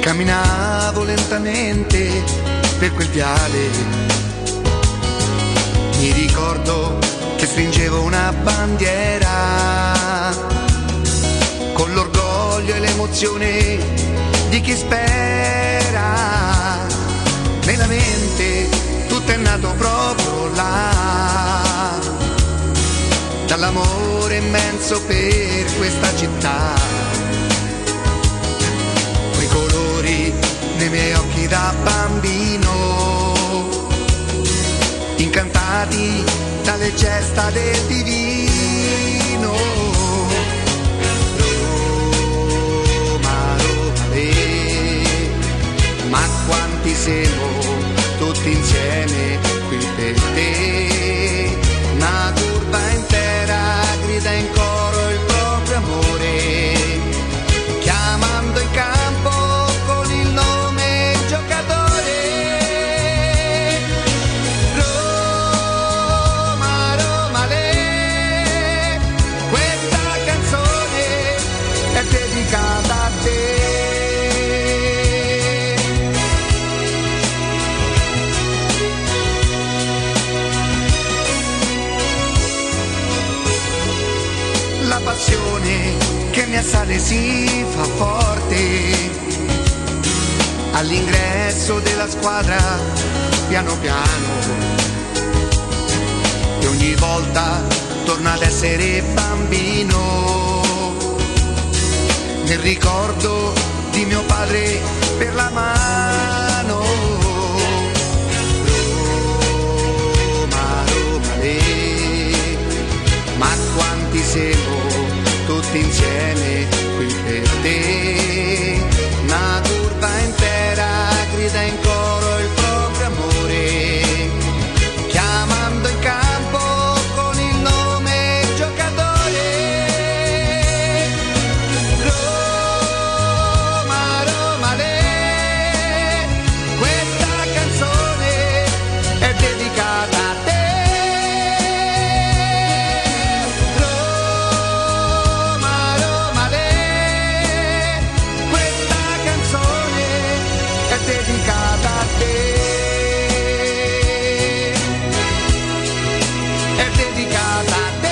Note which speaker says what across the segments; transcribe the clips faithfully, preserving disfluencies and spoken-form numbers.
Speaker 1: Camminavo lentamente per quel viale, mi ricordo che stringevo una bandiera, con l'orgoglio e l'emozione di chi spera. Nella mente tutto è nato proprio là, dall'amore immenso per questa città. Quei colori nei miei occhi da bambino, incantati dalle gesta del divino. Roma, Roma, le, ma quanti siamo tutti insieme qui per te. Una curva intera grida in coro il proprio amore, chiamando in campo con il nome giocatore. Roma, Roma, le, questa canzone è dedicata a te. La passione che mi assale si fa forte all'ingresso della squadra, piano piano, e ogni volta torna ad essere bambino nel ricordo di mio padre per la mano. Roma, Roma, le, ma quanti siamo tutti insieme qui per te. Una curva intera grida in coro il proprio amore, chiamando in campo con il nome giocatore. Roma, Roma, le, questa canzone è dedicata a te. Dedicata a te, è dedicata a te.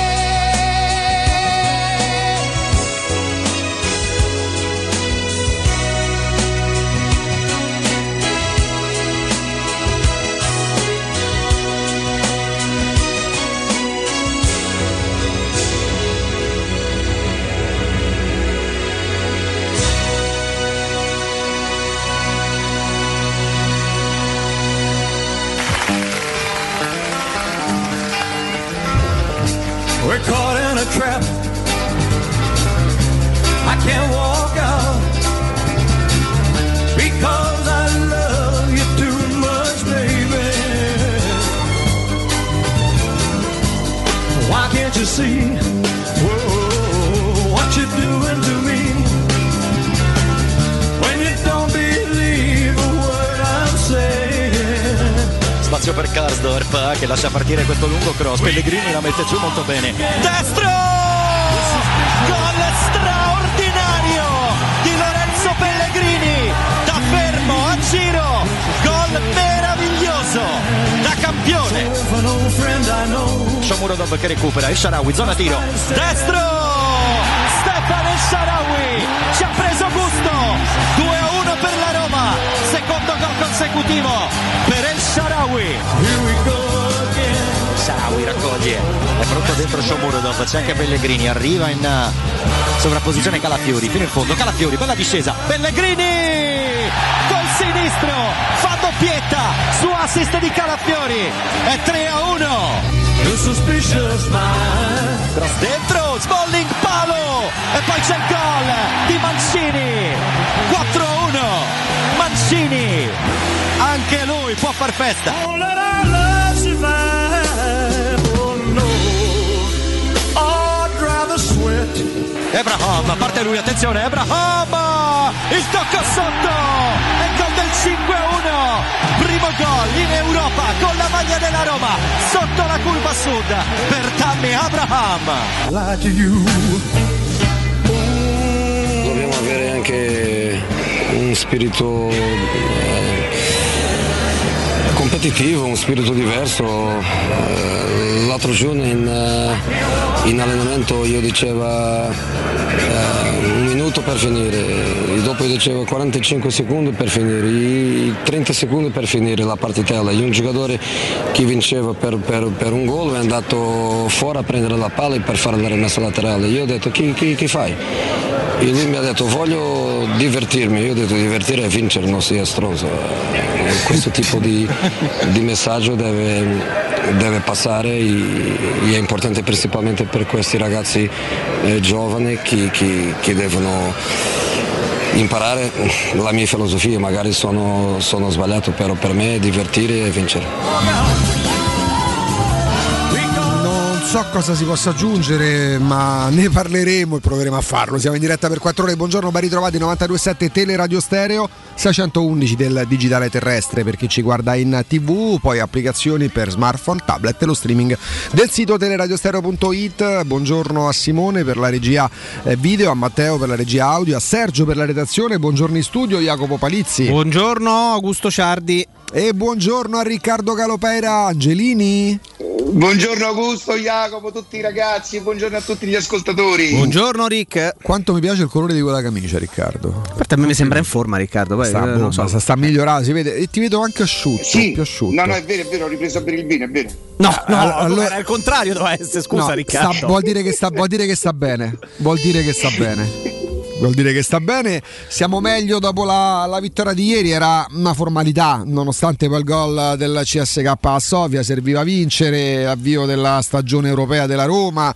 Speaker 2: We're caught in a trap. I can't walk out because I love you too much, baby. Why can't you see, whoa, what you're doing to me? When you don't believe a word I'm saying.
Speaker 3: Spazio per Karsdorp che lascia partire questo lungo cross. Pellegrini la mette giù molto bene. Destro! Gol straordinario di Lorenzo Pellegrini, da fermo a giro. Gol meraviglioso da campione. Shomurodov che recupera, El Shaarawy, zona tiro. Destro! Stefan El Shaarawy ci ha preso gusto. due a uno per la Roma. Secondo gol consecutivo per El Shaarawy. Shaarawy raccoglie, è pronto dentro Shomurodov, c'è anche Pellegrini, arriva in sovrapposizione Calafiori, fino in fondo Calafiori, bella discesa, Pellegrini col sinistro, fa doppietta su assist di Calafiori, è tre a uno. Cross dentro, Smalling, palo, e poi c'è il gol di Mancini, quattro a uno, Mancini, anche lui può far festa. Abraham, parte lui, attenzione, Abraham, il tocco sotto, è il gol del cinque a uno, primo gol in Europa con la maglia della Roma, sotto la curva sud per Tammy Abraham.
Speaker 4: Dobbiamo avere anche un spirito eh, competitivo, un spirito diverso. Eh, l'altro giorno in, in allenamento io dicevo eh, un minuto per finire, dopo io dicevo quarantacinque secondi per finire, trenta secondi per finire la partitella. E un giocatore che vinceva per, per, per un gol è andato fuori a prendere la palla per fare la rimessa laterale. Io ho detto chi, chi, chi fai? E lui mi ha detto voglio divertirmi. Io ho detto divertire e vincere, non sia stronzo. E questo tipo di, di messaggio deve, deve passare e è importante principalmente per questi ragazzi eh, giovani che, che, che devono imparare la mia filosofia. Magari sono, sono sbagliato, però per me è divertire e vincere.
Speaker 5: Non so cosa si possa aggiungere, ma ne parleremo e proveremo a farlo. Siamo in diretta per quattro ore. Buongiorno, ben ritrovati. novantadue virgola sette Teleradio Stereo, seicentoundici del digitale terrestre per chi ci guarda in tv, poi applicazioni per smartphone, tablet e lo streaming del sito teleradiostereo punto it. Buongiorno a Simone per la regia video, a Matteo per la regia audio, a Sergio per la redazione. Buongiorno in studio Jacopo Palizzi.
Speaker 6: Buongiorno Augusto Ciardi.
Speaker 5: E buongiorno a Riccardo Galopera. Angelini.
Speaker 7: Buongiorno Augusto, Jacopo, tutti i ragazzi, buongiorno a tutti gli ascoltatori.
Speaker 6: Buongiorno Rick.
Speaker 5: Quanto mi piace il colore di quella camicia, Riccardo.
Speaker 6: A me mi sembra in forma, Riccardo. Poi,
Speaker 5: sta,
Speaker 6: eh, non so.
Speaker 5: sta, sta migliorando, si vede. E ti vedo anche asciutto,
Speaker 7: sì,
Speaker 5: più asciutto.
Speaker 7: No, no, è vero, è vero, ho ripreso a bere il vino, è vero.
Speaker 6: No, no,
Speaker 5: allora,
Speaker 6: allora era il contrario, doveva essere, scusa
Speaker 5: no,
Speaker 6: Riccardo.
Speaker 5: Sta, vuol dire che sta, vuol dire che sta bene. Vuol dire che sta bene. Vuol dire che sta bene, siamo meglio dopo la, la vittoria di ieri, era una formalità, nonostante poi il gol del C S K a Sofia, serviva a vincere, avvio della stagione europea della Roma,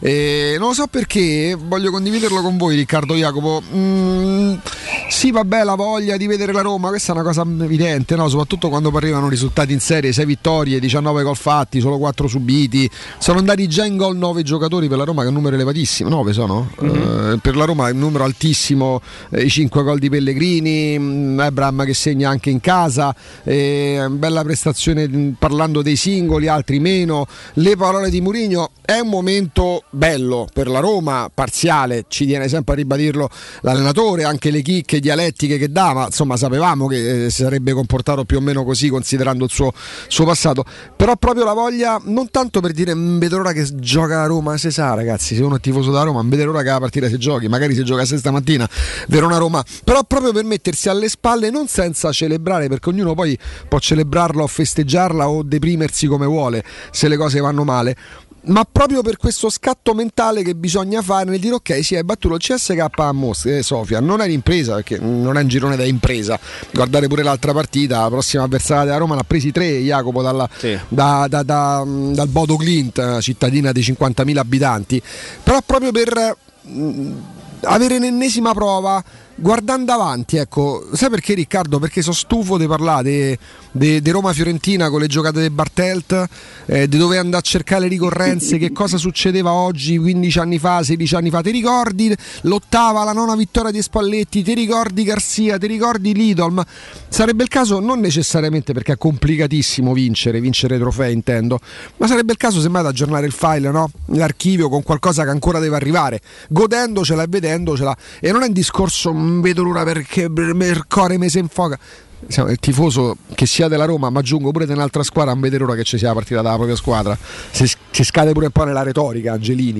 Speaker 5: e non lo so perché, voglio condividerlo con voi Riccardo Jacopo, mm, sì vabbè la voglia di vedere la Roma, questa è una cosa evidente, no? Soprattutto quando arrivano risultati in serie, sei vittorie, diciannove gol fatti, solo quattro subiti, sono andati già in gol nove giocatori per la Roma, che è un numero elevatissimo, nove sono? Mm-hmm. Uh, per la Roma è un numero altissimo, eh, i cinque gol di Pellegrini, mh, Ebram che segna anche in casa, eh, bella prestazione mh, parlando dei singoli, altri meno, le parole di Mourinho, è un momento bello per la Roma, parziale, ci tiene sempre a ribadirlo l'allenatore, anche le chicche dialettiche che dà, ma insomma sapevamo che eh, si sarebbe comportato più o meno così considerando il suo, suo passato, però proprio la voglia, non tanto per dire non vedo l'ora che gioca la Roma, se sa ragazzi, se uno è tifoso da Roma non vede l'ora che la partita si giochi, magari si gioca a sesta mattina Verona-Roma, però proprio per mettersi alle spalle, non senza celebrare, perché ognuno poi può celebrarla o festeggiarla o deprimersi come vuole se le cose vanno male, ma proprio per questo scatto mentale che bisogna fare nel dire ok, sì, hai battuto il C S K a Mosca, eh, Sofia, non è l'impresa perché non è un girone da impresa, guardare pure l'altra partita, la prossima avversaria della Roma l'ha presi tre Jacopo dalla, sì. da, da, da, dal Bodo Clint, cittadina di cinquantamila abitanti, però proprio per mh, avere l'ennesima prova guardando avanti, ecco, sai perché Riccardo? Perché sono stufo di parlare di Roma-Fiorentina con le giocate di Bartelt, eh, di dove andare a cercare le ricorrenze, che cosa succedeva oggi, quindici anni fa, sedici anni fa, ti ricordi l'ottava, la nona vittoria di Spalletti, ti ricordi Garcia, ti ricordi Lidl? Sarebbe il caso, non necessariamente perché è complicatissimo vincere, vincere trofei intendo, ma sarebbe il caso semmai di aggiornare il file, no? L'archivio con qualcosa che ancora deve arrivare, godendocela e vedendocela, e non è un discorso vedo l'ora perché il cuore mi si infoca. Il tifoso che sia della Roma, ma aggiungo pure di un'altra squadra, non vede l'ora che ci sia la partita dalla propria squadra. Si, si scade pure un po' nella retorica, Angelini.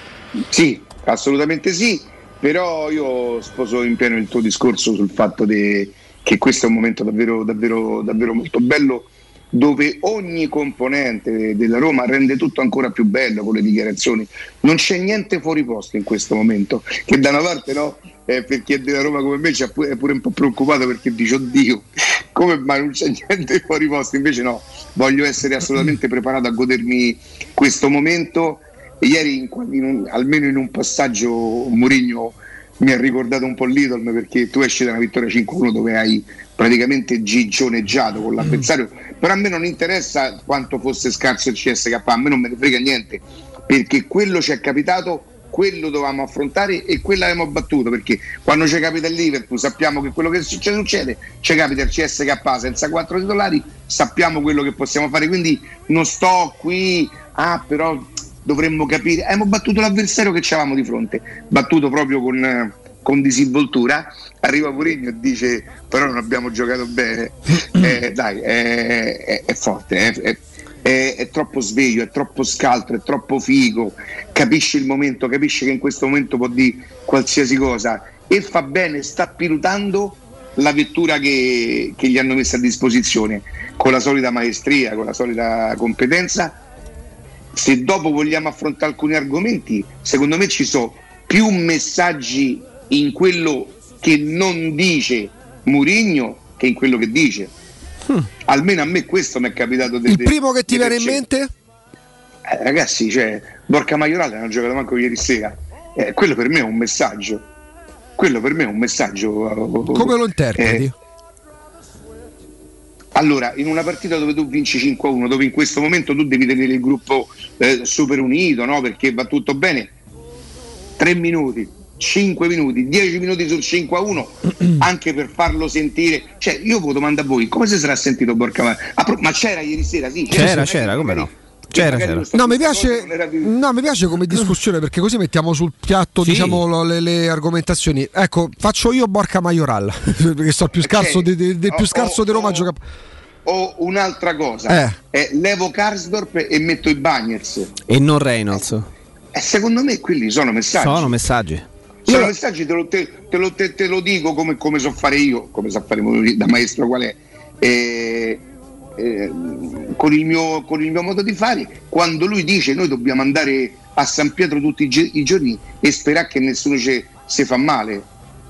Speaker 7: Sì, assolutamente sì, però io sposo in pieno il tuo discorso sul fatto de, che questo è un momento davvero, davvero, davvero molto bello, dove ogni componente della Roma rende tutto ancora più bello con le dichiarazioni. Non c'è niente fuori posto in questo momento, che da una parte no, eh, per chi è della Roma come me è pure, è pure un po' preoccupato perché dice oddio, come mai non c'è niente fuori posto, invece no, voglio essere assolutamente preparato a godermi questo momento. E ieri in, in un, almeno in un passaggio Mourinho mi ha ricordato un po' Lidl, perché tu esci da una vittoria cinque uno dove hai praticamente gigioneggiato con l'avversario, però a me non interessa quanto fosse scarso il C S K, a me non me ne frega niente, perché quello ci è capitato, quello dovevamo affrontare e quello abbiamo battuto, perché quando ci capita il Liverpool sappiamo che quello che succede succede, ci capita il C S K senza quattro titolari, sappiamo quello che possiamo fare, quindi non sto qui, ah però dovremmo capire, abbiamo battuto l'avversario che ci avevamo di fronte, battuto proprio con, con disinvoltura, arriva Mourinho e dice però non abbiamo giocato bene. eh, dai, è, è, è forte, è, è, è, è troppo sveglio, è troppo scaltro, è troppo figo, capisce il momento, capisce che in questo momento può dire qualsiasi cosa e fa bene, sta pilotando la vettura che, che gli hanno messo a disposizione con la solita maestria, con la solita competenza. Se dopo vogliamo affrontare alcuni argomenti, secondo me ci sono più messaggi in quello che non dice Mourinho che in quello che dice. Hmm. Almeno a me questo mi è capitato. De,
Speaker 5: il
Speaker 7: de,
Speaker 5: primo che ti viene in mente?
Speaker 7: Eh, ragazzi, cioè, Borca Maioral non ha giocato manco ieri sera. Eh, quello per me è un messaggio. Quello per me è un messaggio.
Speaker 5: Come lo interpreti? Eh,
Speaker 7: allora, in una partita dove tu vinci cinque a uno, dove in questo momento tu devi tenere il gruppo eh, super unito, no? Perché va tutto bene, tre minuti, cinque minuti, dieci minuti sul cinque a uno, anche per farlo sentire. Cioè, io vi domando a voi, come si sarà sentito Borca Maioral? Ah, ma c'era ieri sera? Sì,
Speaker 6: c'era, c'era,
Speaker 7: c'era,
Speaker 6: c'era come no? C'era, c'era.
Speaker 5: No, mi piace, no, mi piace come discussione perché così mettiamo sul piatto, sì, diciamo, le, le argomentazioni. Ecco, faccio io Borca Maioral perché so il più scarso del de, de più scarso oh, di Roma.
Speaker 7: Oh,
Speaker 5: gioca...
Speaker 7: O un'altra cosa, eh. Eh, levo Karsdorp e metto i Bagnets
Speaker 6: e non Reynolds.
Speaker 7: Eh, secondo me quelli sono messaggi.
Speaker 6: Sono messaggi.
Speaker 7: Sono io... messaggi, te lo, te, te, lo, te, te lo dico come, come so fare io, come so fare da maestro qual è. Eh, Eh, con, il mio, con il mio modo di fare, quando lui dice noi dobbiamo andare a San Pietro tutti i, gi- i giorni e sperare che nessuno ci si fa male.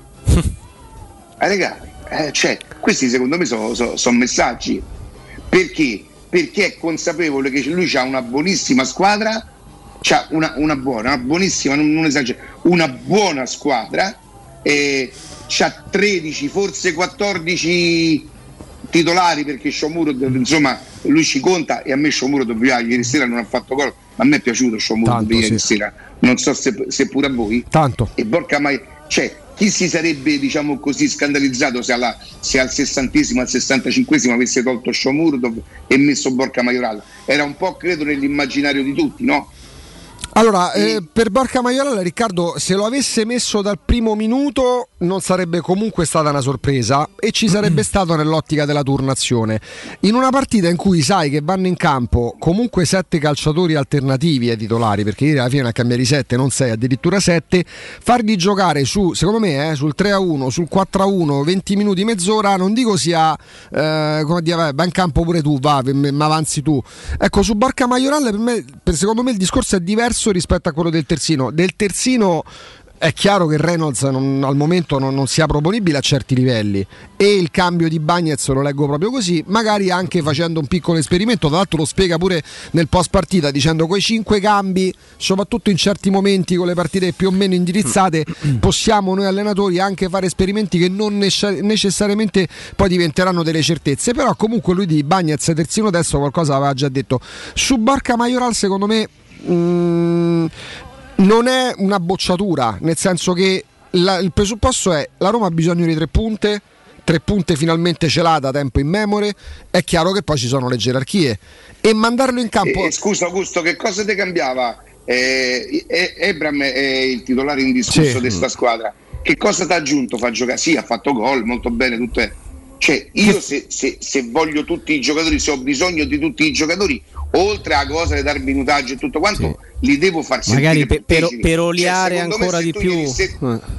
Speaker 7: eh, raga, eh, cioè, questi secondo me sono so, so messaggi, perché? Perché è consapevole che lui ha una buonissima squadra, c'ha una, una buona, una buonissima, non, non esagero, una buona squadra, eh, c'ha tredici, forse quattordici titolari, perché Shomurodov, insomma, lui ci conta, e a me Shomurodov ieri sera non ha fatto gol, ma a me è piaciuto Shomurodov ieri sì. sera, non so se, se pure a voi.
Speaker 5: Tanto.
Speaker 7: E Borca mai, cioè, chi si sarebbe, diciamo così, scandalizzato se, alla, se al sessantesimo, al sessantacinquesimo avesse tolto Shomurodov e messo Borca Maioral? Era un po', credo, nell'immaginario di tutti, no?
Speaker 5: Allora, eh, per Borca Maioral, Riccardo, se lo avesse messo dal primo minuto non sarebbe comunque stata una sorpresa e ci sarebbe stato nell'ottica della turnazione. In una partita in cui sai che vanno in campo comunque sette calciatori alternativi ai titolari, perché ieri alla fine a cambiare sette, non sei, addirittura sette, farli giocare su, secondo me, eh, sul tre a uno, sul quattro a uno, venti minuti, mezz'ora, non dico sia eh, come dire, vai, va in campo pure tu, va, ma avanzi tu. Ecco, su Borca Maioral per me, per, secondo me il discorso è diverso rispetto a quello del terzino. Del terzino è chiaro che Reynolds non, al momento non, non sia proponibile a certi livelli e il cambio di Bagnez lo leggo proprio così, magari anche facendo un piccolo esperimento. Tra l'altro lo spiega pure nel post partita dicendo quei cinque cambi, soprattutto in certi momenti con le partite più o meno indirizzate, possiamo noi allenatori anche fare esperimenti che non necessariamente poi diventeranno delle certezze. Però comunque lui di Bagnez terzino destro qualcosa aveva già detto. Su Borca Maioral secondo me Mm, non è una bocciatura, nel senso che la, il presupposto è la Roma ha bisogno di tre punte, tre punte finalmente celata a tempo immemore. È chiaro che poi ci sono le gerarchie e mandarlo in campo.
Speaker 7: Eh, scusa Augusto, che cosa ti cambiava? Eh, Ebram è il titolare indiscusso sì. di questa squadra. Che cosa ti ha aggiunto? Fa giocare? Sì, ha fatto gol, molto bene, tutto è. Cioè, io se, se, se voglio tutti i giocatori, se ho bisogno di tutti i giocatori, oltre a cosa di dar minutaggio e tutto quanto, sì. li devo far sentire
Speaker 6: magari per, per, per oliare cioè, ancora di più se...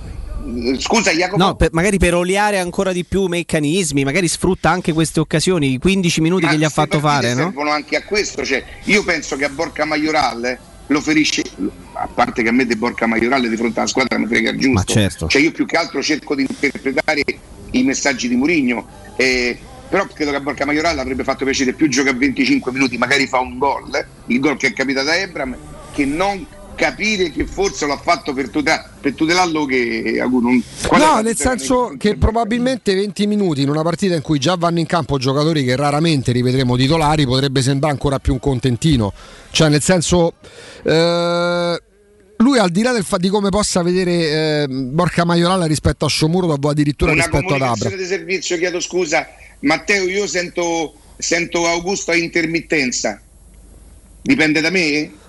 Speaker 7: scusa Jacopo,
Speaker 6: no, per, magari per oliare ancora di più meccanismi, magari sfrutta anche queste occasioni, i quindici minuti
Speaker 7: ma
Speaker 6: che gli ha fatto fare, no?
Speaker 7: Servono anche a questo, cioè, io penso che a Borca Maioral eh, lo ferisce, a parte che a me di Borca Maioral di fronte alla squadra mi frega il giusto,
Speaker 6: ma certo.
Speaker 7: Cioè io più che altro cerco di interpretare i messaggi di Mourinho, eh, però credo che a Borca Maioral avrebbe fatto piacere più giocare a venticinque minuti, magari fa un gol, eh, il gol che è capitato a Ebram, che non capire che forse l'ha fatto per, tutel- per tutelarlo che non...
Speaker 5: no, nel senso che probabilmente venti minuti in una partita in cui già vanno in campo giocatori che raramente rivedremo titolari potrebbe sembrare ancora più un contentino, cioè nel senso eh, lui al di là del fa- di come possa vedere eh, Borca Maioral rispetto a Shomurodov o addirittura
Speaker 7: una
Speaker 5: rispetto ad Abra. Una
Speaker 7: comunicazione di servizio, chiedo scusa Matteo, io sento, sento Augusto a intermittenza, dipende da me?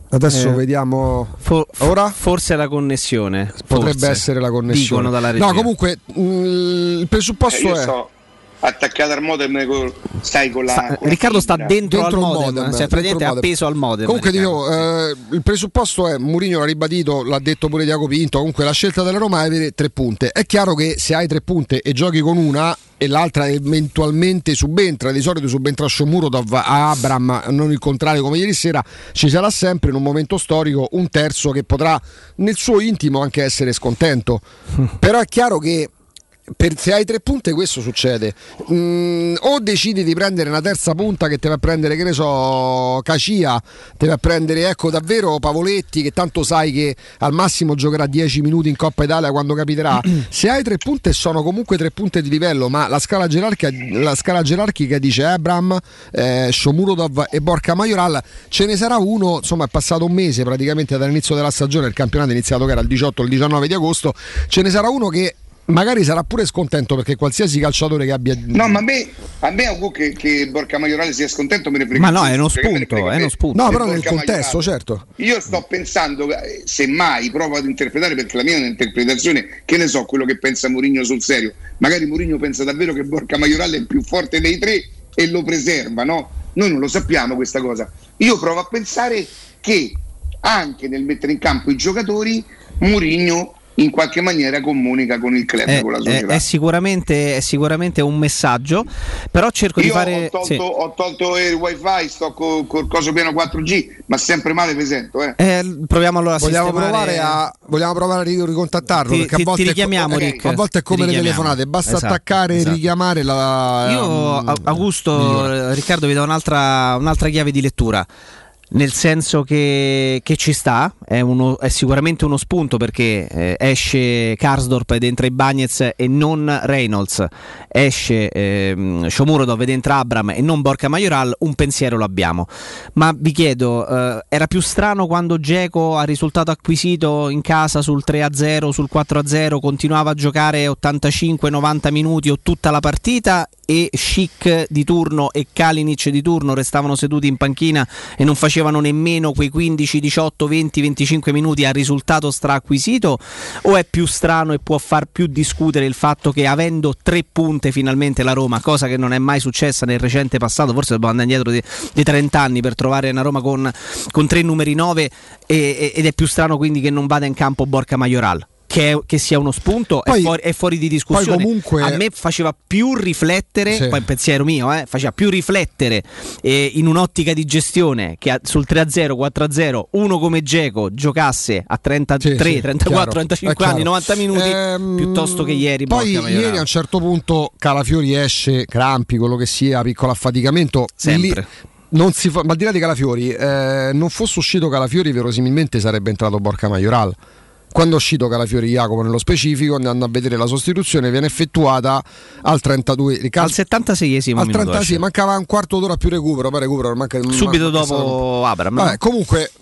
Speaker 5: Adesso
Speaker 6: Eh,
Speaker 5: vediamo.
Speaker 6: For,
Speaker 5: Ora?
Speaker 6: Forse la connessione.
Speaker 5: Potrebbe
Speaker 6: forse.
Speaker 5: essere la connessione.
Speaker 6: Dicono dalla regia.
Speaker 5: No, comunque mh, il presupposto
Speaker 7: Eh, io
Speaker 5: è.
Speaker 7: sto attaccato al modem, col- stai con la.
Speaker 6: Sta-
Speaker 7: con la
Speaker 6: Riccardo sta
Speaker 7: fibra.
Speaker 6: dentro,
Speaker 5: Dentro
Speaker 6: al
Speaker 5: il
Speaker 6: modem,
Speaker 5: modem,
Speaker 6: cioè
Speaker 5: dentro
Speaker 6: praticamente
Speaker 5: il
Speaker 6: è
Speaker 5: modem.
Speaker 6: appeso al modem.
Speaker 5: Comunque
Speaker 6: Riccardo.
Speaker 5: dicevo, eh, il presupposto è, Mourinho l'ha ribadito, l'ha detto pure Diaco Pinto, comunque la scelta della Roma è avere tre punte. È chiaro che se hai tre punte e giochi con una e l'altra eventualmente subentra, di solito subentra Shomurodov a Abram, non il contrario come ieri sera, ci sarà sempre in un momento storico un terzo che potrà nel suo intimo anche essere scontento. Però è chiaro che per, se hai tre punte questo succede. Mm, o decidi di prendere una terza punta che te va a prendere, che ne so, Cacia, te va a prendere, ecco, davvero Pavoletti, che tanto sai che al massimo giocherà dieci minuti in Coppa Italia quando capiterà. Se hai tre punte sono comunque tre punte di livello, ma la scala gerarchica, la scala gerarchica dice Abram, eh, Shomurodov e Borca Majoral. Ce ne sarà uno, insomma è passato un mese praticamente dall'inizio della stagione, il campionato è iniziato che era il diciotto o il diciannove di agosto, ce ne sarà uno che magari sarà pure scontento, perché qualsiasi calciatore che abbia.
Speaker 7: No, ma a me, a me Augu, che, che Borca Maiorale sia scontento me ne frega.
Speaker 6: Ma no, è uno
Speaker 7: Perché me ne
Speaker 6: spunto,
Speaker 7: frega
Speaker 6: è
Speaker 7: me-
Speaker 6: uno spunto.
Speaker 5: No,
Speaker 7: di
Speaker 5: però nel
Speaker 7: Borca
Speaker 5: contesto,
Speaker 7: Maiorale.
Speaker 5: certo.
Speaker 7: Io sto pensando, eh, semmai provo ad interpretare, perché la mia è un'interpretazione, che ne so quello che pensa Mourinho sul serio. Magari Mourinho pensa davvero che Borca Maiorale è il più forte dei tre e lo preserva, no? Noi non lo sappiamo questa cosa. Io provo a pensare che anche nel mettere in campo i giocatori, Mourinho in qualche maniera comunica con il club,
Speaker 6: È,
Speaker 7: con la
Speaker 6: è,
Speaker 7: società.
Speaker 6: è sicuramente, è sicuramente un messaggio, però cerco di
Speaker 7: Io
Speaker 6: fare.
Speaker 7: ho tolto,
Speaker 6: sì.
Speaker 7: ho tolto il wifi, sto col, col coso pieno quattro G, ma sempre male mi sento, eh.
Speaker 6: Eh, proviamo allora a
Speaker 5: Vogliamo
Speaker 6: sistemare-
Speaker 5: provare a vogliamo provare a ri- ricontattarlo,
Speaker 6: Ti-
Speaker 5: perché
Speaker 6: ti-
Speaker 5: a volte
Speaker 6: ti
Speaker 5: è co-
Speaker 6: richiamiamo,
Speaker 5: eh,
Speaker 6: Rick.
Speaker 5: a volte è come
Speaker 6: Ti
Speaker 5: le
Speaker 6: richiamiamo.
Speaker 5: telefonate, basta
Speaker 6: Esatto,
Speaker 5: attaccare
Speaker 6: esatto.
Speaker 5: e richiamare la.
Speaker 6: Io,
Speaker 5: um,
Speaker 6: A- Augusto,
Speaker 5: migliore.
Speaker 6: Riccardo, vi do un'altra, un'altra chiave di lettura. Nel senso che, che ci sta, è, uno, è sicuramente uno spunto, perché eh, esce Karsdorp ed entra Ibañez e non Reynolds, esce ehm, Shomurodov ed entra Abram e non Borca Majoral, un pensiero lo abbiamo. Ma vi chiedo, eh, era più strano quando Dzeko a risultato acquisito in casa sul tre a zero, sul quattro a zero, continuava a giocare ottantacinque novanta minuti o tutta la partita, e Schick di turno e Kalinic di turno restavano seduti in panchina e non facevano nemmeno quei quindici, diciotto, venti, venticinque minuti al risultato straacquisito? O è più strano e può far più discutere il fatto che, avendo tre punte finalmente la Roma, cosa che non è mai successa nel recente passato, forse dobbiamo andare indietro di, di trenta anni per trovare una Roma con, con tre numeri nove, e, ed è più strano quindi che non vada in campo Borca Majoral? Che, è, che sia uno spunto
Speaker 5: Poi-
Speaker 6: è, fuori, è fuori di discussione.
Speaker 5: poi comunque-
Speaker 6: a me faceva più riflettere,
Speaker 5: Sì.
Speaker 6: poi un pensiero mio, eh, faceva più riflettere eh, in un'ottica di gestione, che a- sul tre a zero, quattro a zero uno come Dzeko giocasse a trentatré,
Speaker 5: Sì, sì,
Speaker 6: trentaquattro,
Speaker 5: chiaro,
Speaker 6: trentacinque
Speaker 5: è chiaro.
Speaker 6: anni, novanta minuti,
Speaker 5: Ehm,
Speaker 6: piuttosto che ieri.
Speaker 5: Poi
Speaker 6: Borca Majoral.
Speaker 5: ieri a un certo punto Calafiori esce, crampi, quello che sia, piccolo affaticamento.
Speaker 6: Sempre.
Speaker 5: Lì non si fa, ma al di là di Calafiori, eh, non fosse uscito Calafiori, verosimilmente sarebbe entrato Borca Majoral. Quando è uscito Calafiori, Jacopo nello specifico, andando a vedere la sostituzione, viene effettuata al trentadue, Riccardo,
Speaker 6: Al settantaseiesimo
Speaker 5: al
Speaker 6: minuto
Speaker 5: trentasei,
Speaker 6: esce.
Speaker 5: mancava un quarto d'ora più recupero, poi recupero manca,
Speaker 6: subito
Speaker 5: manca-
Speaker 6: dopo Abram,
Speaker 5: Vabbè,
Speaker 6: no?
Speaker 5: comunque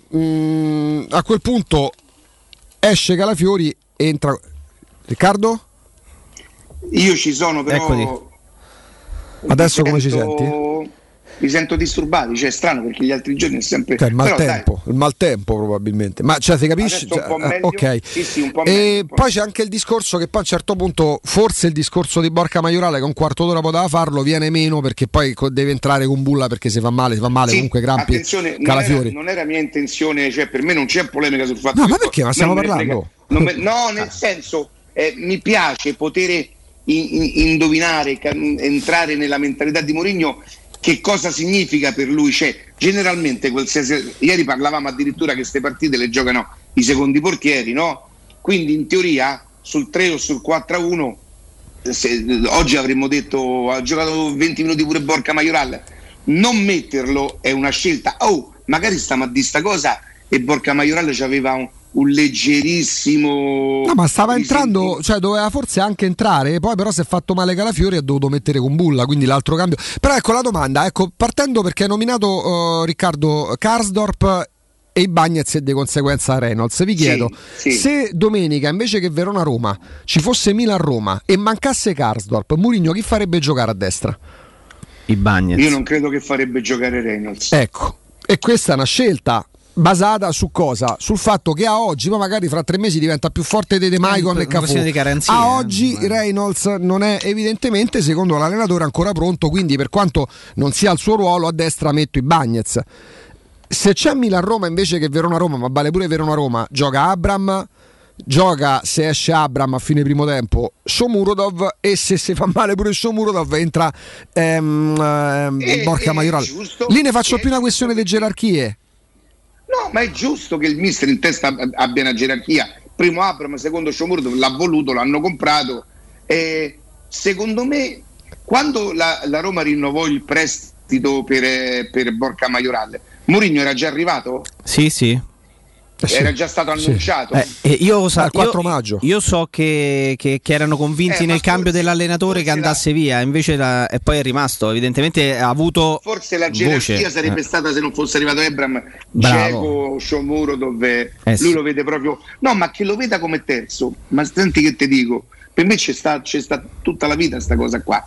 Speaker 5: mh, a quel punto esce Calafiori, entra Riccardo.
Speaker 7: Io ci sono, però
Speaker 6: Eccoli.
Speaker 5: Adesso
Speaker 7: mi
Speaker 5: come ci
Speaker 7: sento- Mi sento disturbato, cioè è strano, perché gli altri giorni è sempre
Speaker 5: Cioè, il
Speaker 7: però,
Speaker 5: maltempo, il maltempo probabilmente. Ma cioè, si capisce?
Speaker 7: Adesso un po'
Speaker 5: Cioè, eh,
Speaker 7: meglio.
Speaker 5: ok.
Speaker 7: Sì, sì, un po'
Speaker 5: E
Speaker 7: meglio, un po'
Speaker 5: poi
Speaker 7: meglio.
Speaker 5: c'è anche il discorso che poi a un certo punto, forse il discorso di Borca Maiorale, che un quarto d'ora poteva farlo, viene meno, perché poi co- deve entrare con Bulla, perché se fa male, si fa male,
Speaker 7: Sì,
Speaker 5: comunque crampi,
Speaker 7: attenzione, non
Speaker 5: Calafiori.
Speaker 7: era, non era mia intenzione, cioè per me non c'è polemica sul fatto
Speaker 5: No,
Speaker 7: che
Speaker 5: ma perché? Ma stiamo
Speaker 7: non me ne
Speaker 5: parlando?
Speaker 7: frega. Non me- no, nel senso, eh, mi piace poter in- in- indovinare, ca- entrare nella mentalità di Mourinho, che cosa significa per lui. Cioè, generalmente qualsiasi, ieri parlavamo addirittura che queste partite le giocano i secondi portieri, no? Quindi in teoria sul tre o sul quattro a uno, se, oggi avremmo detto ha giocato venti minuti pure Borca Majoral, non metterlo è una scelta. Oh, magari stiamo a di sta cosa e Borca Majoral c'aveva un, un leggerissimo,
Speaker 5: No, ma stava
Speaker 7: risentimento.
Speaker 5: entrando, cioè doveva forse anche entrare, poi però si è fatto male Calafiori e ha dovuto mettere con Bulla, quindi l'altro cambio. Però ecco la domanda, ecco, partendo perché hai nominato uh, Riccardo Karsdorp e Ibañez e di conseguenza Reynolds, vi chiedo,
Speaker 7: sì.
Speaker 5: se domenica invece che Verona-Roma ci fosse Milan-Roma e mancasse Karsdorp, Mourinho chi farebbe giocare a destra?
Speaker 6: Ibañez.
Speaker 7: Io non credo che farebbe giocare Reynolds.
Speaker 5: Ecco, e questa è una scelta. basata su cosa? Sul fatto che a oggi, ma magari fra tre mesi diventa più forte di De Maicon
Speaker 6: eh,
Speaker 5: e Cafu.
Speaker 6: Di garanzia,
Speaker 5: a oggi
Speaker 6: eh.
Speaker 5: Reynolds non è evidentemente, secondo l'allenatore, ancora pronto, quindi per quanto non sia il suo ruolo, a destra metto i Bagnez. Se c'è Milan-Roma invece che Verona-Roma, ma vale pure Verona-Roma, gioca Abram, gioca, se esce Abram a fine primo tempo, Shomurodov, e se si fa male pure Shomurodov entra ehm, ehm,
Speaker 7: E-
Speaker 5: Borca
Speaker 7: e-
Speaker 5: Majoral.
Speaker 7: giusto,
Speaker 5: Lì ne faccio
Speaker 7: è
Speaker 5: più una
Speaker 7: giusto
Speaker 5: questione di
Speaker 7: che-
Speaker 5: gerarchie.
Speaker 7: No, ma è giusto che il mister in testa abbia una gerarchia. Primo Abram, secondo Shomurodov, l'ha voluto, l'hanno comprato. E secondo me, quando la, la Roma rinnovò il prestito per, per Borca Majoral, Mourinho era già arrivato?
Speaker 6: Sì, sì.
Speaker 7: Era già stato annunciato?
Speaker 6: Eh, eh, io, sa-
Speaker 5: Al quattro
Speaker 6: io-
Speaker 5: maggio.
Speaker 6: io so che, che- che erano convinti
Speaker 7: Eh, ma
Speaker 6: nel cambio
Speaker 7: forse-
Speaker 6: dell'allenatore che
Speaker 7: forse
Speaker 6: andasse via, invece la- e poi è rimasto. Evidentemente ha avuto
Speaker 7: Forse la gerarchia
Speaker 6: voce.
Speaker 7: sarebbe
Speaker 6: Eh.
Speaker 7: stata, se non fosse arrivato Ebram,
Speaker 6: Bravo.
Speaker 7: Dzeko, Shomuro, dove
Speaker 6: Eh,
Speaker 7: lui
Speaker 6: sì.
Speaker 7: lo vede proprio. No, ma che lo veda come terzo. Ma senti che ti dico, per me c'è sta, c'è sta tutta la vita sta cosa qua.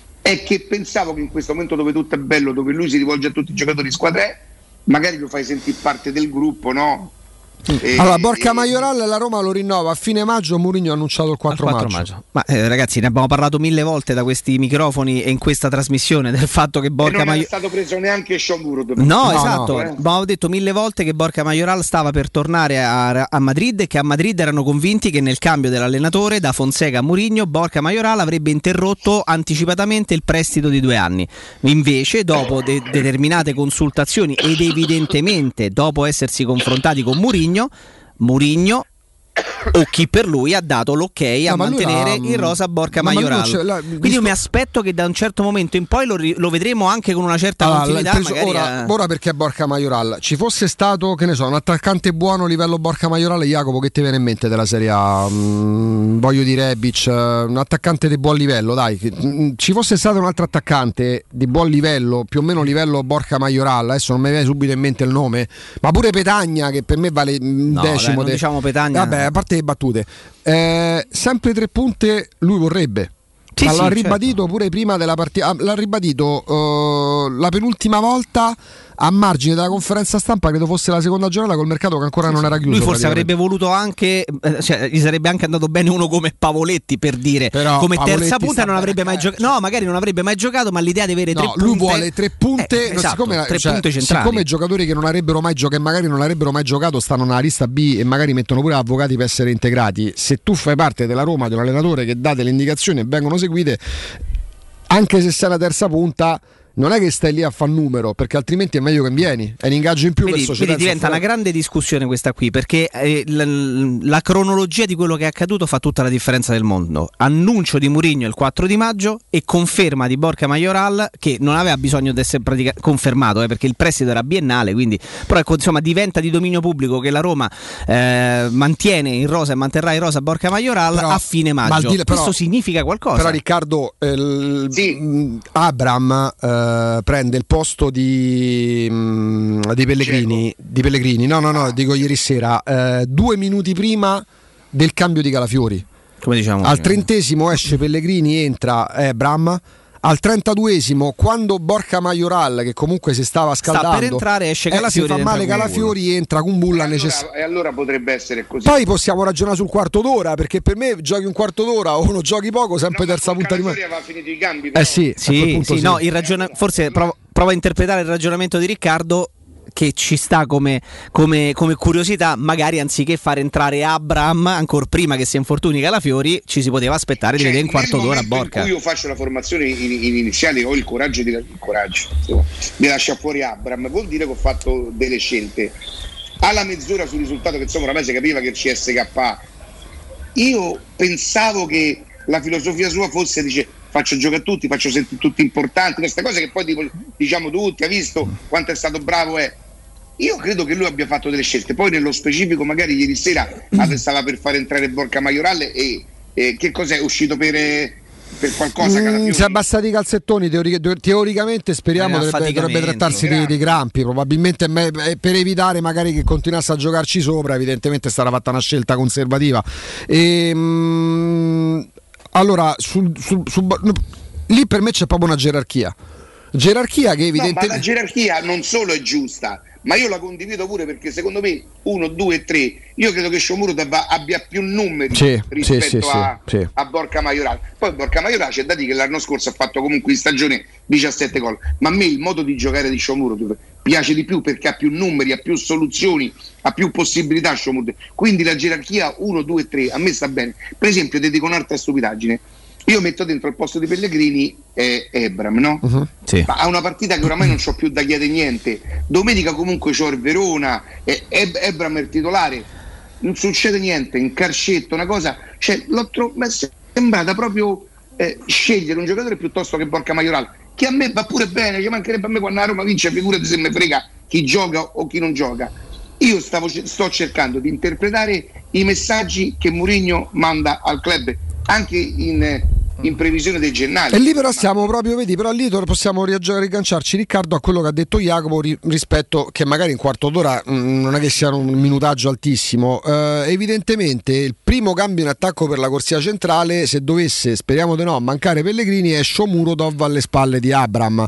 Speaker 7: È che pensavo che in questo momento dove tutto è bello, dove lui si rivolge a tutti i giocatori di squadra, è, magari lo fai sentire parte del gruppo, no? E-
Speaker 5: Allora, Borca
Speaker 7: e-
Speaker 5: Majoral la Roma lo rinnova a fine maggio, Mourinho ha annunciato il quattro,
Speaker 6: Al quattro
Speaker 5: maggio.
Speaker 6: maggio. Ma eh, ragazzi, ne abbiamo parlato mille volte da questi microfoni e in questa trasmissione del fatto che
Speaker 7: E
Speaker 6: Borca
Speaker 7: non era
Speaker 6: Majoral.
Speaker 7: stato preso neanche Shomuro.
Speaker 6: No,
Speaker 5: No,
Speaker 6: esatto,
Speaker 7: no, eh.
Speaker 6: abbiamo detto mille volte che Borca Majoral stava per tornare a, a Madrid e che a Madrid erano convinti che nel cambio dell'allenatore da Fonseca a Mourinho Borca Majoral avrebbe interrotto anticipatamente il prestito di due anni. Invece, dopo de- determinate consultazioni ed evidentemente dopo essersi confrontati con Mourinho, Mourinho o chi per lui ha dato l'ok a
Speaker 5: No, ma lui
Speaker 6: mantenere
Speaker 5: la-
Speaker 6: il rosa Borca
Speaker 5: ma- ma lui non
Speaker 6: Majoral.
Speaker 5: c'è- la-
Speaker 6: Quindi
Speaker 5: visto-
Speaker 6: io mi aspetto che da un certo momento in poi lo, ri- lo vedremo anche con una certa
Speaker 5: Allora,
Speaker 6: continuità.
Speaker 5: il preso-
Speaker 6: magari
Speaker 5: ora,
Speaker 6: a-
Speaker 5: ora perché Borca Majoral ci fosse stato, che ne so, un attaccante buono livello Borca Majoral, Jacopo, che ti viene in mente della Serie A? Mm, voglio dire Rebic, eh, un attaccante di buon livello, dai, che- mm, ci fosse stato un altro attaccante di buon livello, più o meno livello Borca Majoral, adesso non mi viene subito in mente il nome, ma pure Petagna, che per me vale un
Speaker 6: No, dai,
Speaker 5: decimo
Speaker 6: non
Speaker 5: de-
Speaker 6: diciamo Petagna.
Speaker 5: Vabbè, a parte le battute, eh, sempre tre punte lui vorrebbe.
Speaker 6: Sì,
Speaker 5: Ma
Speaker 6: sì,
Speaker 5: l'ha
Speaker 6: certo.
Speaker 5: ribadito pure prima della partita, ah, l'ha ribadito eh, la penultima volta a margine della conferenza stampa, credo fosse la seconda giornata col mercato che ancora non era chiuso.
Speaker 6: Lui forse
Speaker 5: praticamente.
Speaker 6: avrebbe voluto anche, eh, cioè, gli sarebbe anche andato bene uno come Pavoletti, per dire,
Speaker 5: Però
Speaker 6: come
Speaker 5: Pavoletti
Speaker 6: terza punta
Speaker 5: sta
Speaker 6: non avrebbe
Speaker 5: bene,
Speaker 6: mai giocato. No, magari non avrebbe mai giocato, ma l'idea di avere tre
Speaker 5: No,
Speaker 6: punte.
Speaker 5: lui vuole tre punte,
Speaker 6: Eh, esatto,
Speaker 5: siccome,
Speaker 6: tre
Speaker 5: cioè,
Speaker 6: punte centrali.
Speaker 5: siccome giocatori che non avrebbero mai giocato, che magari non avrebbero mai giocato, stanno nella lista B e magari mettono pure avvocati per essere integrati. Se tu fai parte della Roma, di un allenatore che dà delle indicazioni e vengono seguite, anche se sei una terza punta, non è che stai lì a fare numero, perché altrimenti è meglio che vieni. È un ingaggio in più
Speaker 6: Vedi,
Speaker 5: per società.
Speaker 6: vedi, diventa una grande discussione questa qui, perché eh, l- la cronologia di quello che è accaduto fa tutta la differenza del mondo. Annuncio di Mourinho il quattro di maggio e conferma di Borca Majoral, che non aveva bisogno di essere pratica- confermato, eh, perché il prestito era biennale, quindi però ecco, insomma, diventa di dominio pubblico che la Roma eh, mantiene in rosa e manterrà in rosa Borca Majoral
Speaker 5: Però,
Speaker 6: a fine maggio.
Speaker 5: ma dire-
Speaker 6: Questo
Speaker 5: però-
Speaker 6: significa qualcosa.
Speaker 5: Però Riccardo, eh, l-
Speaker 7: Sì.
Speaker 5: mh, Abram eh, prende il posto di, mh, di Pellegrini, di Pellegrini, no no no, dico ieri sera, eh, due minuti prima del cambio di Calafiori.
Speaker 6: Come diciamo,
Speaker 5: Al trentesimo esce Pellegrini, entra Abram. Al trentaduesimo, quando Borca Majoral, che comunque si stava scaldando,
Speaker 6: per entrare, esce
Speaker 5: eh,
Speaker 6: Calafiori
Speaker 5: si fa
Speaker 6: ed
Speaker 5: male
Speaker 6: entra
Speaker 5: Calafiori, entra con Bulla
Speaker 7: E
Speaker 5: necess-
Speaker 7: allora, e allora potrebbe essere così.
Speaker 5: Poi possiamo ragionare sul quarto d'ora, perché per me giochi un quarto d'ora o non giochi poco, sempre
Speaker 7: No, ma
Speaker 5: terza
Speaker 7: con
Speaker 5: punta di mano.
Speaker 7: Calafiori aveva finito i cambi.
Speaker 5: Eh
Speaker 7: però.
Speaker 5: sì, a quel
Speaker 6: Sì,
Speaker 5: punto
Speaker 6: sì, no, il ragiona- forse provo, provo a interpretare il ragionamento di Riccardo, che ci sta come, come, come curiosità. Magari anziché far entrare Abram ancora prima che si infortuni Calafiori, ci si poteva aspettare di
Speaker 7: Cioè,
Speaker 6: vedere in quarto
Speaker 7: nel
Speaker 6: d'ora
Speaker 7: momento
Speaker 6: Borca.
Speaker 7: in cui io faccio la formazione in, in iniziale, ho il coraggio di, il coraggio, insomma, di lasciare fuori Abram, vuol dire che ho fatto delle scelte alla mezz'ora sul risultato, che insomma ormai si capiva che il C S K A, io pensavo che la filosofia sua fosse, dice, faccio giocare tutti, faccio sentire tutti importanti, queste cose che poi tipo, diciamo tutti, ha visto quanto è stato bravo, è. Io credo che lui abbia fatto delle scelte, poi nello specifico magari ieri sera stava per fare entrare Borca Majoral e, e che cos'è, uscito per, per qualcosa?
Speaker 5: Mm, si è abbassati i calzettoni, teori- teoricamente speriamo
Speaker 6: Eh,
Speaker 5: dovrebbe,
Speaker 6: affaticamento.
Speaker 5: dovrebbe trattarsi di, di crampi, probabilmente me- eh, per evitare magari che continuasse a giocarci sopra, evidentemente è stata fatta una scelta conservativa. E, mm, allora, sul, sul, sul, lì per me c'è proprio una gerarchia. Gerarchia che evidentemente...
Speaker 7: No, ma la gerarchia non solo è giusta, ma io la condivido pure, perché secondo me uno, due, tre, io credo che Shomurodov abbia più numeri
Speaker 5: sì,
Speaker 7: rispetto
Speaker 5: sì, sì,
Speaker 7: a,
Speaker 5: sì.
Speaker 7: a Borca Majoral. Poi Borca Majoral c'è da dire che l'anno scorso ha fatto comunque in stagione diciassette gol, ma a me il modo di giocare di Shomurodov piace di più perché ha più numeri, ha più soluzioni, ha più possibilità Shomurodov. Quindi la gerarchia uno, due, tre a me sta bene. Per esempio ti dico un'altra stupidaggine, io metto dentro al posto di Pellegrini eh, Ebram, no?
Speaker 5: Uh-huh,
Speaker 6: sì.
Speaker 7: Ma ha una partita che oramai non c'ho più da chiedere niente. Domenica comunque c'ho il Verona, eh, Eb- Ebram è il titolare, non succede niente, un carcetto, una cosa, cioè l'ho tro- mi è sembrata proprio eh, scegliere un giocatore piuttosto che Borca Majoral, che a me va pure bene, ci mancherebbe a me quando la Roma vince, figurati se mi frega chi gioca o chi non gioca. Io stavo, sto cercando di interpretare i messaggi che Mourinho manda al club, anche in, in previsione del gennaio.
Speaker 5: E lì però stiamo proprio, vedi, però lì possiamo riagganciarci, Riccardo, a quello che ha detto Jacopo ri- rispetto che magari in quarto d'ora mh, non è che sia un minutaggio altissimo. Eh, evidentemente il primo cambio in attacco per la corsia centrale, se dovesse, speriamo di no, mancare Pellegrini, è Shomurodov alle spalle di Abram,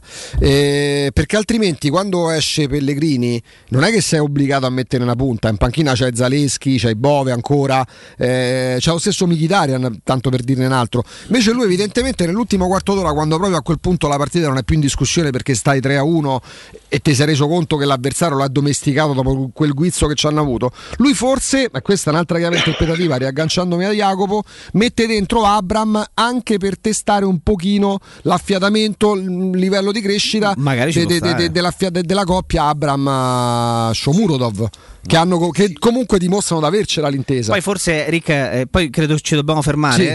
Speaker 5: eh, perché altrimenti quando esce Pellegrini non è che sei obbligato a mettere una punta, in panchina c'hai Zaleschi, c'hai Bove ancora, eh, c'è lo stesso Mkhitaryan, tanto per dirne un altro. Invece lui evidentemente nell'ultimo quarto d'ora, quando proprio a quel punto la partita non è più in discussione perché stai tre a uno e ti sei reso conto che l'avversario l'ha domesticato dopo quel guizzo che ci hanno avuto, lui forse, e questa è un'altra chiave interpretativa riagganciandomi a Jacopo, mette dentro Abram anche per testare un pochino l'affiatamento, il livello di crescita de, de, de, de, della, de, della coppia Abram-Shomurodov, che, hanno, che comunque dimostrano di avercela l'intesa.
Speaker 6: Poi forse Rick, eh, poi credo ci dobbiamo fermare, sì.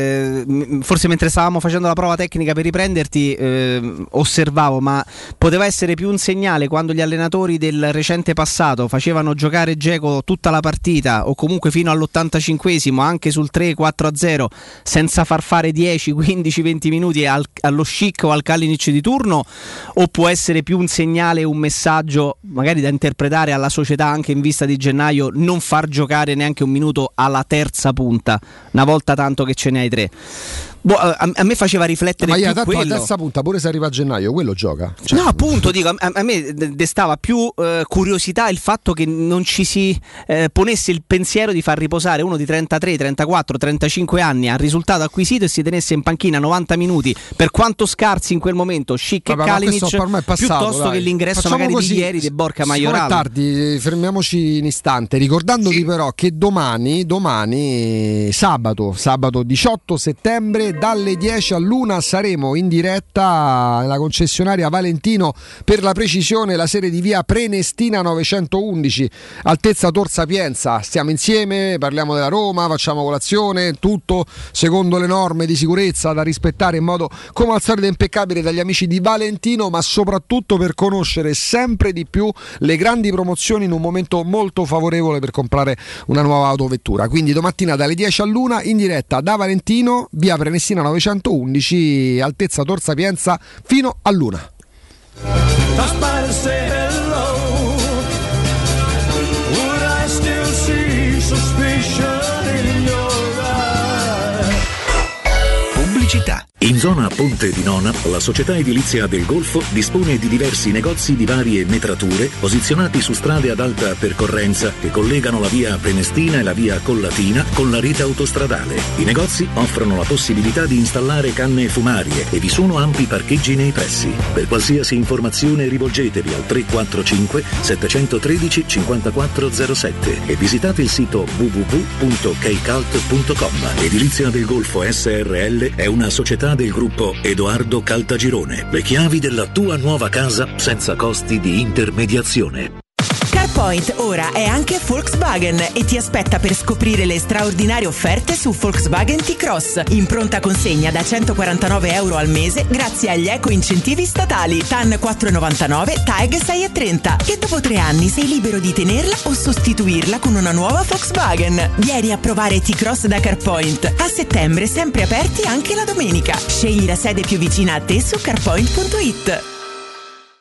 Speaker 6: eh, forse mentre stavamo facendo la prova tecnica per riprenderti eh, osservavo, ma poteva essere più un segnale quando gli allenatori del recente passato facevano giocare Dzeko tutta la partita o comunque fino all'ottantacinquesimo anche sul tre quattro a zero senza far fare dieci, quindici, venti minuti al, allo Schick o al Kalinic di turno, o può essere più un segnale, un messaggio magari da interpretare alla società anche in vista di gennaio, non far giocare neanche un minuto alla terza punta una volta tanto che ce ne hai tre? Boh, a, a me faceva riflettere
Speaker 5: ma
Speaker 6: più
Speaker 5: tanto
Speaker 6: quello.
Speaker 5: La terza punta pure se arriva a gennaio quello gioca, cioè,
Speaker 6: no appunto dico a, a me destava più eh, curiosità il fatto che non ci si eh, ponesse il pensiero di far riposare uno di trentatré, trentaquattro, trentacinque anni al risultato acquisito e si tenesse in panchina novanta minuti, per quanto scarsi in quel momento Schick e Kalinic, piuttosto dai. Che l'ingresso Facciamo magari così, di ieri di Borca Majoral.
Speaker 5: È tardi, fermiamoci un istante ricordandovi sì. però che domani domani sabato sabato diciotto settembre dalle dieci all'una saremo in diretta nella concessionaria Valentino, per la precisione la sede di via Prenestina novecentoundici, altezza Tor Sapienza. Stiamo insieme, parliamo della Roma, facciamo colazione, tutto secondo le norme di sicurezza da rispettare in modo come al solito impeccabile dagli amici di Valentino, ma soprattutto per conoscere sempre di più le grandi promozioni in un momento molto favorevole per comprare una nuova autovettura. Quindi domattina dalle dieci all'una in diretta da Valentino, via Prenestina novecentoundici, altezza Tor Sapienza, fino all'una.
Speaker 8: Pubblicità. In zona Ponte di Nona, la società edilizia del Golfo dispone di diversi negozi di varie metrature posizionati su strade ad alta percorrenza che collegano la via Prenestina e la via Collatina con la rete autostradale. I negozi offrono la possibilità di installare canne fumarie e vi sono ampi parcheggi nei pressi. Per qualsiasi informazione rivolgetevi al tre quattro cinque sette uno tre cinque zero sette e visitate il sito w w w punto keicalt punto com. Edilizia del Golfo S R L è una società del gruppo Edoardo Caltagirone. Le chiavi della tua nuova casa senza costi di intermediazione.
Speaker 9: CarPoint ora è anche Volkswagen e ti aspetta per scoprire le straordinarie offerte su Volkswagen T-Cross in pronta consegna da centoquarantanove euro al mese grazie agli eco incentivi statali T A N quattro virgola novantanove, T A E G sei virgola trenta, e dopo tre anni sei libero di tenerla o sostituirla con una nuova Volkswagen. Vieni a provare T-Cross da CarPoint. A settembre sempre aperti anche la domenica. Scegli la sede più vicina a te su carpoint punto it.
Speaker 10: Ti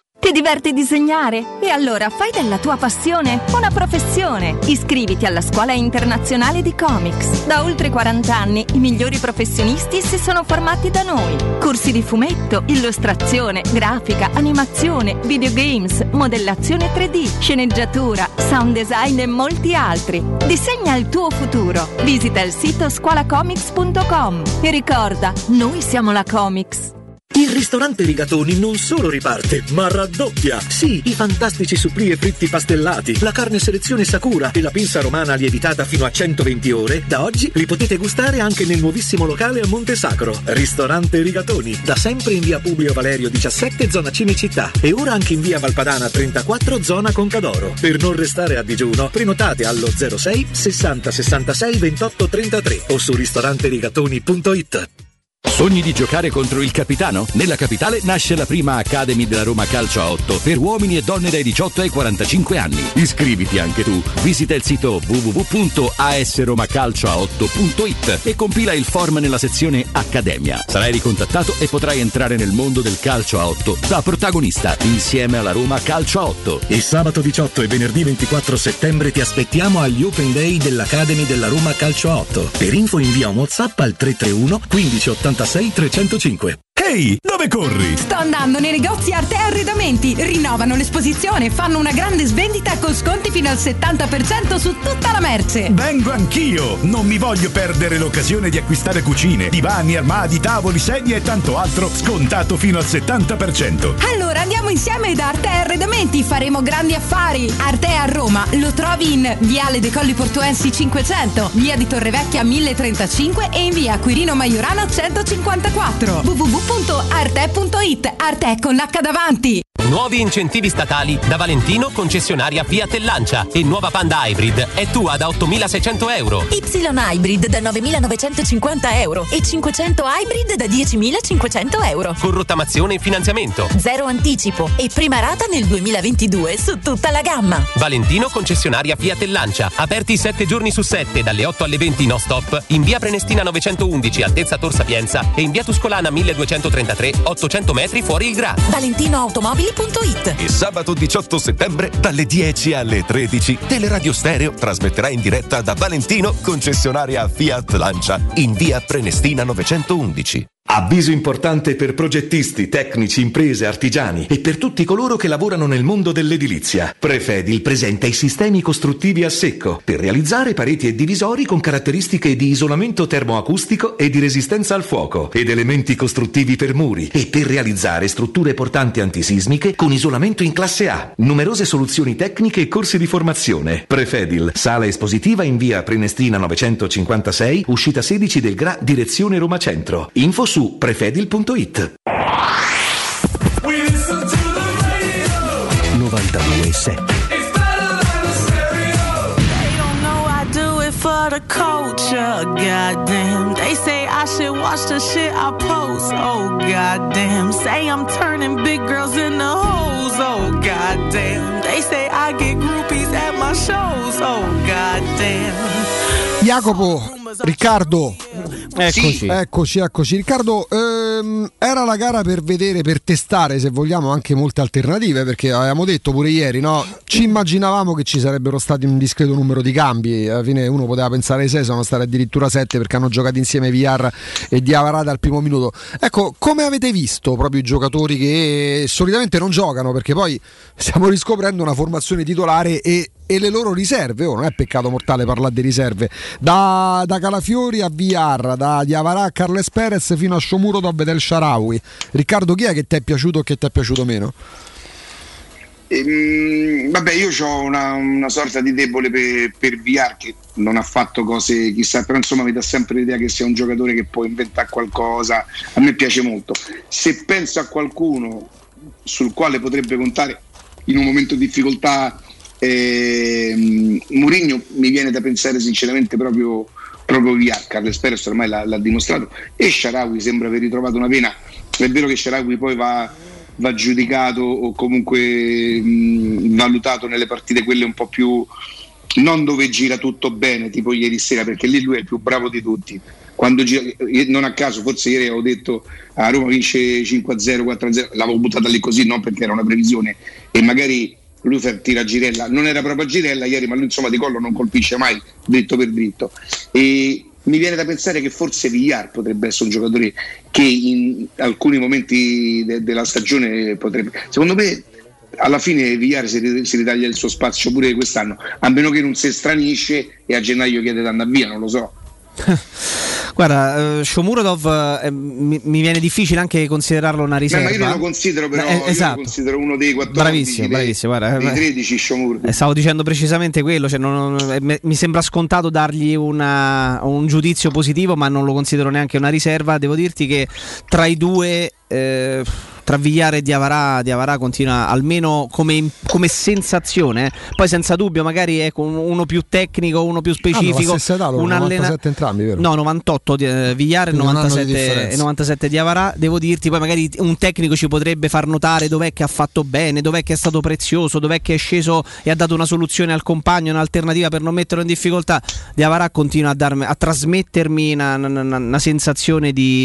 Speaker 10: Ti diverti disegnare? E allora fai della tua passione una professione. Iscriviti alla Scuola Internazionale di Comics. Da oltre quaranta anni i migliori professionisti si sono formati da noi. Corsi di fumetto, illustrazione, grafica, animazione, videogames, modellazione tre D, sceneggiatura, sound design e molti altri. Disegna il tuo futuro. Visita il sito scuola comics punto com e ricorda, noi siamo la Comics.
Speaker 11: Il ristorante Rigatoni non solo riparte, ma raddoppia. Sì, i fantastici supplì e fritti pastellati, la carne selezione Sakura e la pinza romana lievitata fino a centoventi ore, da oggi li potete gustare anche nel nuovissimo locale a Monte Sacro. Ristorante Rigatoni, da sempre in via Publio Valerio diciassette, zona Cinecittà, e ora anche in via Valpadana trentaquattro, zona Concadoro. Per non restare a digiuno, prenotate allo zero sei sessanta sessantasei ventotto trentatré o su ristorante rigatoni punto it.
Speaker 12: Sogni di giocare contro il capitano? Nella capitale nasce la prima Academy della Roma Calcio a otto per uomini e donne dai diciotto ai quarantacinque anni. Iscriviti anche tu. Visita il sito w w w punto a s roma calcio a otto punto it e compila il form nella sezione Accademia. Sarai ricontattato e potrai entrare nel mondo del calcio a otto da protagonista insieme alla Roma Calcio a otto.
Speaker 11: E sabato diciotto e venerdì ventiquattro settembre ti aspettiamo agli Open Day dell'Academy della Roma Calcio a otto. Per info invia un WhatsApp al tre tre uno quindici ottantasei trecentocinque.
Speaker 13: Ehi, dove corri?
Speaker 14: Sto andando nei negozi Arte Arredamenti. Rinnovano l'esposizione, fanno una grande svendita con sconti fino al settanta per cento su tutta la merce.
Speaker 13: Vengo anch'io. Non mi voglio perdere l'occasione di acquistare cucine, divani, armadi, tavoli, sedie e tanto altro scontato fino al settanta per cento.
Speaker 14: Allora andiamo insieme da Arte Arredamenti, faremo grandi affari. Arte a Roma lo trovi in Viale dei Colli Portuensi cinquecento, Via di Torrevecchia mille trentacinque e in Via Quirino Maiorana centocinquantaquattro. w w w punto arte punto it. Arte con l'H davanti.
Speaker 15: Nuovi incentivi statali da Valentino, concessionaria Fiat e Lancia, e nuova Panda Hybrid è tua da ottomilaseicento euro.
Speaker 16: Y Hybrid da novemilanovecentocinquanta euro e cinquecento Hybrid da diecimilacinquecento euro.
Speaker 15: Con rottamazione e finanziamento.
Speaker 16: Zero anticipo e prima rata nel duemilaventidue su tutta la gamma.
Speaker 15: Valentino, concessionaria Fiat e Lancia, aperti sette giorni su sette dalle otto alle venti no stop in via Prenestina novecentoundici altezza Tor Sapienza e in via Tuscolana milleduecentotrentatré ottocento metri fuori il Gra.
Speaker 16: Valentino Automobili punto it.
Speaker 17: E sabato diciotto settembre dalle dieci alle tredici Teleradio Stereo trasmetterà in diretta da Valentino, concessionaria Fiat Lancia, in via Prenestina novecentoundici.
Speaker 18: Avviso importante per progettisti, tecnici, imprese, artigiani e per tutti coloro che lavorano nel mondo dell'edilizia. Prefedil presenta i sistemi costruttivi a secco per realizzare pareti e divisori con caratteristiche di isolamento termoacustico e di resistenza al fuoco ed elementi costruttivi per muri e per realizzare strutture portanti antisismiche con isolamento in classe A. Numerose soluzioni tecniche e corsi di formazione. Prefedil, sala espositiva in via Prenestina novecentocinquantasei, uscita sedici del Gra, direzione Roma Centro. Info su prefedil punto it.
Speaker 8: novantadue sette.
Speaker 2: For the culture, goddamn. They say I should watch the shit I post. Oh goddamn. Say I'm turning big girls into hoes. Oh goddamn. They say I get groupies at my shows. Oh goddamn.
Speaker 5: Jacopo, Riccardo,
Speaker 6: eccoci,
Speaker 5: eccoci, eccoci. Riccardo, ehm, era la gara per vedere, per testare, se vogliamo, anche molte alternative, perché avevamo detto pure ieri, no? Ci immaginavamo che ci sarebbero stati un discreto numero di cambi. Alla fine uno poteva pensare sei, sono stati addirittura sette perché hanno giocato insieme Villar e Diawara dal primo minuto. Ecco, come avete visto proprio i giocatori che solitamente non giocano, perché poi stiamo riscoprendo una formazione titolare e e le loro riserve, oh, non è peccato mortale parlare di riserve, da, da Calafiori a Villar, da Diawara a Carles Perez fino a Shomurodov del Shaarawy. Riccardo, chi è che ti è piaciuto o che ti è piaciuto meno?
Speaker 7: Ehm, vabbè, io ho una, una sorta di debole per, per Villar, che non ha fatto cose chissà, però insomma mi dà sempre l'idea che sia un giocatore che può inventare qualcosa. A me piace molto. Se penso a qualcuno sul quale potrebbe contare in un momento di difficoltà, Eh, Mourinho, mi viene da pensare sinceramente proprio proprio Villar. Carles Perez ormai l'ha, l'ha dimostrato, e Shaarawy sembra aver ritrovato una vena. È vero che Shaarawy poi va, va giudicato o comunque mh, valutato nelle partite quelle un po' più, non dove gira tutto bene, tipo ieri sera, perché lì lui è il più bravo di tutti. quando gira, non a caso forse ieri avevo detto a Roma vince cinque a zero, quattro a zero, l'avevo buttata lì così non perché era una previsione e magari lui tira a girella, non era proprio a girella ieri, ma lui insomma di collo non colpisce mai dritto per dritto. E mi viene da pensare che forse Villar potrebbe essere un giocatore che in alcuni momenti de- della stagione potrebbe, secondo me alla fine Villar si, si ritaglia il suo spazio pure quest'anno, a meno che non si stranisce e a gennaio chiede di andare via, non lo so.
Speaker 6: Guarda, uh, Shomurodov eh, mi, mi viene difficile anche considerarlo una riserva.
Speaker 7: Ma io non lo considero, però
Speaker 6: eh, esatto.
Speaker 7: io lo considero uno dei quattordici,
Speaker 6: bravissimo, bravissimo, guarda,
Speaker 7: dei tredici Shomurodov.
Speaker 6: Eh, stavo dicendo precisamente quello, cioè non, non, eh, mi sembra scontato dargli una, un giudizio positivo, ma non lo considero neanche una riserva. Devo dirti che tra i due eh, tra Villar e Diawara, Diawara continua almeno come, come sensazione, eh. Poi senza dubbio magari è uno più tecnico, uno più specifico,
Speaker 5: ah, età,
Speaker 6: un
Speaker 5: novantasette allena... entrambi, vero?
Speaker 6: No, novantotto eh, Villar e novantasette, e novantasette Diawara. Devo dirti, poi magari un tecnico ci potrebbe far notare dov'è che ha fatto bene, dov'è che è stato prezioso, dov'è che è sceso e ha dato una soluzione al compagno, un'alternativa per non metterlo in difficoltà. Diawara continua a, darmi, a trasmettermi una, una, una sensazione di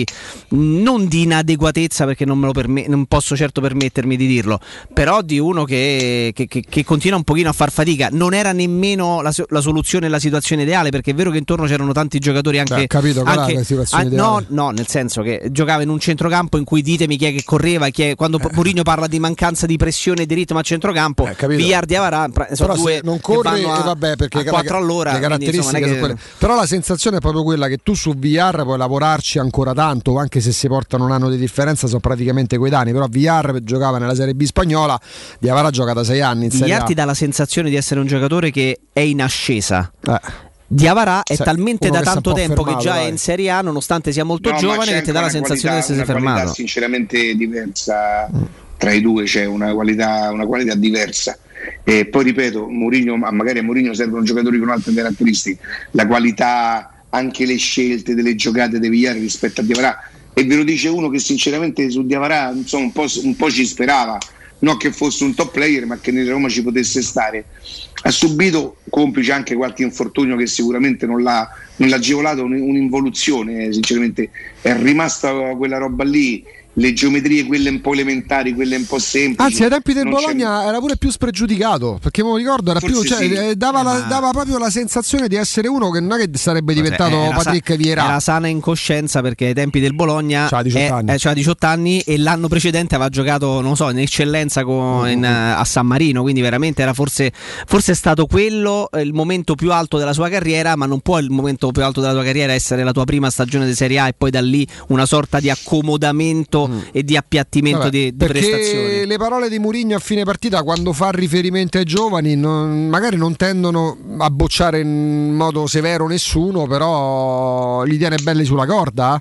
Speaker 6: non di inadeguatezza, perché non me lo permetto, non posso certo permettermi di dirlo, però di uno che, che, che, che continua un pochino a far fatica. Non era nemmeno la, la soluzione, la situazione ideale, perché è vero che intorno c'erano tanti giocatori anche,
Speaker 5: Beh, capito,
Speaker 6: anche
Speaker 5: la situazione
Speaker 6: an-
Speaker 5: ideale.
Speaker 6: no, no, nel senso che giocava in un centrocampo in cui ditemi chi è che correva, chi è, quando eh. Mourinho parla di mancanza di pressione e di ritmo a centrocampo, eh, Villar, Diawara sono
Speaker 5: però
Speaker 6: due
Speaker 5: non corre
Speaker 6: che vanno a,
Speaker 5: e vabbè, perché
Speaker 6: a quattro all'ora,
Speaker 5: le caratteristiche
Speaker 6: quindi, insomma,
Speaker 5: sono
Speaker 6: che...
Speaker 5: quelle. Però la sensazione è proprio quella che tu su Villar puoi lavorarci ancora tanto, anche se si portano un anno di differenza, sono praticamente coetanei, però Villar giocava nella Serie B spagnola, Diawara gioca da sei anni in Serie A.
Speaker 6: Villar ti dà la sensazione di essere un giocatore che è in ascesa.
Speaker 5: Eh.
Speaker 6: Diawara è
Speaker 5: Se,
Speaker 6: talmente da tanto tempo
Speaker 5: fermato,
Speaker 6: che già
Speaker 5: dai.
Speaker 6: è in Serie A, nonostante sia molto
Speaker 7: no,
Speaker 6: giovane, che ti dà la sensazione
Speaker 7: qualità,
Speaker 6: di essere
Speaker 7: una
Speaker 6: fermato.
Speaker 7: Sinceramente diversa tra i due, c'è una qualità, una qualità diversa. E poi ripeto, Mourinho, magari a Mourinho servono giocatori con altre caratteristiche, la qualità, anche le scelte delle giocate di Villar rispetto a Diawara. E ve lo dice uno che sinceramente su Diawara insomma, un, po', un po' ci sperava, non che fosse un top player, ma che nella Roma ci potesse stare. Ha subito, complice anche qualche infortunio che sicuramente non l'ha, non l'ha agevolato, un'involuzione, sinceramente è rimasta quella roba lì, le geometrie quelle un po' elementari, quelle un po' semplici.
Speaker 5: Anzi, ai tempi del
Speaker 7: non
Speaker 5: Bologna
Speaker 7: c'è...
Speaker 5: era pure più spregiudicato, perché me lo ricordo, era più, cioè,
Speaker 7: sì.
Speaker 5: dava,
Speaker 6: eh,
Speaker 5: la,
Speaker 6: ma...
Speaker 5: dava proprio la sensazione di essere uno che non è che sarebbe diventato
Speaker 6: era
Speaker 5: Patrick
Speaker 6: sa-
Speaker 5: Vieira.
Speaker 6: Era sana in coscienza, perché ai tempi del Bologna
Speaker 5: c'ha diciotto anni.
Speaker 6: Eh, c'ha diciotto anni e l'anno precedente aveva giocato, non so, in eccellenza con, mm-hmm. in, a San Marino, quindi veramente era forse, forse è stato quello il momento più alto della sua carriera, ma non può il momento più alto della tua carriera essere la tua prima stagione di Serie A e poi da lì una sorta di accomodamento mm. e di appiattimento.
Speaker 5: Vabbè,
Speaker 6: di, di
Speaker 5: perché
Speaker 6: prestazioni.
Speaker 5: Le parole di Mourinho a fine partita, quando fa riferimento ai giovani, non, magari non tendono a bocciare in modo severo nessuno, però li tiene belli sulla corda.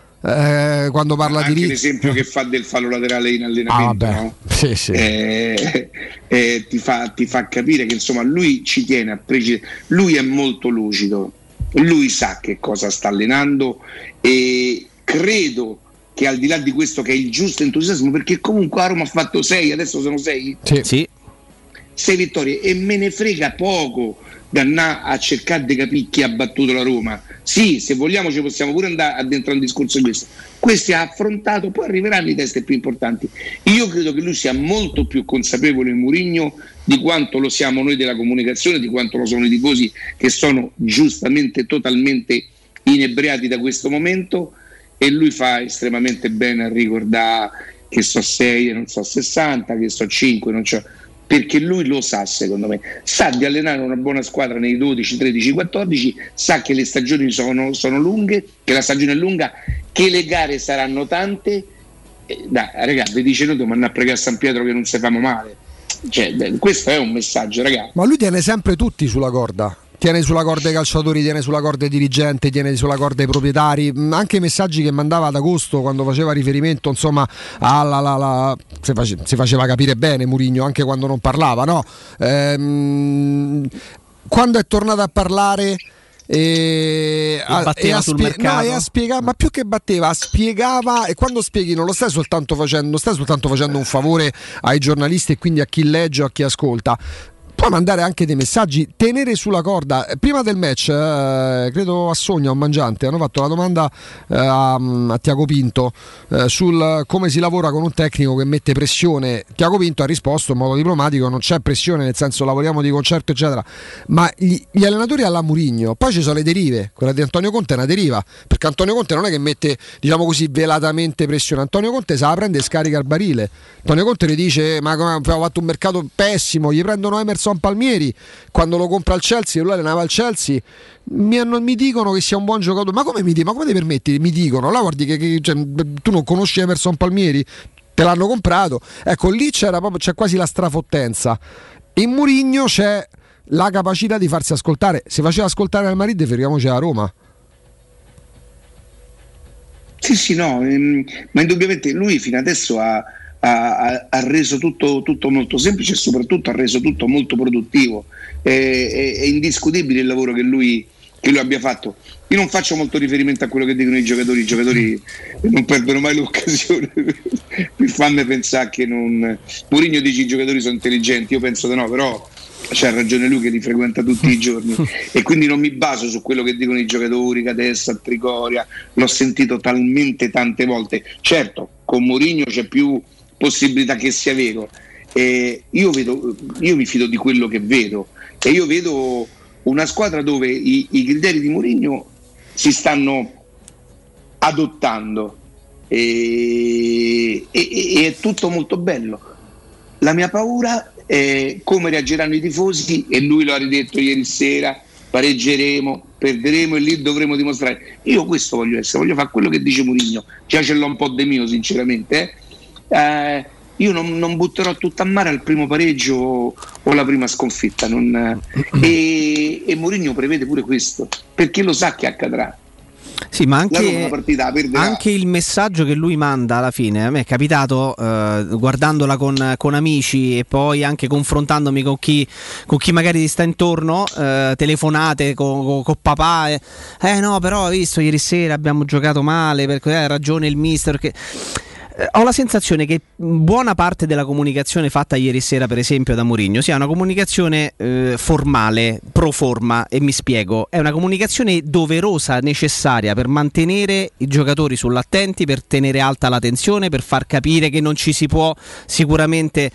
Speaker 5: Eh, quando parla
Speaker 7: anche
Speaker 5: di
Speaker 7: anche l'esempio che fa del fallo laterale in allenamento,
Speaker 5: ah,
Speaker 7: no?
Speaker 5: sì, sì.
Speaker 7: Eh, eh, ti, fa, ti fa capire che insomma lui ci tiene a precisare, lui è molto lucido, lui sa che cosa sta allenando e credo che al di là di questo che è il giusto entusiasmo, perché comunque a Roma ha fatto sei, adesso sono sei,
Speaker 5: sì.
Speaker 6: Sì.
Speaker 7: sei vittorie e me ne frega poco da andare a cercare di capire chi ha battuto la Roma. Sì, se vogliamo ci possiamo pure andare addentrare un discorso di questo. Questi ha affrontato, poi arriveranno i test più importanti. Io credo che lui sia molto più consapevole in Mourinho di quanto lo siamo noi della comunicazione, di quanto lo sono i tifosi, che sono giustamente totalmente inebriati da questo momento. E lui fa estremamente bene a ricordare che so sei e non so sessanta, che so cinque, non so, perché lui lo sa, secondo me, sa di allenare una buona squadra nei dodici, tredici, quattordici, sa che le stagioni sono, sono lunghe, che la stagione è lunga, che le gare saranno tante. Eh, dai, ragazzi, vi dice noi dobbiamo andare a pregare a San Pietro che non si famo male. Cioè, beh, questo è un messaggio, ragazzi.
Speaker 5: Ma lui tiene sempre tutti sulla corda. Tiene sulla corda i calciatori, tiene sulla corda i dirigenti, tiene sulla corda i proprietari. Anche i messaggi che mandava ad agosto quando faceva riferimento, insomma, alla, la, la, si, face, si faceva capire bene Mourinho, anche quando non parlava, no? Ehm, quando è tornato a parlare e,
Speaker 6: e batteva
Speaker 5: e
Speaker 6: sul
Speaker 5: spie-
Speaker 6: mercato,
Speaker 5: no, e a spiega- ma più che batteva, spiegava, e quando spieghi non lo stai soltanto facendo, non stai soltanto facendo un favore ai giornalisti e quindi a chi legge o a chi ascolta. puoi mandare anche dei messaggi, tenere sulla corda. Prima del match, eh, credo a Sogna, un mangiante, hanno fatto una domanda eh, a, a Tiago Pinto eh, sul come si lavora con un tecnico che mette pressione. Tiago Pinto ha risposto in modo diplomatico: non c'è pressione, nel senso lavoriamo di concerto eccetera, ma gli, gli allenatori alla Mourinho, poi ci sono le derive. Quella di Antonio Conte è una deriva, perché Antonio Conte non è che mette, diciamo così, velatamente pressione. Antonio Conte se la prende e scarica il barile. Antonio Conte gli dice: ma come abbiamo fatto un mercato pessimo, gli prendono Emerson Palmieri quando lo compra il Chelsea e lui allenava il Chelsea, mi, hanno, mi dicono che sia un buon giocatore. Ma come mi dicono? Ma come ti permetti? Mi dicono, là guardi che, che cioè, tu non conosci Emerson Palmieri, te l'hanno comprato. Ecco, lì c'era proprio, c'è quasi la strafottenza. In Mourinho c'è la capacità di farsi ascoltare. Se faceva ascoltare al Madrid, figuriamoci a Roma.
Speaker 7: Sì, sì, no, ehm, ma indubbiamente lui fino adesso ha Ha, ha reso tutto, tutto molto semplice e soprattutto ha reso tutto molto produttivo. È, è, è indiscutibile il lavoro che lui, che lui abbia fatto. Io non faccio molto riferimento a quello che dicono i giocatori, i giocatori non perdono mai l'occasione per farmi pensare che non. Mourinho dice i giocatori sono intelligenti, io penso di no, però c'ha ragione lui che li frequenta tutti i giorni e quindi non mi baso su quello che dicono i giocatori, Catessa, Trigoria, l'ho sentito talmente tante volte. Certo, con Mourinho c'è più possibilità che sia vero. Eh, io vedo, io mi fido di quello che vedo e io vedo una squadra dove i, i criteri di Mourinho si stanno adottando e, e, e è tutto molto bello. La mia paura è come reagiranno i tifosi, e lui lo ha ridetto ieri sera: pareggeremo, perderemo e lì dovremo dimostrare. Io questo voglio essere, voglio fare quello che dice Mourinho, già ce l'ho un po' di mio sinceramente, eh. Eh, io non, non butterò tutto a mare al primo pareggio o, o la prima sconfitta, non, eh, e, e Mourinho prevede pure questo perché lo sa che accadrà.
Speaker 6: Sì, ma anche, anche il messaggio che lui manda alla fine, a me è capitato eh, guardandola con, con amici e poi anche confrontandomi con chi, con chi magari ti sta intorno, eh, telefonate con, con, con papà, eh, eh no però hai visto ieri sera abbiamo giocato male, perché ha ragione il mister, che ho la sensazione che buona parte della comunicazione fatta ieri sera, per esempio, da Mourinho sia una comunicazione eh, formale, pro forma, e mi spiego, è una comunicazione doverosa, necessaria per mantenere i giocatori sull'attenti, per tenere alta la tensione, per far capire che non ci si può sicuramente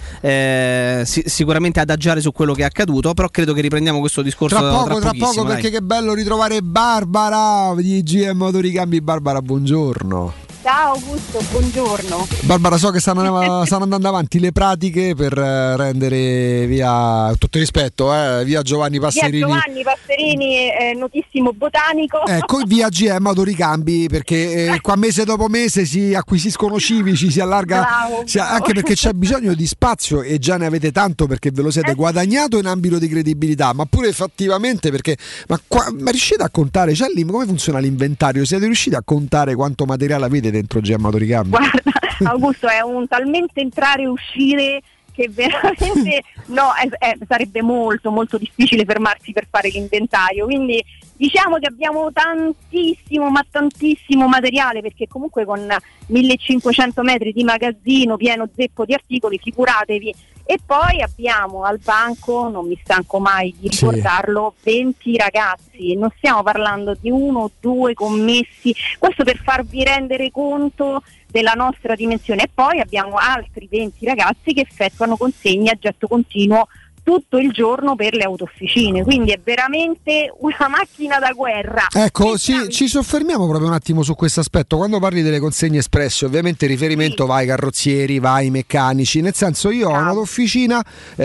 Speaker 6: eh, si, sicuramente adagiare su quello che è accaduto, però credo che riprendiamo questo discorso
Speaker 5: tra poco,
Speaker 6: tra,
Speaker 5: tra poco
Speaker 6: dai.
Speaker 5: Perché che bello ritrovare Barbara di G M Motoricambi. Barbara, buongiorno.
Speaker 19: Ciao Augusto, buongiorno.
Speaker 5: Barbara, so che stanno, stanno andando avanti le pratiche per rendere via, tutto il rispetto, eh, via Giovanni Passerini.
Speaker 19: Via Giovanni Passerini, eh, notissimo botanico.
Speaker 5: Ecco, via G M Autoricambi, perché eh, qua mese dopo mese si acquisiscono civici, si allarga,
Speaker 19: bravo,
Speaker 5: si, anche perché c'è bisogno di spazio e già ne avete tanto, perché ve lo siete eh. guadagnato in ambito di credibilità, ma pure effettivamente perché ma, qua, ma riuscite a contare, cioè lì come funziona l'inventario? Siete riusciti a contare quanto materiale avete dentro G M Autoricambi?
Speaker 19: Guarda, Augusto, è un talmente entrare e uscire che veramente no, è, è, sarebbe molto molto difficile fermarsi per fare l'inventario, quindi diciamo che abbiamo tantissimo ma tantissimo materiale, perché comunque con millecinquecento metri di magazzino pieno zeppo di articoli, figuratevi. E poi abbiamo al banco, non mi stanco mai di ricordarlo, sì. venti ragazzi, non stiamo parlando di uno o due commessi, questo per farvi rendere conto della nostra dimensione. E poi abbiamo altri venti ragazzi che effettuano consegne a getto continuo tutto il giorno per le autofficine, quindi è veramente una macchina da guerra.
Speaker 5: Ecco, sì, ci soffermiamo proprio un attimo su questo aspetto. Quando parli delle consegne espresse, ovviamente il riferimento sì. va ai carrozzieri, va ai meccanici, nel senso io ho un'autofficina,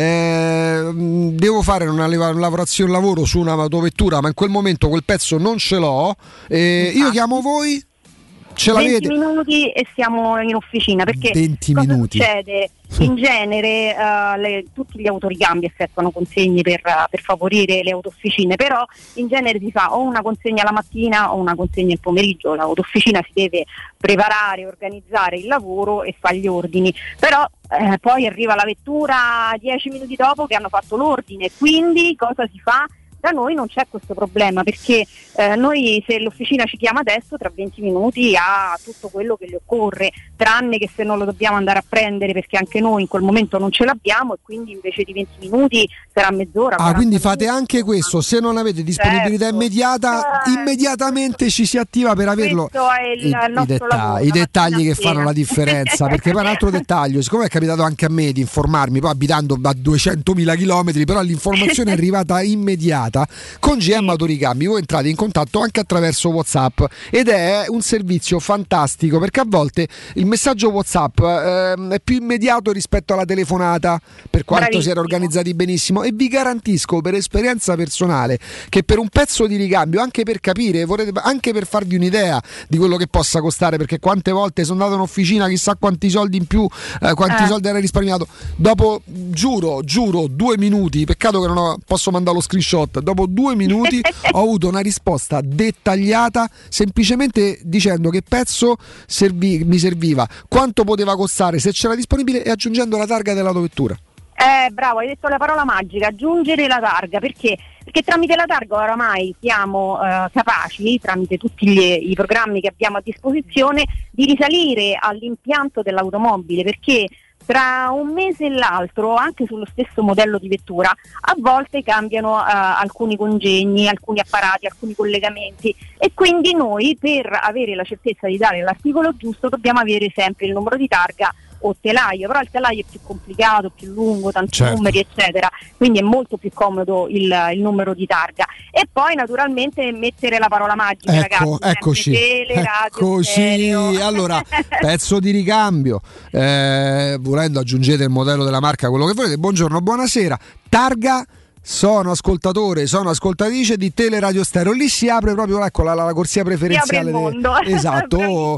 Speaker 5: eh, devo fare una lavorazione, un lavoro su un'autovettura, ma in quel momento quel pezzo non ce l'ho, eh, io chiamo voi, ce l'avete?
Speaker 19: venti minuti e siamo in officina, perché
Speaker 5: venti
Speaker 19: cosa
Speaker 5: minuti.
Speaker 19: succede? In genere uh, le, tutti gli autoricambi effettuano consegne per, uh, per favorire le autofficine, però in genere si fa o una consegna la mattina o una consegna il pomeriggio. L'autofficina si deve preparare, organizzare il lavoro e fa gli ordini, però eh, poi arriva la vettura dieci minuti dopo che hanno fatto l'ordine, quindi cosa si fa? Da noi non c'è questo problema, perché eh, noi, se l'officina ci chiama adesso, tra venti minuti ha tutto quello che le occorre, tranne che se non lo dobbiamo andare a prendere, perché anche noi in quel momento non ce l'abbiamo, e quindi invece di venti minuti sarà mezz'ora.
Speaker 5: Ah, quindi fate anche questo, se non avete disponibilità
Speaker 19: certo.
Speaker 5: immediata, eh, immediatamente ci si attiva per averlo.
Speaker 19: Questo è il
Speaker 5: I, i, detta-
Speaker 19: lavoro,
Speaker 5: i dettagli che fanno
Speaker 19: sera.
Speaker 5: la differenza, perché poi un altro dettaglio, siccome è capitato anche a me di informarmi, poi abitando a duecentomila chilometri, però l'informazione è arrivata immediata. Con G M Autoricambi voi entrate in contatto anche attraverso WhatsApp, ed è un servizio fantastico, perché a volte il messaggio WhatsApp eh, è più immediato rispetto alla telefonata, per quanto
Speaker 19: Bravissimo.
Speaker 5: si era organizzati benissimo, e vi garantisco per esperienza personale che per un pezzo di ricambio, anche per capire, vorrete, anche per farvi un'idea di quello che possa costare, perché quante volte sono andato in officina, chissà quanti soldi in più, eh, quanti
Speaker 19: Eh.
Speaker 5: soldi era risparmiato, dopo giuro giuro due minuti, peccato che non ho, posso mandare lo screenshot, dopo due minuti ho avuto una risposta dettagliata, semplicemente dicendo che pezzo servi, mi serviva, quanto poteva costare, se c'era disponibile, e aggiungendo la targa dell'autovettura.
Speaker 19: Eh, bravo, hai detto la parola magica, aggiungere la targa, perché? Perché tramite la targa oramai siamo eh, capaci, tramite tutti gli, i programmi che abbiamo a disposizione, di risalire all'impianto dell'automobile, perché tra un mese e l'altro, anche sullo stesso modello di vettura, a volte cambiano uh, alcuni congegni, alcuni apparati, alcuni collegamenti, e quindi noi, per avere la certezza di dare l'articolo giusto, dobbiamo avere sempre il numero di targa o telaio, però il telaio è più complicato, più lungo, tanti
Speaker 5: certo.
Speaker 19: numeri eccetera, quindi è molto più comodo il, il numero di targa. E poi naturalmente mettere la parola magica,
Speaker 5: ecco,
Speaker 19: ragazzi,
Speaker 5: eccoci,
Speaker 19: tele, radio,
Speaker 5: eccoci.
Speaker 19: stereo.
Speaker 5: Allora, pezzo di ricambio, eh, volendo aggiungete il modello della marca, quello che volete. Buongiorno, buonasera, targa. Sono ascoltatore, sono ascoltatrice di Teleradio Stereo. Lì si apre proprio, ecco, la, la corsia preferenziale.
Speaker 19: Si apre il mondo.
Speaker 5: Esatto.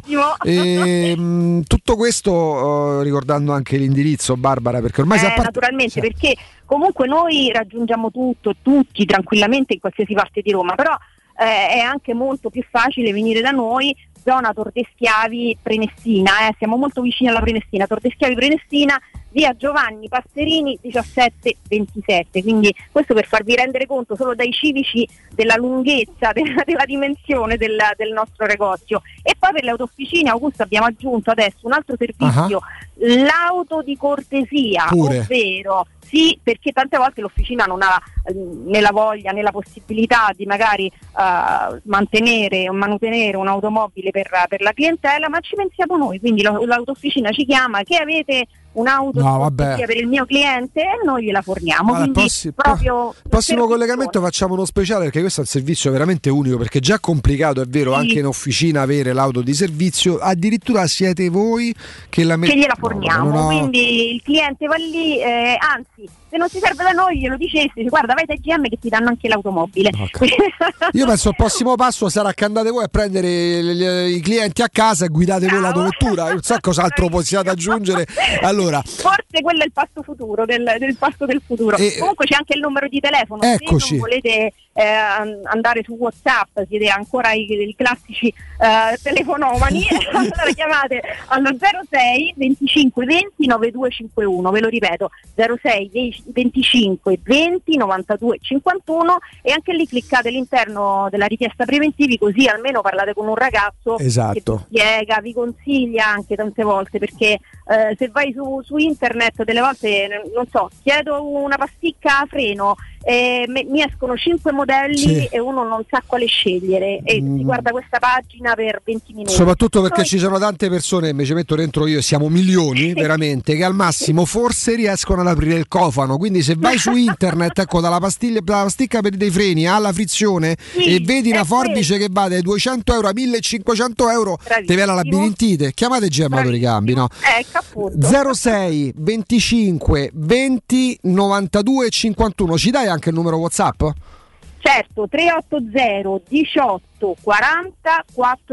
Speaker 5: E, mh, tutto questo uh, ricordando anche l'indirizzo, Barbara, perché ormai
Speaker 19: eh,
Speaker 5: si appart-
Speaker 19: naturalmente,
Speaker 5: sì.
Speaker 19: perché comunque noi raggiungiamo tutto e tutti tranquillamente in qualsiasi parte di Roma, però eh, è anche molto più facile venire da noi, zona Tordeschiavi Prenestina, eh, siamo molto vicini alla Prenestina, Tordeschiavi Prenestina, via Giovanni Passerini diciassette ventisette, quindi questo per farvi rendere conto solo dai civici della lunghezza, della, della dimensione del, del nostro negozio. E poi per le autofficine, Augusto, abbiamo aggiunto adesso un altro servizio, uh-huh. l'auto di cortesia,
Speaker 5: Pure.
Speaker 19: ovvero sì, perché tante volte l'officina non ha eh, né la voglia né la possibilità di magari eh, mantenere o manutenere un'automobile per, per la clientela, ma ci pensiamo noi, quindi lo, l'autofficina ci chiama, che avete un'auto
Speaker 5: no,
Speaker 19: per il mio cliente, e noi gliela forniamo.
Speaker 5: Allora,
Speaker 19: quindi
Speaker 5: prossi-
Speaker 19: proprio
Speaker 5: prossimo collegamento facciamo uno speciale, perché questo è un servizio veramente unico, perché è già complicato, è vero,
Speaker 19: sì.
Speaker 5: anche in officina avere l'auto di servizio, addirittura siete voi che la mettete,
Speaker 19: che gliela forniamo,
Speaker 5: no, no, no.
Speaker 19: Quindi il cliente va lì, eh, anzi, se non si serve da noi glielo dicessi, dice, guarda, vai da G M che ti danno anche l'automobile.
Speaker 5: Okay. Io penso il prossimo passo sarà che andate voi a prendere i clienti a casa e guidate voi l'autovettura, non so cos'altro possiate aggiungere. Allora,
Speaker 19: forse quello è il passo futuro del, del passo del futuro.
Speaker 5: E,
Speaker 19: comunque c'è anche il numero di telefono,
Speaker 5: eccoci.
Speaker 19: Se non volete eh, andare su WhatsApp, siete ancora i, i classici eh, telefonomani, allora chiamate allo zero sei venticinque venti novantadue cinquantuno, ve lo ripeto, zero sei venticinque venti novantadue cinquantuno, e anche lì cliccate all'interno della richiesta preventivi, così almeno parlate con un ragazzo
Speaker 5: esatto.
Speaker 19: che vi spiega, vi consiglia anche tante volte, perché eh, se vai su, su internet delle volte, non so, chiedo una pasticca a freno, eh, me, mi escono cinque modelli
Speaker 5: sì.
Speaker 19: e uno non sa quale scegliere, e mm. si guarda questa pagina per venti minuti.
Speaker 5: Soprattutto perché
Speaker 19: Poi...
Speaker 5: ci sono tante persone, mi ci metto dentro io, e siamo milioni veramente, che al massimo forse riescono ad aprire il cofano, quindi se vai su internet, ecco, dalla, pastiglia, dalla pasticca per dei freni alla frizione, sì, e vedi una forbice questo. Che va dai duecento euro a millecinquecento euro, ti viene la labirintite, chiamate G M Autoricambi, no?
Speaker 19: Ecco,
Speaker 5: zero sei venticinque venti novantadue cinquantuno, ci dai anche il numero WhatsApp?
Speaker 19: Certo, tre otto zero diciotto quaranta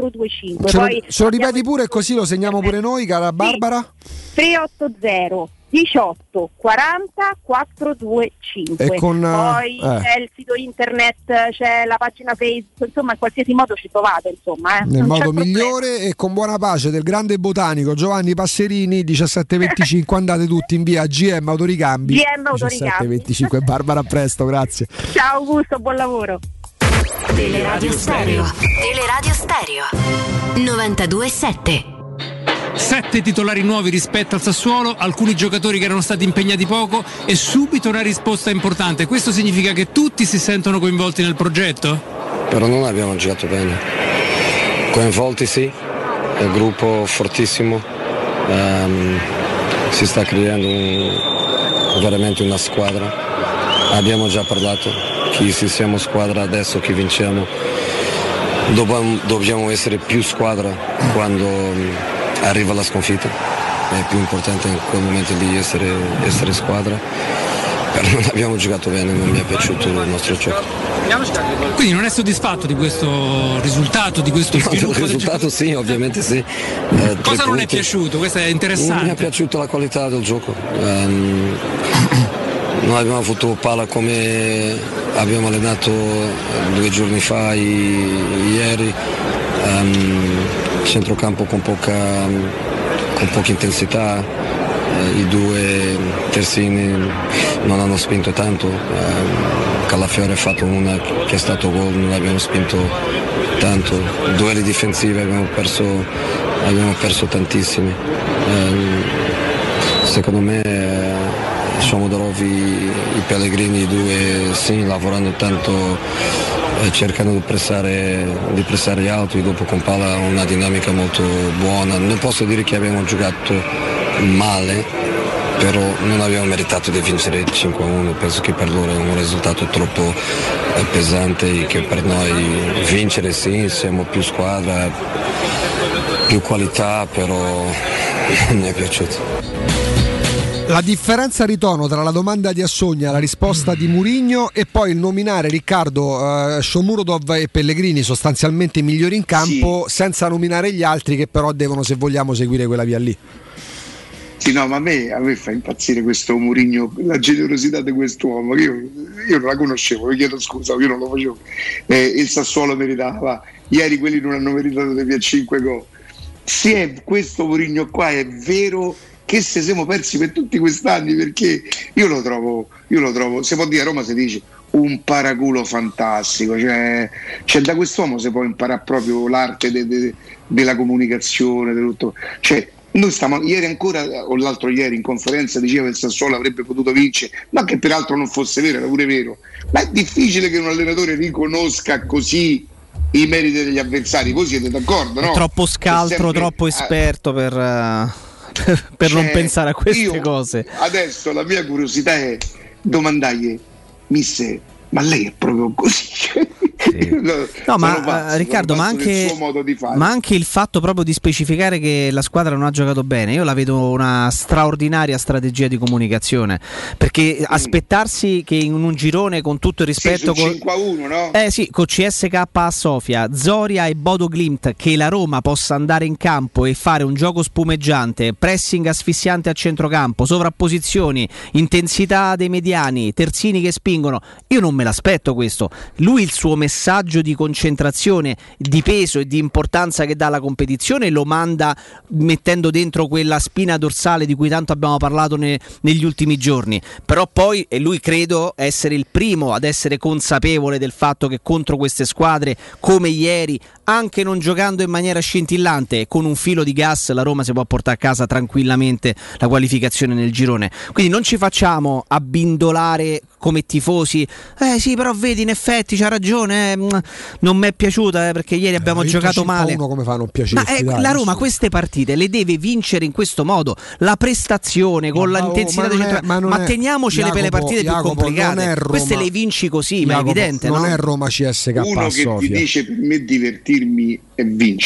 Speaker 19: quattrocentoventicinque.
Speaker 5: Ce,
Speaker 19: Poi
Speaker 5: lo, ce lo ripeti pure, così lo segniamo pure noi, cara Barbara?
Speaker 19: tre otto zero diciotto quaranta quattrocentoventicinque.
Speaker 5: E con,
Speaker 19: poi
Speaker 5: eh.
Speaker 19: c'è il sito internet, c'è la pagina Facebook, insomma in qualsiasi modo ci trovate, insomma, eh.
Speaker 5: Nel
Speaker 19: Non
Speaker 5: modo
Speaker 19: c'è problema.
Speaker 5: migliore e con buona pace del grande botanico Giovanni Passerini. Diciassette venticinque andate tutti in via G M Autoricambi.
Speaker 19: G M Autoricambi.
Speaker 5: diciassette venticinque. Barbara, a presto, grazie.
Speaker 19: Ciao Augusto, buon lavoro.
Speaker 16: Teleradio Stereo. Teleradio Stereo. novantadue sette.
Speaker 20: Sette titolari nuovi rispetto al Sassuolo, alcuni giocatori che erano stati impegnati poco e subito una risposta importante. Questo significa che tutti si sentono coinvolti nel progetto?
Speaker 4: Però non abbiamo giocato bene. Coinvolti sì, è un gruppo fortissimo, um, si sta creando un, veramente una squadra. Abbiamo già parlato, che se siamo squadra adesso che vinciamo, dobbiamo, dobbiamo essere più squadra quando um, arriva la sconfitta. È più importante in quel momento di essere, essere squadra. Però non abbiamo giocato bene, non mi è piaciuto il nostro gioco.
Speaker 20: Quindi non è soddisfatto di questo risultato, di questo
Speaker 4: No,
Speaker 20: sviluppo?
Speaker 4: il risultato sì, ovviamente sì. Eh,
Speaker 20: Cosa non
Speaker 4: punti.
Speaker 20: è piaciuto? Questo è interessante.
Speaker 4: Non mi è piaciuta la qualità del gioco. Um, non abbiamo avuto palla come abbiamo allenato due giorni fa, i, ieri. Um, centrocampo con poca, con poca intensità, eh, i due terzini non hanno spinto tanto, eh, Calafiore ha fatto una che è stato gol, non abbiamo spinto tanto, duelli difensivi abbiamo perso, abbiamo perso tantissimi. Eh, secondo me eh, Shomurodov, i Pellegrini, i due sì, lavorando tanto, cercano di pressare, di pressare alto, e dopo con palla una dinamica molto buona. Non posso dire che abbiamo giocato male, però non abbiamo meritato di vincere cinque a uno. Penso che per loro è un risultato troppo pesante, che per noi vincere sì, siamo più squadra, più qualità, però non mi è piaciuto.
Speaker 5: La differenza di tono tra la domanda di Assogna e la risposta di Mourinho e poi il nominare Riccardo, eh, Shomurodov e Pellegrini sostanzialmente i migliori in campo, sì, senza nominare gli altri che però devono, se vogliamo, seguire quella via lì.
Speaker 7: Sì, no, ma a me, a me fa impazzire questo Mourinho, la generosità di quest'uomo, che io, io non la conoscevo, vi chiedo scusa, io non lo facevo. Eh, il Sassuolo meritava, ieri quelli non hanno meritato dei via cinque gol. Se questo Mourinho qua è vero che se siamo persi per tutti quest'anni, perché io lo trovo, io lo trovo, si può dire a Roma, si dice un paraculo fantastico, cioè, cioè da quest'uomo si può imparare proprio l'arte de, de, della comunicazione, de tutto. Cioè, noi stiamo, ieri ancora o l'altro ieri in conferenza diceva che il Sassuolo avrebbe potuto vincere, ma che peraltro non fosse vero, era pure vero, ma è difficile che un allenatore riconosca così i meriti degli avversari. Voi siete d'accordo, no?
Speaker 6: È troppo scaltro, sempre, troppo esperto eh, per... Uh... per cioè, non pensare a queste
Speaker 7: io,
Speaker 6: cose.
Speaker 7: Adesso la mia curiosità è domandargli, Misse, ma lei è proprio così?
Speaker 6: Sì. No, ma pazzo, Riccardo, ma anche, ma anche il fatto proprio di specificare che la squadra non ha giocato bene, io la vedo una straordinaria strategia di comunicazione, perché mm. aspettarsi che in un girone, con tutto il rispetto,
Speaker 7: sì, con cinque a uno, no?
Speaker 6: Eh sì, con C S K a Sofia, Zoria e Bodo Glimt, che la Roma possa andare in campo e fare un gioco spumeggiante, pressing asfissiante a centrocampo, sovrapposizioni, intensità dei mediani, terzini che spingono, io non me l'aspetto questo. Lui il suo messaggio di concentrazione, di peso e di importanza che dà alla competizione lo manda mettendo dentro quella spina dorsale di cui tanto abbiamo parlato ne, negli ultimi giorni, però poi, e lui credo essere il primo ad essere consapevole del fatto che contro queste squadre come ieri, anche non giocando in maniera scintillante, con un filo di gas la Roma si può portare a casa tranquillamente la qualificazione nel girone. Quindi non ci facciamo abbindolare come tifosi, eh sì, però vedi, in effetti c'ha ragione, eh, non mi è piaciuta eh, perché ieri abbiamo eh, giocato male.
Speaker 5: Come fanno piacere?
Speaker 6: Ma eh, la Roma queste partite le deve vincere in questo modo, la prestazione con ma, l'intensità, oh, ma, è, ma, ma teniamocele Jacopo, per le partite Jacopo, più complicate. Queste le vinci così,
Speaker 5: Jacopo,
Speaker 6: ma è evidente,
Speaker 5: non
Speaker 6: no?
Speaker 5: è Roma C S K
Speaker 7: Uno
Speaker 5: a
Speaker 7: che
Speaker 5: Sofia.
Speaker 7: ti dice per me divertirmi e vincere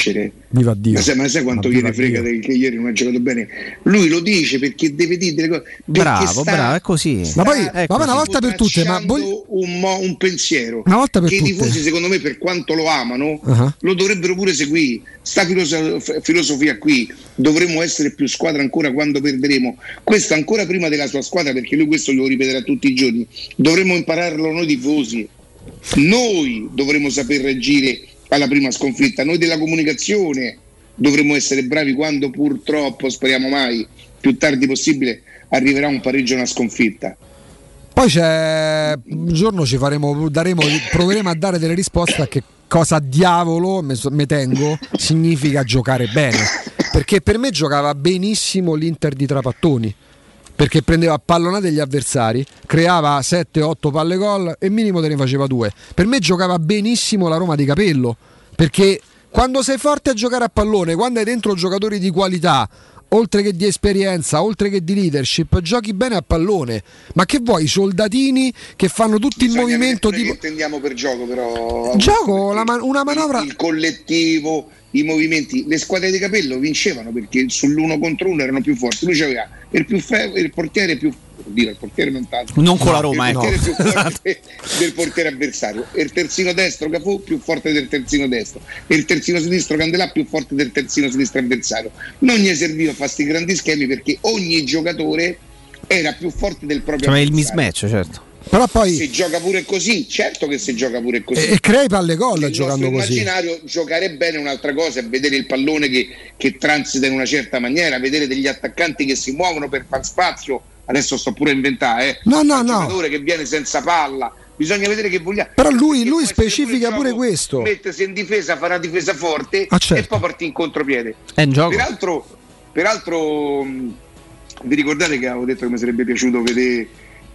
Speaker 5: Viva Dio.
Speaker 7: Ma sai, ma sai quanto
Speaker 5: Ma
Speaker 7: gliene
Speaker 5: viva
Speaker 7: frega
Speaker 5: Dio.
Speaker 7: del- che ieri non ha giocato bene? Lui lo dice perché deve dire delle cose. perché
Speaker 6: Bravo,
Speaker 7: sta-
Speaker 6: bravo, è così.
Speaker 7: sta
Speaker 5: Ma poi,
Speaker 6: È
Speaker 5: ma poi una
Speaker 6: così.
Speaker 5: volta per tutte, ma
Speaker 7: tracciando
Speaker 5: voglio-
Speaker 7: un, mo- un pensiero
Speaker 5: Una volta per
Speaker 7: che
Speaker 5: tutte.
Speaker 7: i tifosi, secondo me, per quanto lo amano,
Speaker 5: Uh-huh.
Speaker 7: lo dovrebbero pure seguire. Sta filosof- filosofia qui, dovremmo essere più squadra ancora quando perderemo. Questo ancora prima della sua squadra, perché lui questo lo ripeterà tutti i giorni. Dovremmo impararlo noi tifosi. Noi dovremmo saper reagire alla prima sconfitta, noi della comunicazione dovremmo essere bravi quando purtroppo, speriamo mai, più tardi possibile, arriverà un pareggio e una sconfitta.
Speaker 5: Poi c'è un giorno ci faremo, daremo, proveremo a dare delle risposte a che cosa diavolo me, me tengo significa giocare bene. Perché per me giocava benissimo l'Inter di Trapattoni. Perché prendeva pallonate degli avversari, creava sette otto palle gol e minimo te ne faceva due. Per me giocava benissimo la Roma di Capello, perché quando sei forte a giocare a pallone, quando hai dentro giocatori di qualità, oltre che di esperienza, oltre che di leadership, giochi bene a pallone. Ma che vuoi, i soldatini che fanno tutto il
Speaker 7: Bisogna
Speaker 5: movimento
Speaker 7: vedere
Speaker 5: tipo...
Speaker 7: che intendiamo per gioco, però
Speaker 5: Gioco, la man- una manovra...
Speaker 7: il, il collettivo, i movimenti, le squadre di Capello vincevano perché sull'uno contro uno erano più forti. Lui c'aveva il, più fe- il portiere più dire, il portiere non tanto,
Speaker 6: Non con la
Speaker 7: no,
Speaker 6: Roma,
Speaker 7: il portiere
Speaker 6: ecco.
Speaker 7: più forte del portiere avversario, e il terzino destro Cafù più forte del terzino destro, e il terzino sinistro Candelà più forte del terzino sinistro avversario. Non gli serviva a fare questi grandi schemi perché ogni giocatore era più forte del proprio
Speaker 6: Cioè il
Speaker 7: avversario.
Speaker 6: mismatch, certo.
Speaker 5: Però poi
Speaker 7: Si gioca pure così, certo che si gioca pure così.
Speaker 5: e, e crei palle gol
Speaker 7: Nel
Speaker 5: giocando
Speaker 7: nostro
Speaker 5: così.
Speaker 7: immaginario giocare bene è un'altra cosa, è vedere il pallone che, che transita in una certa maniera, vedere degli attaccanti che si muovono per far spazio. Adesso sto pure a inventare, eh.
Speaker 5: No, no,
Speaker 7: un
Speaker 5: no.
Speaker 7: giocatore che viene senza palla, bisogna vedere che vogliamo.
Speaker 5: Però lui,
Speaker 7: Perché
Speaker 5: lui
Speaker 7: può essere
Speaker 5: specifica pure
Speaker 7: gioco,
Speaker 5: questo.
Speaker 7: Mettersi in difesa, farà difesa forte
Speaker 5: Ah, certo.
Speaker 7: e poi partì in contropiede.
Speaker 6: È in gioco.
Speaker 7: Peraltro, peraltro mh, vi ricordate che avevo detto che mi sarebbe piaciuto vedere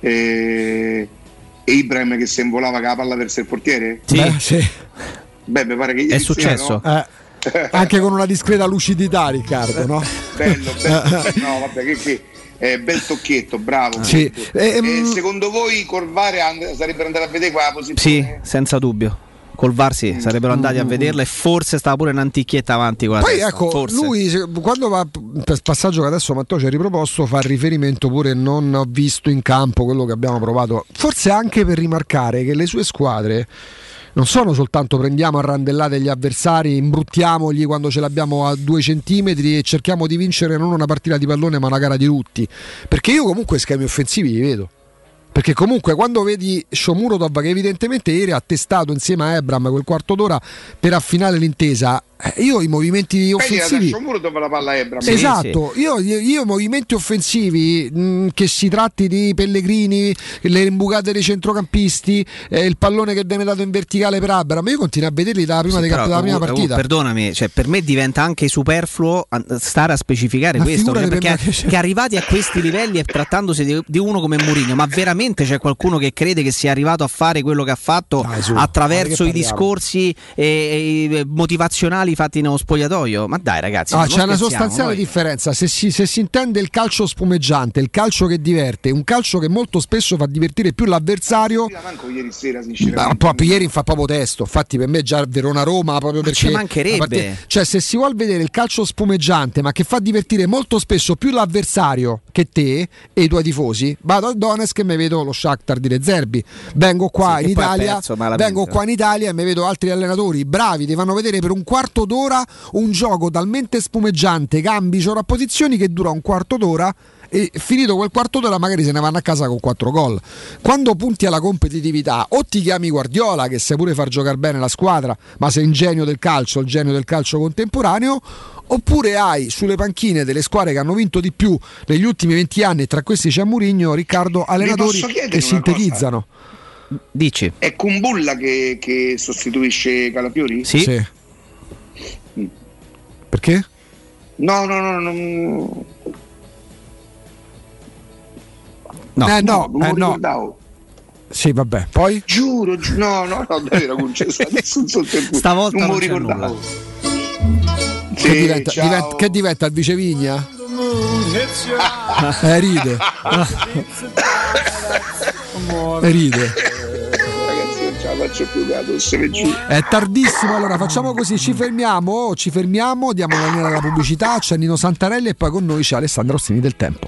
Speaker 7: eh, Ibrahim che si involava con la palla verso il portiere?
Speaker 6: Sì.
Speaker 5: Beh, sì.
Speaker 7: Beh, mi pare che
Speaker 6: È
Speaker 7: ieri
Speaker 6: successo.
Speaker 7: sera, no?
Speaker 5: Eh, anche con una discreta lucidità, Riccardo, no?
Speaker 7: Bello, bello. No, vabbè, che, che eh, bel tocchetto, bravo.
Speaker 5: Sì.
Speaker 7: Eh,
Speaker 5: Ehm,
Speaker 7: secondo voi Corvare and- sarebbero andati a vedere qua la
Speaker 6: Sì,
Speaker 7: posizione?
Speaker 6: senza dubbio. Col V A R sì, sarebbero andati a vederla e forse stava pure un'antichietta avanti con la
Speaker 5: Poi
Speaker 6: testa,
Speaker 5: ecco,
Speaker 6: forse.
Speaker 5: lui se- quando va per passaggio che adesso Matteo ci ha riproposto, fa riferimento pure non ho visto in campo quello che abbiamo provato, forse anche per rimarcare che le sue squadre non sono soltanto prendiamo a randellate gli avversari, imbruttiamogli quando ce l'abbiamo a due centimetri e cerchiamo di vincere non una partita di pallone ma una gara di tutti, perché io comunque schemi offensivi li vedo. Perché comunque quando vedi Shomurodov che evidentemente ieri ha testato insieme a Ebram quel quarto d'ora per affinare l'intesa, eh, io i movimenti offensivi
Speaker 7: Muro dove la palla Ebra.
Speaker 6: Sì,
Speaker 5: esatto, Io, io i movimenti offensivi mh, che si tratti di Pellegrini, le imbucate dei centrocampisti, eh, il pallone che viene dato in verticale per Abram, io continuo a vederli dalla prima,
Speaker 6: Sì,
Speaker 5: de-
Speaker 6: però,
Speaker 5: dalla prima
Speaker 6: uh, uh,
Speaker 5: partita.
Speaker 6: perdonami, cioè, per me diventa anche superfluo an- stare a specificare
Speaker 5: Ma
Speaker 6: questo,
Speaker 5: figurati
Speaker 6: perché,
Speaker 5: per me
Speaker 6: perché
Speaker 5: che-
Speaker 6: arrivati a questi livelli e trattandosi di, di uno come Mourinho, ma veramente c'è qualcuno che crede che sia arrivato a fare quello che ha fatto
Speaker 5: Dai, su,
Speaker 6: attraverso
Speaker 5: ma
Speaker 6: i
Speaker 5: di che parliamo?
Speaker 6: discorsi eh, eh, motivazionali fatti nello spogliatoio? Ma dai ragazzi,
Speaker 5: Ah,
Speaker 6: non
Speaker 5: c'è una
Speaker 6: scherziamo,
Speaker 5: sostanziale
Speaker 6: poi.
Speaker 5: differenza. Se si, se si intende il calcio spumeggiante, il calcio che diverte, un calcio che molto spesso fa divertire più l'avversario.
Speaker 7: Manco ieri sera,
Speaker 5: Ma
Speaker 7: sinceramente.
Speaker 5: proprio ieri fa proprio testo. Infatti, per me già Verona-Roma proprio perché
Speaker 6: ci mancherebbe.
Speaker 5: la partita- cioè, se si vuol vedere il calcio spumeggiante, ma che fa divertire molto spesso più l'avversario che te e i tuoi tifosi, vado a Donetsk e mi vedo lo Shakhtar di De Zerbi. Vengo qua
Speaker 6: Sì,
Speaker 5: in
Speaker 6: che poi ha
Speaker 5: Italia,
Speaker 6: perso malamente.
Speaker 5: vengo qua in Italia e mi vedo altri allenatori bravi, ti fanno vedere per un quarto d'ora un gioco talmente spumeggiante, cambi, sovrapposizioni che dura un quarto d'ora e finito quel quarto d'ora magari se ne vanno a casa con quattro gol. Quando punti alla competitività o ti chiami Guardiola che sai pure far giocare bene la squadra, ma sei un genio del calcio, il genio del calcio contemporaneo, oppure hai sulle panchine delle squadre che hanno vinto di più negli ultimi venti anni, e tra questi c'è Mourinho, Riccardo, allenatori
Speaker 7: posso chiedere
Speaker 5: che
Speaker 7: una
Speaker 5: sintetizzano.
Speaker 6: Dici?
Speaker 7: È Kumbulla che, che sostituisce Calafiori?
Speaker 6: Sì.
Speaker 5: Sì. Perché?
Speaker 7: No, no, no, no.
Speaker 6: No.
Speaker 5: Eh no,
Speaker 7: non
Speaker 5: eh,
Speaker 7: lo
Speaker 5: no.
Speaker 7: ricordavo.
Speaker 5: Sì, vabbè. Poi?
Speaker 7: Giuro, gi- no, no, no, dai, era concesso. Adesso non so se-
Speaker 6: Stavolta
Speaker 7: non me
Speaker 6: non
Speaker 7: lo
Speaker 6: c'è
Speaker 7: ricordavo.
Speaker 5: Che,
Speaker 7: Sì,
Speaker 5: diventa,
Speaker 7: ciao.
Speaker 5: diventa- che diventa il vice Vigna? Eh, ride. Eh, ride.
Speaker 7: Ragazzi, ciao. la faccio più, cato, se ne giù.
Speaker 5: È tardissimo, allora facciamo così, ci fermiamo, ci fermiamo, diamo la linea alla pubblicità, c'è Nino Santarelli e poi con noi c'è Alessandro Rossini del Tempo.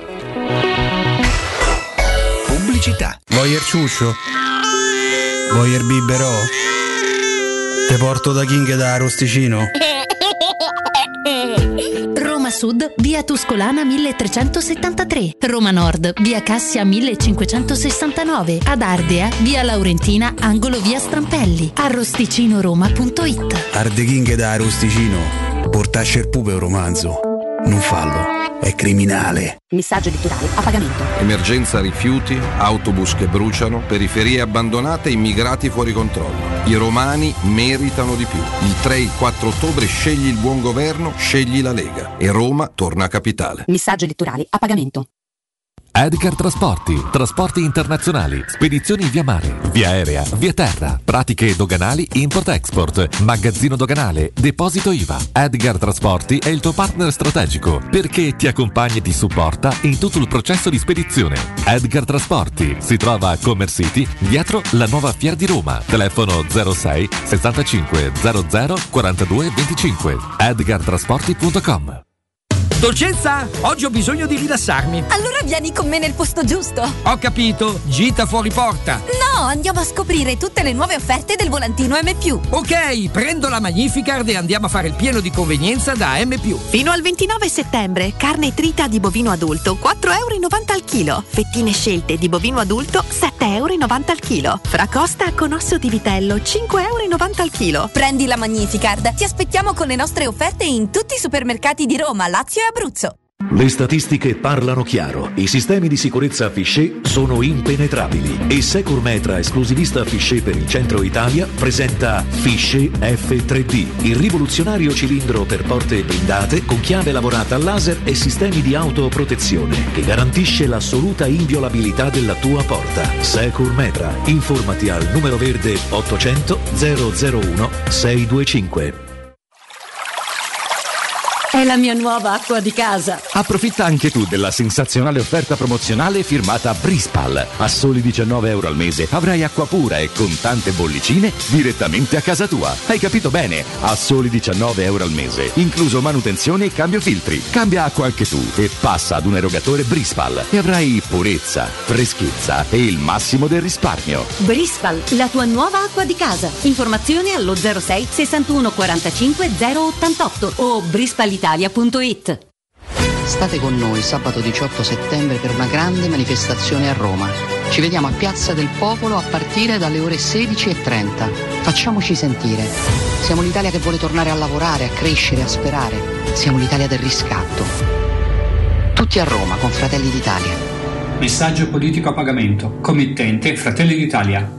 Speaker 21: Pubblicità. Voyer ciuscio? Voyer biberò? Te porto da King da Arosticino?
Speaker 22: Roma Sud, via Tuscolana milletrecentosettantatré. Roma Nord, via Cassia millecinquecentosessantanove. Ad Ardea, via Laurentina, angolo via Strampelli. arrosticinoroma punto it.
Speaker 21: Arde King da Arosticino. Portasce il pupe un romanzo. Non fallo, è criminale.
Speaker 23: Messaggio elettorale a pagamento.
Speaker 24: Emergenza rifiuti, autobus che bruciano, periferie abbandonate, immigrati fuori controllo. I romani meritano di più. Il tre e il quattro ottobre scegli il buon governo, scegli la Lega e Roma torna capitale.
Speaker 23: Messaggio elettorale a pagamento.
Speaker 25: Edgar Trasporti, trasporti internazionali, spedizioni via mare, via aerea, via terra, pratiche doganali, import-export, magazzino doganale, deposito I V A. Edgar Trasporti è il tuo partner strategico perché ti accompagna e ti supporta in tutto il processo di spedizione. Edgar Trasporti si trova a Commerce City, dietro la nuova Fiera di Roma. Telefono zero sei sessantacinque zero zero quarantadue venticinque. edgar trasporti punto com.
Speaker 26: Dolcezza, oggi ho bisogno di rilassarmi.
Speaker 16: Allora vieni con me nel posto giusto.
Speaker 26: Ho capito, gita fuori porta.
Speaker 16: No, andiamo a scoprire tutte le nuove offerte del volantino M più.
Speaker 26: Ok, prendo la Magnificard e andiamo a fare il pieno di convenienza da M più.
Speaker 27: Fino al ventinove settembre, carne trita di bovino adulto quattro virgola novanta euro al chilo. Fettine scelte di bovino adulto sette virgola novanta euro al chilo. Fracosta con osso di vitello cinque virgola novanta euro al chilo.
Speaker 16: Prendi la Magnificard. Ti aspettiamo con le nostre offerte in tutti i supermercati di Roma, Lazio e Abruzzo.
Speaker 8: Le statistiche parlano chiaro. I sistemi di sicurezza Fichet sono impenetrabili e Securmetra, esclusivista Fichet per il centro Italia, presenta Fichet F tre D, il rivoluzionario cilindro per porte blindate con chiave lavorata a laser e sistemi di autoprotezione che garantisce l'assoluta inviolabilità della tua porta. Securmetra. Informati al numero verde ottocento zero zero uno sei due cinque.
Speaker 28: È la mia nuova acqua di casa.
Speaker 12: Approfitta anche tu della sensazionale offerta promozionale firmata Brispal. A soli diciannove euro al mese avrai acqua pura e con tante bollicine direttamente a casa tua. Hai capito bene? A soli diciannove euro al mese, incluso manutenzione e cambio filtri. Cambia acqua anche tu e passa ad un erogatore Brispal e avrai purezza, freschezza e il massimo del risparmio.
Speaker 28: Brispal, la tua nuova acqua di casa. Informazioni allo zero sei sessantuno quarantacinque zero ottantotto o brispalitalia punto it.
Speaker 29: State con noi sabato diciotto settembre per una grande manifestazione a Roma. Ci vediamo a Piazza del Popolo a partire dalle ore sedici e trenta. Facciamoci sentire. Siamo l'Italia che vuole tornare a lavorare, a crescere, a sperare. Siamo l'Italia del riscatto. Tutti a Roma con Fratelli d'Italia.
Speaker 30: Messaggio politico a pagamento. Committente Fratelli d'Italia.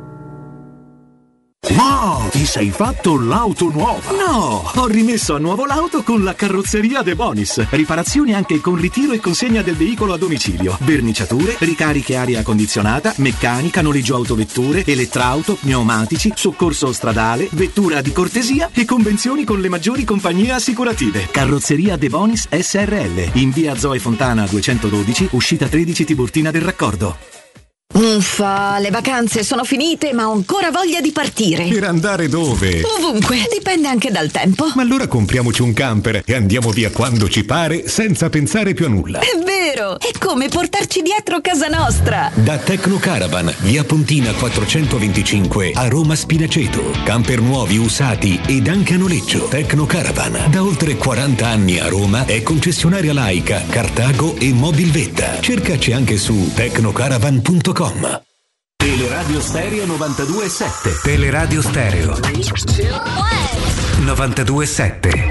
Speaker 11: Wow, ti sei fatto l'auto nuova? No, ho rimesso a nuovo l'auto con la carrozzeria De Bonis. Riparazioni anche con ritiro e consegna del veicolo a domicilio. Verniciature, ricariche aria condizionata, meccanica, noleggio autovetture, elettrauto, pneumatici, soccorso stradale, vettura di cortesia e convenzioni con le maggiori compagnie assicurative. Carrozzeria De Bonis S R L, in via Zoe Fontana duecentododici, uscita tredici Tiburtina del Raccordo.
Speaker 28: Uffa, le vacanze sono finite, ma ho ancora voglia di partire.
Speaker 13: Per andare dove?
Speaker 28: Ovunque, dipende anche dal tempo.
Speaker 13: Ma allora compriamoci un camper e andiamo via quando ci pare, senza pensare più a nulla.
Speaker 28: È vero, è come portarci dietro casa nostra.
Speaker 13: Da Tecno Caravan, via Pontina quattrocentoventicinque a Roma Spinaceto. Camper nuovi, usati ed anche a noleggio. Tecno Caravan, da oltre quaranta anni a Roma, è concessionaria Laica, Cartago e Mobilvetta. Cercaci anche su tecnocaravan punto com.
Speaker 11: Teleradio Stereo novantadue e sette.
Speaker 13: Teleradio Stereo novantadue e sette.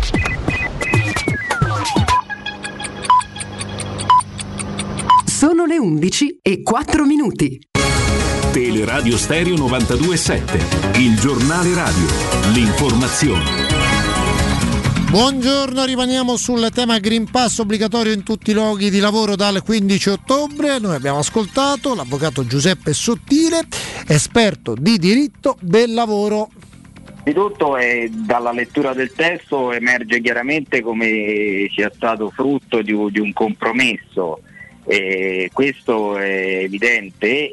Speaker 28: Sono le undici e quattro minuti.
Speaker 11: Teleradio Stereo novantadue e sette. Il giornale radio. L'informazione.
Speaker 31: Buongiorno, rimaniamo sul tema Green Pass obbligatorio in tutti i luoghi di lavoro dal quindici ottobre. Noi abbiamo ascoltato l'avvocato Giuseppe Sottile, esperto di diritto del lavoro.
Speaker 32: Di tutto, e dalla lettura del testo emerge chiaramente come sia stato frutto di un, di un compromesso Eh, questo è evidente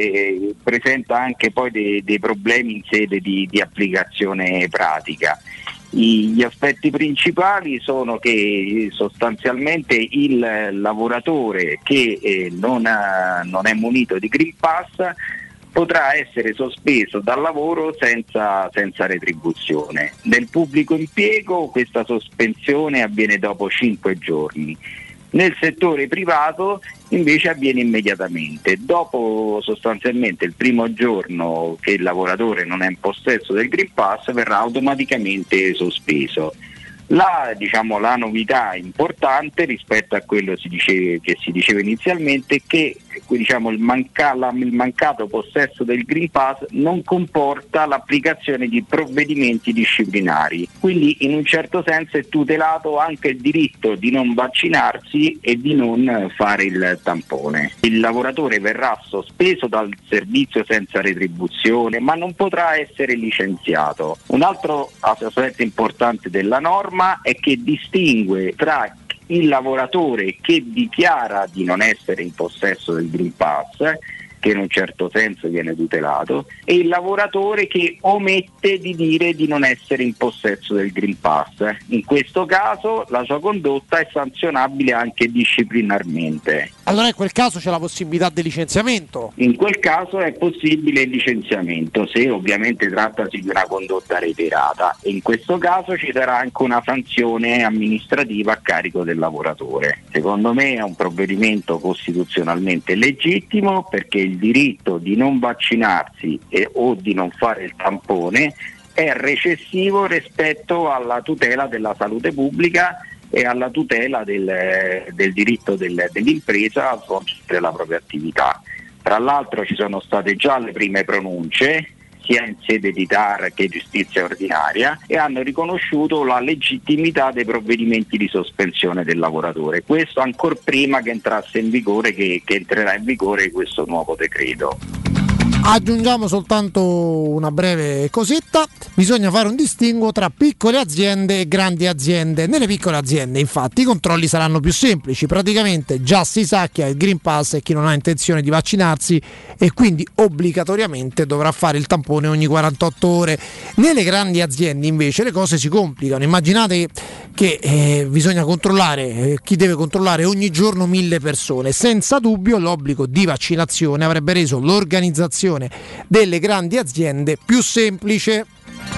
Speaker 32: e presenta anche poi dei, dei problemi in sede di, di applicazione pratica. I, gli aspetti principali sono che sostanzialmente il lavoratore che eh, non, ha, non è munito di Green Pass potrà essere sospeso dal lavoro senza, senza retribuzione. Nel pubblico impiego questa sospensione avviene dopo cinque giorni. Nel settore privato invece avviene immediatamente, dopo sostanzialmente il primo giorno che il lavoratore non è in possesso del Green Pass verrà automaticamente sospeso. La, diciamo, la novità importante rispetto a quello si dice, che si diceva inizialmente è che diciamo, il, manca, la, il mancato possesso del Green Pass non comporta l'applicazione di provvedimenti disciplinari, quindi in un certo senso è tutelato anche il diritto di non vaccinarsi e di non fare il tampone. Il lavoratore verrà sospeso dal servizio senza retribuzione, ma non potrà essere licenziato. Un altro aspetto importante della norma è che distingue tra il lavoratore che dichiara di non essere in possesso del Green Pass, che in un certo senso viene tutelato, e il lavoratore che omette di dire di non essere in possesso del Green Pass. In questo caso la sua condotta è sanzionabile anche disciplinarmente.
Speaker 31: Allora in quel caso c'è la possibilità di licenziamento?
Speaker 32: In quel caso è possibile il licenziamento, se ovviamente trattasi di una condotta reiterata, e in questo caso ci sarà anche una sanzione amministrativa a carico del lavoratore. Secondo me è un provvedimento costituzionalmente legittimo, perché il diritto di non vaccinarsi e, o di non fare il tampone è recessivo rispetto alla tutela della salute pubblica e alla tutela del, del diritto del, dell'impresa a svolgere la propria attività. Tra l'altro ci sono state già le prime pronunce sia in sede di T A R che giustizia ordinaria e hanno riconosciuto la legittimità dei provvedimenti di sospensione del lavoratore, questo ancor prima che entrasse in vigore che, che entrerà in vigore questo nuovo decreto.
Speaker 31: Aggiungiamo soltanto una breve cosetta: bisogna fare un distinguo tra piccole aziende e grandi aziende. Nelle piccole aziende infatti i controlli saranno più semplici, praticamente già si sa chi ha il Green Pass e chi non ha intenzione di vaccinarsi e quindi obbligatoriamente dovrà fare il tampone ogni quarantotto ore. Nelle grandi aziende invece le cose si complicano, immaginate che eh, bisogna controllare, eh, chi deve controllare ogni giorno mille persone. Senza dubbio l'obbligo di vaccinazione avrebbe reso l'organizzazione delle grandi aziende più semplice.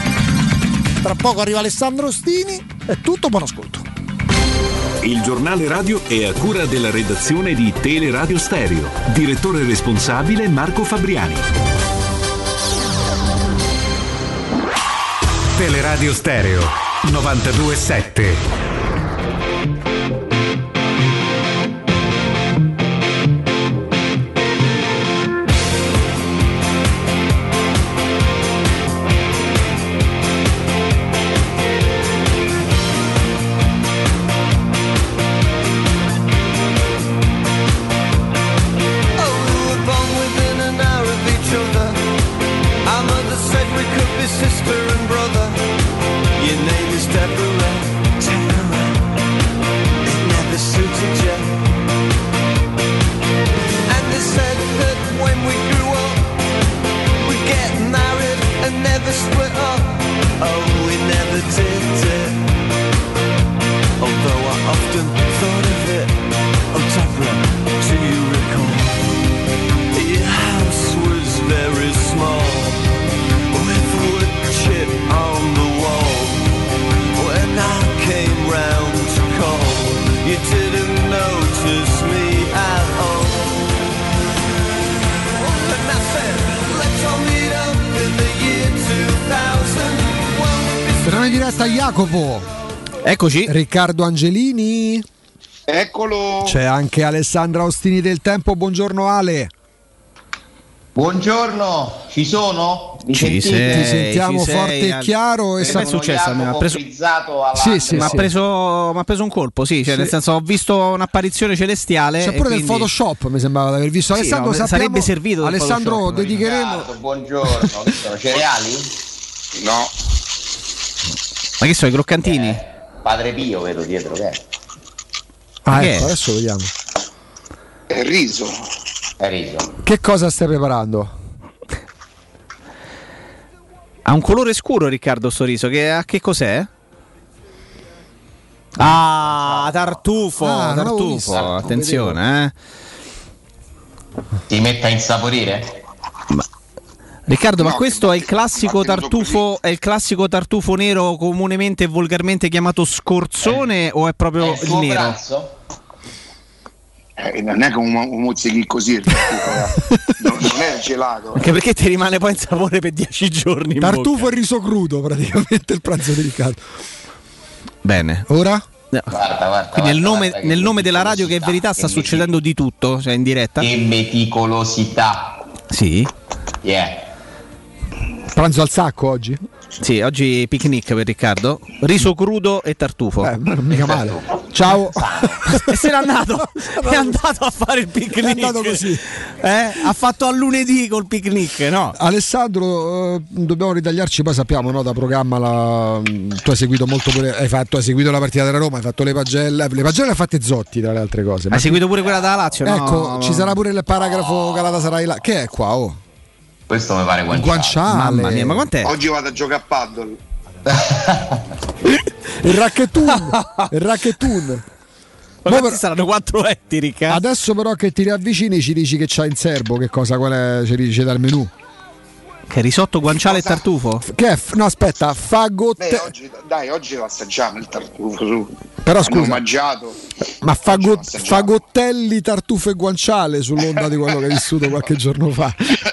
Speaker 31: Tra poco arriva Alessandro Ostini, è tutto, buon ascolto.
Speaker 13: Il giornale radio è a cura della redazione di Teleradio Stereo. Direttore responsabile Marco Fabriani.
Speaker 1: Teleradio Stereo novantadue sette.
Speaker 5: Jacopo,
Speaker 6: eccoci.
Speaker 5: Riccardo Angelini,
Speaker 7: eccolo.
Speaker 5: C'è anche Alessandra Ostini del Tempo. Buongiorno Ale.
Speaker 2: Buongiorno, ci sono? Mi
Speaker 6: ci
Speaker 2: sentite?
Speaker 5: Ti sentiamo
Speaker 6: ci
Speaker 5: forte
Speaker 6: sei,
Speaker 5: e chiaro. E
Speaker 6: sa- è successo? Mi ha preso,
Speaker 5: sì, sì,
Speaker 6: sì.
Speaker 5: sì.
Speaker 6: preso, m'ha preso un colpo, sì, cioè,
Speaker 5: sì.
Speaker 6: Nel senso ho visto un'apparizione celestiale.
Speaker 5: C'è pure
Speaker 6: quindi...
Speaker 5: del Photoshop, mi sembrava di aver visto.
Speaker 6: Sì,
Speaker 5: Alessandro,
Speaker 6: no,
Speaker 5: sappiamo...
Speaker 6: sarebbe servito.
Speaker 5: Alessandro, dedicheremo.
Speaker 2: Riccardo, buongiorno, che sono cereali?
Speaker 7: No.
Speaker 6: Ma che sono i croccantini?
Speaker 2: Eh, Padre Pio vedo dietro che è.
Speaker 5: Ah,
Speaker 6: che
Speaker 5: ecco,
Speaker 6: è?
Speaker 5: adesso vediamo.
Speaker 7: È riso.
Speaker 2: È riso.
Speaker 5: Che cosa stai preparando?
Speaker 6: Ha un colore scuro, Riccardo, sto riso. Che, a che cos'è? Ah, tartufo,
Speaker 5: Ah, non avevo
Speaker 6: tartufo.
Speaker 5: visto.
Speaker 6: Attenzione, eh.
Speaker 2: Ti metta a insaporire?
Speaker 6: Riccardo, ma
Speaker 2: No,
Speaker 6: questo è il classico tartufo, è il classico tartufo nero comunemente e volgarmente chiamato scorzone, o è proprio
Speaker 2: È il
Speaker 6: il
Speaker 2: suo
Speaker 6: nero?
Speaker 2: pranzo?
Speaker 7: Eh, non è che un, un mozzichi così, il tartufo, eh. non, non è gelato.
Speaker 6: Anche perché ti rimane poi in sapore per dieci giorni in
Speaker 5: Tartufo
Speaker 6: bocca.
Speaker 5: e riso crudo, praticamente il pranzo di Riccardo.
Speaker 6: Bene.
Speaker 5: Ora?
Speaker 6: No.
Speaker 2: Guarda, guarda,
Speaker 6: Quindi nel
Speaker 2: guarda,
Speaker 6: nome,
Speaker 2: guarda
Speaker 6: nel
Speaker 2: che
Speaker 6: nome della radio che è
Speaker 2: meticolosità,
Speaker 6: verità sta
Speaker 2: che
Speaker 6: succedendo di tutto, cioè in diretta?
Speaker 2: Che meticolosità.
Speaker 6: Sì.
Speaker 2: Yeah.
Speaker 5: Pranzo al sacco oggi?
Speaker 6: Sì, oggi picnic per Riccardo. Riso crudo e tartufo.
Speaker 5: Eh, non mica male. Ciao.
Speaker 6: E se n'è andato. È andato a fare il picnic.
Speaker 5: È andato così.
Speaker 6: Eh? Ha fatto a lunedì col picnic, no?
Speaker 5: Alessandro, eh, dobbiamo ritagliarci, poi sappiamo, no, da programma la, tu hai seguito molto pure, hai fatto hai seguito la partita della Roma, hai fatto le pagelle, le pagelle le ha fatte Zotti tra le altre cose.
Speaker 6: Hai seguito pure quella della Lazio, no?
Speaker 5: Ecco, ci sarà pure il paragrafo Galatasaray là. Che è qua, oh?
Speaker 2: Questo mi pare guanciale.
Speaker 5: Guanciale.
Speaker 6: Mamma mia, ma quant'è?
Speaker 7: Oggi vado a giocare a paddle.
Speaker 5: Il racchettun, il racchettun.
Speaker 6: Ma questi però, saranno quattro etti, Riccardo.
Speaker 5: Adesso però che ti riavvicini ci dici che c'ha in serbo, che cosa, qual è, ci dice dal menù.
Speaker 6: Che risotto, guanciale cosa? E tartufo?
Speaker 5: Che è, no aspetta, fagotte...
Speaker 7: Beh, oggi, dai, oggi lo assaggiamo il tartufo, su.
Speaker 5: Però scusa,
Speaker 7: hanno mangiato.
Speaker 5: Ma fago, fagottelli, tartufo e guanciale sull'onda di quello che hai vissuto qualche giorno fa.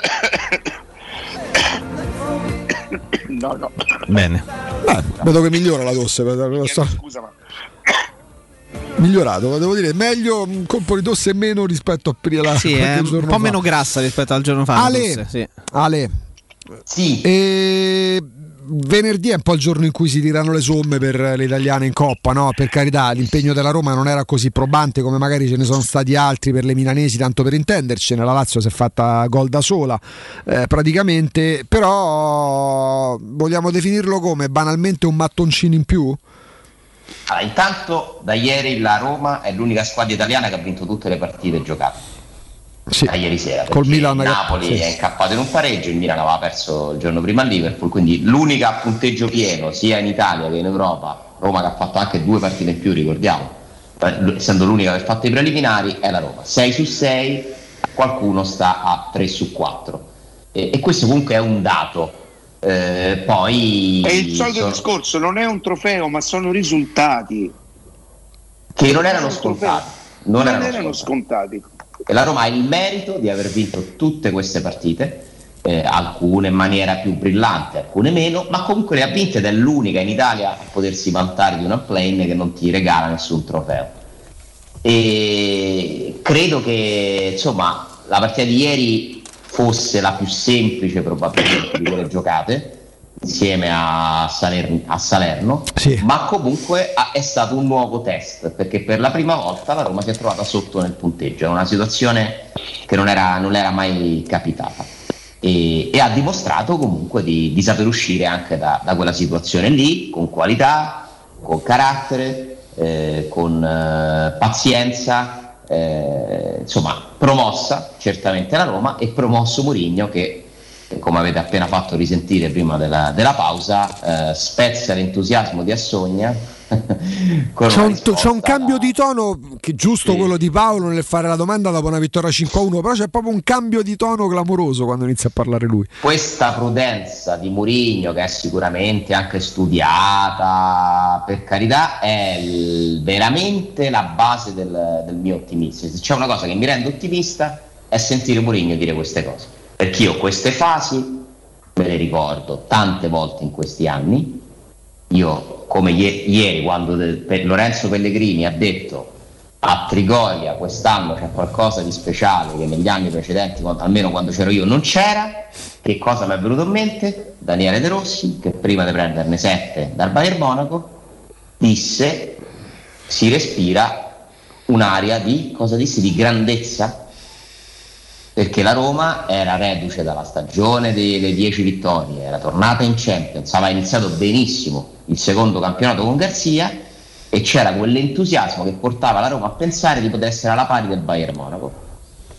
Speaker 7: No, no.
Speaker 6: Bene.
Speaker 5: Beh, vedo che migliora la tosse. So.
Speaker 7: Scusa, ma
Speaker 5: migliorato, devo dire, meglio un colpo di tosse meno rispetto a prima.
Speaker 6: Sì, è un po' fa. Meno grassa rispetto al giorno fa.
Speaker 5: Ale,
Speaker 6: tosse, sì.
Speaker 5: Ale.
Speaker 2: Sì.
Speaker 5: E venerdì è un po' il giorno in cui si tirano le somme per le italiane in Coppa, no? Per carità, l'impegno della Roma non era così probante come magari ce ne sono stati altri per le milanesi, tanto per intenderci. La Lazio si è fatta gol da sola, eh, praticamente, però vogliamo definirlo come banalmente un mattoncino in più?
Speaker 2: Allora, intanto da ieri la Roma è l'unica squadra italiana che ha vinto tutte le partite giocate.
Speaker 5: Sì,
Speaker 2: da ieri sera,
Speaker 5: col Milan,
Speaker 2: il Napoli sì. È incappato in un pareggio, il Milan aveva perso il giorno prima a Liverpool, quindi l'unica a punteggio pieno sia in Italia che in Europa, Roma che ha fatto anche due partite in più, ricordiamo, essendo l'unica che ha fatto i preliminari, è la Roma. sei su sei, qualcuno sta a tre su quattro e, e questo comunque è un dato. Eh, poi
Speaker 7: è il solito
Speaker 2: sono...
Speaker 7: discorso, non è un trofeo ma sono risultati
Speaker 2: che non erano scontati, non,
Speaker 7: non
Speaker 2: erano,
Speaker 7: erano
Speaker 2: scontati.
Speaker 7: scontati.
Speaker 2: E la Roma ha il merito di aver vinto tutte queste partite, eh, alcune in maniera più brillante, alcune meno, ma comunque le ha vinte ed è l'unica in Italia a potersi vantare di una play-in che non ti regala nessun trofeo. E credo che insomma la partita di ieri fosse la più semplice probabilmente di quelle giocate insieme a Salerno, a Salerno
Speaker 5: sì.
Speaker 2: Ma comunque è stato un nuovo test perché per la prima volta la Roma si è trovata sotto nel punteggio, è una situazione che non era, non era mai capitata e, e ha dimostrato comunque di, di saper uscire anche da, da quella situazione lì con qualità, con carattere, eh, con eh, pazienza, eh, insomma promossa certamente la Roma e promosso Mourinho che, come avete appena fatto risentire prima della, della pausa, eh, spezza l'entusiasmo di Assogna.
Speaker 5: C'è un, c'è un cambio di tono che giusto sì. Quello di Paolo nel fare la domanda dopo una vittoria cinque a uno, però c'è proprio un cambio di tono clamoroso quando inizia a parlare lui.
Speaker 2: Questa prudenza di Mourinho, che è sicuramente anche studiata, per carità, è il, veramente la base del, del mio ottimismo. Se c'è una cosa che mi rende ottimista è sentire Mourinho dire queste cose. Perché io queste fasi me le ricordo tante volte in questi anni. Io come i- ieri quando de- per Lorenzo Pellegrini ha detto a Trigoria quest'anno c'è qualcosa di speciale che negli anni precedenti, almeno quando c'ero io, non c'era, che cosa mi è venuto in mente? Daniele De Rossi, che prima di prenderne sette dal Bayern Monaco disse si respira un'aria di, cosa disse, di grandezza, perché la Roma era reduce dalla stagione delle dieci vittorie, era tornata in Champions, aveva iniziato benissimo il secondo campionato con Garzia e c'era quell'entusiasmo che portava la Roma a pensare di poter essere alla pari del Bayern Monaco.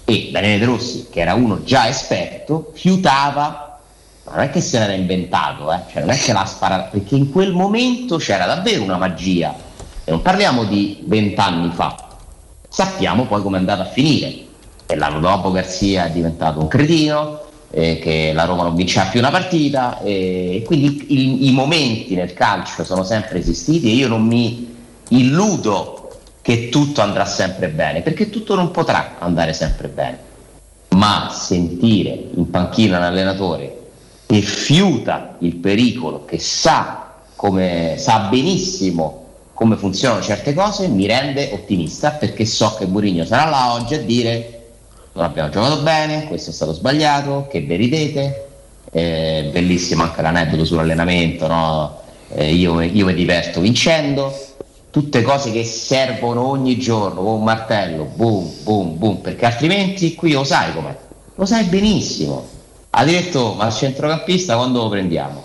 Speaker 2: e Daniele De Rossi, che era uno già esperto, fiutava, ma non è che se l'era inventato, eh? Cioè non è che l'ha sparato, perché in quel momento c'era davvero una magia, e non parliamo di vent'anni fa, sappiamo poi come è andata a finire, e l'anno dopo Garzia è diventato un cretino, eh, che la Roma non vinceva più una partita, e quindi i, i momenti nel calcio sono sempre esistiti, e io non mi illudo che tutto andrà sempre bene, perché tutto non potrà andare sempre bene, ma sentire in panchina un allenatore che fiuta il pericolo, che sa come sa benissimo come funzionano certe cose, mi rende ottimista, perché so che Mourinho sarà là oggi a dire: non abbiamo giocato bene, questo è stato sbagliato, che vi ridete. Eh, bellissimo anche l'aneddoto sull'allenamento, no? eh, io, io mi diverto vincendo. Tutte cose che servono ogni giorno con un martello, boom, boom, boom, perché altrimenti qui lo sai com'è, lo sai benissimo. Ha detto: ma il centrocampista quando lo prendiamo?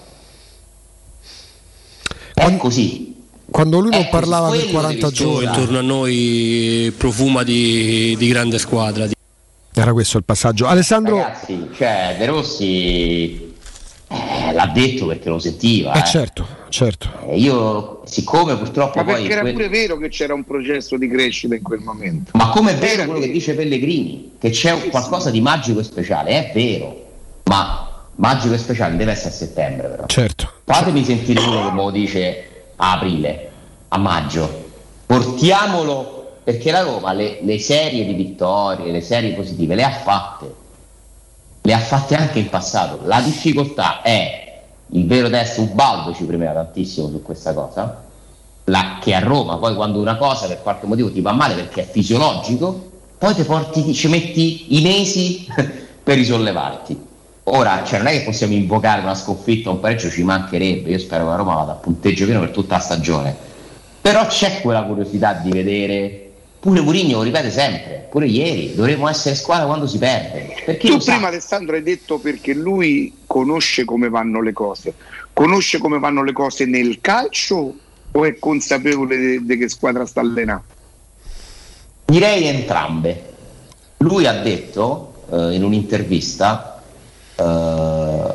Speaker 2: È quando, così.
Speaker 3: Quando lui non
Speaker 2: è
Speaker 3: parlava per quaranta giorni.
Speaker 4: Intorno a noi profuma di, di grande squadra.
Speaker 3: Era questo il passaggio. Alessandro.
Speaker 2: Ragazzi, cioè De Rossi eh, l'ha detto perché lo sentiva.
Speaker 3: Eh,
Speaker 2: eh.
Speaker 3: certo, certo.
Speaker 2: Eh, io, siccome purtroppo
Speaker 7: ma
Speaker 2: poi
Speaker 7: perché era
Speaker 2: que-
Speaker 7: pure vero che c'era un processo di crescita in quel momento.
Speaker 2: Ma come è vero quello che dice Pellegrini, che c'è un qualcosa di magico e speciale, è vero, ma magico e speciale deve essere a settembre, però.
Speaker 3: Certo.
Speaker 2: Fatemi sentire uno che me lo dice a aprile, a maggio. Portiamolo, perché la Roma le, le serie di vittorie, le serie positive le ha fatte. Le ha fatte anche in passato. La difficoltà è il vero testo. Ubaldo ci premeva tantissimo su questa cosa, la, che a Roma poi quando una cosa per qualche motivo ti va male perché è fisiologico, poi ti porti, ci metti i mesi per risollevarti. Ora, cioè, non è che possiamo invocare una sconfitta o un pareggio, ci mancherebbe. Io spero che la Roma vada a punteggio pieno per tutta la stagione, però c'è quella curiosità di vedere. Pure Mourinho lo ripete sempre, pure ieri, dovremmo essere squadra quando si perde. Perché
Speaker 7: tu
Speaker 2: lo
Speaker 7: prima
Speaker 2: sa.
Speaker 7: Alessandro hai detto perché lui conosce come vanno le cose, conosce come vanno le cose nel calcio o è consapevole di che squadra sta allenando?
Speaker 2: Direi entrambe. Lui ha detto eh, in un'intervista, eh,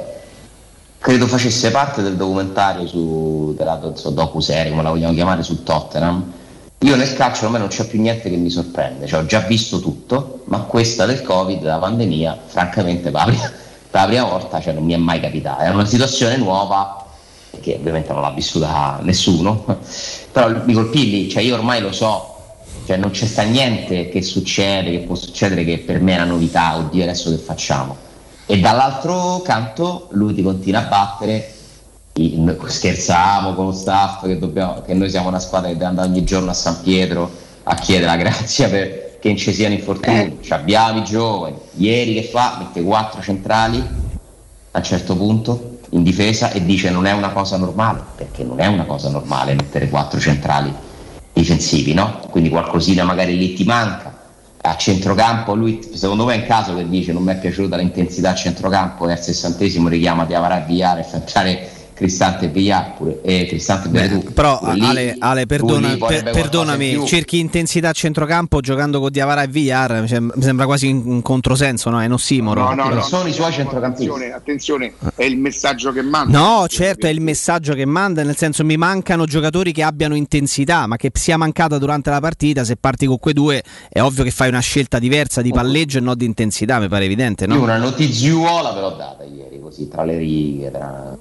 Speaker 2: credo facesse parte del documentario su della so, docuserie, come la vogliamo chiamare, su Tottenham. Io nel calcio a me non c'è più niente che mi sorprende, cioè ho già visto tutto, ma questa del Covid, della pandemia, francamente per la prima, per la prima volta cioè, non mi è mai capitata. È una situazione nuova che ovviamente non l'ha vissuta nessuno, però mi colpì lì, cioè io ormai lo so, cioè non c'è sta niente che succede, che può succedere che per me è una novità, oddio adesso che facciamo. E dall'altro canto lui ti continua a battere. Scherzavamo con lo staff che, dobbiamo, che noi siamo una squadra che deve andare ogni giorno a San Pietro a chiedere la grazia per che non ci siano infortuni. Eh. Abbiamo i giovani. Ieri che fa? Mette quattro centrali a un certo punto in difesa e dice non è una cosa normale, perché non è una cosa normale mettere quattro centrali difensivi, no? Quindi qualcosina magari lì ti manca. A centrocampo lui secondo me è un caso che dice non mi è piaciuta l'intensità a centrocampo e al sessantesimo richiama Diawara e Villar e fa entrare Cristante e Villar pure, eh, Cristante e Villar.
Speaker 6: Però lì, Ale, Ale perdona, per, perdonami, cerchi intensità a centrocampo giocando con Diawara e Villar, mi sembra quasi un controsenso, no? È un ossimoro.
Speaker 7: No, no,
Speaker 2: non
Speaker 7: no,
Speaker 2: sono
Speaker 7: no,
Speaker 2: i suoi
Speaker 7: no,
Speaker 2: centrocampisti.
Speaker 7: Attenzione, attenzione, è il messaggio che manda.
Speaker 6: No, certo, è il messaggio che manda, nel senso mi mancano giocatori che abbiano intensità, ma che sia mancata durante la partita, se parti con quei due è ovvio che fai una scelta diversa di palleggio e non di intensità, mi pare evidente, no?
Speaker 2: Io una notiziuola ve l'ho data ieri, così tra le righe, tra...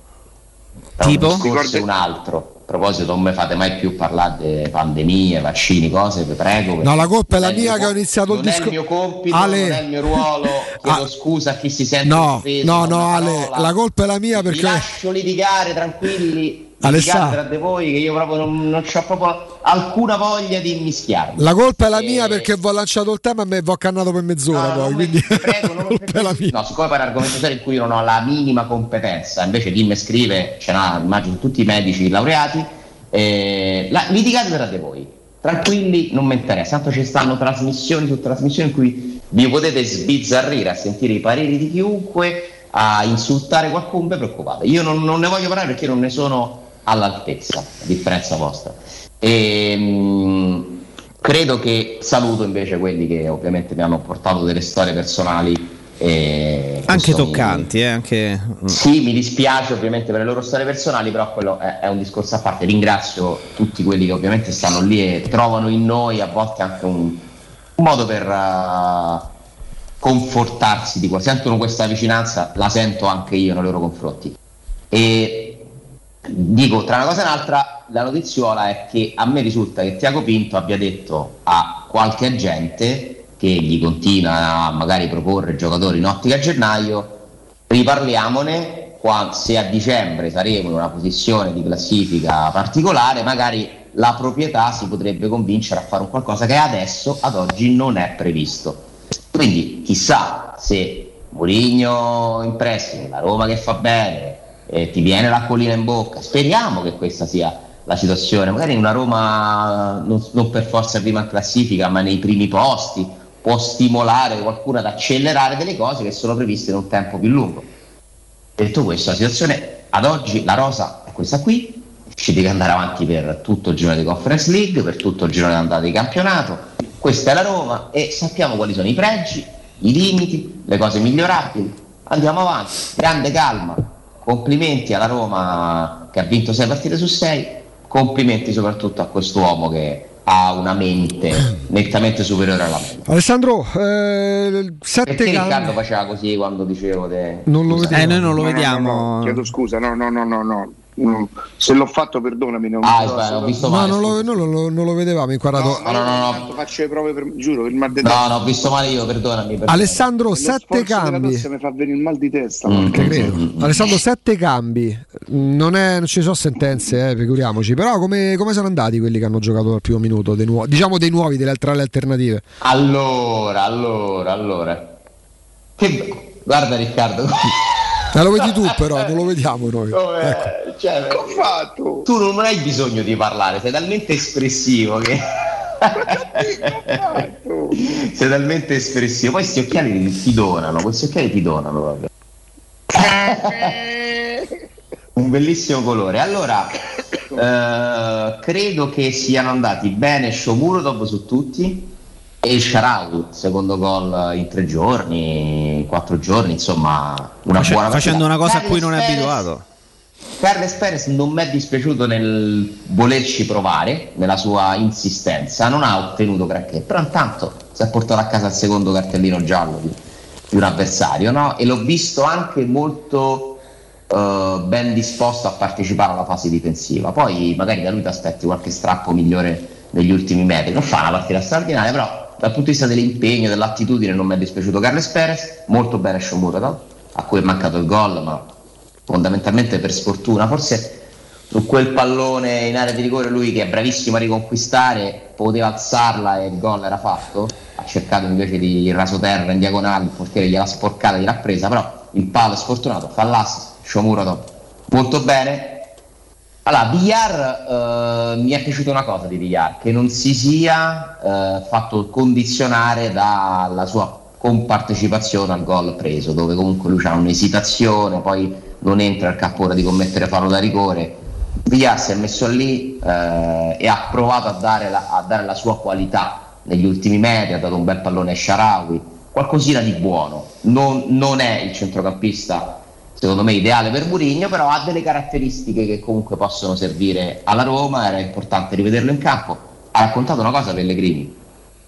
Speaker 2: Tra
Speaker 6: tipo?
Speaker 2: un discorso e un altro. A proposito, non mi fate mai più parlare di pandemie, vaccini, cose, vi prego.
Speaker 3: No, la colpa è la mia che ho iniziato il discorso.
Speaker 2: Non è il mio compito,
Speaker 3: Ale...
Speaker 2: non è il mio ruolo. Chiedo ah. scusa a chi si sente
Speaker 3: no,
Speaker 2: offeso.
Speaker 3: No, no, Ale, la colpa è la mia perché...
Speaker 2: Vi lascio litigare tranquilli.
Speaker 3: Alessà,
Speaker 2: tra di voi che io proprio non, non ho proprio alcuna voglia di mischiarmi.
Speaker 3: La colpa è la
Speaker 2: e...
Speaker 3: mia perché vi ho lanciato il tema e mi vi ho cannato per mezz'ora.
Speaker 2: No,
Speaker 3: poi, quindi...
Speaker 2: prego, non è la mia. No, siccome per argomento serio in cui io non ho la minima competenza, invece chi mi scrive, ce n'ha immagino tutti i medici laureati, eh, la, litigate tra di voi, tranquilli, non mi interessa, tanto ci stanno trasmissioni su trasmissioni in cui vi potete sbizzarrire a sentire i pareri di chiunque, a insultare qualcuno, vi preoccupate. Io non, non ne voglio parlare perché non ne sono all'altezza, a differenza vostra. E, mh, credo che saluto invece quelli che ovviamente mi hanno portato delle storie personali e
Speaker 6: anche toccanti, mi... eh, anche...
Speaker 2: Sì, mi dispiace ovviamente per le loro storie personali, però quello è, è un discorso a parte. Ringrazio tutti quelli che ovviamente stanno lì e trovano in noi a volte anche un, un modo per uh, confortarsi di qua. Sentono questa vicinanza, la sento anche io nei loro confronti. E dico, tra una cosa e un'altra, la notiziola è che a me risulta che Tiago Pinto abbia detto a qualche agente che gli continua a magari proporre giocatori in ottica a gennaio, riparliamone quando, se a dicembre saremo in una posizione di classifica particolare, magari la proprietà si potrebbe convincere a fare un qualcosa che adesso, ad oggi, non è previsto. Quindi chissà se Mourinho in prestito, la Roma che fa bene, eh, ti viene l'acquolina in bocca, speriamo che questa sia la situazione, magari in una Roma non, non per forza prima in classifica ma nei primi posti, può stimolare qualcuno ad accelerare delle cose che sono previste in un tempo più lungo. Detto questo, la situazione ad oggi, la rosa è questa qui, ci deve andare avanti per tutto il girone di Conference League, per tutto il girone d'andata di campionato, questa è la Roma e sappiamo quali sono i pregi, i limiti, le cose migliorabili, andiamo avanti, grande calma, complimenti alla Roma che ha vinto sei partite su sei, complimenti soprattutto a quest'uomo che ha una mente nettamente superiore alla mia.
Speaker 5: Alessandro, eh, sette
Speaker 2: perché
Speaker 5: cambi.
Speaker 2: Riccardo faceva così quando dicevo de...
Speaker 5: non lo vediamo.
Speaker 6: Eh, noi non lo
Speaker 7: no,
Speaker 6: vediamo.
Speaker 7: No, no, chiedo scusa, no, no, no, no, no. Mm, se l'ho fatto perdonami, non,
Speaker 2: ah,
Speaker 7: so,
Speaker 2: beh, ho visto
Speaker 5: no,
Speaker 2: male,
Speaker 5: non lo, non, lo, non lo vedevamo inquadrato.
Speaker 7: No, no, no, no, no. Faccio le prove per, giuro, il mal di testa.
Speaker 2: No, no, ho visto male io, perdonami. perdonami.
Speaker 5: Alessandro,
Speaker 7: Lo
Speaker 5: sette cambi.
Speaker 7: Mi fa venire il mal di testa.
Speaker 5: Mm, che credo. Mm, Alessandro, sette cambi. Non, è, non ci sono sentenze, eh, figuriamoci. Però come, come sono andati quelli che hanno giocato dal primo minuto? Dei nuovi, diciamo dei nuovi, delle, tra le alternative.
Speaker 2: Allora, allora, allora. Che... Guarda Riccardo.
Speaker 5: Eh, lo vedi tu però, non lo vediamo noi.
Speaker 2: Ecco. Cioè, che ho fatto? Tu non hai bisogno di parlare, sei talmente espressivo che... sei talmente espressivo. Poi questi occhiali ti donano, questi occhiali ti donano proprio. Un bellissimo colore. Allora, eh, credo che siano andati bene Shomurodov su tutti e il Shaarawy, secondo gol in tre giorni, quattro giorni, insomma una
Speaker 6: Face,
Speaker 2: buona
Speaker 6: facendo una cosa
Speaker 2: Carles
Speaker 6: a cui non è
Speaker 2: Perez,
Speaker 6: abituato.
Speaker 2: Carles Perez non mi è dispiaciuto nel volerci provare, nella sua insistenza, non ha ottenuto granché, però intanto si è portato a casa il secondo cartellino giallo di, di un avversario, no? E l'ho visto anche molto uh, ben disposto a partecipare alla fase difensiva. Poi magari da lui ti aspetti qualche strappo migliore negli ultimi metri, non fa una partita straordinaria, però dal punto di vista dell'impegno, dell'attitudine non mi è dispiaciuto Carles Perez, molto bene Shomurodov, a cui è mancato il gol, ma fondamentalmente per sfortuna, forse su quel pallone in area di rigore lui che è bravissimo a riconquistare poteva alzarla e il gol era fatto, ha cercato invece di rasoterra in diagonale, il portiere gliela sporcata, gliel'ha presa, però il palo è sfortunato, fa l'assist, Shomurodov molto bene. Allora, Villar, eh, mi è piaciuta una cosa di Villar, che non si sia eh, fatto condizionare dalla sua compartecipazione al gol preso, dove comunque lui ha un'esitazione, poi non entra al cappone di commettere fallo da rigore. Villar si è messo lì eh, e ha provato a dare, la, a dare la sua qualità negli ultimi metri, ha dato un bel pallone a Shaarawy, qualcosina di buono. Non, non è il centrocampista secondo me ideale per Mourinho, però ha delle caratteristiche che comunque possono servire alla Roma, era importante rivederlo in campo. Ha raccontato una cosa Pellegrini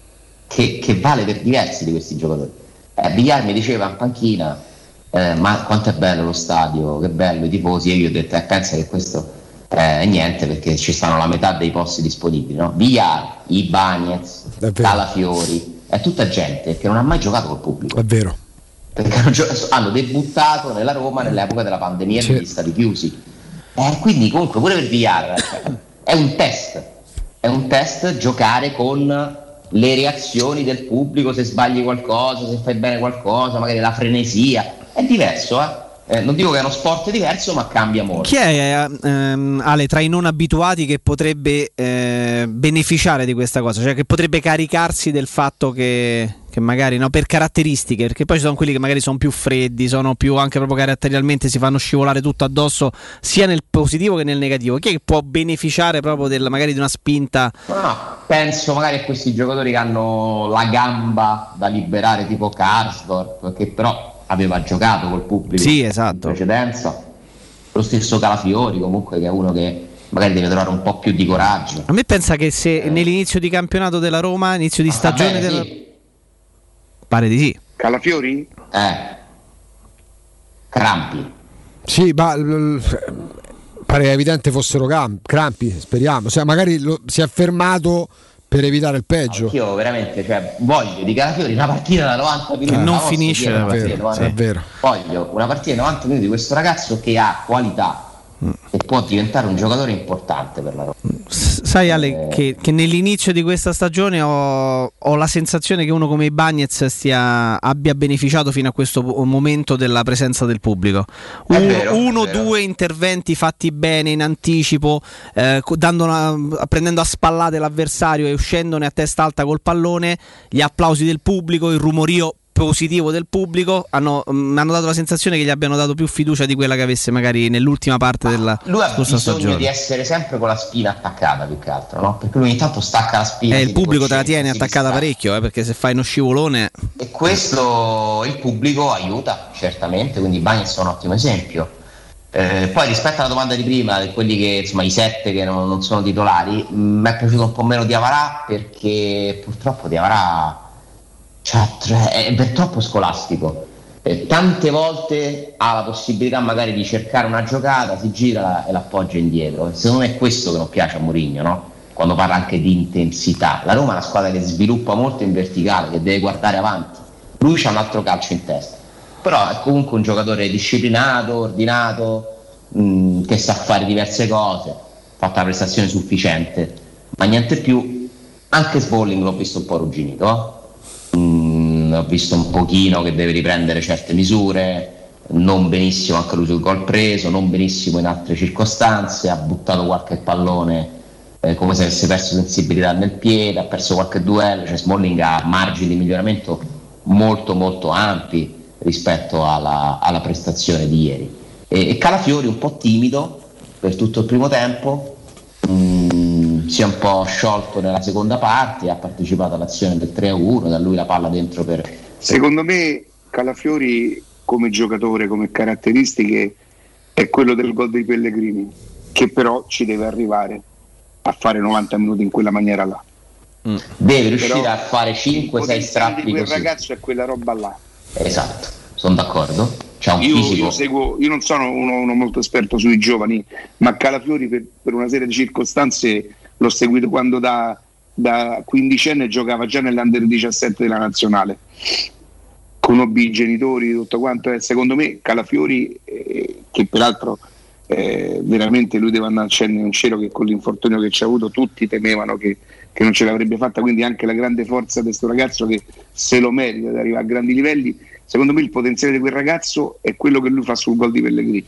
Speaker 2: che, che vale per diversi di questi giocatori. eh, Villar mi diceva in panchina eh, ma quanto è bello lo stadio, che bello i tifosi, e io ho detto eh, pensa che questo eh, è niente perché ci stanno la metà dei posti disponibili, no? Villar, Ibañez, Calafiori, è tutta gente che non ha mai giocato col pubblico,
Speaker 5: è vero,
Speaker 2: perché hanno, hanno debuttato nella Roma nell'epoca della pandemia e
Speaker 5: sì.
Speaker 2: degli stadi chiusi, eh, quindi comunque pure per Villar è un test, è un test giocare con le reazioni del pubblico, se sbagli qualcosa, se fai bene qualcosa, magari la frenesia, è diverso, eh? Eh, non dico che è uno sport diverso, ma cambia molto.
Speaker 6: Chi è ehm, Ale tra i non abituati che potrebbe eh, beneficiare di questa cosa? Cioè che potrebbe caricarsi del fatto che, che magari no, per caratteristiche, perché poi ci sono quelli che magari sono più freddi, sono più anche proprio caratterialmente, si fanno scivolare tutto addosso sia nel positivo che nel negativo. Chi è che può beneficiare proprio del, magari di una spinta?
Speaker 2: No, no, penso magari a questi giocatori che hanno la gamba da liberare, tipo Karsdorp, che però aveva giocato col pubblico,
Speaker 6: sì, esatto,
Speaker 2: in precedenza. Lo stesso Calafiori comunque, che è uno che magari deve trovare un po' più di coraggio.
Speaker 6: A me pensa che se eh. nell'inizio di campionato della Roma, inizio di stagione
Speaker 2: bene,
Speaker 6: della...
Speaker 2: sì.
Speaker 6: pare di sì.
Speaker 7: Calafiori?
Speaker 2: Eh. Crampi.
Speaker 3: Sì, ma l- pare evidente fossero cam- crampi, speriamo. Cioè, magari lo, si è fermato per evitare il peggio.
Speaker 2: Io veramente, cioè, voglio di Calafiori una partita da novanta minuti
Speaker 6: che non finisce,
Speaker 2: è
Speaker 3: vero, sì, è vero.
Speaker 2: Voglio una partita da novanta minuti di questo ragazzo che ha qualità mm. e può diventare un giocatore importante per la Roma.
Speaker 6: Sai Ale, eh. che, che nell'inizio di questa stagione ho, ho la sensazione che uno come Ibañez stia, abbia beneficiato fino a questo momento della presenza del pubblico. Un,
Speaker 2: vero,
Speaker 6: uno o due interventi fatti bene in anticipo, eh, dando una, prendendo a spallate l'avversario e uscendone a testa alta col pallone, gli applausi del pubblico, il rumorio positivo del pubblico hanno, mh, hanno dato la sensazione che gli abbiano dato più fiducia di quella che avesse magari nell'ultima parte della
Speaker 2: lui ha
Speaker 6: scorsa
Speaker 2: bisogno
Speaker 6: stagione.
Speaker 2: Di essere sempre con la spina attaccata, più che altro, no? Perché lui ogni tanto stacca la spina.
Speaker 6: Eh, il pubblico te la tiene attaccata parecchio, eh, perché se fai uno scivolone.
Speaker 2: E questo il pubblico aiuta, certamente, quindi Ibañez è un ottimo esempio. Eh, poi rispetto alla domanda di prima, di quelli che insomma i sette che non, non sono titolari, mi è piaciuto un po' meno Diawara, perché purtroppo Diawara cioè, è per troppo scolastico. Eh, tante volte ha la possibilità magari di cercare una giocata, si gira e l'appoggia indietro. Secondo me è questo che non piace a Mourinho, no? Quando parla anche di intensità. La Roma è una squadra che sviluppa molto in verticale, che deve guardare avanti. Lui c'ha un altro calcio in testa, però è comunque un giocatore disciplinato, ordinato, mh, che sa fare diverse cose, ha fatto una prestazione sufficiente, ma niente più. Anche Smalling l'ho visto un po' arrugginito, eh? Mm, ho visto un pochino che deve riprendere certe misure, non benissimo anche lui sul gol preso, non benissimo in altre circostanze, ha buttato qualche pallone eh, come se avesse perso sensibilità nel piede, ha perso qualche duello, cioè Smalling ha margini di miglioramento molto molto ampi rispetto alla, alla prestazione di ieri. E, e Calafiori un po' timido per tutto il primo tempo, mm, si è un po' sciolto nella seconda parte, ha partecipato all'azione del tre a uno, da lui la palla dentro per...
Speaker 7: Secondo me Calafiori come giocatore, come caratteristiche è quello del gol dei Pellegrini, che però ci deve arrivare a fare novanta minuti in quella maniera là.
Speaker 2: Mm. Deve riuscire però a fare cinque sei strappi
Speaker 7: di quel
Speaker 2: così.
Speaker 7: Ragazzo è quella roba là.
Speaker 2: Esatto, sono d'accordo. C'ha un
Speaker 7: io,
Speaker 2: fisico.
Speaker 7: Io, seguo, io non sono uno, uno molto esperto sui giovani, ma Calafiori per, per una serie di circostanze l'ho seguito quando da, da quindicenne giocava già nell'Under diciassette della nazionale, conobbi i genitori, tutto quanto. Eh, secondo me Calafiori, eh, che peraltro eh, veramente lui deve andare a accendere un cielo, che con l'infortunio che ci ha avuto tutti temevano che, che non ce l'avrebbe fatta, quindi anche la grande forza di questo ragazzo che se lo merita di arrivare a grandi livelli. Secondo me il potenziale di quel ragazzo è quello che lui fa sul gol di Pellegrini.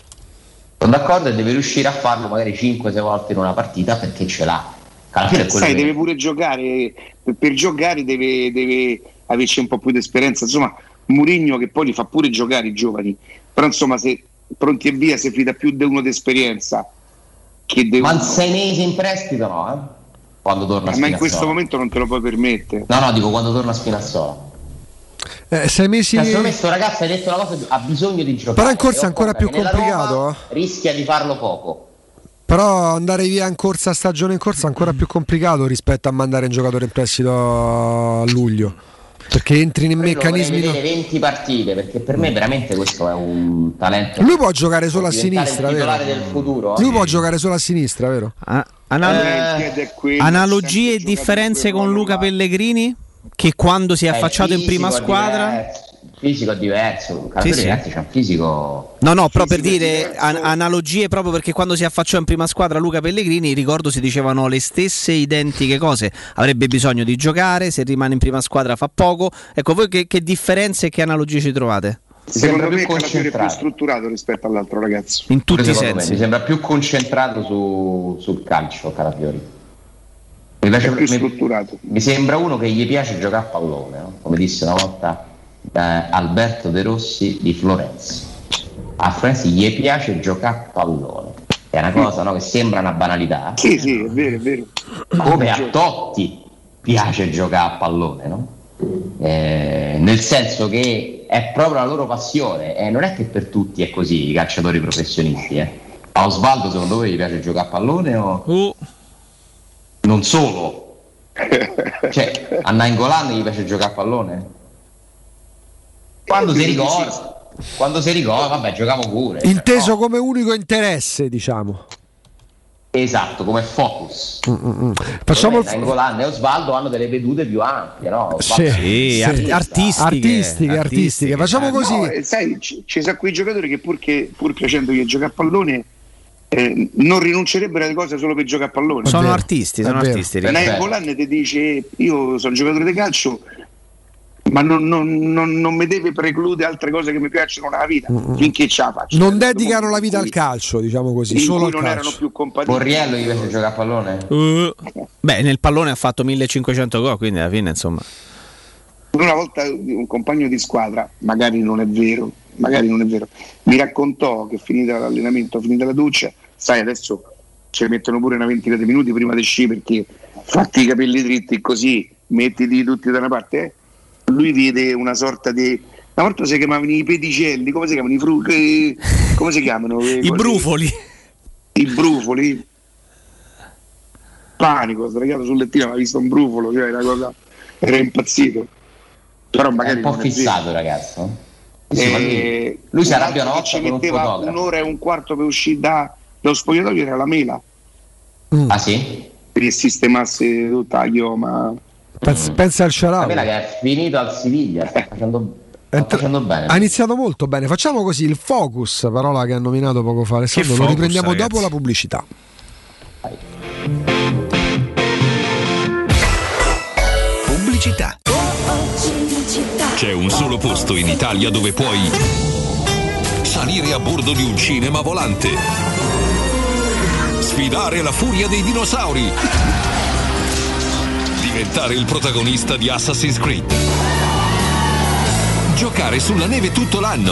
Speaker 2: Sono d'accordo, e deve riuscire a farlo magari cinque sei volte in una partita, perché ce l'ha. Alla fine è quello
Speaker 7: Sai,
Speaker 2: che...
Speaker 7: deve pure giocare, per, per giocare deve, deve averci un po' più di esperienza. Insomma, Mourinho che poi li fa pure giocare i giovani, però insomma se pronti e via si fida più di uno di esperienza che de
Speaker 2: ma
Speaker 7: uno.
Speaker 2: sei mesi in prestito no? Eh? Quando torna a Spinazzola.
Speaker 7: Ma in questo momento non te lo puoi permettere.
Speaker 2: No, no, dico quando torna a Spinazzola.
Speaker 3: Eh, sei mesi.
Speaker 2: Cioè, secondo me sto ragazzo, hai detto una cosa, ha bisogno di giocare.
Speaker 3: Però in corsa è ancora più complicato.
Speaker 2: Roma rischia di farlo poco.
Speaker 3: Però andare via in corsa, stagione in corsa, è ancora più complicato rispetto a mandare un giocatore in prestito a luglio. Perché entri nei meccanismi.
Speaker 2: Vorrei vedere venti partite, perché per me veramente questo è un talento.
Speaker 3: Lui può giocare solo a sinistra, vero?
Speaker 2: Del futuro,
Speaker 3: Lui
Speaker 2: eh.
Speaker 3: può giocare solo a sinistra, vero?
Speaker 6: Ah, anal- eh, analogie e differenze con Luca Pellegrini? Che quando si è affacciato in prima squadra,
Speaker 2: diverso, il fisico è diverso.
Speaker 6: Sì, sì.
Speaker 2: Ragazzi, c'è un fisico.
Speaker 6: No, no, però per dire an- analogie, proprio perché quando si affacciò in prima squadra Luca Pellegrini, ricordo si dicevano le stesse identiche cose. Avrebbe bisogno di giocare, se rimane in prima squadra fa poco. Ecco, voi che, che differenze e che analogie ci trovate?
Speaker 7: Secondo me è Calafiori più strutturato rispetto all'altro ragazzo.
Speaker 6: In tutti i
Speaker 2: Secondo
Speaker 6: sensi.
Speaker 2: me, mi sembra più concentrato su, sul calcio Calafiori. Mi, piace,
Speaker 7: È più
Speaker 2: mi,
Speaker 7: strutturato.
Speaker 2: mi sembra uno che gli piace giocare a pallone, no? Come disse una volta eh, Alberto De Rossi di Florenzi. A Florenzi gli piace giocare a pallone. È una cosa, no, che sembra una banalità.
Speaker 7: Sì, sì, è vero, è vero.
Speaker 2: Come a Totti piace giocare a pallone, no? Eh, nel senso che è proprio la loro passione, e non è che per tutti è così, i calciatori professionisti. Eh. A Osvaldo, secondo voi gli piace giocare a pallone o
Speaker 6: uh.
Speaker 2: non solo? Cioè, a Nainggolan gli piace giocare a pallone? Quando si ricorda, quando si ricorda, vabbè, giocavo pure.
Speaker 3: Inteso
Speaker 2: cioè, no?
Speaker 3: come unico interesse, diciamo.
Speaker 2: Esatto, come focus.
Speaker 3: Mm-mm. Facciamo il
Speaker 2: Nainggolan e Osvaldo hanno delle vedute più ampie, no?
Speaker 3: Sì, sì.
Speaker 6: Artistiche,
Speaker 3: artistiche, artistiche, artistiche. Facciamo così.
Speaker 7: No, eh, sai, ci, ci sono quei giocatori che pur, che, pur piacendogli giocare a pallone eh, non rinuncerebbero alle cose solo per giocare a pallone.
Speaker 6: Sono artisti, sono artisti.
Speaker 7: Nainggolan ti dice: io sono giocatore di calcio, ma non, non, non, non mi deve precludere altre cose che mi piacciono nella vita, mm-hmm. finché ce la faccio.
Speaker 3: Non dedicano la vita al calcio, diciamo così,
Speaker 7: in
Speaker 3: solo
Speaker 7: cui
Speaker 3: al
Speaker 7: non
Speaker 3: calcio.
Speaker 7: erano più compatibili.
Speaker 2: Borriello gli piace giocare a pallone?
Speaker 6: Uh, beh, nel pallone ha fatto millecinquecento gol, quindi alla fine, insomma.
Speaker 7: Una volta un compagno di squadra, magari non è vero, magari non è vero, mi raccontò che finita l'allenamento, finita la doccia, sai, adesso ci mettono pure una ventina di minuti prima di sci, perché fatti i capelli dritti così, mettiti tutti da una parte, eh? Lui vede una sorta di, una volta si chiamavano i pedicelli, come si chiamano i fru... come si chiamano?
Speaker 6: I brufoli.
Speaker 7: I brufoli. Panico, sdraiato sul lettino, ma ha visto un brufolo, cioè una cosa, era impazzito. Però magari
Speaker 2: è un po' fissato, ragazzo. Sì, sì, lui, lui si arrabbia una volta
Speaker 7: ci
Speaker 2: con un
Speaker 7: metteva
Speaker 2: fotografo.
Speaker 7: Un'ora e un quarto per uscire da, dallo spogliatoio, era la mela.
Speaker 3: Mm.
Speaker 2: Ah sì?
Speaker 7: Per sistemasse tutta la chioma.
Speaker 3: Pensa, pensa al Shaarawy.
Speaker 2: La mela che è finito al Siviglia, sta facendo, sta facendo bene.
Speaker 3: Ha iniziato molto bene. Facciamo così, il focus, parola che ha nominato poco fa Alessandro, lo
Speaker 6: focus,
Speaker 3: riprendiamo
Speaker 6: ragazzi.
Speaker 3: dopo la pubblicità.
Speaker 13: Pubblicità.
Speaker 9: C'è un solo posto in Italia dove puoi salire a bordo di un cinema volante, sfidare la furia dei dinosauri, diventare il protagonista di Assassin's Creed, giocare sulla neve tutto l'anno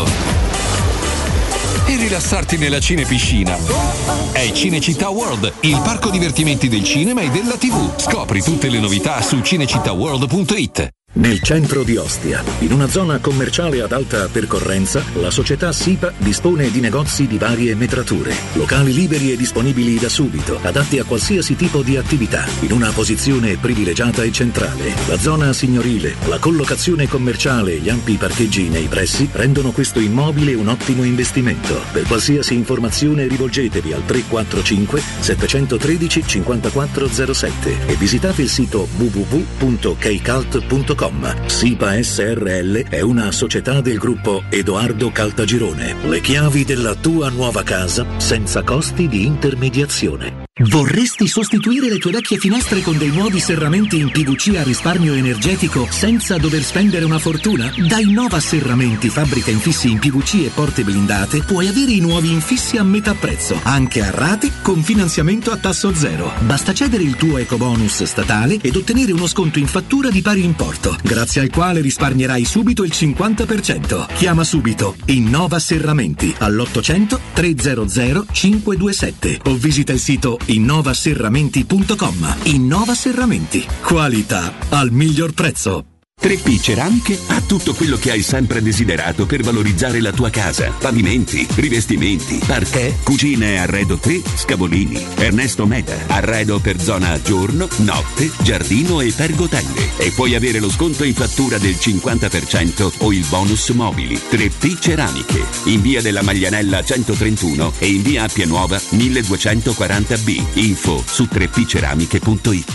Speaker 9: e rilassarti nella cinepiscina. È Cinecittà World, il parco divertimenti del cinema e della tivù. Scopri tutte le novità su cinecittàworld punto it.
Speaker 8: Nel centro di Ostia, in una zona commerciale ad alta percorrenza, la società SIPA dispone di negozi di varie metrature, locali liberi e disponibili da subito, adatti a qualsiasi tipo di attività, in una posizione privilegiata e centrale. La zona signorile, la collocazione commerciale e gli ampi parcheggi nei pressi rendono questo immobile un ottimo investimento. Per qualsiasi informazione rivolgetevi al tre quattro cinque sette uno tre cinque quattro zero sette e visitate il sito w w w punto keycult punto com. SIPA S R L è una società del gruppo Edoardo Caltagirone. Le chiavi della tua nuova casa senza costi di intermediazione.
Speaker 11: Vorresti sostituire le tue vecchie finestre con dei nuovi serramenti in P V C a risparmio energetico senza dover spendere una fortuna? Da Innova Serramenti, fabbrica infissi in P V C e porte blindate, puoi avere i nuovi infissi a metà prezzo, anche a rate con finanziamento a tasso zero. Basta cedere il tuo ecobonus statale ed ottenere uno sconto in fattura di pari importo, grazie al quale risparmierai subito il cinquanta per cento. Chiama subito Innova Serramenti all'ottocento trecento cinque due sette o visita il sito innova serramenti punto com. Innova Serramenti, qualità al miglior prezzo.
Speaker 12: tre P Ceramiche ha tutto quello che hai sempre desiderato per valorizzare la tua casa. Pavimenti, rivestimenti, parquet, cucine e arredo tre, Scavolini. Ernesto Meda, arredo per zona giorno, notte, giardino e pergotelle. E puoi avere lo sconto in fattura del cinquanta per cento o il bonus mobili. tre P Ceramiche, in via della Maglianella centotrentuno e in via Appia Nuova milleduecentoquaranta B. Info su tre p ceramiche punto it.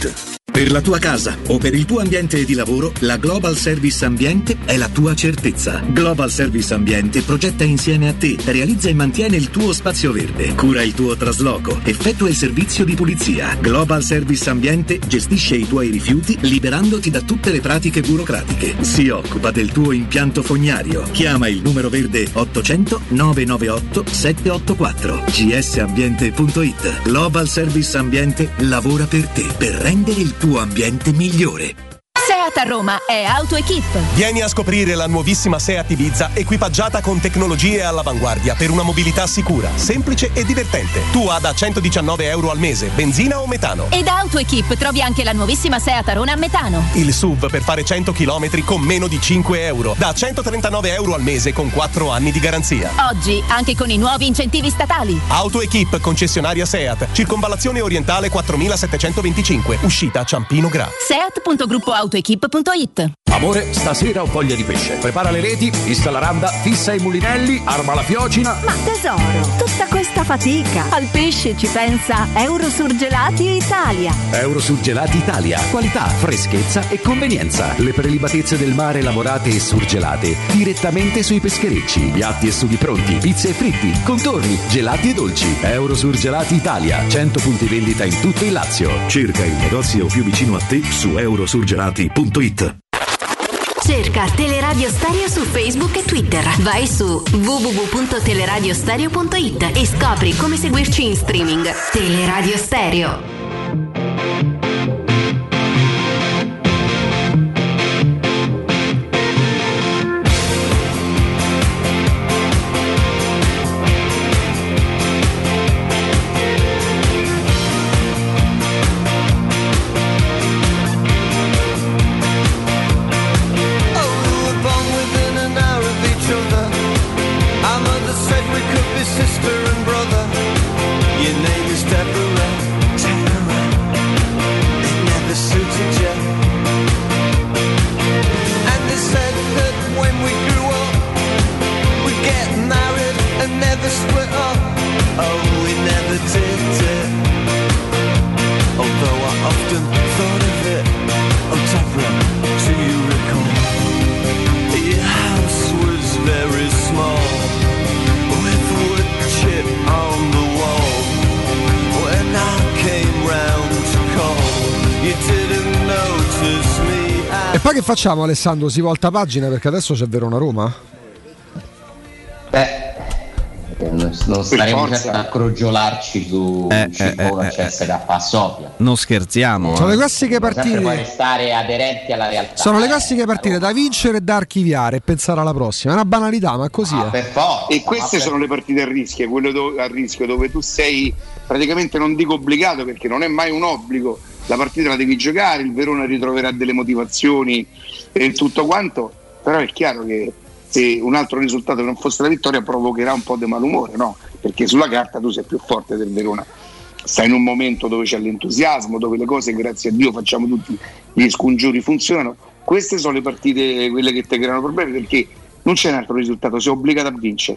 Speaker 11: Per la tua casa o per il tuo ambiente di lavoro, la Global Service Ambiente è la tua certezza. Global Service Ambiente progetta insieme a te, realizza e mantiene il tuo spazio verde, cura il tuo trasloco, effettua il servizio di pulizia. Global Service Ambiente gestisce i tuoi rifiuti liberandoti da tutte le pratiche burocratiche. Si occupa del tuo impianto fognario. Chiama il numero verde ottocento nove nove otto sette otto quattro g s ambiente punto i t. Global Service Ambiente lavora per te, per rendere il tuo ambiente migliore.
Speaker 16: Seat a Roma è AutoEquip.
Speaker 10: Vieni a scoprire la nuovissima Seat Ibiza equipaggiata con tecnologie all'avanguardia per una mobilità sicura, semplice e divertente. Tua da centodiciannove euro al mese, benzina o metano.
Speaker 16: E da AutoEquip trovi anche la nuovissima Seat Arona a metano.
Speaker 10: Il S U V per fare cento chilometri con meno di cinque euro, da centotrentanove euro al mese con quattro anni di garanzia.
Speaker 16: Oggi anche con i nuovi incentivi statali.
Speaker 10: AutoEquip, concessionaria Seat, circonvallazione orientale quattromilasettecentoventicinque, uscita Ciampino Gra.
Speaker 16: Seat punto gruppo autoequip punto it.
Speaker 12: Amore, stasera ho voglia di pesce. Prepara le reti, fissa la randa, fissa i mulinelli, arma la fiocina.
Speaker 27: Ma tesoro, tutta questa fatica. Al pesce ci pensa Eurosurgelati Italia.
Speaker 12: Eurosurgelati Italia. Qualità, freschezza e convenienza. Le prelibatezze del mare lavorate e surgelate direttamente sui pescherecci. Piatti e sughi pronti, pizze e fritti, contorni, gelati e dolci. Eurosurgelati Italia. cento punti vendita in tutto il Lazio.
Speaker 8: Cerca il negozio più vicino a te su eurosurgelati punto it.
Speaker 27: Cerca Teleradio Stereo su Facebook e Twitter. Vai su w w w punto teleradiostereo punto it e scopri come seguirci in streaming. Teleradio Stereo.
Speaker 14: Sister and brother, your name is Deborah, Deborah. It never suited you. And they said that when we grew up, we'd get married and never split up. Oh, we never did it. Although I often thought of it. Oh, Deborah, do you recall? Your house was very small. Chip on the wall. When I came round to call, you didn't notice me.
Speaker 3: E poi che facciamo, Alessandro? Si volta pagina perché adesso c'è Verona-Roma?
Speaker 2: Beh, non, non staremo certo a crogiolarci su
Speaker 6: eh,
Speaker 2: Cipolo
Speaker 6: eh,
Speaker 2: C S K a Sofia.
Speaker 6: Non scherziamo.
Speaker 3: Sono le classiche partite.
Speaker 2: Sempre puoi restare aderenti alla realtà.
Speaker 3: Sono le classiche partite da vincere e da archiviare e pensare alla prossima. È una banalità, ma così
Speaker 2: ah,
Speaker 3: è.
Speaker 2: Per forza,
Speaker 7: e queste
Speaker 2: per...
Speaker 7: sono le partite a rischio, quelle dove, a rischio dove tu sei praticamente, non dico obbligato perché non è mai un obbligo, la partita la devi giocare, il Verona ritroverà delle motivazioni e tutto quanto, però è chiaro che se un altro risultato che non fosse la vittoria provocherà un po' di malumore, no? Perché sulla carta tu sei più forte del Verona, stai in un momento dove c'è l'entusiasmo, dove le cose, grazie a Dio, facciamo tutti gli scongiuri, funzionano. Queste sono le partite, quelle che ti creano problemi, perché non c'è un altro risultato, sei obbligato a vincere.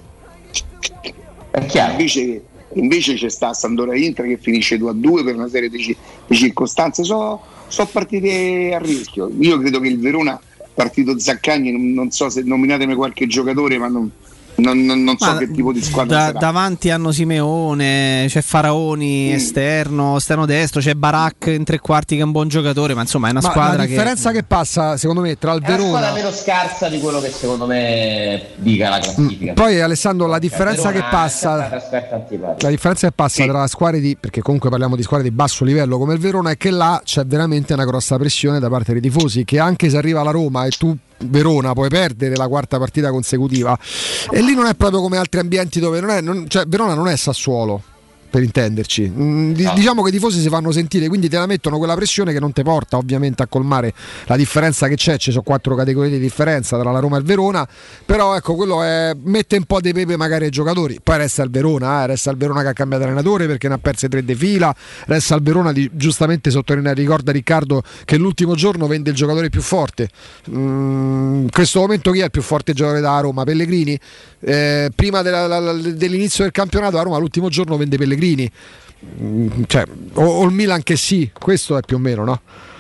Speaker 2: È chiaro.
Speaker 7: Invece, invece c'è sta Sampdoria Inter che finisce due a due per una serie di, di circostanze, sono so partite a rischio. Io credo che il Verona, partito Zaccagni, non, non so se nominatemi qualche giocatore, ma non, non, non, non so
Speaker 6: ma
Speaker 7: che tipo di squadra
Speaker 6: da,
Speaker 7: sarà.
Speaker 6: Davanti hanno Simeone, c'è Faraoni mm. esterno, esterno destro, c'è Barak in tre quarti che è un buon giocatore, ma insomma è una
Speaker 3: ma
Speaker 6: squadra
Speaker 3: la differenza
Speaker 6: che...
Speaker 3: che passa secondo me tra il
Speaker 2: è
Speaker 3: Verona,
Speaker 2: una squadra meno scarsa di quello che secondo me dica la classifica.
Speaker 3: Mm. Poi Alessandro, la differenza che passa la differenza che passa sì. tra squadre di, perché comunque parliamo di squadre di basso livello come il Verona, è che là c'è veramente una grossa pressione da parte dei tifosi, che anche se arriva la Roma e tu Verona puoi perdere la quarta partita consecutiva, e lì non è proprio come altri ambienti dove non è, non, cioè Verona non è Sassuolo, per intenderci. Mm, di, no. Diciamo che i tifosi si fanno sentire, quindi te la mettono quella pressione che non ti porta ovviamente a colmare la differenza che c'è. Ci sono quattro categorie di differenza tra la Roma e il Verona, però ecco, quello è, mette un po' dei pepe magari ai giocatori. Poi resta il Verona, eh, resta il Verona che ha cambiato allenatore perché ne ha perse tre di fila, resta il Verona di, giustamente sottolinea, ricorda Riccardo che l'ultimo giorno vende il giocatore più forte. Mm, in questo momento chi è il più forte giocatore da Roma? Pellegrini? Eh, prima della, la, la, dell'inizio del campionato a Roma l'ultimo giorno vende Pellegrini, cioè, o, o il Milan che sì, questo è più o meno, no?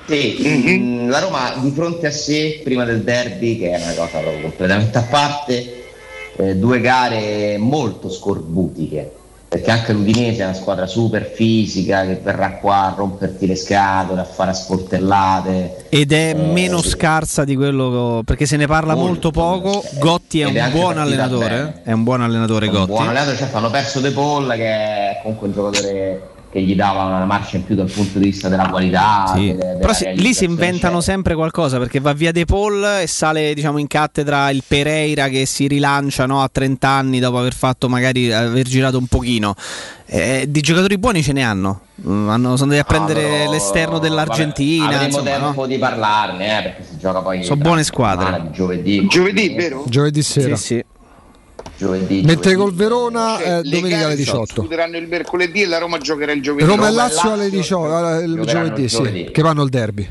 Speaker 2: Sì, mm-hmm. La Roma di fronte a sé prima del derby, che è una cosa proprio completamente a parte, eh, due gare molto scorbutiche, perché anche l'Udinese è una squadra super fisica che verrà qua a romperti le scatole, a fare a sportellate,
Speaker 6: ed è
Speaker 2: eh,
Speaker 6: meno
Speaker 2: sì.
Speaker 6: scarsa di quello, perché se ne parla molto, molto poco. Gotti è un buon allenatore bene. è un buon allenatore è un Gotti
Speaker 2: buon allenatore, cioè hanno perso De Paul, che è comunque un giocatore che gli dava una marcia in più dal punto di vista della qualità,
Speaker 6: sì.
Speaker 2: delle,
Speaker 6: Però si, lì si inventano
Speaker 2: cioè.
Speaker 6: sempre qualcosa, perché va via De Paul e sale, diciamo, in cattedra il Pereira che si rilancia, no, a trenta anni dopo aver fatto magari aver girato un pochino. Eh, di giocatori buoni ce ne hanno, mm, hanno sono andati a prendere no, però, l'esterno dell'Argentina.
Speaker 2: Vabbè, avremo
Speaker 6: insomma,
Speaker 2: tempo
Speaker 6: no?
Speaker 2: di parlarne, eh, perché si gioca poi
Speaker 6: sono buone squadre.
Speaker 2: Giovedì,
Speaker 7: giovedì, vero?
Speaker 3: Giovedì sera.
Speaker 6: Sì, sì.
Speaker 2: Giovedì,
Speaker 3: mentre
Speaker 2: giovedì.
Speaker 3: Col Verona
Speaker 7: cioè,
Speaker 3: eh, domenica alle diciotto
Speaker 7: discuteranno il mercoledì e la Roma giocherà il giovedì.
Speaker 3: Roma e Lazio alle diciotto, il giovedì,
Speaker 2: giovedì,
Speaker 3: sì, che vanno al derby.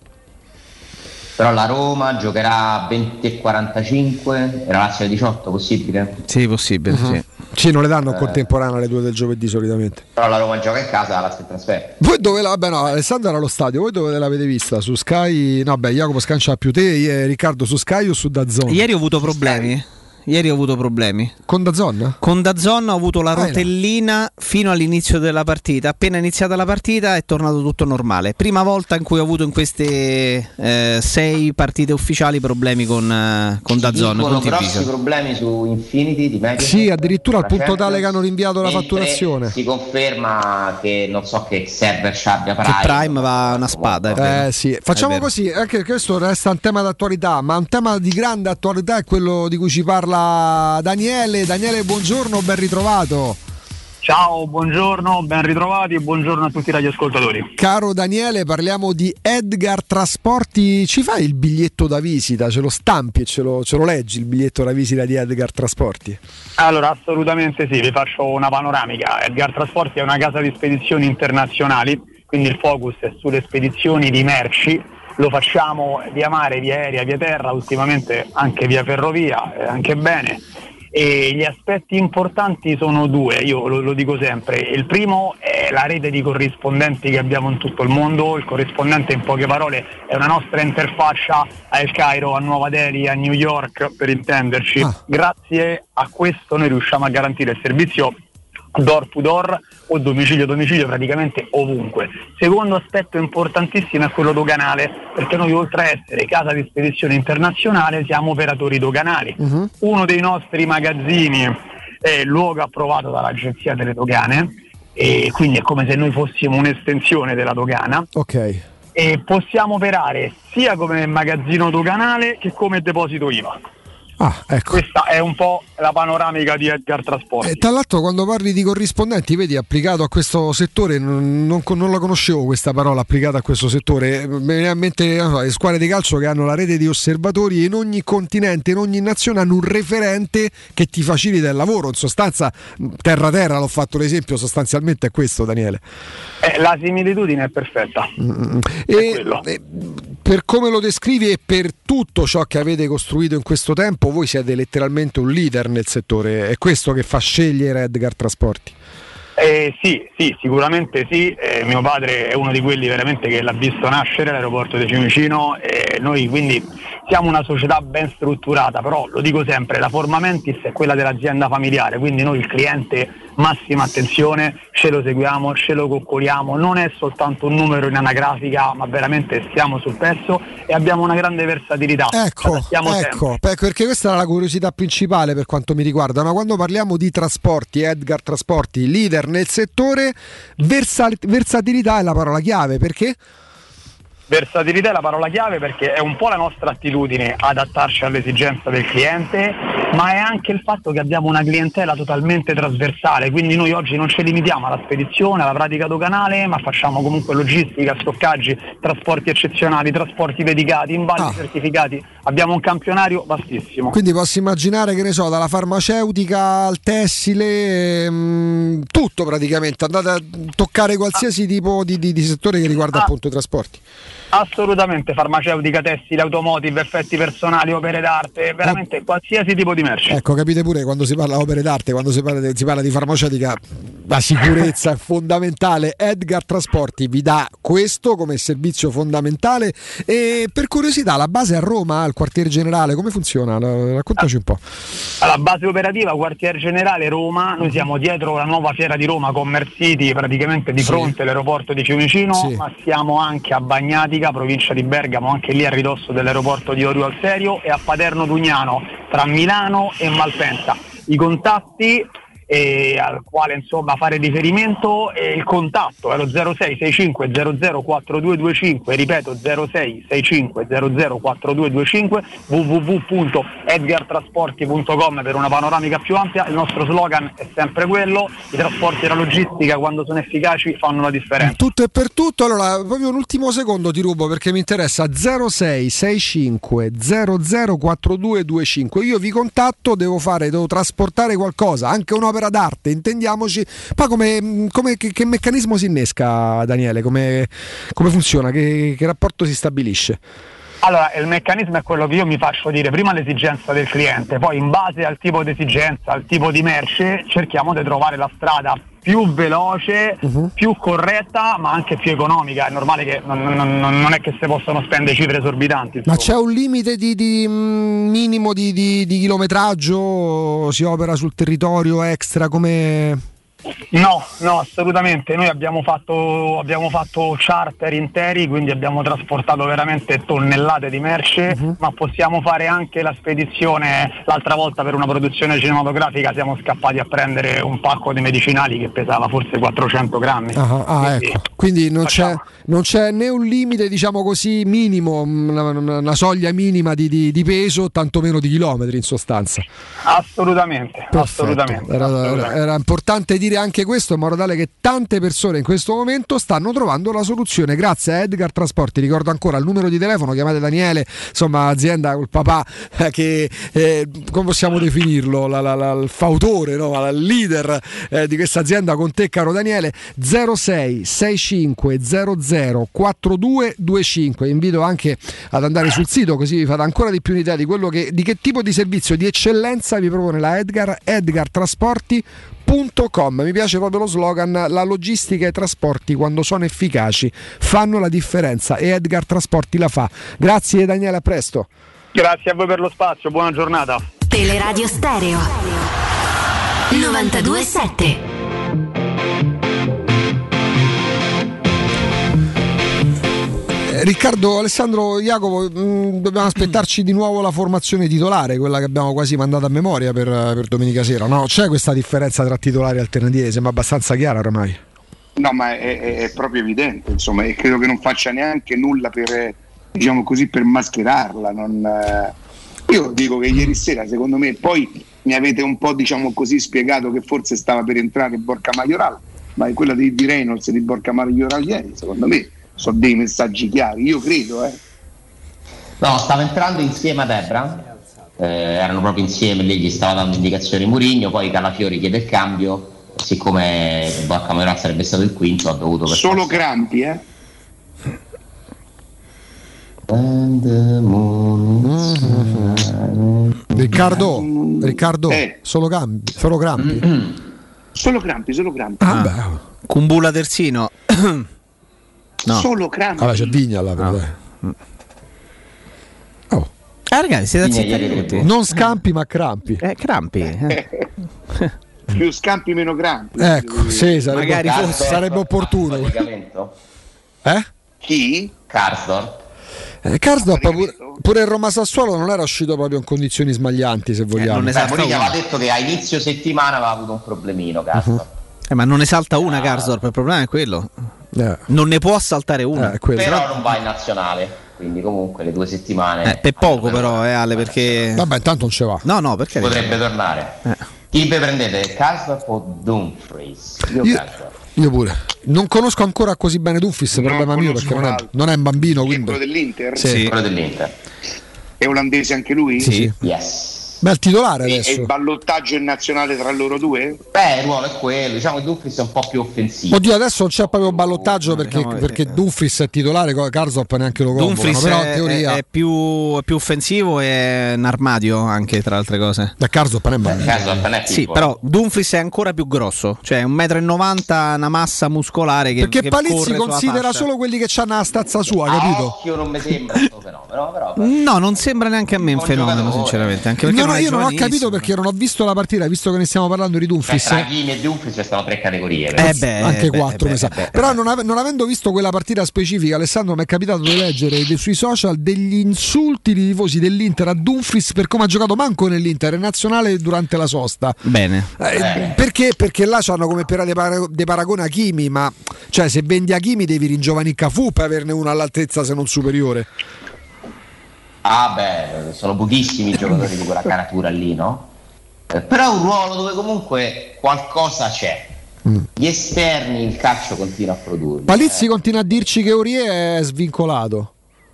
Speaker 2: Però la Roma giocherà venti e quarantacinque e la Lazio alle diciotto, possibile?
Speaker 6: Sì, possibile, uh-huh. sì.
Speaker 3: Sì, non le danno in
Speaker 2: eh.
Speaker 3: contemporanea alle due del giovedì solitamente.
Speaker 2: Però la Roma gioca in casa, la Lazio è trasferta.
Speaker 3: Voi dove la... Vabbè no, Alessandro era allo stadio, voi dove l'avete vista? Su Sky? No, beh, Jacopo scancia più te, Riccardo su Sky o su DAZN?
Speaker 6: Ieri ho avuto problemi. Ieri ho avuto problemi
Speaker 3: con DAZN? Con
Speaker 6: DAZN ho avuto la rotellina ah, fino all'inizio della partita. Appena iniziata la partita è tornato tutto normale. Prima volta in cui ho avuto in queste eh, sei partite ufficiali problemi con, eh, con DAZN.
Speaker 2: Con grossi problemi su Infinity di Mediaset.
Speaker 3: Sì, addirittura al punto tale che hanno rinviato la fatturazione.
Speaker 2: Si conferma che non so che server abbia Prime.
Speaker 6: Che Prime va una spada. È vero.
Speaker 3: Eh sì, facciamo così, anche questo resta un tema d'attualità, ma un tema di grande attualità è quello di cui ci parla Daniele. Daniele, buongiorno, ben ritrovato.
Speaker 15: Ciao, buongiorno, ben ritrovati e buongiorno a tutti i radioascoltatori.
Speaker 3: Caro Daniele, parliamo di Edgar Trasporti. Ci fai il biglietto da visita? Ce lo stampi e ce lo, ce lo leggi il biglietto da visita di Edgar Trasporti?
Speaker 15: Allora, assolutamente sì, vi faccio una panoramica. Edgar Trasporti è una casa di spedizioni internazionali, quindi il focus è sulle spedizioni di merci. Lo facciamo via mare, via aerea, via terra, ultimamente anche via ferrovia, eh, anche bene. E gli aspetti importanti sono due, io lo, lo dico sempre. Il primo è la rete di corrispondenti che abbiamo in tutto il mondo. Il corrispondente, in poche parole, è una nostra interfaccia a El Cairo, a Nuova Delhi, a New York, per intenderci. Ah. Grazie a questo noi riusciamo a garantire il servizio door to door o domicilio domicilio praticamente ovunque. Secondo aspetto importantissimo è quello doganale, perché noi oltre a essere casa di spedizione internazionale siamo operatori doganali. Uh-huh. Uno dei nostri magazzini è luogo approvato dall'Agenzia delle Dogane e quindi è come se noi fossimo un'estensione della dogana.
Speaker 3: Ok.
Speaker 15: E possiamo operare sia come magazzino doganale che come deposito I V A.
Speaker 3: Ah, ecco.
Speaker 15: Questa è un po' la panoramica di Edgar Trasporti.
Speaker 3: E tra l'altro, quando parli di corrispondenti, vedi, applicato a questo settore, non, non, non la conoscevo questa parola applicata a questo settore. Mi viene a mente so, le squadre di calcio che hanno la rete di osservatori, in ogni continente, in ogni nazione hanno un referente che ti facilita il lavoro. In sostanza, terra terra, l'ho fatto l'esempio, sostanzialmente è questo, Daniele.
Speaker 15: Eh, la similitudine è perfetta.
Speaker 3: Mm-hmm. E, e per come lo descrivi e per tutto ciò che avete costruito in questo tempo, voi siete letteralmente un leader nel settore. È questo che fa scegliere Edgar Trasporti?
Speaker 15: Eh, sì, sì, sicuramente sì. Eh, mio padre è uno di quelli veramente che l'ha visto nascere all'aeroporto di Fiumicino e noi quindi siamo una società ben strutturata, però lo dico sempre, la Forma Mentis è quella dell'azienda familiare, quindi noi il cliente massima attenzione, ce lo seguiamo, ce lo coccoliamo, non è soltanto un numero in anagrafica, ma veramente stiamo sul pezzo e abbiamo una grande versatilità.
Speaker 3: Ecco, ecco, perché questa era la curiosità principale per quanto mi riguarda, no? Quando parliamo di trasporti, Edgar Trasporti, leader nel settore, versa- versatilità è la parola chiave, perché?
Speaker 15: Versatilità è la parola chiave perché è un po' la nostra attitudine adattarci all'esigenza del cliente, ma è anche il fatto che abbiamo una clientela totalmente trasversale, quindi noi oggi non ci limitiamo alla spedizione, alla pratica doganale, ma facciamo comunque logistica, stoccaggi, trasporti eccezionali, trasporti dedicati, invalidi ah. certificati, abbiamo un campionario vastissimo.
Speaker 3: Quindi posso immaginare, che ne so, dalla farmaceutica al tessile, mh, tutto praticamente, andate a toccare qualsiasi ah. tipo di, di, di settore che riguarda ah. appunto i trasporti.
Speaker 15: Assolutamente, farmaceutica, tessile, automotive, effetti personali, opere d'arte, veramente eh, qualsiasi tipo di merce.
Speaker 3: Ecco, capite pure quando si parla di opere d'arte, quando si parla di, si parla di farmaceutica, La sicurezza è fondamentale. Edgar Trasporti vi dà questo come servizio fondamentale. E per curiosità, la base a Roma, al quartier generale, come funziona? Raccontaci un po'.
Speaker 15: La base operativa quartier generale Roma, noi siamo dietro la nuova fiera di Roma, Commerce City, praticamente di fronte sì. all'aeroporto di Fiumicino, sì. ma siamo anche a Bagnatica, provincia di Bergamo, anche lì a ridosso dell'aeroporto di Orio al Serio, e a Paderno Dugnano, tra Milano e Malpensa. I contatti e al quale insomma fare riferimento e il contatto è lo zero sei sei cinque zero zero quattro due due cinque, ripeto zero sei sei cinque zero zero quattro due due cinque, w w w punto edgar trasporti punto com per una panoramica più ampia. Il nostro slogan è sempre quello: i trasporti e la logistica quando sono efficaci fanno la differenza.
Speaker 3: Tutto e per tutto. Allora proprio un ultimo secondo ti rubo perché mi interessa. Zero sei sei cinque zero zero quattro due due cinque, io vi contatto, devo fare devo trasportare qualcosa, anche un'opera d'arte, intendiamoci. Poi come, come che, che meccanismo si innesca, Daniele? Come, come funziona? Che, che rapporto si stabilisce?
Speaker 15: Allora, il meccanismo è quello che io mi faccio dire: prima l'esigenza del cliente, poi in base al tipo di esigenza, al tipo di merce, cerchiamo di trovare la strada più veloce, uh-huh. più corretta, ma anche più economica. È normale che non, non, non è che si possono spendere cifre esorbitanti, insomma.
Speaker 3: Ma c'è un limite di, di minimo di, di, di chilometraggio? Si opera sul territorio extra come...
Speaker 15: No, no, assolutamente. Noi abbiamo fatto, abbiamo fatto charter interi, quindi abbiamo trasportato veramente tonnellate di merce, uh-huh. ma possiamo fare anche la spedizione. L'altra volta per una produzione cinematografica siamo scappati a prendere un pacco di medicinali che pesava forse quattrocento grammi.
Speaker 3: Uh-huh. Ah, quindi, ecco. Quindi non c'è, non c'è né un limite, diciamo così, minimo, una, una soglia minima di, di, di peso, tantomeno di chilometri in sostanza.
Speaker 15: Assolutamente, assolutamente,
Speaker 3: era,
Speaker 15: assolutamente.
Speaker 3: Era, era importante dire anche questo in modo tale che tante persone in questo momento stanno trovando la soluzione grazie a Edgar Trasporti. Ricordo ancora il numero di telefono, chiamate Daniele, insomma azienda col papà eh, che eh, come possiamo definirlo, la, la, la, il fautore, no? Il leader eh, di questa azienda con te, caro Daniele. Zero sei sei cinque zero zero quattro due due cinque. Invito anche ad andare sul sito, così vi fate ancora di più un'idea di quello che, di che tipo di servizio di eccellenza vi propone la Edgar. Edgar Trasporti punto com. Mi piace proprio lo slogan: la logistica e i trasporti quando sono efficaci fanno la differenza, e Edgar Trasporti la fa. Grazie Daniele, a presto.
Speaker 15: Grazie a voi per lo spazio, buona giornata.
Speaker 28: Teleradio Stereo novantadue sette.
Speaker 3: Riccardo, Alessandro, Jacopo, mh, dobbiamo aspettarci di nuovo la formazione titolare, quella che abbiamo quasi mandato a memoria per, per domenica sera, no? C'è questa differenza tra titolari e alternativi? Sembra abbastanza chiara ormai.
Speaker 7: No, ma è, è, è proprio evidente, insomma, e credo che non faccia neanche nulla per, diciamo così, per mascherarla. Non, eh... Io dico che ieri sera, secondo me, poi mi avete un po', diciamo così, spiegato che forse stava per entrare Borca Majoral, ma è quella di, di Reynolds e di Borca Majoral ieri, secondo me sono dei messaggi chiari, io credo. Eh.
Speaker 2: No, stava entrando insieme ad Ebra, eh, erano proprio insieme, lei gli stava dando indicazioni Mourinho, poi Calafiori chiede il cambio, siccome Borca Majoral sarebbe stato il quinto, ha dovuto... Per
Speaker 7: Solo forza. Crampi, eh?
Speaker 3: Riccardo, Riccardo, eh. solo campi, solo Crampi.
Speaker 7: Mm-hmm. Solo Crampi, solo Crampi.
Speaker 3: Ah, beh.
Speaker 6: Cumbula terzino.
Speaker 7: No. Solo Crampi.
Speaker 3: Allora c'è Vigna là, però.
Speaker 6: No. Oh. Ah, ragazzi, siete zitti tutti.
Speaker 3: Non Scampi, ma Crampi.
Speaker 6: Eh, Crampi. Eh.
Speaker 7: Più Scampi meno Crampi.
Speaker 3: Ecco, sì, sarebbe,
Speaker 6: magari
Speaker 3: fosse, sarebbe opportuno. Eh?
Speaker 2: Chi? Karsdorp.
Speaker 3: Eh, Karsdorp pure, pure il Roma Sassuolo non era uscito proprio in condizioni smaglianti, se vogliamo.
Speaker 2: Eh, Mourinho aveva detto che a inizio settimana aveva avuto un problemino Karsdorp. Uh-huh.
Speaker 6: Eh, ma non ne salta una ah. Karsdorp, il problema è quello.
Speaker 3: Eh.
Speaker 6: Non ne può saltare una.
Speaker 3: Eh,
Speaker 2: però non va in nazionale, quindi comunque le due settimane.
Speaker 6: Eh, per poco però, eh, Ale, perché.
Speaker 3: Vabbè, intanto non ce va.
Speaker 6: No, no, perché.
Speaker 2: Potrebbe tornare. Eh. Chi vi prendete? Karsdorp o Dumfries? Io,
Speaker 3: io, io pure. Non conosco ancora così bene Dumfries, problema mio, perché non è, non è un bambino. Quindi...
Speaker 7: quello dell'Inter?
Speaker 2: Sì, quello dell'Inter.
Speaker 7: È olandese anche lui?
Speaker 3: Sì.
Speaker 2: Yes.
Speaker 3: Beh, il titolare
Speaker 7: e,
Speaker 3: adesso.
Speaker 7: E il ballottaggio in nazionale tra loro due?
Speaker 2: Beh, il ruolo è quello, diciamo che Dumfries è un po' più offensivo.
Speaker 3: Oddio, adesso non c'è proprio ballottaggio perché,
Speaker 6: diciamo,
Speaker 3: perché
Speaker 6: eh,
Speaker 3: Dumfries è titolare, Karsdorp neanche lo convocano,
Speaker 6: Dumfries
Speaker 3: però
Speaker 6: è,
Speaker 3: in teoria
Speaker 6: è, più, è più offensivo e è un armadio anche tra altre cose.
Speaker 3: Da Karsdorp non è bambino.
Speaker 2: Karsdorp non è
Speaker 6: Sì,
Speaker 2: piccolo.
Speaker 6: però Dumfries è ancora più grosso, cioè un metro e novanta, una massa muscolare che
Speaker 3: Perché
Speaker 6: che
Speaker 3: Palizzi
Speaker 6: corre sulla
Speaker 3: considera
Speaker 6: fascia.
Speaker 3: solo quelli che hanno la stazza sua,
Speaker 2: A
Speaker 3: capito?
Speaker 2: occhio non mi sembra questo fenomeno, però, però
Speaker 6: No, non sembra neanche a me un
Speaker 2: Buon
Speaker 6: fenomeno,
Speaker 2: giocatore.
Speaker 6: sinceramente. Anche perché
Speaker 3: No, no,
Speaker 6: non è
Speaker 3: io non ho
Speaker 6: giovanissimo.
Speaker 3: capito perché non ho visto la partita, visto che ne stiamo parlando di
Speaker 2: Cioè,
Speaker 3: Dumfries.
Speaker 2: tra Kimi e Dumfries ci stanno tre categorie.
Speaker 6: Eh
Speaker 2: però.
Speaker 6: beh,
Speaker 3: Anche
Speaker 6: beh,
Speaker 3: quattro
Speaker 6: beh,
Speaker 3: mi sa.
Speaker 6: beh, beh,
Speaker 3: Però
Speaker 6: beh.
Speaker 3: non, ave- non avendo visto quella partita specifica, Alessandro, mi è capitato di leggere de- sui social degli insulti di tifosi dell'Inter a Dumfries per come ha giocato manco nell'Inter, è nazionale durante la sosta.
Speaker 6: Bene.
Speaker 3: Eh, perché? Perché là c'hanno come per dei para- dei paragoni a Kimi, ma cioè se vendi a Kimi devi ringiovanire Cafu per averne uno all'altezza se non superiore.
Speaker 2: Ah beh, sono pochissimi i giocatori di quella caratura lì, no? Eh, però è un ruolo dove comunque qualcosa c'è.
Speaker 3: Mm.
Speaker 2: Gli esterni il calcio continua a produrre.
Speaker 3: Palizzi
Speaker 2: eh.
Speaker 3: continua a dirci che Aurier è svincolato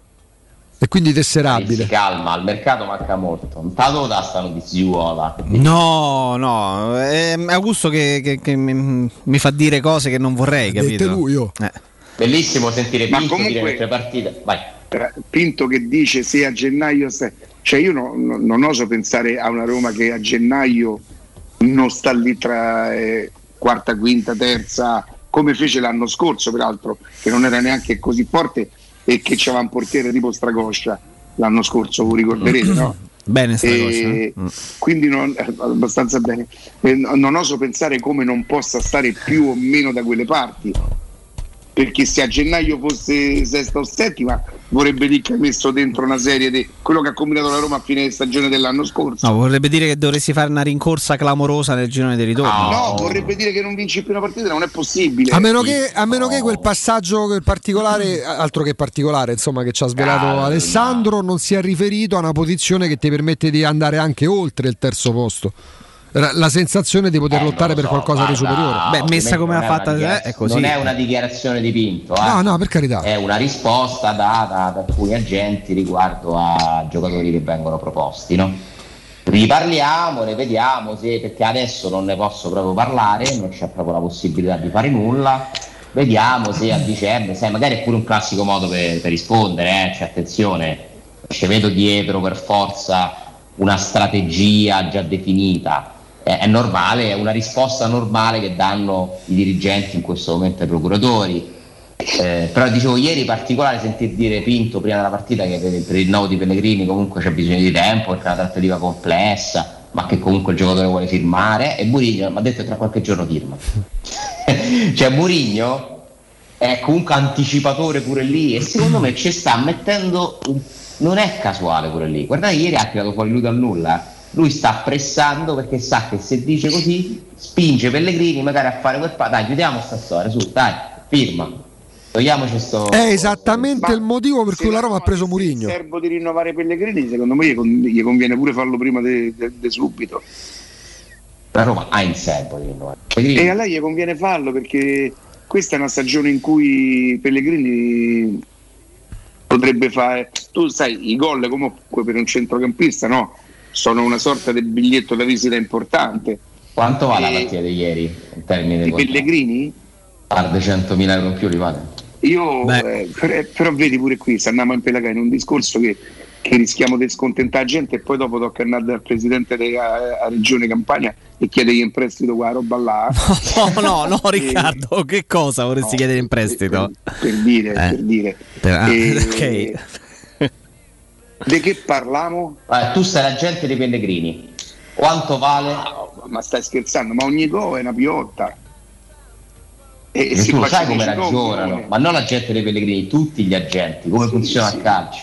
Speaker 3: e quindi tesserabile.
Speaker 2: Si calma, al mercato manca molto. Non te lo dà sta notiziuola.
Speaker 6: No, no, è Augusto che, che, che mi, mi fa dire cose che non vorrei,
Speaker 3: Dette
Speaker 6: capito?
Speaker 3: lui, io.
Speaker 6: Eh.
Speaker 2: Bellissimo sentire
Speaker 7: Ma
Speaker 2: Pinto
Speaker 7: comunque-
Speaker 2: dire mentre partite. Vai.
Speaker 7: Pinto che dice se a gennaio sta... cioè io no- no- non oso pensare a una Roma che a gennaio non sta lì tra eh, quarta, quinta, terza, come fece l'anno scorso peraltro, che non era neanche così forte e che c'aveva un portiere tipo Stragoscia l'anno scorso, vi ricorderete, no?
Speaker 6: Bene sta cosa.
Speaker 7: E
Speaker 6: Mm.
Speaker 7: quindi non, eh, abbastanza bene. E no- non oso pensare come non possa stare più o meno da quelle parti, perché se a gennaio fosse sesta o settima vorrebbe dire che ha messo dentro una serie di quello che ha combinato la Roma a fine stagione dell'anno scorso.
Speaker 6: No, vorrebbe dire che dovresti fare una rincorsa clamorosa nel girone dei ritorni.
Speaker 7: No, vorrebbe dire che non vinci più una partita, non è possibile.
Speaker 3: A meno, che, a meno che quel passaggio quel particolare, altro che particolare, insomma, che ci ha svelato
Speaker 2: Calma.
Speaker 3: Alessandro, non sia riferito a una posizione che ti permette di andare anche oltre il terzo posto. La la sensazione di poter
Speaker 2: Eh,
Speaker 3: lottare
Speaker 2: non
Speaker 3: per
Speaker 2: lo so,
Speaker 3: qualcosa di
Speaker 2: guarda,
Speaker 3: superiore.
Speaker 6: Beh, messa come
Speaker 2: ovviamente
Speaker 6: l'ha
Speaker 2: non è
Speaker 6: fatta,
Speaker 2: una
Speaker 6: eh,
Speaker 2: dichiaraz-
Speaker 6: è così.
Speaker 2: Non è una dichiarazione di Pinto, eh.
Speaker 3: No, no, per carità.
Speaker 2: È una risposta data da alcuni agenti riguardo a giocatori che vengono proposti, no? Riparliamo, ne vediamo se, perché adesso non ne posso proprio parlare, non c'è proprio la possibilità di fare nulla. Vediamo se a dicembre, sai, magari è pure un classico modo per, per rispondere, eh? Cioè, attenzione, ci vedo dietro per forza una strategia già definita. È, è normale, è una risposta normale che danno i dirigenti in questo momento ai procuratori. Eh, però dicevo ieri particolare sentir dire Pinto prima della partita che per, per il rinnovo di Pellegrini comunque c'è bisogno di tempo perché è una trattativa complessa, ma che comunque il giocatore vuole firmare, e Mourinho mi ha detto che tra qualche giorno firma. Cioè Mourinho è comunque anticipatore pure lì e secondo me ci sta mettendo un... non è casuale pure lì. Guardate, ieri ha tirato fuori lui dal nulla. Lui sta pressando perché sa che se dice così spinge Pellegrini magari a fare quel pa- dai, chiudiamo sta storia, su, dai, firma, togliamoci sto.
Speaker 3: È esattamente
Speaker 7: Ma
Speaker 3: il motivo per
Speaker 7: se
Speaker 3: cui la Roma ha preso
Speaker 7: se
Speaker 3: Mourinho.
Speaker 7: il serbo di rinnovare Pellegrini, secondo me gli, con- gli conviene pure farlo prima di subito.
Speaker 2: La Roma ha in serbo di rinnovare
Speaker 7: E
Speaker 2: Pellegrini.
Speaker 7: a lei gli conviene farlo perché questa è una stagione in cui Pellegrini potrebbe fare. Tu sai, i gol comunque per un centrocampista, no? Sono una sorta di biglietto da visita importante.
Speaker 2: Quanto vale
Speaker 7: E-
Speaker 2: la partita di ieri in termini
Speaker 7: Di
Speaker 2: di contratto?
Speaker 7: Pellegrini?
Speaker 2: Guarda, centomila euro in più li vale.
Speaker 7: Io eh, per- però vedi pure qui, se andiamo a impelagare in un discorso che, che rischiamo di scontentare la gente e poi dopo tocca andare dal presidente della Regione Campania e chiedergli in prestito quella roba là.
Speaker 6: No, no, no, Riccardo, che cosa vorresti
Speaker 7: No,
Speaker 6: chiedere in prestito?
Speaker 7: Per, per dire,
Speaker 6: Eh.
Speaker 7: per dire.
Speaker 6: Per- ah,
Speaker 7: E-
Speaker 6: ok.
Speaker 7: Di che parliamo?
Speaker 2: Guarda, tu sei l'agente di Pellegrini, quanto vale?
Speaker 7: Ma stai scherzando? Ma ogni go è una piotta. E,
Speaker 2: E
Speaker 7: si
Speaker 2: tu lo
Speaker 7: faccia
Speaker 2: sai come
Speaker 7: dieci gol,
Speaker 2: ragionano,
Speaker 7: milione.
Speaker 2: ma non l'agente dei Pellegrini, tutti gli agenti, come
Speaker 7: Sì,
Speaker 2: funziona
Speaker 7: sì.
Speaker 2: il calcio.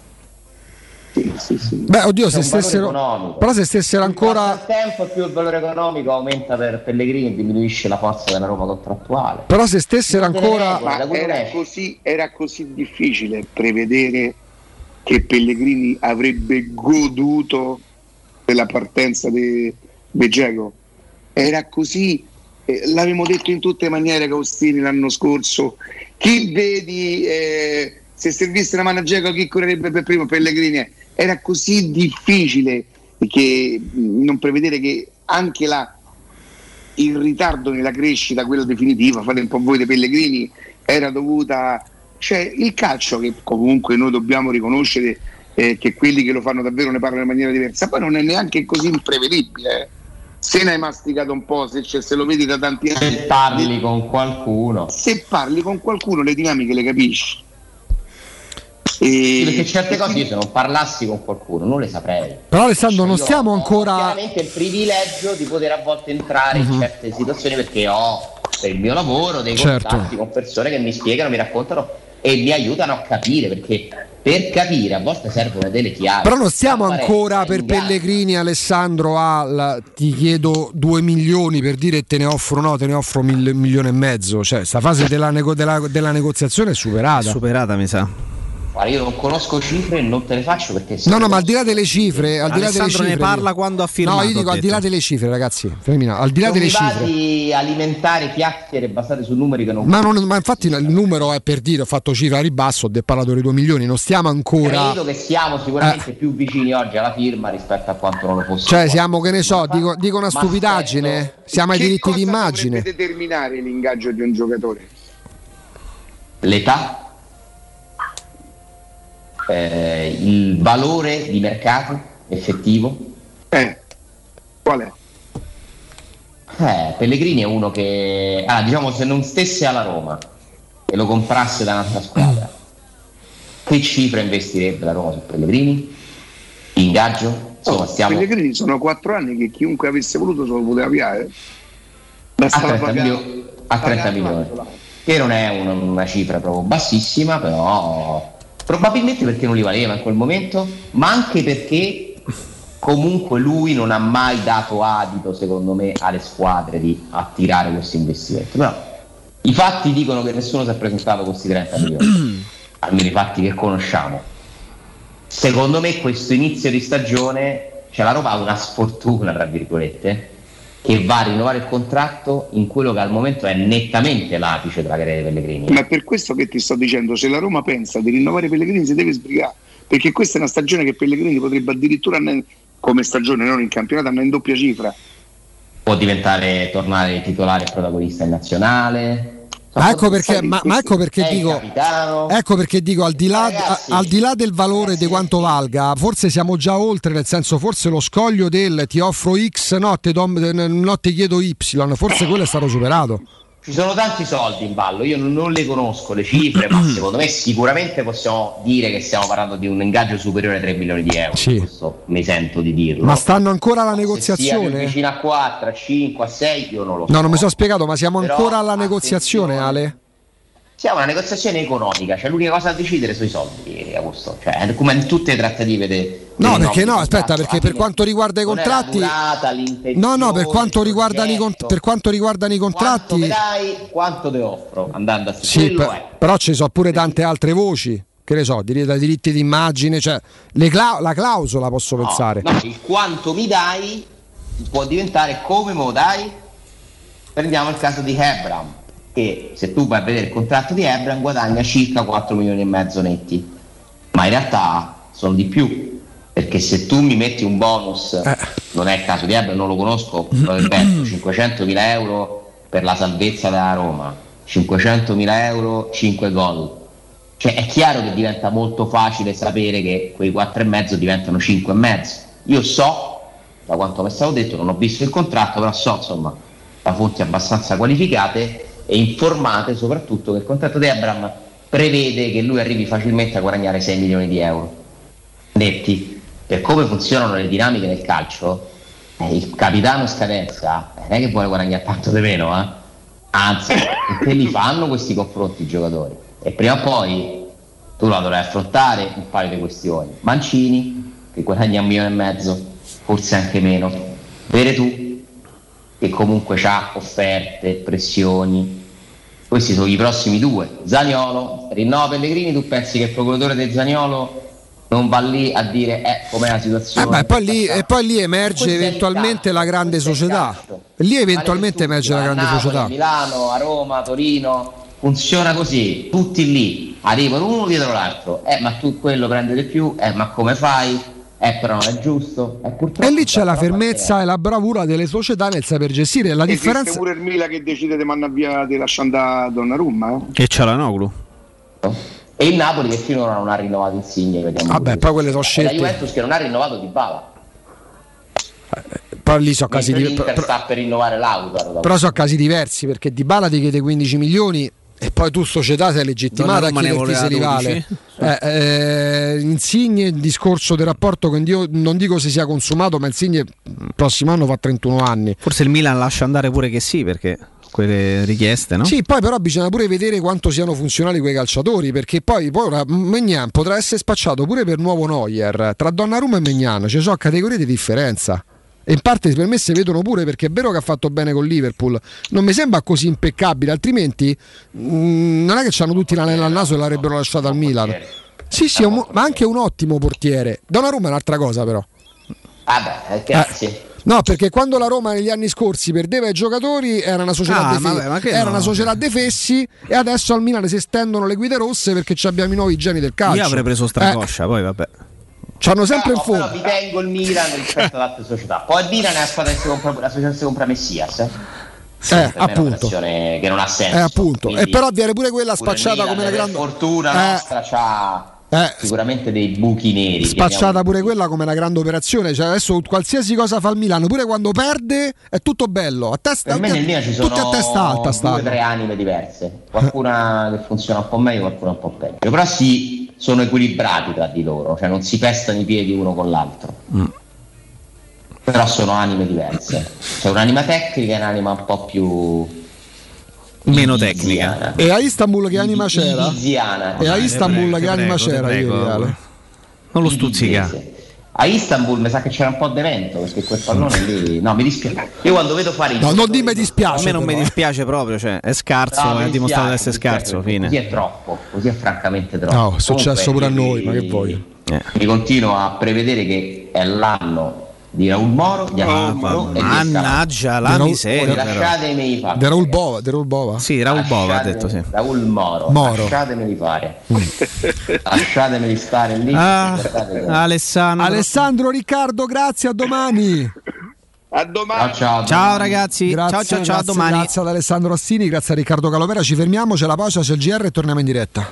Speaker 7: Sì, sì, sì.
Speaker 3: Beh, oddio,
Speaker 2: C'è
Speaker 3: se
Speaker 2: un valore
Speaker 3: stessero.
Speaker 2: economico.
Speaker 3: Però se stessero
Speaker 2: Più passa
Speaker 3: ancora.
Speaker 2: il tempo, più il valore economico aumenta per Pellegrini e diminuisce la forza della Roma contrattuale.
Speaker 3: Però se stessero ancora.
Speaker 2: Guarda,
Speaker 7: Ma
Speaker 2: quello
Speaker 7: era
Speaker 2: esce.
Speaker 7: così, era così difficile prevedere che Pellegrini avrebbe goduto della partenza di Dzeko. Era così, eh, l'avevamo detto in tutte le maniere Caustini l'anno scorso. Chi vedi, eh, se servisse una mano a Dzeko, chi correrebbe per primo? Pellegrini. Era così difficile perché non prevedere che anche la, il ritardo nella crescita, quella definitiva, fate un po' voi dei Pellegrini, era dovuta, cioè il calcio, che comunque noi dobbiamo riconoscere eh, che quelli che lo fanno davvero ne parlano in maniera diversa, poi non è neanche così imprevedibile, eh. Se ne hai masticato un po', se, cioè, se lo vedi da tanti anni,
Speaker 2: se parli con qualcuno,
Speaker 7: se parli con qualcuno le dinamiche le capisci. E...
Speaker 2: perché certe cose io se non parlassi con qualcuno non le saprei.
Speaker 3: Però Alessandro, non
Speaker 2: io
Speaker 3: stiamo
Speaker 2: ho
Speaker 3: ancora
Speaker 2: chiaramente il privilegio di poter a volte entrare uh-huh. in certe situazioni, perché ho per il mio lavoro dei
Speaker 3: certo.
Speaker 2: contatti con persone che mi spiegano, mi raccontano e mi aiutano a capire, perché per capire a volte servono delle chiavi.
Speaker 3: Però non stiamo ancora per Pellegrini, Alessandro, al ti chiedo due milioni per dire te ne offro no, te ne offro un milione e mezzo, cioè sta fase della, nego- della, della negoziazione è superata.
Speaker 6: È superata, mi sa.
Speaker 2: Guarda, io non conosco cifre e non te le faccio perché
Speaker 3: no no ma al di là delle cifre, al di là delle cifre
Speaker 6: ne parla quando ha firmato.
Speaker 3: No, io dico al di là delle cifre, ragazzi, Femina, al di là
Speaker 2: non
Speaker 3: delle
Speaker 2: mi va
Speaker 3: cifre
Speaker 2: di alimentare chiacchiere basate su numeri che non
Speaker 3: ma, non, ma infatti il numero è per dire, ho fatto cifra a ribasso, ho parlato di due milioni, non stiamo ancora,
Speaker 2: credo che siamo sicuramente eh. più vicini oggi alla firma rispetto a quanto non lo fosse,
Speaker 3: cioè siamo, che ne so, dico, dico una stupidaggine aspetto, siamo ai diritti d'immagine.
Speaker 7: Che cosa dovrebbe determinare l'ingaggio di un giocatore?
Speaker 2: L'età, Eh, il valore di mercato effettivo.
Speaker 7: Eh, qual è?
Speaker 2: Eh, Pellegrini è uno che, ah, diciamo, se non stesse alla Roma e lo comprasse da un'altra squadra, che cifra investirebbe la Roma su Pellegrini? Ingaggio? Insomma,
Speaker 7: oh,
Speaker 2: stiamo...
Speaker 7: Pellegrini sono quattro anni che chiunque avesse voluto se lo poteva avviare.
Speaker 2: A trenta, milio- a trenta milioni, che non è una, una cifra proprio bassissima, però probabilmente perché non li valeva in quel momento, ma anche perché comunque lui non ha mai dato adito, secondo me, alle squadre di attirare questo investimento. Però i fatti dicono che nessuno si è presentato con questi trenta milioni, almeno i fatti che conosciamo. Secondo me questo inizio di stagione, cioè la Roma ha una sfortuna, tra virgolette, che va a rinnovare il contratto in quello che al momento è nettamente l'apice della carriera di Pellegrini.
Speaker 7: Ma è per questo che ti sto dicendo, se la Roma pensa di rinnovare Pellegrini si deve sbrigare, perché questa è una stagione che Pellegrini potrebbe addirittura andare, come stagione non in campionato, andare in doppia cifra.
Speaker 2: Può diventare, tornare titolare e protagonista in nazionale.
Speaker 3: Ma ecco perché, ma, ma ecco perché dico, ecco perché dico al di là,
Speaker 2: ragazzi,
Speaker 3: a, al di là del valore ragazzi, di quanto valga, forse siamo già oltre, nel senso, forse lo scoglio del ti offro X, no, te, do, no, te chiedo Y, forse quello è stato superato.
Speaker 2: Ci sono tanti soldi in ballo, io non, non le conosco le cifre, ma secondo me sicuramente possiamo dire che stiamo parlando di un ingaggio superiore ai tre milioni di euro.
Speaker 3: Sì.
Speaker 2: Questo mi sento di dirlo.
Speaker 3: Ma stanno ancora alla negoziazione?
Speaker 2: Se sia vicino a quattro, a cinque, a sei, io non lo so.
Speaker 3: No, non mi sono spiegato, ma siamo
Speaker 2: Però,
Speaker 3: ancora alla negoziazione, Ale?
Speaker 2: Siamo una negoziazione economica, cioè l'unica cosa da decidere sui soldi, Augusto, cioè come in tutte le trattative de,
Speaker 3: no perché no aspetta perché per quanto riguarda i contratti
Speaker 2: durata,
Speaker 3: no no per quanto riguardano i con, per quanto riguardano i contratti
Speaker 2: quanto vedrai, quanto te offro andando a
Speaker 3: sì, per, però ci sono pure tante altre voci, che ne so, dai diritti d'immagine, cioè le cla- la clausola posso
Speaker 2: no,
Speaker 3: pensare
Speaker 2: no, il quanto mi dai può diventare come me lo dai. Prendiamo il caso di Abraham, che se tu vai a vedere il contratto di Abraham guadagna circa quattro milioni e mezzo netti, ma in realtà sono di più, perché se tu mi metti un bonus, eh. non è il caso di Abraham, non lo conosco, Roberto, cinquecentomila euro per la salvezza della Roma, cinquecentomila euro, cinque gol, cioè è chiaro che diventa molto facile sapere che quei quattro e mezzo diventano cinque e mezzo. Io so, da quanto mi è stato detto, non ho visto il contratto, però so insomma da fonti abbastanza qualificate e informate soprattutto che il contratto di Abraham prevede che lui arrivi facilmente a guadagnare sei milioni di euro netti. Per come funzionano le dinamiche nel calcio, eh, il capitano scadenza non è che vuole guadagnare tanto di meno, eh? Anzi, perché li fanno questi confronti i giocatori e prima o poi tu la dovrai affrontare un paio di questioni. Mancini che guadagna un milione e mezzo, forse anche meno, Veretù che comunque ha offerte, pressioni. Questi sono i prossimi due. Zaniolo, rinnova Pellegrini, tu pensi che il procuratore di Zaniolo non va lì a dire eh, com'è la situazione?
Speaker 3: Eh, ma poi lì, e poi lì emerge eventualmente la grande società. Lì eventualmente emerge la grande
Speaker 2: Napoli,
Speaker 3: società.
Speaker 2: A Milano, a Roma, a Torino, funziona così, tutti lì, arrivano uno dietro l'altro. Eh, ma tu quello prende di più, eh, ma come fai? Eh, però non è giusto. È
Speaker 3: e lì c'è la fermezza e la bravura delle società nel saper gestire. La
Speaker 7: Esiste
Speaker 3: differenza
Speaker 7: pure il Milan che decide di mandare via, di lasciare andare Donnarumma. Eh?
Speaker 6: E c'è la Noglu.
Speaker 2: E il Napoli che finora non ha rinnovato Insigne. Vediamo.
Speaker 3: Vabbè, poi quelle sono scelte.
Speaker 2: E la Juventus che non ha rinnovato Dybala.
Speaker 3: Però lì sono casi
Speaker 2: diversi.
Speaker 3: di...
Speaker 2: L'Inter sta per rinnovare Lautaro.
Speaker 3: Però sono casi diversi, perché Dybala ti chiede quindici milioni e poi tu società sei legittimata a chiederti se rivale. Eh, eh, Insigne, il discorso del rapporto con Dio, non dico se sia consumato, ma Insigne il prossimo anno fa trentuno anni.
Speaker 6: Forse il Milan lascia andare pure che sì, perché quelle richieste, no?
Speaker 3: Sì, poi però bisogna pure vedere quanto siano funzionali quei calciatori, perché poi, poi ora Maignan potrà essere spacciato pure per nuovo Neuer. Tra Donnarumma e Maignan ci sono categorie di differenza. E in parte per me si vedono pure, perché è vero che ha fatto bene con Liverpool, non mi sembra così impeccabile, altrimenti mh, non è che c'hanno tutti l'anello al naso e l'avrebbero lasciato al Milan. Sì, sì, un, ma anche un ottimo portiere. Donnarumma è un'altra cosa, però.
Speaker 2: Vabbè, che
Speaker 3: eh.
Speaker 2: sì.
Speaker 3: No, perché quando la Roma negli anni scorsi perdeva i giocatori era una società,
Speaker 6: ah,
Speaker 3: de fe-
Speaker 6: vabbè,
Speaker 3: era
Speaker 6: no.
Speaker 3: una società de fessi, e adesso al Milan si estendono le guide rosse perché abbiamo i nuovi geni del calcio.
Speaker 6: Io avrei preso Stracoscia, eh. poi vabbè.
Speaker 3: C'hanno sempre
Speaker 2: no,
Speaker 3: in fondo.
Speaker 2: Però vi tengo il Milan rispetto ad altre società. Poi il Milan è la squadra che si compra, la società che si compra Messias. Eh,
Speaker 3: sì, eh appunto.
Speaker 2: Che non ha senso.
Speaker 3: Eh, appunto.
Speaker 2: Quindi,
Speaker 3: e però viene pure quella spacciata come una grande
Speaker 2: fortuna
Speaker 3: eh.
Speaker 2: nostra c'ha
Speaker 3: Eh,
Speaker 2: sicuramente dei buchi neri.
Speaker 3: Spacciata pure quella come una grande operazione. Cioè adesso qualsiasi cosa fa il Milano, pure quando perde è tutto bello. A testa,
Speaker 2: per me nel Milan ci sono
Speaker 3: tutti a testa alta
Speaker 2: due
Speaker 3: stanno.
Speaker 2: tre anime diverse. Qualcuna che funziona un po' meglio, qualcuna un po' peggio. Però sì, sono equilibrati tra di loro, cioè non si pestano i piedi uno con l'altro. Mm. Però sono anime diverse. C'è un'anima tecnica e un'anima un po' più
Speaker 6: meno tecnica.
Speaker 3: E a Istanbul che anima c'era?
Speaker 2: Ibiziana.
Speaker 3: E a Istanbul prego, che anima prego, c'era
Speaker 6: prego,
Speaker 3: ieri, Ale?
Speaker 6: Non lo stuzzica.
Speaker 2: A Istanbul mi sa che c'era un po' di vento, perché quel pallone lì no, mi dispiace. Io quando vedo fare i
Speaker 3: no, non di me dispiace.
Speaker 6: A me non
Speaker 3: però.
Speaker 6: mi dispiace proprio, cioè è scarso,
Speaker 2: no,
Speaker 6: è dimostrato di essere scarso, fine.
Speaker 2: Così è troppo, così è francamente troppo.
Speaker 3: No, è successo
Speaker 2: Comunque,
Speaker 3: pure a noi,
Speaker 2: mi,
Speaker 3: ma che voglio.
Speaker 2: Eh. Mi continuo a prevedere che è l'anno di Raul Moro, di
Speaker 6: oh,
Speaker 2: Moro e
Speaker 6: mannaggia la
Speaker 3: Raul,
Speaker 6: miseria.
Speaker 2: Lasciatemi fare.
Speaker 3: De Raul Bova, De Raul Bova.
Speaker 6: Sì, Raul Bova ha detto sì.
Speaker 2: Raul Moro.
Speaker 3: Moro.
Speaker 2: Lasciatemeli fare. Lasciatemeli stare lì.
Speaker 6: Ah, Alessandro.
Speaker 3: Alessandro, Riccardo, grazie, a domani.
Speaker 7: A domani.
Speaker 2: Ciao, ciao,
Speaker 6: ciao ragazzi.
Speaker 3: Grazie,
Speaker 6: ciao ciao ciao,
Speaker 3: grazie,
Speaker 6: domani.
Speaker 3: Grazie ad Alessandro Assini, grazie a Riccardo Calovera. Ci fermiamo, c'è la pausa, c'è il G R e torniamo in diretta.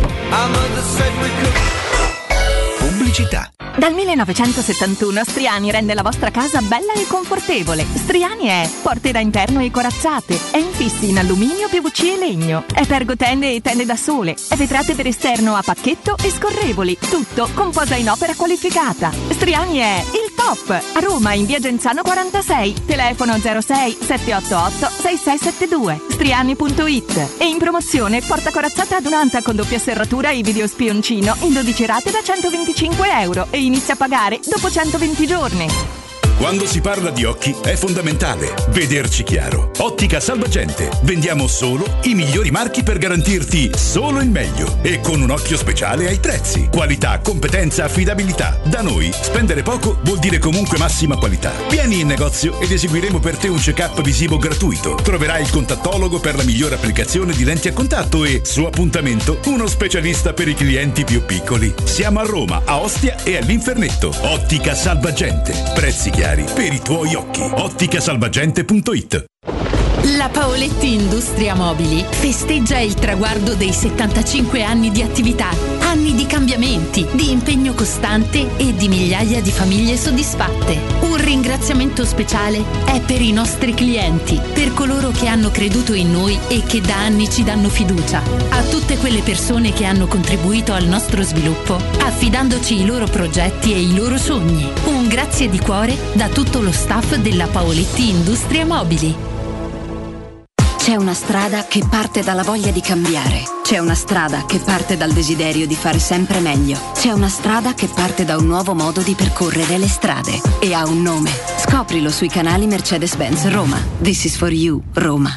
Speaker 13: Pubblicità.
Speaker 27: Dal millenovecentosettantuno Striani rende la vostra casa bella e confortevole. Striani è porte da interno e corazzate, è infissi in alluminio, P V C e legno, è pergotende e tende da sole, è vetrate per esterno a pacchetto e scorrevoli, tutto con posa in opera qualificata. Striani è il top! A Roma in via Genzano quarantasei, telefono zero sei sette otto otto sei sei sette due, striani punto it. E in promozione porta corazzata adunata con doppia serratura e video spioncino in dodici rate da centoventicinque euro e inizia a pagare dopo centoventi giorni.
Speaker 8: Quando si parla di occhi è fondamentale vederci chiaro. Ottica Salvagente. Vendiamo solo i migliori marchi per garantirti solo il meglio e con un occhio speciale ai prezzi. Qualità, competenza, affidabilità. Da noi spendere poco vuol dire comunque massima qualità. Vieni in negozio ed eseguiremo per te un check-up visivo gratuito. Troverai il contattologo per la migliore applicazione di lenti a contatto e, su appuntamento, uno specialista per i clienti più piccoli. Siamo a Roma, a Ostia e all'Infernetto. Ottica Salvagente. Prezzi chiari per i tuoi occhi. otticasalvagente punto it.
Speaker 17: La Paoletti Industria Mobili festeggia il traguardo dei settantacinque anni di attività, anni di cambiamenti, di impegno costante e di migliaia di famiglie soddisfatte. Un ringraziamento speciale è per i nostri clienti, per coloro che hanno creduto in noi e che da anni ci danno fiducia, a tutte quelle persone che hanno contribuito al nostro sviluppo, affidandoci i loro progetti e i loro sogni. Un grazie di cuore da tutto lo staff della Paoletti Industria Mobili.
Speaker 18: C'è una strada che parte dalla voglia di cambiare. C'è una strada che parte dal desiderio di fare sempre meglio. C'è una strada che parte da un nuovo modo di percorrere le strade. E ha un nome. Scoprilo sui canali Mercedes-Benz Roma. This is for you, Roma.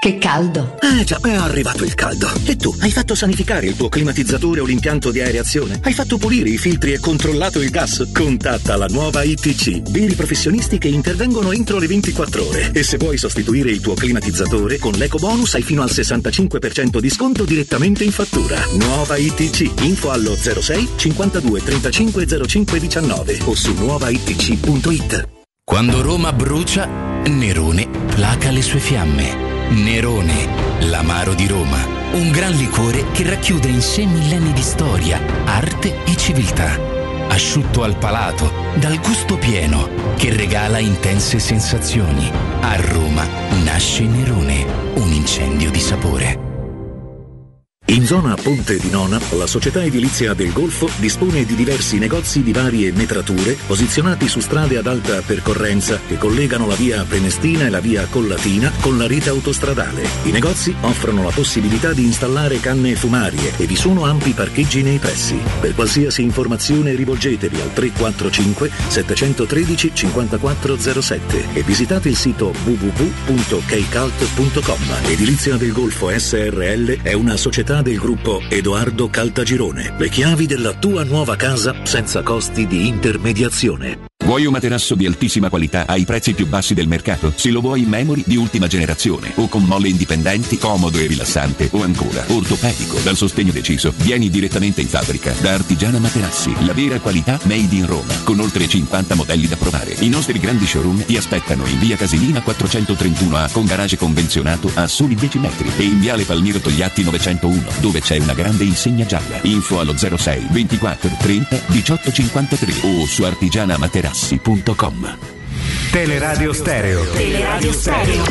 Speaker 28: Che caldo!
Speaker 11: Eh già, è arrivato il caldo. E tu, hai fatto sanificare il tuo climatizzatore o l'impianto di areazione? Hai fatto pulire i filtri e controllato il gas? Contatta la nuova I T C, veri professionisti che intervengono entro le ventiquattro ore. E se vuoi sostituire il tuo climatizzatore, con l'eco bonus hai fino al sessantacinque per cento di sconto direttamente in fattura. Nuova I T C, info allo zero sei cinquantadue trentacinque zero cinque diciannove o su nuova i t c punto i t.
Speaker 19: Quando Roma brucia, Nerone placa le sue fiamme. Nerone, l'amaro di Roma, un gran liquore che racchiude in sé millenni di storia, arte e civiltà. Asciutto al palato, dal gusto pieno, che regala intense sensazioni. A Roma nasce Nerone, un incendio di sapore.
Speaker 8: In zona Ponte di Nona, la società edilizia del Golfo dispone di diversi negozi di varie metrature posizionati su strade ad alta percorrenza che collegano la via Prenestina e la via Collatina con la rete autostradale. I negozi offrono la possibilità di installare canne fumarie e vi sono ampi parcheggi nei pressi. Per qualsiasi informazione rivolgetevi al tre quattro cinque sette uno tre cinque quattro zero sette e visitate il sito w w w punto keicalt punto com. Edilizia del Golfo S R L è una società del gruppo Edoardo Caltagirone. Le chiavi della tua nuova casa senza costi di intermediazione.
Speaker 9: Vuoi un materasso di altissima qualità ai prezzi più bassi del mercato? Se lo vuoi in memory di ultima generazione o con molle indipendenti, comodo e rilassante o ancora ortopedico dal sostegno deciso, vieni direttamente in fabbrica da Artigiana Materassi, la vera qualità made in Roma, con oltre cinquanta modelli da provare. I nostri grandi showroom ti aspettano in via Casilina quattrocentotrentuno A con garage convenzionato a soli dieci metri e in viale Palmiro Togliatti novecentouno dove c'è una grande insegna gialla. Info allo zero sei ventiquattro trenta diciotto cinquantatré o su artigiana materassi punto com.
Speaker 1: Teleradio Stereo.
Speaker 28: Teleradio Stereo.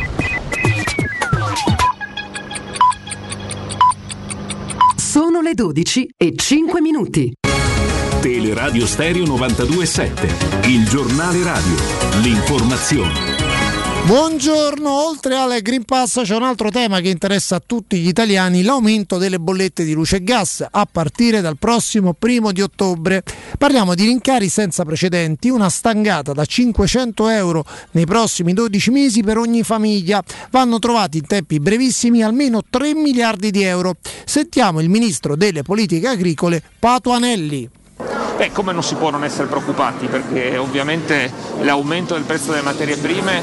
Speaker 20: Sono le dodici e cinque minuti.
Speaker 13: Teleradio Stereo novantadue sette, il giornale radio, l'informazione.
Speaker 5: Buongiorno, oltre al Green Pass c'è un altro tema che interessa a tutti gli italiani, l'aumento delle bollette di luce e gas a partire dal prossimo primo di ottobre. Parliamo di rincari senza precedenti, una stangata da cinquecento euro nei prossimi dodici mesi per ogni famiglia. Vanno trovati in tempi brevissimi almeno tre miliardi di euro. Sentiamo il ministro delle politiche agricole Patuanelli.
Speaker 21: Beh, come non si può non essere preoccupati, perché ovviamente l'aumento del prezzo delle materie prime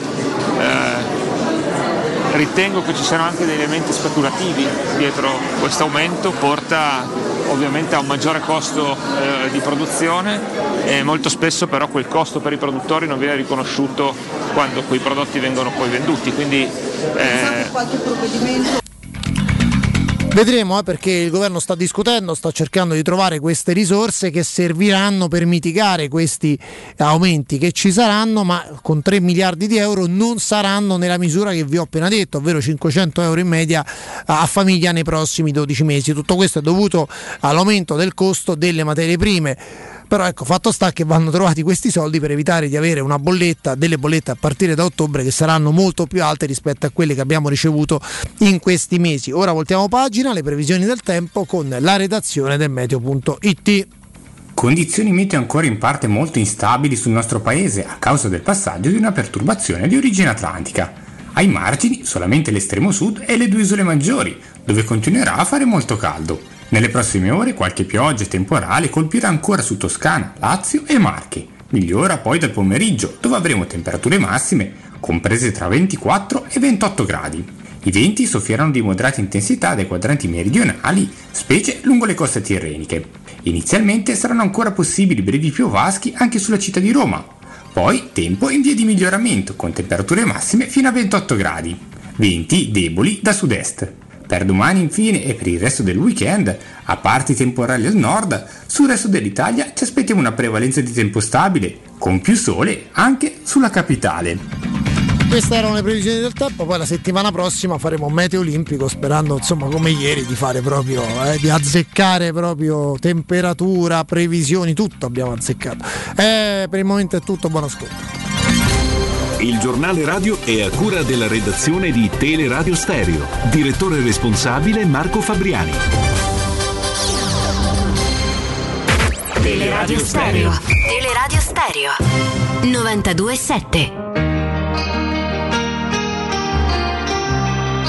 Speaker 21: eh, ritengo che ci siano anche degli elementi speculativi dietro questo aumento, porta ovviamente a un maggiore costo eh, di produzione e molto spesso però quel costo per i produttori non viene riconosciuto quando quei prodotti vengono poi venduti. Quindi eh,
Speaker 5: qualche provvedimento vedremo, eh, perché il governo sta discutendo, sta cercando di trovare queste risorse che serviranno per mitigare questi aumenti che ci saranno, ma con tre miliardi di euro non saranno nella misura che vi ho appena detto, ovvero cinquecento euro in media a famiglia nei prossimi dodici mesi. Tutto questo è dovuto all'aumento del costo delle materie prime. Però ecco, fatto sta che vanno trovati questi soldi per evitare di avere una bolletta, delle bollette a partire da ottobre che saranno molto più alte rispetto a quelle che abbiamo ricevuto in questi mesi. Ora voltiamo pagina, le previsioni del tempo con la redazione del meteo punto it.
Speaker 22: Condizioni meteo ancora in parte molto instabili sul nostro paese a causa del passaggio di una perturbazione di origine atlantica. Ai margini solamente l'estremo sud e le due isole maggiori, dove continuerà a fare molto caldo. Nelle prossime ore qualche pioggia e temporale colpirà ancora su Toscana, Lazio e Marche. Migliora poi dal pomeriggio, dove avremo temperature massime comprese tra ventiquattro e ventotto gradi. I venti soffieranno di moderata intensità dai quadranti meridionali, specie lungo le coste tirreniche. Inizialmente saranno ancora possibili brevi piovaschi anche sulla città di Roma. Poi tempo in via di miglioramento, con temperature massime fino a ventotto gradi. Venti deboli da sud-est. Per domani infine e per il resto del weekend, a parte i temporali al nord, sul resto dell'Italia ci aspettiamo una prevalenza di tempo stabile, con più sole anche sulla capitale.
Speaker 5: Queste erano le previsioni del tempo, poi la settimana prossima faremo un meteo olimpico, sperando insomma come ieri di fare proprio, eh, di azzeccare proprio temperatura, previsioni, tutto abbiamo azzeccato. Eh, per il momento è tutto, buon ascolto.
Speaker 13: Il giornale radio è a cura della redazione di Teleradio Stereo. Direttore responsabile Marco Fabriani.
Speaker 28: Teleradio Stereo. Teleradio Stereo. novantadue sette.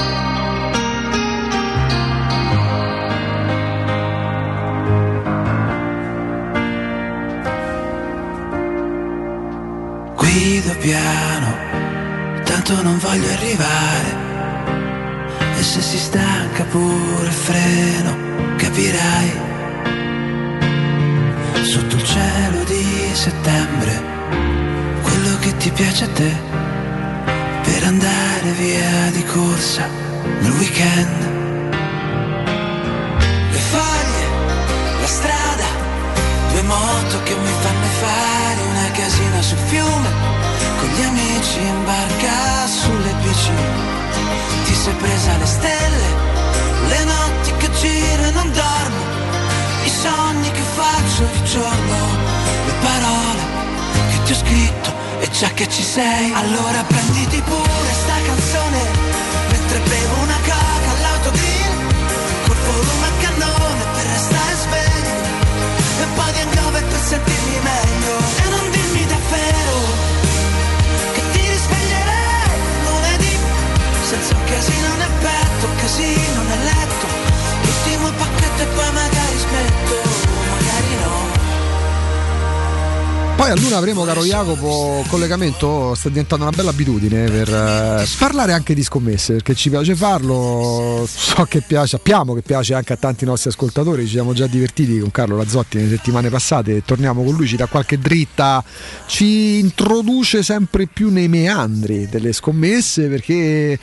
Speaker 14: guido piano, tanto non voglio arrivare. E se si stanca pure il freno, capirai. Sotto il cielo di settembre, quello che ti piace a te, per andare via di corsa nel weekend. Le foglie, la strada, due moto che mi fanno fare una casina sul fiume, con gli amici in barca sulle bici. Ti sei presa le stelle, le notti che giro e non dormo, i sogni che faccio di giorno, le parole che ti ho scritto e già che ci sei, allora prenditi pure sta canzone, mentre bevo una coca all'autogrill, col volume a cannone per restare svegli, e un po' di hangover per sentirmi meglio, e non dirmi davvero che ti risveglierei lunedì, senza un casino nel petto, un casino nel letto, l'ultimo pacchetto e poi magari smetto, magari no.
Speaker 3: Poi a Luna avremo, caro Jacopo, collegamento, sta diventando una bella abitudine per eh, parlare anche di scommesse, perché ci piace farlo, so che piace, sappiamo che piace anche a tanti nostri ascoltatori, ci siamo già divertiti con Carlo Razzotti nelle settimane passate, torniamo con lui, ci dà qualche dritta, ci introduce sempre più nei meandri delle scommesse, perché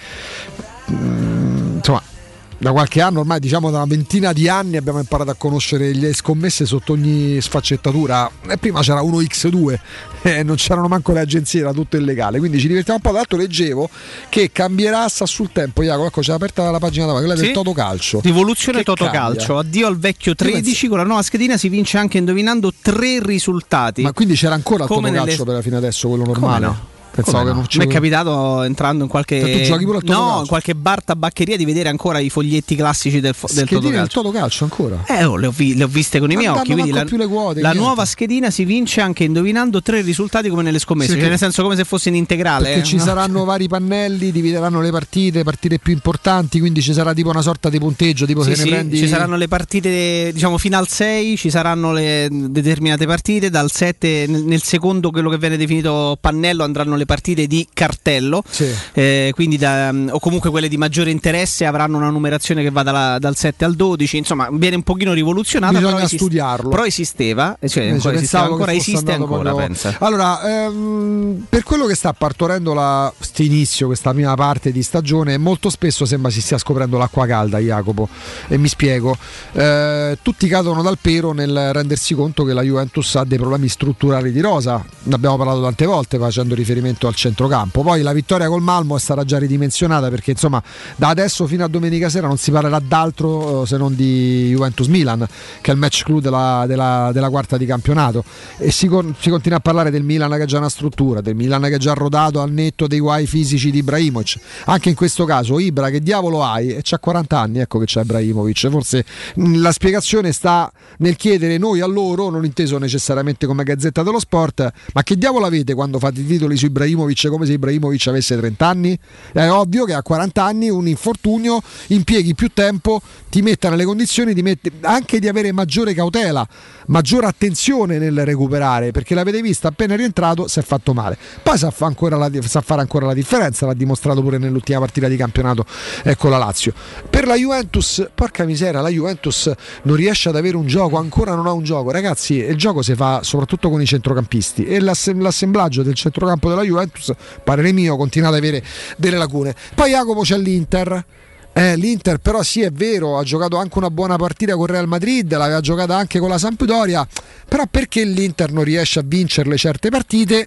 Speaker 3: mh, insomma da qualche anno, ormai diciamo da una ventina di anni, abbiamo imparato a conoscere le scommesse sotto ogni sfaccettatura, e prima c'era uno ics due e non c'erano manco le agenzie, era tutto illegale, quindi ci divertiamo un po'. Tra l'altro leggevo che cambierà sta sul tempo, Jacopo, ecco, c'è aperta la pagina davanti, quella sì? del Totocalcio,
Speaker 6: rivoluzione Totocalcio, addio al vecchio tredici, con la nuova schedina si vince anche indovinando tre risultati.
Speaker 3: Ma quindi c'era ancora il Totocalcio nelle... per la fine adesso, quello normale?
Speaker 6: Come no? Pensavo che non ci... Mi è capitato entrando in qualche
Speaker 3: tu giochi pure al
Speaker 6: no, in qualche bar tabaccheria di vedere ancora i foglietti classici del, fo- del Totocalcio.
Speaker 3: Il Totocalcio ancora?
Speaker 6: Eh, oh, le, ho vi- le ho viste con i miei occhi. Quindi la,
Speaker 3: quote,
Speaker 6: la nuova schedina si vince anche indovinando tre risultati come nelle scommesse, sì, cioè, nel senso come se fosse in integrale.
Speaker 3: Perché
Speaker 6: eh?
Speaker 3: ci saranno vari pannelli, divideranno le partite, partite più importanti, quindi ci sarà tipo una sorta di punteggio, tipo
Speaker 6: sì,
Speaker 3: se
Speaker 6: sì,
Speaker 3: ne prendi...
Speaker 6: ci saranno le partite, diciamo fino al sei, ci saranno le determinate partite, dal sette nel, nel secondo, quello che viene definito pannello, andranno le partite di cartello,
Speaker 3: sì.
Speaker 6: eh, quindi da, o comunque quelle di maggiore interesse avranno una numerazione che va dalla, dal sette al dododici, insomma viene un pochino rivoluzionata,
Speaker 3: bisogna
Speaker 6: però esist-
Speaker 3: studiarlo,
Speaker 6: però esisteva, cioè, ancora, esisteva, ancora esiste ancora proprio... pensa.
Speaker 3: Allora ehm, per quello che sta partorendo la inizio, questa prima parte di stagione, molto spesso sembra si stia scoprendo l'acqua calda, Jacopo, e mi spiego, eh, tutti cadono dal pero nel rendersi conto che la Juventus ha dei problemi strutturali di rosa, ne abbiamo parlato tante volte facendo riferimento al centrocampo. Poi la vittoria col Malmo è stata già ridimensionata, perché insomma da adesso fino a domenica sera non si parlerà d'altro se non di Juventus-Milan, che è il match clou della, della, della quarta di campionato, e si, con, si continua a parlare del Milan che ha già una struttura, del Milan che ha già rodato al netto dei guai fisici di Ibrahimovic. Anche in questo caso Ibra, che diavolo hai? E c'ha quaranta anni, ecco che c'è Ibrahimovic. Forse la spiegazione sta nel chiedere noi a loro, non inteso necessariamente come Gazzetta dello Sport, ma che diavolo avete quando fate i titoli su Ibrahimovic come se Ibrahimovic avesse trenta anni? È ovvio che a quaranta anni un infortunio impieghi più tempo, ti metta nelle condizioni di mette, anche di avere maggiore cautela, maggiore attenzione nel recuperare, perché l'avete visto appena rientrato si è fatto male, poi sa, fa ancora la, sa fare ancora la differenza, l'ha dimostrato pure nell'ultima partita di campionato con la Lazio. Per la Juventus, porca miseria, la Juventus non riesce ad avere un gioco, ancora non ha un gioco, ragazzi, il gioco si fa soprattutto con i centrocampisti, e l'assem- l'assemblaggio del centrocampo della Juventus, parere mio, continua ad avere delle lacune. Poi Jacopo c'è l'Inter. Eh, L'Inter però sì, è vero, ha giocato anche una buona partita con Real Madrid, l'aveva giocata anche con la Sampdoria, però perché l'Inter non riesce a vincerle certe partite?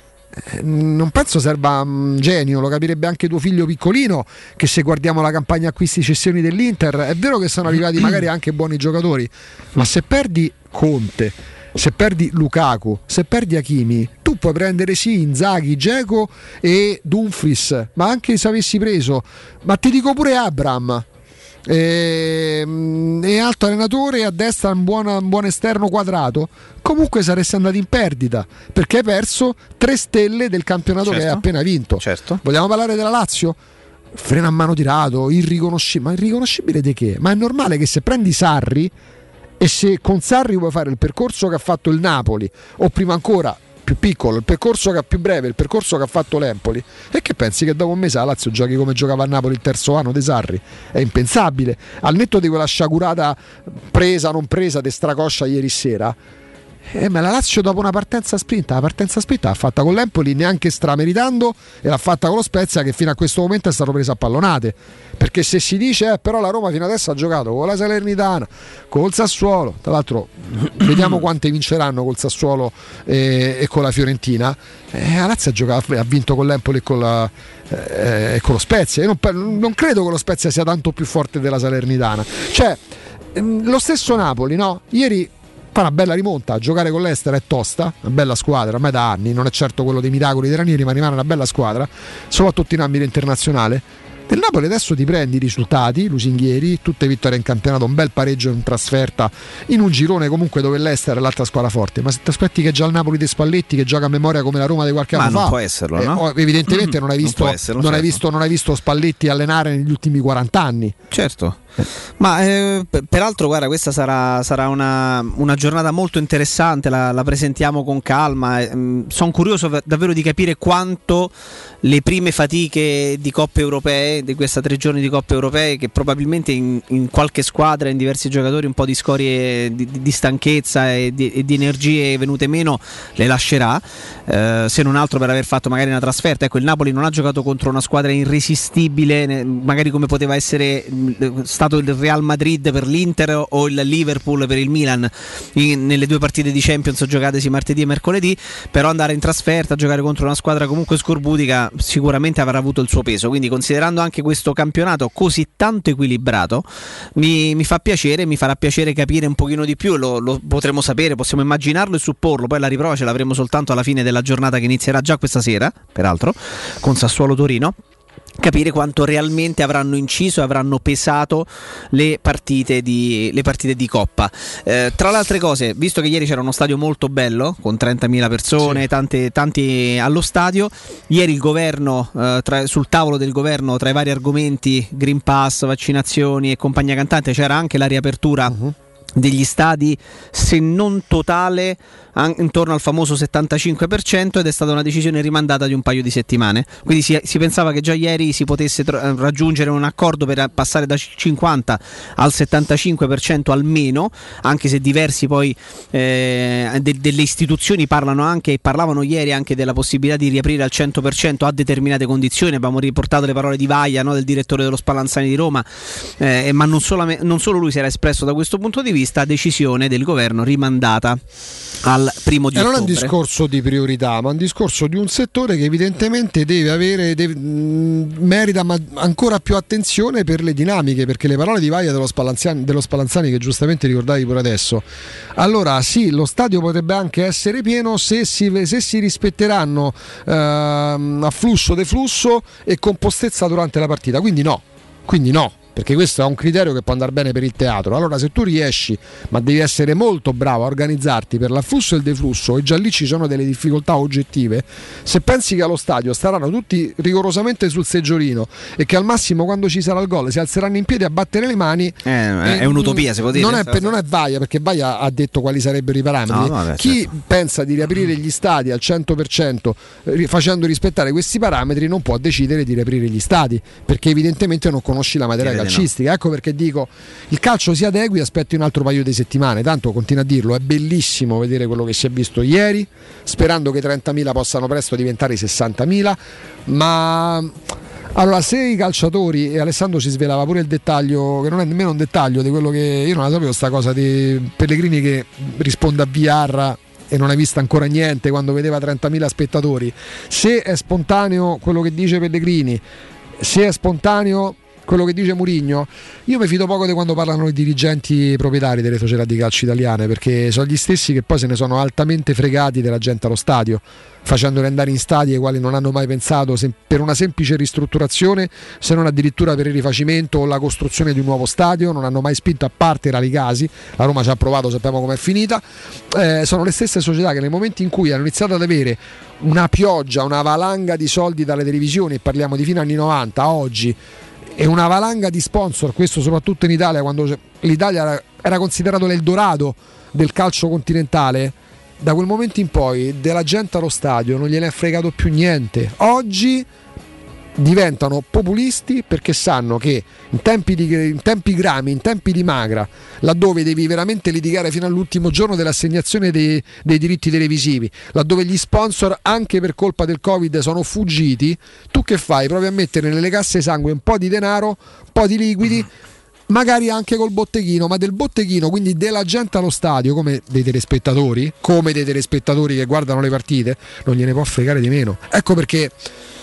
Speaker 3: Eh, non penso serva un genio, lo capirebbe anche tuo figlio piccolino, che se guardiamo la campagna acquisti cessioni dell'Inter, è vero che sono arrivati magari anche buoni giocatori, ma se perdi Conte, se perdi Lukaku, se perdi Hakimi, tu puoi prendere sì Inzaghi, Dzeko e Dumfries, ma anche se avessi preso, ma ti dico pure Abraham, e, e alto allenatore, a destra un buon, un buon esterno Quadrato, comunque saresti andato in perdita, perché hai perso tre stelle del campionato, certo, che hai appena vinto.
Speaker 6: Certo.
Speaker 3: Vogliamo parlare della Lazio? Freno a mano tirato, irriconoscibile, ma irriconoscibile di che? Ma è normale che se prendi Sarri, e se con Sarri vuoi fare il percorso che ha fatto il Napoli, o prima ancora più piccolo, il percorso che ha più breve, il percorso che ha fatto l'Empoli. E che pensi che dopo un mese la Lazio giochi come giocava a Napoli il terzo anno De Sarri? È impensabile. Al netto di quella sciagurata presa non presa de Stracoscia ieri sera, Eh, ma la Lazio dopo una partenza spinta, la partenza spinta l'ha fatta con l'Empoli neanche strameritando, e l'ha fatta con lo Spezia che fino a questo momento è stato preso a pallonate. Perché se si dice eh, però la Roma fino adesso ha giocato con la Salernitana, col Sassuolo, tra l'altro vediamo quante vinceranno col Sassuolo e, e con la Fiorentina, eh, la Lazio ha, giocato, ha vinto con l'Empoli e con, la, eh, e con lo Spezia. Io non, non credo che lo Spezia sia tanto più forte della Salernitana, cioè ehm, lo stesso Napoli, no? Ieri fa una bella rimonta, a giocare con l'Ester è tosta, una bella squadra, ormai da anni, non è certo quello dei miracoli dei Ranieri, ma rimane una bella squadra, soprattutto in ambito internazionale. Del Napoli adesso ti prendi i risultati lusinghieri, tutte vittorie in campionato, un bel pareggio in trasferta in un girone comunque dove l'Ester è l'altra squadra forte, ma se ti aspetti che già il Napoli dei Spalletti che gioca a memoria come la Roma di qualche
Speaker 6: ma
Speaker 3: anno
Speaker 6: non
Speaker 3: fa,
Speaker 6: può esserlo,
Speaker 3: eh,
Speaker 6: no?
Speaker 3: Evidentemente non hai visto,
Speaker 6: non, esserlo,
Speaker 3: non,
Speaker 6: certo.
Speaker 3: hai visto, non hai visto Spalletti allenare negli ultimi quaranta anni.
Speaker 6: Certo. Ma eh, peraltro guarda, questa sarà, sarà una, una giornata molto interessante, la, la presentiamo con calma, eh, sono curioso davvero di capire quanto le prime fatiche di coppe europee, di questi tre giorni di coppe europee, che probabilmente in, in qualche squadra, in diversi giocatori, un po' di scorie di, di stanchezza e di, e di energie venute meno le lascerà, eh, se non altro per aver fatto magari una trasferta. Ecco, il Napoli non ha giocato contro una squadra irresistibile, magari come poteva essere stato il Real Madrid per l'Inter o il Liverpool per il Milan in, nelle due partite di Champions giocatesi martedì e mercoledì, però andare in trasferta a giocare contro una squadra comunque scorbutica sicuramente avrà avuto il suo peso. Quindi, considerando anche questo campionato così tanto equilibrato, mi, mi fa piacere, mi farà piacere capire un pochino di più, lo, lo potremo sapere, possiamo immaginarlo e supporlo, poi la riprova ce l'avremo soltanto alla fine della giornata che inizierà già questa sera, peraltro, con Sassuolo Torino. Capire quanto realmente avranno inciso e avranno pesato le partite di, le partite di Coppa. Eh, tra le altre cose, visto che ieri c'era uno stadio molto bello con trentamila persone, sì. tante, tanti allo stadio, ieri il governo, eh, tra, sul tavolo del governo, tra i vari argomenti, Green Pass, vaccinazioni e compagnia cantante, c'era anche la riapertura uh-huh. degli stadi, se non totale, intorno al famoso settantacinque per cento, ed è stata una decisione rimandata di un paio di settimane. Quindi si, si pensava che già ieri si potesse tro- raggiungere un accordo per passare da cinquanta al settantacinque per cento almeno, anche se diversi poi eh, de- delle istituzioni parlano anche e parlavano ieri anche della possibilità di riaprire al cento per cento a determinate condizioni. Abbiamo riportato le parole di Vaia, no, del direttore dello Spallanzani di Roma, eh, ma non solo, non solo lui si era espresso da questo punto di vista. Decisione del governo rimandata al primo di
Speaker 3: e
Speaker 6: ottobre.
Speaker 3: Non è un discorso di priorità, ma un discorso di un settore che evidentemente deve avere deve, mh, merita ma ancora più attenzione per le dinamiche, perché le parole di Vaia dello Spallanzani, dello Spallanzani che giustamente ricordavi pure adesso, allora sì, lo stadio potrebbe anche essere pieno se si, se si rispetteranno ehm, afflusso, deflusso e compostezza durante la partita, quindi no, quindi no. Perché questo è un criterio che può andare bene per il teatro. Allora, se tu riesci, ma devi essere molto bravo a organizzarti per l'afflusso e il deflusso, e già lì ci sono delle difficoltà oggettive, se pensi che allo stadio staranno tutti rigorosamente sul seggiolino e che al massimo quando ci sarà il gol si alzeranno in piedi a battere le mani,
Speaker 6: eh, è un'utopia, si può dire.
Speaker 3: Non è, non è Vaia, perché Vaia ha detto quali sarebbero i parametri. No, vabbè, chi certo. pensa di riaprire gli stadi al cento per cento facendo rispettare questi parametri non può decidere di riaprire gli stadi, perché evidentemente non conosci la materia calcistica. No. Ecco perché dico, il calcio si adegui, aspetti un altro paio di settimane, tanto continuo a dirlo, è bellissimo vedere quello che si è visto ieri, sperando che trentamila possano presto diventare sessantamila, ma allora se i calciatori, e Alessandro ci svelava pure il dettaglio che non è nemmeno un dettaglio di quello che io non la sapevo, sta cosa di Pellegrini che risponde a V R e non hai visto ancora niente quando vedeva trentamila spettatori, se è spontaneo quello che dice Pellegrini, se è spontaneo quello che dice Mourinho, io mi fido poco di quando parlano i dirigenti proprietari delle società di calcio italiane, perché sono gli stessi che poi se ne sono altamente fregati della gente allo stadio, facendoli andare in stadi ai quali non hanno mai pensato se per una semplice ristrutturazione, se non addirittura per il rifacimento o la costruzione di un nuovo stadio, non hanno mai spinto, a parte i rari casi, la Roma ci ha provato, sappiamo com'è finita. Eh, sono le stesse società che nei momenti in cui hanno iniziato ad avere una pioggia, una valanga di soldi dalle televisioni, e parliamo di fine anni novanta a oggi, e una valanga di sponsor, questo soprattutto in Italia, quando l'Italia era considerato l'Eldorado del calcio continentale, da quel momento in poi della gente allo stadio non gliene è fregato più niente. Oggi diventano populisti perché sanno che in tempi di in tempi grami, in tempi di magra, laddove devi veramente litigare fino all'ultimo giorno dell'assegnazione dei, dei diritti televisivi, laddove gli sponsor anche per colpa del Covid sono fuggiti, tu che fai? Provi a mettere nelle casse sangue un po' di denaro, un po' di liquidi, magari anche col botteghino, ma del botteghino, quindi della gente allo stadio, come dei telespettatori, come dei telespettatori che guardano le partite, non gliene può fregare di meno. Ecco perché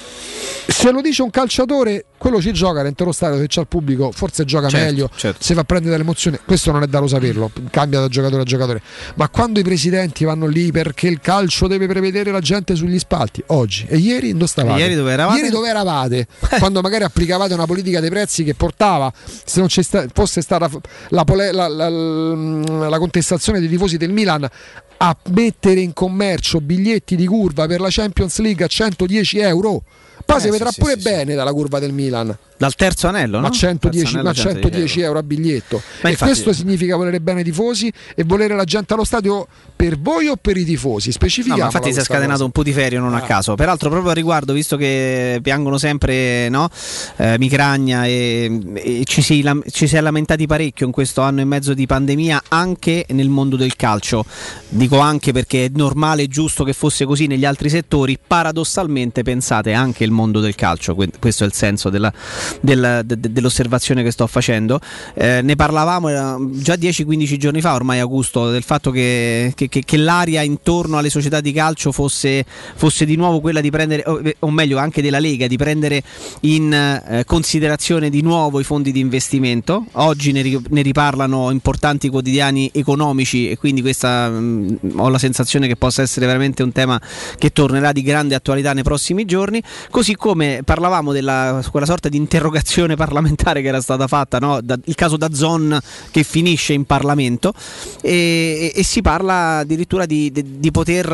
Speaker 3: se lo dice un calciatore, quello ci gioca dentro lo stadio, se c'è il pubblico forse gioca certo, meglio, certo. Se fa prendere dall'emozione, questo non è da lo saperlo, cambia da giocatore a giocatore, ma quando i presidenti vanno lì perché il calcio deve prevedere la gente sugli spalti, oggi e ieri dove stavate?
Speaker 6: Ieri dove eravate?
Speaker 3: Ieri dove eravate? Quando magari applicavate una politica dei prezzi che portava, se non ci sta, fosse stata la, la, la, la, la contestazione dei tifosi del Milan, a mettere in commercio biglietti di curva per la Champions League a centodieci euro. Poi eh, si vedrà sì, pure sì, bene sì. dalla curva del Milan.
Speaker 6: Dal terzo anello, no?
Speaker 3: Ma centodieci, anello, ma centodieci euro a biglietto. Ma e infatti, questo significa volere bene i tifosi e volere la gente allo stadio per voi o per i tifosi? Specifichiamo.
Speaker 6: No, ma infatti si è scatenato cosa. un po' di ferio non ah. a caso. Peraltro proprio a riguardo, visto che piangono sempre, no? eh, Micragna e, e ci, si, la, ci si è lamentati parecchio in questo anno e mezzo di pandemia anche nel mondo del calcio. Dico anche perché è normale e giusto che fosse così negli altri settori, paradossalmente pensate anche il mondo del calcio, questo è il senso della Del, de, dell'osservazione che sto facendo. Eh, ne parlavamo già dieci quindici giorni fa ormai, Augusto, del fatto che, che, che, che l'aria intorno alle società di calcio fosse, fosse di nuovo quella di prendere, o, o meglio anche della Lega, di prendere in eh, considerazione di nuovo i fondi di investimento. Oggi ne, ri, ne riparlano importanti quotidiani economici e quindi questa mh, ho la sensazione che possa essere veramente un tema che tornerà di grande attualità nei prossimi giorni, così come parlavamo della quella sorta di interrogazione parlamentare che era stata fatta, no? da, il caso DAZN che finisce in Parlamento e, e, e si parla addirittura di, di, di, poter,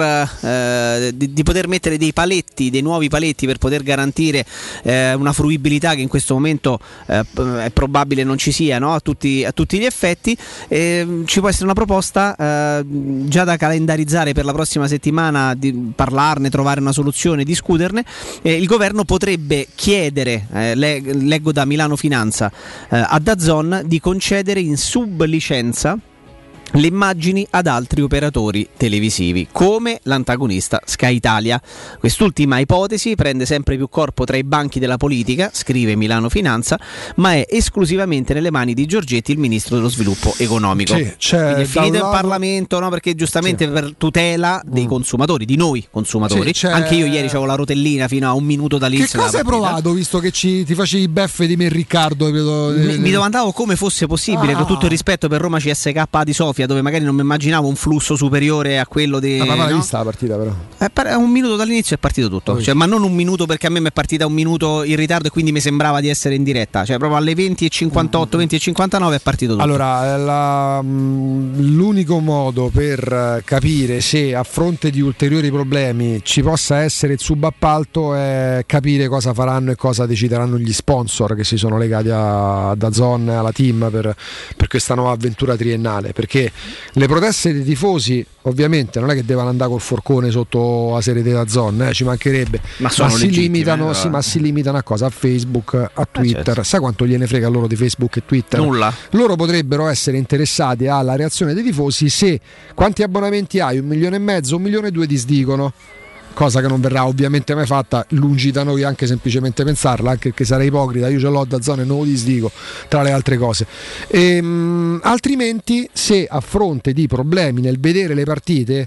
Speaker 6: eh, di, di poter mettere dei paletti, dei nuovi paletti per poter garantire eh, una fruibilità che in questo momento eh, è probabile non ci sia, no? a, tutti, a tutti gli effetti. E ci può essere una proposta eh, già da calendarizzare per la prossima settimana, di parlarne, trovare una soluzione, discuterne. Eh, il governo potrebbe chiedere eh, le, leggo da Milano Finanza, eh, a DAZN di concedere in sublicenza le immagini ad altri operatori televisivi, come l'antagonista Sky Italia. Quest'ultima ipotesi prende sempre più corpo tra i banchi della politica, scrive Milano Finanza, ma è esclusivamente nelle mani di Giorgetti, il ministro dello sviluppo economico. Sì, c'è è finito lato... in Parlamento, no? Perché giustamente sì. per tutela dei consumatori, di noi consumatori, sì, anche io ieri avevo la rotellina fino a un minuto dall'inizio.
Speaker 3: Che cosa hai provato, visto che ci, ti facevi beffe di me Riccardo?
Speaker 6: Mi, mi domandavo come fosse possibile, ah. con tutto il rispetto per Roma C S K A di Sofia, dove magari non mi immaginavo un flusso superiore a quello di.
Speaker 3: Ma
Speaker 6: no?
Speaker 3: l'hai vista la partita, però?
Speaker 6: Eh, un minuto dall'inizio è partito tutto, cioè, ma non un minuto perché a me mi è partita un minuto in ritardo e quindi mi sembrava di essere in diretta, cioè proprio alle venti e cinquantotto, venti e cinquantanove è partito tutto.
Speaker 3: Allora, la, l'unico modo per capire se a fronte di ulteriori problemi ci possa essere il subappalto è capire cosa faranno e cosa decideranno gli sponsor che si sono legati a DAZN e alla team per, per questa nuova avventura triennale, perché le proteste dei tifosi ovviamente non è che devono andare col forcone sotto la serie della zona, eh, ci mancherebbe, ma, ma, si limitano, sì, ma si limitano a cosa? A Facebook, a Twitter. Eh, certo. Sai quanto gliene frega loro di Facebook e Twitter?
Speaker 6: Nulla.
Speaker 3: Loro potrebbero essere interessati alla reazione dei tifosi se quanti abbonamenti hai? Un milione e mezzo, un milione e due disdicono. Cosa che non verrà ovviamente mai fatta, lungi da noi anche semplicemente pensarla, anche perché sarei ipocrita, io ce l'ho da zone e non lo disdico, tra le altre cose. E, mh, altrimenti, se a fronte di problemi nel vedere le partite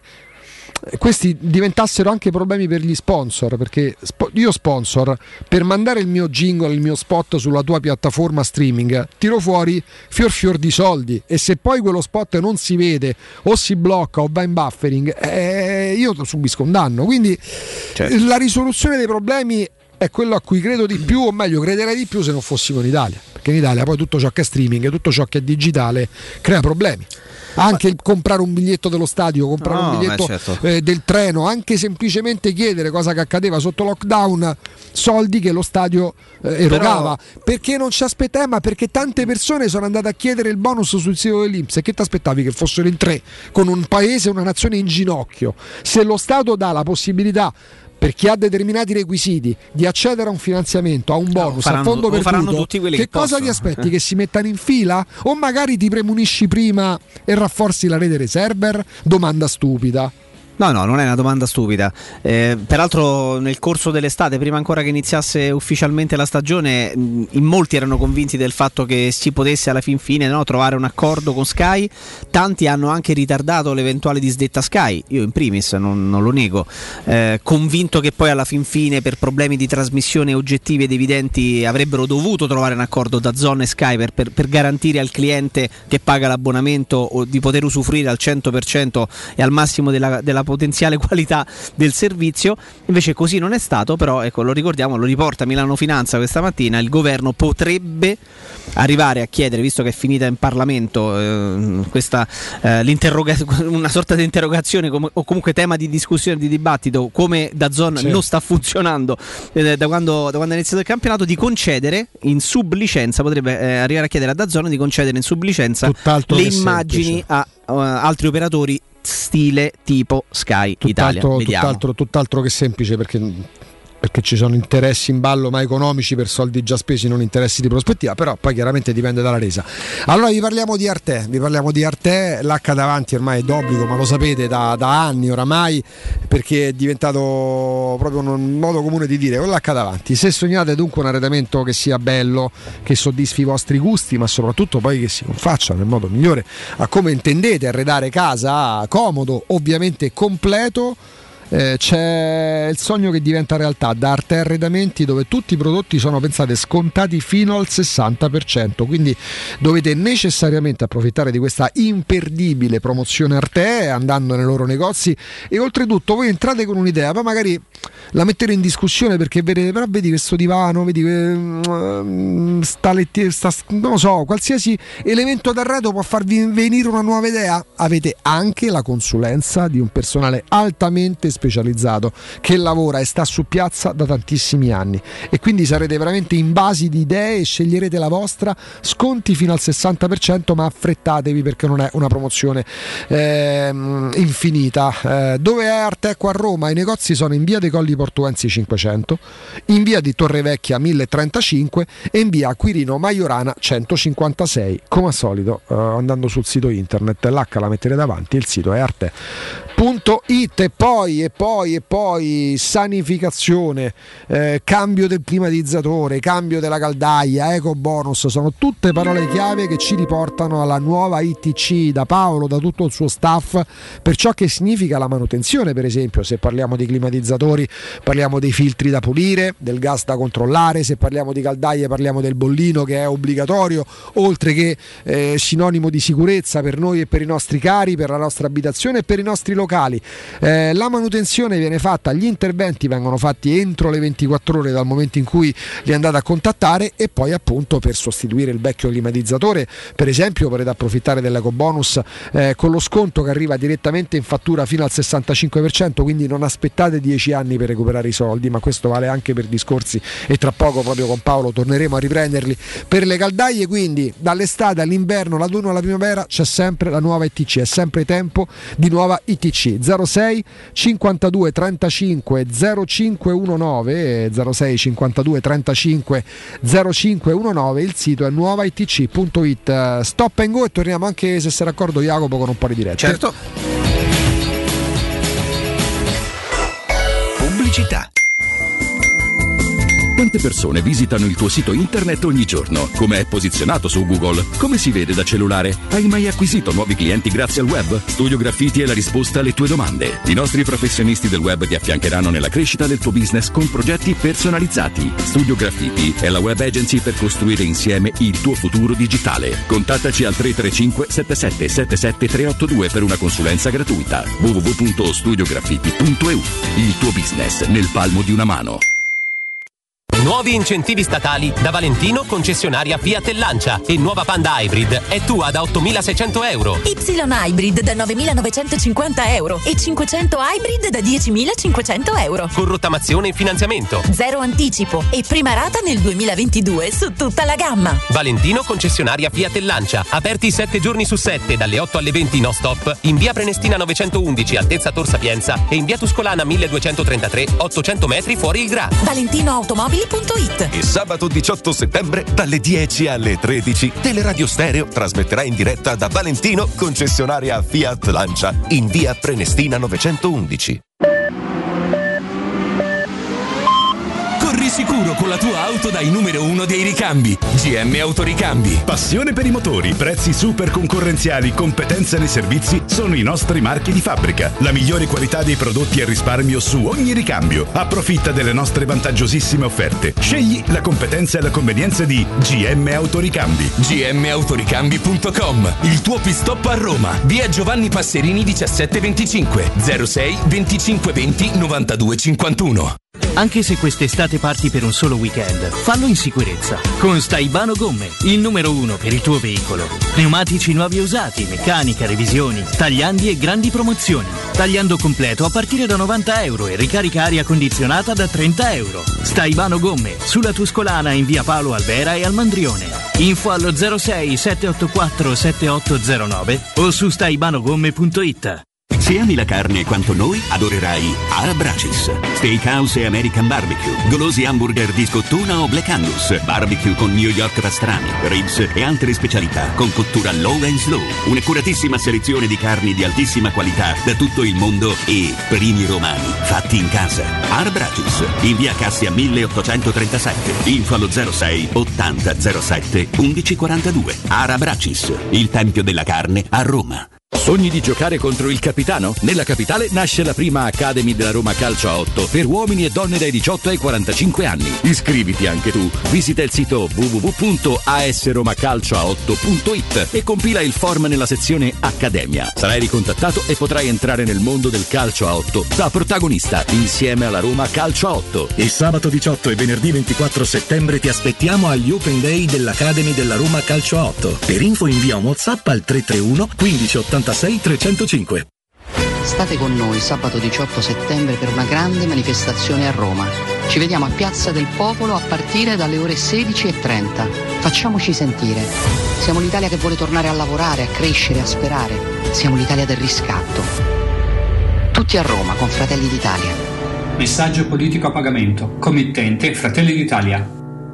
Speaker 3: questi diventassero anche problemi per gli sponsor, perché io sponsor per mandare il mio jingle, il mio spot sulla tua piattaforma streaming tiro fuori fior fior di soldi, e se poi quello spot non si vede o si blocca o va in buffering, eh, io subisco un danno. Quindi certo. La risoluzione dei problemi è quello a cui credo di più, o meglio crederei di più se non fossimo in Italia, perché in Italia poi tutto ciò che è streaming, tutto ciò che è digitale crea problemi. anche il comprare un biglietto dello stadio, comprare
Speaker 6: no,
Speaker 3: un biglietto
Speaker 6: certo.
Speaker 3: eh, del treno, anche semplicemente chiedere, cosa che accadeva sotto lockdown, soldi che lo stadio eh, erogava. Però... perché non ci aspettava, ma perché tante persone sono andate a chiedere il bonus sul sito dell'I N P S. E che ti aspettavi? Che fossero in tre, con un paese, una nazione in ginocchio. Se lo Stato dà la possibilità, per chi ha determinati requisiti, di accedere a un finanziamento, a un bonus,
Speaker 6: faranno,
Speaker 3: a fondo perduto,
Speaker 6: tutti quelli
Speaker 3: che,
Speaker 6: che
Speaker 3: cosa
Speaker 6: possono.
Speaker 3: ti aspetti? Che si mettano in fila? O magari ti premunisci prima e rafforzi la rete dei server? Domanda stupida.
Speaker 6: No, no, non è una domanda stupida. Eh, peraltro nel corso dell'estate, prima ancora che iniziasse ufficialmente la stagione, in molti erano convinti del fatto che si potesse alla fin fine, no, trovare un accordo con Sky. Tanti hanno anche ritardato l'eventuale disdetta Sky, io in primis non, non lo nego, eh, convinto che poi alla fin fine per problemi di trasmissione oggettivi ed evidenti avrebbero dovuto trovare un accordo da DAZN e Sky per, per, per garantire al cliente che paga l'abbonamento o di poter usufruire al cento per cento e al massimo della, della potenziale qualità del servizio. Invece così non è stato, però ecco, lo ricordiamo, lo riporta Milano Finanza questa mattina, il governo potrebbe arrivare a chiedere, visto che è finita in Parlamento eh, questa eh, una sorta di interrogazione com- o comunque tema di discussione, di dibattito, come DAZN sì. non sta funzionando eh, da, quando, da quando è iniziato il campionato, di concedere in sublicenza, potrebbe eh, arrivare a chiedere a DAZN di concedere in sublicenza le immagini a uh, altri operatori stile tipo Sky
Speaker 3: tutt'altro,
Speaker 6: Italia.
Speaker 3: Tutt'altro, tutt'altro che semplice, perché, perché ci sono interessi in ballo, ma economici, per soldi già spesi, non interessi di prospettiva, però poi chiaramente dipende dalla resa. Allora vi parliamo di Arte, vi parliamo di Arte, l'H davanti ormai è d'obbligo, ma lo sapete da, da anni oramai, perché è diventato proprio un modo comune di dire con l'H davanti. Se sognate dunque un arredamento che sia bello, che soddisfi i vostri gusti, ma soprattutto poi che si confaccia nel modo migliore a come intendete arredare casa, comodo, ovviamente completo, Eh, c'è il sogno che diventa realtà da Arte Arredamenti, dove tutti i prodotti sono pensati scontati fino al sessanta per cento, quindi dovete necessariamente approfittare di questa imperdibile promozione Arte andando nei loro negozi. E oltretutto voi entrate con un'idea, poi magari la mettete in discussione perché vedete, però vedi questo divano, vedi uh, sta letti, sta, non lo so, qualsiasi elemento d'arredo può farvi venire una nuova idea. Avete anche la consulenza di un personale altamente specializzato che lavora e sta su piazza da tantissimi anni, e quindi sarete veramente invasi di idee e sceglierete la vostra. Sconti fino al sessanta per cento, ma affrettatevi perché non è una promozione eh, infinita. Eh, dove è Arteco a Roma? I negozi sono in via dei Colli Portuensi cinquecento, in via di Torrevecchia mille e trentacinque e in via Quirino Maiorana centocinquantasei. Come al solito eh, andando sul sito internet, l'H la mettete davanti, il sito è arte punto it. E poi e poi e poi sanificazione, eh, cambio del climatizzatore, cambio della caldaia, eco bonus, sono tutte parole chiave che ci riportano alla nuova I T C da Paolo, da tutto il suo staff, per ciò che significa la manutenzione. Per esempio, se parliamo di climatizzatori parliamo dei filtri da pulire, del gas da controllare, se parliamo di caldaie parliamo del bollino che è obbligatorio, oltre che eh, sinonimo di sicurezza per noi e per i nostri cari, per la nostra abitazione e per i nostri locali. Eh, la manutenzione viene fatta, gli interventi vengono fatti entro le ventiquattro ore dal momento in cui li andate a contattare, e poi appunto per sostituire il vecchio climatizzatore, per esempio, potete approfittare dell'ecobonus eh, con lo sconto che arriva direttamente in fattura fino al sessantacinque per cento, quindi non aspettate dieci anni per recuperare i soldi, ma questo vale anche per discorsi, e tra poco proprio con Paolo torneremo a riprenderli, per le caldaie. Quindi dall'estate all'inverno, l'autunno alla primavera c'è sempre la nuova I T C, è sempre tempo di nuova I T C. zero sei cinquantadue trentacinque zero cinque diciannove zero sei cinquantadue trentacinque zero cinque diciannove, il sito è nuova I T C punto it. Stop and go e torniamo, anche se sei d'accordo Jacopo, con un po' di dirette.
Speaker 6: Certo.
Speaker 4: Pubblicità. Quante persone visitano il tuo sito internet ogni giorno? Come è posizionato su Google? Come si vede da cellulare? Hai mai acquisito nuovi clienti grazie al web? Studio Graffiti è la risposta alle tue domande. I nostri professionisti del web ti affiancheranno nella crescita del tuo business con progetti personalizzati. Studio Graffiti è la web agency per costruire insieme il tuo futuro digitale. Contattaci al tre tre cinque sette sette sette sette tre otto due per una consulenza gratuita. w w w punto studio graffiti punto e u. Il tuo business nel palmo di una mano.
Speaker 10: Nuovi incentivi statali da Valentino, concessionaria Fiat e Lancia. E nuova Panda Hybrid è tua da ottomilaseicento euro.
Speaker 12: Y Hybrid da novemilanovecentocinquanta euro e cinquecento Hybrid da diecimilacinquecento euro.
Speaker 10: Con rottamazione e finanziamento.
Speaker 12: Zero anticipo e prima rata nel duemilaventidue su tutta la gamma.
Speaker 10: Valentino, concessionaria Fiat e Lancia. Aperti sette giorni su sette, dalle otto alle venti no stop, in via Prenestina novecentoundici, altezza Tor Sapienza, e in via Tuscolana milleduecentotrentatré, ottocento metri fuori il Gra.
Speaker 12: valentinoautomobili punto it.
Speaker 15: E sabato diciotto settembre dalle dieci alle tredici Teleradio Stereo trasmetterà in diretta da Valentino, concessionaria Fiat Lancia, in via Prenestina novecentoundici.
Speaker 19: Corri sicuro con la tua auto dai numero uno dei ricambi. G M Autoricambi.
Speaker 16: Passione per i motori, prezzi super concorrenziali, competenza nei servizi sono i nostri marchi di fabbrica. La migliore qualità dei prodotti e risparmio su ogni ricambio. Approfitta delle nostre vantaggiosissime offerte. Scegli la competenza e la convenienza di G M Autoricambi.
Speaker 19: G M Autoricambi punto com. Il tuo pit stop a Roma. Via Giovanni Passerini diciassette venticinque, zero sei venticinque venti novantadue cinquantuno.
Speaker 23: Anche se quest'estate parti per un solo weekend, fallo in sicurezza. Con Staibano Gomme, il numero uno per il tuo veicolo. Pneumatici nuovi e usati, meccanica, revisioni, tagliandi e grandi promozioni. Tagliando completo a partire da novanta euro e ricarica aria condizionata da trenta euro. Staibano Gomme, sulla Tuscolana in via Paolo Albera e al Mandrione. Info allo zero sei sette otto quattro sette otto zero nove o su staibanogomme punto it.
Speaker 8: Se ami la carne quanto noi, adorerai Arabracis. Steakhouse e American Barbecue, golosi hamburger di scottuna o Black Angus, barbecue con New York pastrami, ribs e altre specialità con cottura low and slow. Un'accuratissima selezione di carni di altissima qualità da tutto il mondo e primi romani fatti in casa. Arabracis, in via Cassia milleottocentotrentasette. Info allo zero sei ottanta zero sette undici quarantadue. Arabracis, il tempio della carne a Roma.
Speaker 4: Sogni di giocare contro il capitano? Nella capitale nasce la prima Academy della Roma Calcio a otto per uomini e donne dai diciotto ai quarantacinque anni. Iscriviti anche tu. Visita il sito w w w punto a s roma calcio a otto punto it e compila il form nella sezione Accademia. Sarai ricontattato e potrai entrare nel mondo del calcio a otto da protagonista insieme alla Roma Calcio a otto.
Speaker 24: Il sabato diciotto e venerdì ventiquattro settembre ti aspettiamo agli Open Day dell'Academy della Roma Calcio a otto. Per info invia un WhatsApp al tre tre uno quindici ottantasei trecentocinque.
Speaker 25: State con noi sabato diciotto settembre per una grande manifestazione a Roma. Ci vediamo a Piazza del Popolo a partire dalle ore sedici e trenta. Facciamoci sentire. Siamo l'Italia che vuole tornare a lavorare, a crescere, a sperare. Siamo l'Italia del riscatto. Tutti a Roma con Fratelli d'Italia.
Speaker 22: Messaggio politico a pagamento. Committente Fratelli d'Italia.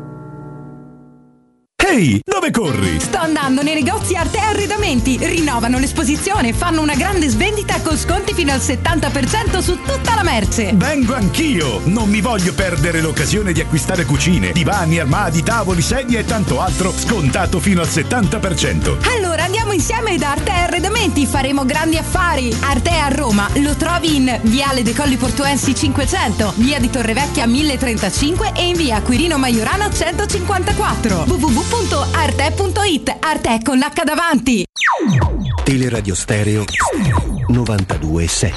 Speaker 16: Ehi, dove corri?
Speaker 27: Sto andando nei negozi Arte Arredamenti. Rinnovano l'esposizione e fanno una grande svendita con sconti fino al settanta per cento su tutta la merce.
Speaker 16: Vengo anch'io! Non mi voglio perdere l'occasione di acquistare cucine, divani, armadi, tavoli, sedie e tanto altro scontato fino al settanta per cento.
Speaker 27: Allora andiamo insieme da Arte Arredamenti, faremo grandi affari. Arte a Roma lo trovi in Viale dei Colli Portuensi cinquecento, Via di Torrevecchia mille trentacinque e in Via Quirino Maiorana centocinquantaquattro. w w w punto arte punto it. Arte con l'H davanti.
Speaker 13: Teleradio Stereo novantadue sette.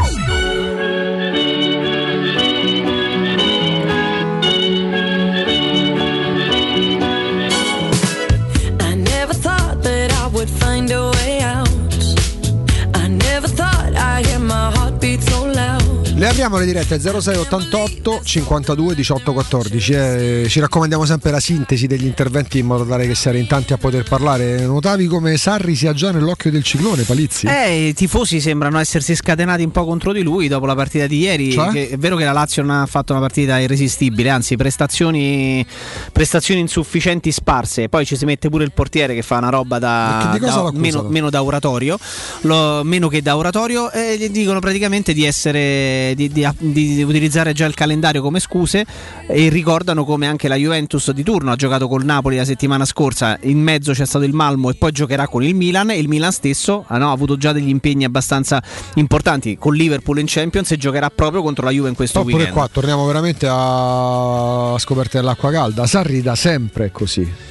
Speaker 14: I never thought that I would find a way out. I never thought I'd hear my heartbeat so loud.
Speaker 3: Le apriamo le dirette zero sei ottantotto cinquantadue diciotto quattordici. Eh, ci raccomandiamo sempre la sintesi degli interventi in modo tale che siate in tanti a poter parlare. Notavi come Sarri sia già nell'occhio del ciclone, Palizzi?
Speaker 6: Eh, i tifosi sembrano essersi scatenati un po' contro di lui dopo la partita di ieri.
Speaker 3: Cioè?
Speaker 6: Che è vero che la Lazio non ha fatto una partita irresistibile, anzi prestazioni, prestazioni insufficienti sparse. Poi ci si mette pure il portiere che fa una roba da, da meno, meno da oratorio, lo, meno che da oratorio, e gli dicono praticamente di essere Di, di, di utilizzare già il calendario come scuse, e ricordano come anche la Juventus di turno ha giocato col Napoli la settimana scorsa, in mezzo c'è stato il Malmo e poi giocherà con il Milan, e il Milan stesso ah no, ha avuto già degli impegni abbastanza importanti con Liverpool in Champions e giocherà proprio contro la Juve in questo
Speaker 3: Oppure
Speaker 6: weekend.
Speaker 3: Qua torniamo veramente a scoperte dell'acqua calda. Sarri da sempre è così.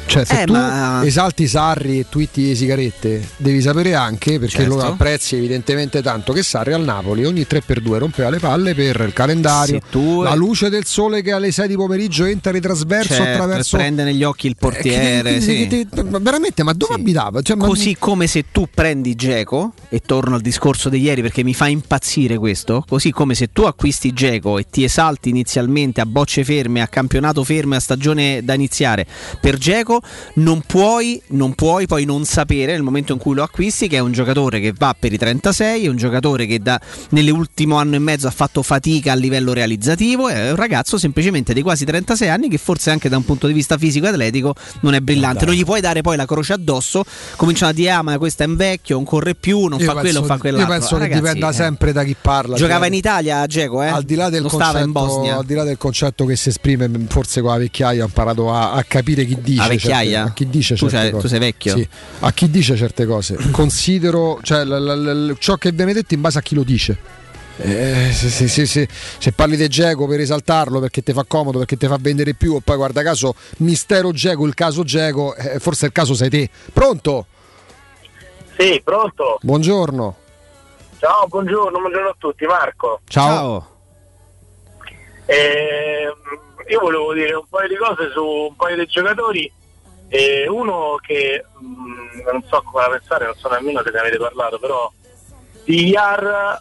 Speaker 3: Cioè, se
Speaker 6: eh,
Speaker 3: tu
Speaker 6: ma...
Speaker 3: esalti Sarri e twitti Sigarette, devi sapere anche, perché
Speaker 6: certo.
Speaker 3: lo apprezzi evidentemente tanto, che Sarri al Napoli ogni tre per due rompeva le palle per il calendario,
Speaker 6: tu...
Speaker 3: la luce del sole che alle sei di pomeriggio entra ritrasverso
Speaker 6: certo,
Speaker 3: attraverso,
Speaker 6: prende negli occhi il portiere,
Speaker 3: eh, che, che,
Speaker 6: sì.
Speaker 3: che, che, veramente, ma dove sì. abitava? Cioè,
Speaker 6: così
Speaker 3: ma...
Speaker 6: come se tu prendi Dzeko, e torno al discorso di ieri perché mi fa impazzire questo, così come se tu acquisti Dzeko e ti esalti inizialmente a bocce ferme, a campionato fermo e a stagione da iniziare per Dzeko, non puoi, non puoi poi non sapere nel momento in cui lo acquisti che è un giocatore che va per i trentasei, è un giocatore che da, nell'ultimo anno e mezzo ha fatto fatica a livello realizzativo, è un ragazzo semplicemente dei quasi trentasei anni che forse anche da un punto di vista fisico e atletico non è brillante, non gli puoi dare poi la croce addosso, cominciano a dire ah ma questo è un vecchio, non corre più, non io fa quello, non fa quell'altro.
Speaker 3: Io penso
Speaker 6: ah,
Speaker 3: che
Speaker 6: ragazzi,
Speaker 3: dipenda
Speaker 6: eh.
Speaker 3: sempre da chi parla.
Speaker 6: Giocava in Italia Dzeko, eh?
Speaker 3: Al di là del
Speaker 6: non
Speaker 3: concetto,
Speaker 6: stava in Bosnia.
Speaker 3: Al di là del concetto che si esprime, forse con la vecchiaia ho imparato a, a capire chi dice.
Speaker 6: La vecchiaia?
Speaker 3: Certe, a chi dice
Speaker 6: tu,
Speaker 3: certe
Speaker 6: sei,
Speaker 3: cose.
Speaker 6: tu sei vecchio?
Speaker 3: Sì, a chi dice certe cose. Considero, cioè, l, l, l, ciò che viene detto in base a chi lo dice. Eh, se, se, se, se, se parli di Dzeko per esaltarlo perché ti fa comodo, perché ti fa vendere più, e poi guarda caso mistero Dzeko, il caso Dzeko, eh, forse il caso sei te. Pronto?
Speaker 1: Sì, pronto.
Speaker 3: Buongiorno.
Speaker 1: Ciao, buongiorno, buongiorno a tutti, Marco.
Speaker 3: Ciao.
Speaker 6: Ciao.
Speaker 1: Eh, io volevo dire un paio di cose su un paio di giocatori. Eh, uno che mh, non so come la pensare, non so nemmeno se ne avete parlato, però di Villar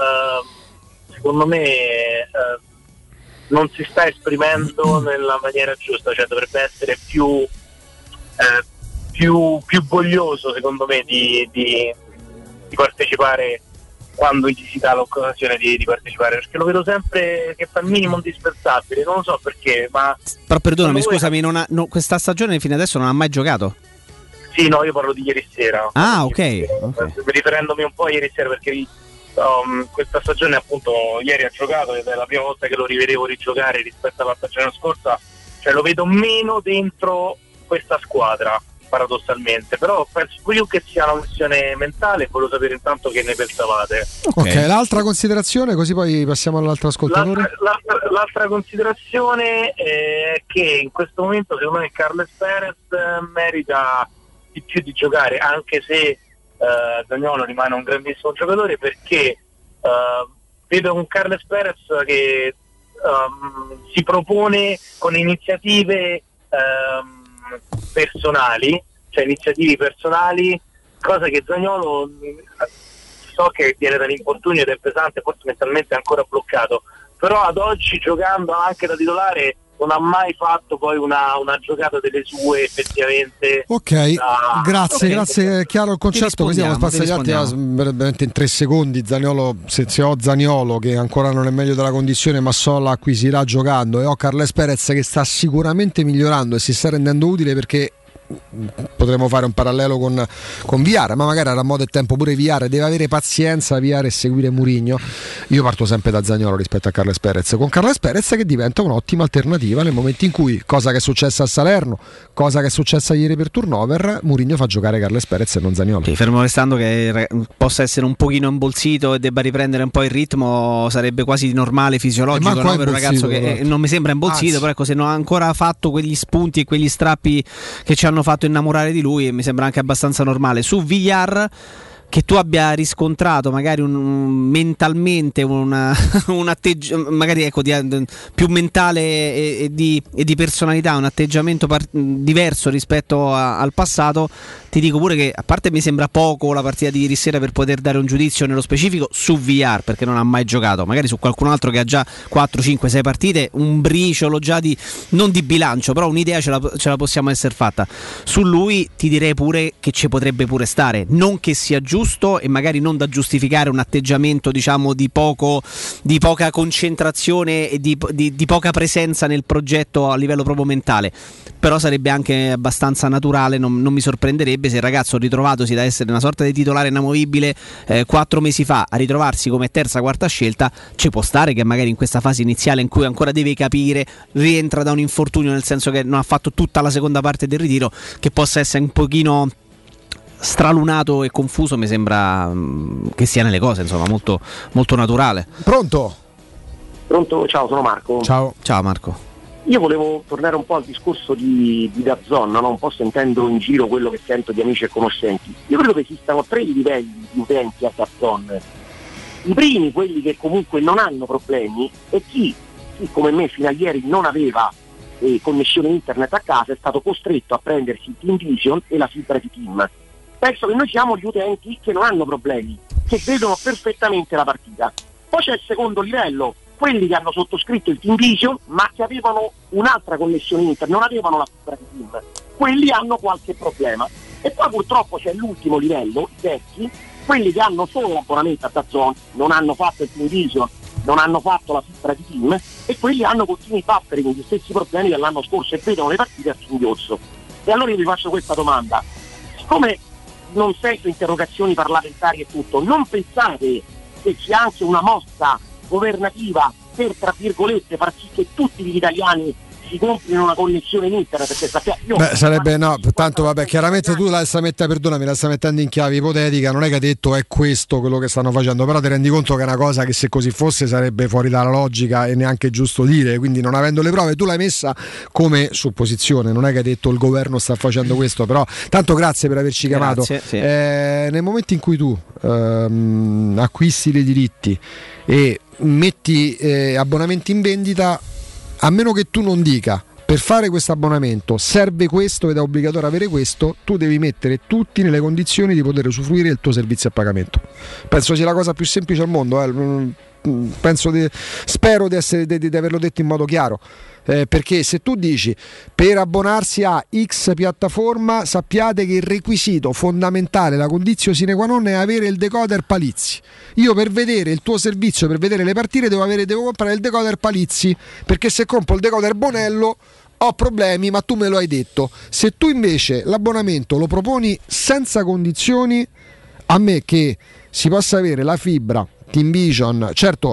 Speaker 1: eh, secondo me eh, non si sta esprimendo nella maniera giusta, cioè dovrebbe essere più eh, più, più voglioso secondo me di, di, di partecipare quando gli si dà l'occasione di, di partecipare, perché lo vedo sempre che fa il minimo indispensabile, non lo so perché, ma
Speaker 6: però perdonami,
Speaker 1: voi...
Speaker 6: scusami, non ha, no, questa stagione fino adesso non ha mai giocato?
Speaker 1: Sì, no, io parlo di ieri sera.
Speaker 6: Ah, ok, okay.
Speaker 1: Riferendomi un po' a ieri sera perché um, questa stagione appunto ieri ha giocato ed è la prima volta che lo rivedevo rigiocare rispetto alla stagione scorsa, cioè lo vedo meno dentro questa squadra paradossalmente, però penso più che sia una questione mentale e volevo sapere intanto che ne pensavate.
Speaker 3: Ok, okay, l'altra considerazione, così poi passiamo all'altro ascoltatore.
Speaker 1: L'altra, l'altra, l'altra considerazione è che in questo momento secondo me Carles Perez merita di più di giocare, anche se eh, Zaniolo rimane un grandissimo giocatore, perché eh, vedo un Carles Perez che um, si propone con iniziative um, personali, cioè iniziativi personali, cosa che Zaniolo so che viene dall'infortunio ed è pesante, forse mentalmente è ancora bloccato, però ad oggi giocando anche da titolare non ha mai fatto poi una, una giocata delle sue effettivamente.
Speaker 3: Ok,
Speaker 1: da...
Speaker 3: grazie,
Speaker 1: okay.
Speaker 3: grazie, chiaro il concetto, così siamo passati altri veramente in tre secondi. Zaniolo, se, se ho Zaniolo che ancora non è meglio della condizione ma so la acquisirà giocando, e ho Carles Perez che sta sicuramente migliorando e si sta rendendo utile, perché potremmo fare un parallelo con, con Villar, ma magari era modo e tempo pure Villar, deve avere pazienza Villar e seguire Mourinho. Io parto sempre da Zaniolo rispetto a Carles Perez, con Carles Perez che diventa un'ottima alternativa nel momento in cui, cosa che è successa a Salerno, cosa che è successa ieri per turnover, Mourinho fa giocare Carles Perez e non Zaniolo.
Speaker 6: Sì, fermo restando che possa essere un pochino imbolsito e debba riprendere un po' il ritmo, sarebbe quasi normale, fisiologico, no? Per un ragazzo che eh, non mi sembra imbolsito, ah, però ecco, se non ha ancora fatto quegli spunti e quegli strappi che ci hanno fatto innamorare di lui, e mi sembra anche abbastanza normale. Su Villar, che tu abbia riscontrato magari un, un, mentalmente una, un atteggiamento magari ecco, di, più mentale e, e, di, e di personalità, un atteggiamento par- diverso rispetto a, al passato, ti dico pure che a parte mi sembra poco la partita di ieri sera per poter dare un giudizio nello specifico su Villar, perché non ha mai giocato, magari su qualcun altro che ha già quattro, cinque, sei partite un briciolo già di, non di bilancio, però un'idea ce la, ce la possiamo essere fatta. Su lui ti direi pure che ci potrebbe pure stare, non che sia giusto e magari non da giustificare un atteggiamento diciamo di poco di poca concentrazione e di, di, di poca presenza nel progetto a livello proprio mentale, però sarebbe anche abbastanza naturale, non, non mi sorprenderebbe se il ragazzo ritrovatosi da essere una sorta di titolare inamovibile eh, quattro mesi fa a ritrovarsi come terza, quarta scelta. Ci può stare che magari in questa fase iniziale in cui ancora deve capire, rientra da un infortunio, nel senso che non ha fatto tutta la seconda parte del ritiro, che possa essere un pochino stralunato e confuso, mi sembra mh, che sia nelle cose, insomma, molto, molto naturale.
Speaker 3: Pronto?
Speaker 1: Pronto, ciao, sono Marco.
Speaker 3: Ciao.
Speaker 6: Ciao Marco.
Speaker 2: io volevo tornare un po' al discorso di, di DAZN, no? Un po' sentendo in giro quello che sento di amici e conoscenti. Io credo che esistano tre livelli di utenti a DAZN. I primi, quelli che comunque non hanno problemi, e chi, chi come me fino a ieri non aveva eh, connessione internet a casa è stato costretto a prendersi Team Vision e la fibra di Team. Penso che noi siamo gli utenti che non hanno problemi, che vedono perfettamente la partita. Poi c'è il secondo livello, quelli che hanno sottoscritto il Team Vision ma che avevano un'altra connessione internet, non avevano la fibra di Team. Quelli hanno qualche problema. E poi purtroppo c'è l'ultimo livello, i vecchi, quelli che hanno solo l'abbonamento a DAZN, non hanno fatto il Team Vision, non hanno fatto la fibra di Team, e quelli hanno continui buffering con gli stessi problemi dell'anno scorso e vedono le partite a singhiozzo. E allora io vi faccio questa domanda: siccome non sento interrogazioni parlamentari e tutto, non pensate che sia anche una mossa governativa per, tra virgolette, far sì che tutti gli italiani si comprino una connessione in internet? Perché sappiamo, io
Speaker 3: Beh, sarebbe no, tanto vabbè, chiaramente tu la stai mettendo, perdonami, la stai mettendo in chiave ipotetica, non è che hai detto è questo quello che stanno facendo, però ti rendi conto che è una cosa che se così fosse sarebbe fuori dalla logica e neanche giusto dire, quindi non avendo le prove tu l'hai messa come supposizione, non è che hai detto il governo sta facendo questo, però tanto grazie per averci chiamato.
Speaker 6: Grazie, sì.
Speaker 3: eh, nel momento in cui tu ehm, acquisti dei diritti e metti eh, abbonamenti in vendita, a meno che tu non dica per fare questo abbonamento serve questo ed è obbligatorio avere questo, tu devi mettere tutti nelle condizioni di poter usufruire del tuo servizio a pagamento. Penso sia la cosa più semplice al mondo, eh. Penso di, spero di, essere, di, di averlo detto in modo chiaro, eh, perché se tu dici per abbonarsi a X piattaforma sappiate che il requisito fondamentale, la condizione sine qua non è avere il decoder Palizzi. Io per vedere il tuo servizio, per vedere le partite devo, avere, devo comprare il decoder Palizzi, perché se compro il decoder Bonello ho problemi, ma tu me lo hai detto. Se tu invece l'abbonamento lo proponi senza condizioni, a me che si possa avere la fibra Team Vision, certo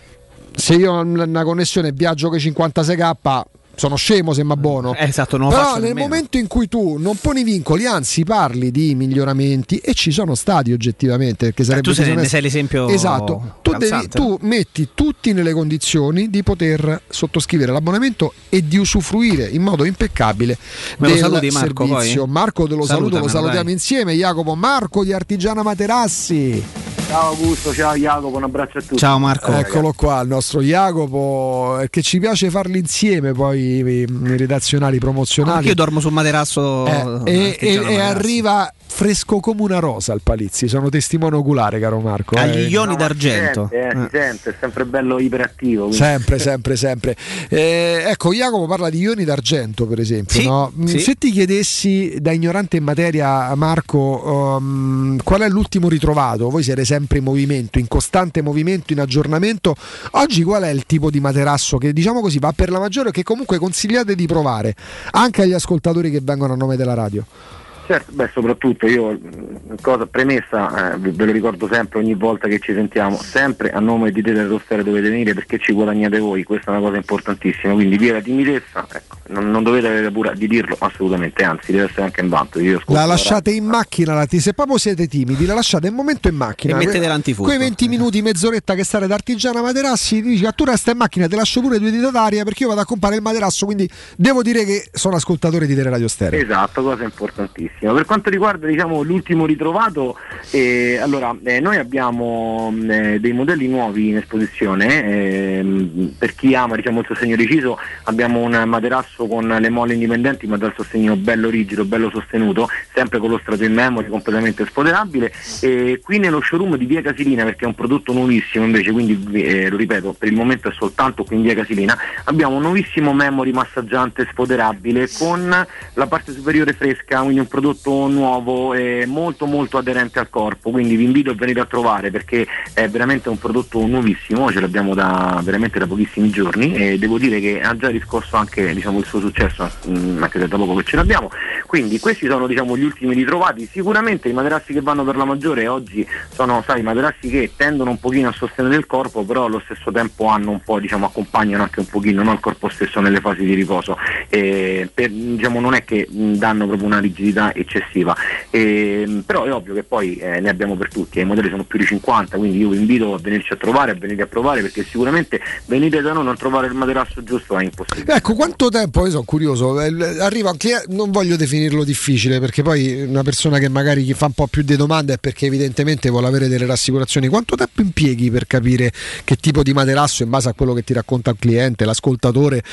Speaker 3: se io ho una connessione viaggio che cinquantasei k sono scemo se mi abbono,
Speaker 6: eh, esatto, non
Speaker 3: però
Speaker 6: lo faccio
Speaker 3: nel
Speaker 6: nemmeno.
Speaker 3: momento in cui tu non poni vincoli, anzi parli di miglioramenti, e ci sono stati oggettivamente, perché sarebbe
Speaker 6: eh, tu
Speaker 3: bisogno...
Speaker 6: ne sei l'esempio
Speaker 3: esatto, tu, devi, tu metti tutti nelle condizioni di poter sottoscrivere l'abbonamento e di usufruire in modo impeccabile
Speaker 6: Me
Speaker 3: del
Speaker 6: lo saluti, Marco,
Speaker 3: servizio.
Speaker 6: poi?
Speaker 3: Marco te lo saluto, lo salutiamo
Speaker 6: dai.
Speaker 3: insieme. Jacopo, Marco di Artigiana Materassi.
Speaker 2: Ciao Augusto, ciao Jacopo, un abbraccio a tutti.
Speaker 6: Ciao Marco.
Speaker 3: Eccolo qua, il nostro Jacopo, che ci piace farli insieme poi i, i redazionali promozionali.
Speaker 6: Anche io dormo sul materasso
Speaker 3: eh, e, e, e arriva fresco come una rosa al Palizzi, sono testimone oculare, caro Marco.
Speaker 6: Agli
Speaker 3: eh.
Speaker 6: ioni no, d'argento.
Speaker 2: Si sente, eh, si sente, è sempre bello iperattivo. Quindi.
Speaker 3: Sempre, sempre, sempre. Eh, ecco, Jacopo parla di ioni d'argento, per esempio.
Speaker 6: Sì,
Speaker 3: no?
Speaker 6: sì.
Speaker 3: Se ti chiedessi, da ignorante in materia, Marco, um, qual è l'ultimo ritrovato? Voi siete sempre in movimento, in costante movimento, in aggiornamento. Oggi qual è il tipo di materasso che, diciamo così, va per la maggiore e che comunque consigliate di provare anche agli ascoltatori che vengono a nome della radio?
Speaker 2: Certo, beh, soprattutto io, cosa premessa, eh, ve lo ricordo sempre ogni volta che ci sentiamo, sempre a nome di Teleradio Stereo dovete venire perché ci guadagnate voi, questa è una cosa importantissima, quindi via la timidezza, ecco, non, non dovete avere paura di dirlo assolutamente, anzi deve essere anche in vanto. Io
Speaker 3: la lasciate in macchina, la, se proprio siete timidi, la lasciate un momento in macchina
Speaker 6: e mettete l'antifurto.
Speaker 3: Quei venti minuti, mezz'oretta che state ad Artigiana Materassi, dici a tu resta in macchina, te lascio pure due dita d'aria perché io vado a comprare il materasso, quindi devo dire che sono ascoltatore di Teleradio Stereo.
Speaker 2: Esatto, cosa importantissima. Per quanto riguarda diciamo l'ultimo ritrovato, eh, allora eh, noi abbiamo eh, dei modelli nuovi in esposizione, eh, per chi ama diciamo il sostegno deciso abbiamo un materasso con le molle indipendenti ma dal sostegno bello rigido, bello sostenuto, sempre con lo strato in memory completamente spoderabile, e qui nello showroom di via Casilina, perché è un prodotto nuovissimo invece, quindi eh, lo ripeto, per il momento è soltanto qui in via Casilina, abbiamo un nuovissimo memory massaggiante spoderabile con la parte superiore fresca, quindi un prodotto nuovo e molto molto aderente al corpo, quindi vi invito a venire a trovare perché è veramente un prodotto nuovissimo, ce l'abbiamo da veramente da pochissimi giorni e devo dire che ha già riscosso anche diciamo il suo successo, mh, anche se da poco che ce l'abbiamo. Quindi questi sono, diciamo, gli ultimi ritrovati. Sicuramente i materassi che vanno per la maggiore oggi sono, sai, materassi che tendono un pochino a sostenere il corpo, però allo stesso tempo hanno un po', diciamo, accompagnano anche un pochino, no, il corpo stesso nelle fasi di riposo, e per, diciamo, non è che mh, danno proprio una rigidità eccessiva, e, però è ovvio che poi eh, ne abbiamo per tutti, i modelli sono più di cinquanta, quindi io vi invito a venirci a trovare, a venire a provare, perché sicuramente venite da noi non trovare il materasso giusto è impossibile.
Speaker 3: Ecco, quanto tempo, io sono curioso, arriva un cliente, non voglio definirlo difficile, perché poi una persona che magari gli fa un po' più di domande è perché evidentemente vuole avere delle rassicurazioni. Quanto tempo impieghi per capire che tipo di materasso, in base a quello che ti racconta il cliente, l'ascoltatore,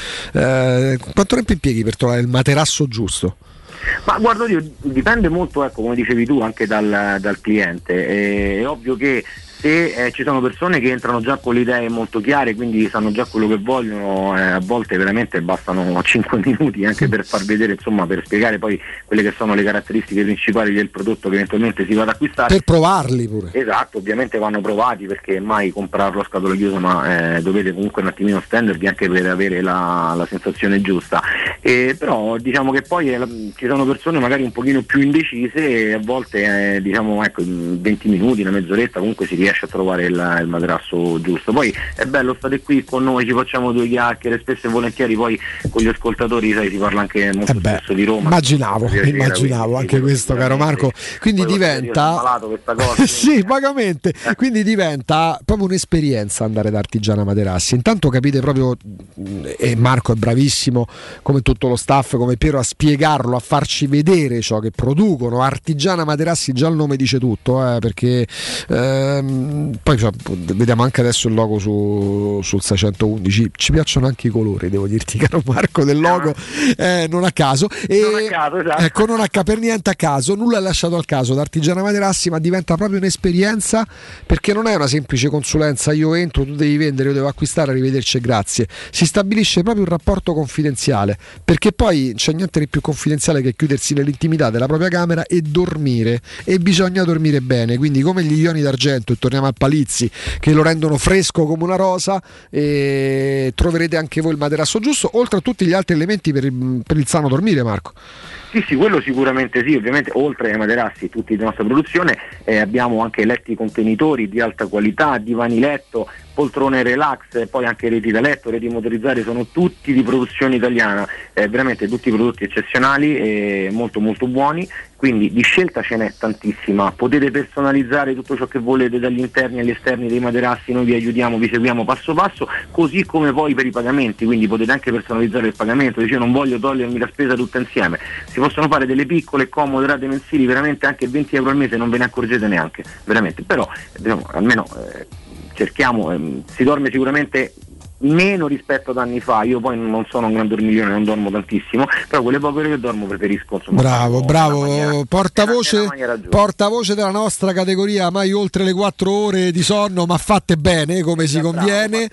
Speaker 3: eh, quanto tempo impieghi per trovare il materasso giusto?
Speaker 2: Ma guarda, io, dipende molto, ecco, come dicevi tu, anche dal, dal cliente. È ovvio che se eh, ci sono persone che entrano già con le idee molto chiare, quindi sanno già quello che vogliono, eh, a volte veramente bastano cinque minuti anche per far vedere, insomma, per spiegare poi quelle che sono le caratteristiche principali del prodotto che eventualmente si va ad acquistare.
Speaker 3: Per provarli pure.
Speaker 2: Esatto, ovviamente vanno provati, perché mai comprarlo a scatola chiusa, ma eh, dovete comunque un attimino stendervi anche per avere la, la sensazione giusta. Eh, però diciamo che poi eh, ci sono persone magari un pochino più indecise e a volte eh, diciamo, ecco, in venti minuti, una mezz'oretta comunque si riesce a trovare il, il materasso giusto. Poi è bello, state qui con noi, ci facciamo due chiacchiere, spesso e volentieri poi con gli ascoltatori, sai, si parla anche molto eh beh, spesso di Roma.
Speaker 3: Immaginavo, immaginavo anche sì, questo, caro Marco. Quindi diventa
Speaker 2: cosa,
Speaker 3: sì, vagamente. Eh. Quindi diventa proprio un'esperienza andare da Artigiana Materassi. Intanto capite proprio, e Marco è bravissimo, come tutto lo staff, come Piero, a spiegarlo, a farci vedere ciò che producono. Artigiana Materassi, già il nome dice tutto, eh, perché ehm, poi cioè, vediamo anche adesso il logo su, sul seicentoundici, ci piacciono anche i colori, devo dirti, caro Marco, del logo, eh, non a caso, e,
Speaker 2: non a caso, esatto.
Speaker 3: Ecco, non a, per niente a caso, nulla è lasciato al caso da Artigiana Materassi, ma diventa proprio un'esperienza, perché non è una semplice consulenza, io entro, tu devi vendere, io devo acquistare, arrivederci e grazie. Si stabilisce proprio un rapporto confidenziale, perché poi c'è niente di più confidenziale che chiudersi nell'intimità della propria camera e dormire, e bisogna dormire bene, quindi come gli ioni d'argento, e torniamo al Palizzi, che lo rendono fresco come una rosa, e troverete anche voi il materasso giusto, oltre a tutti gli altri elementi per il, per il sano dormire, Marco.
Speaker 2: Sì, sì, quello sicuramente sì, ovviamente oltre ai materassi tutti di nostra produzione eh, abbiamo anche letti contenitori di alta qualità, divani letto, poltrone relax, poi anche reti da letto, reti motorizzate, sono tutti di produzione italiana, eh, veramente tutti prodotti eccezionali e molto molto buoni, quindi di scelta ce n'è tantissima, potete personalizzare tutto ciò che volete dagli interni agli esterni dei materassi, noi vi aiutiamo, vi seguiamo passo passo, così come poi per i pagamenti, quindi potete anche personalizzare il pagamento, dice non voglio togliermi la spesa tutta insieme, si possono fare delle piccole comode rate mensili, veramente anche venti euro al mese non ve ne accorgete neanche, veramente, però diciamo, almeno eh, cerchiamo, ehm, si dorme sicuramente meno rispetto ad anni fa, io poi non sono un gran dormiglione, non dormo tantissimo, però quelle poche ore che dormo preferisco, insomma,
Speaker 3: bravo, bravo, maniera, portavoce, portavoce della nostra categoria, mai oltre le quattro ore di sonno, ma fatte bene come si bravo, conviene,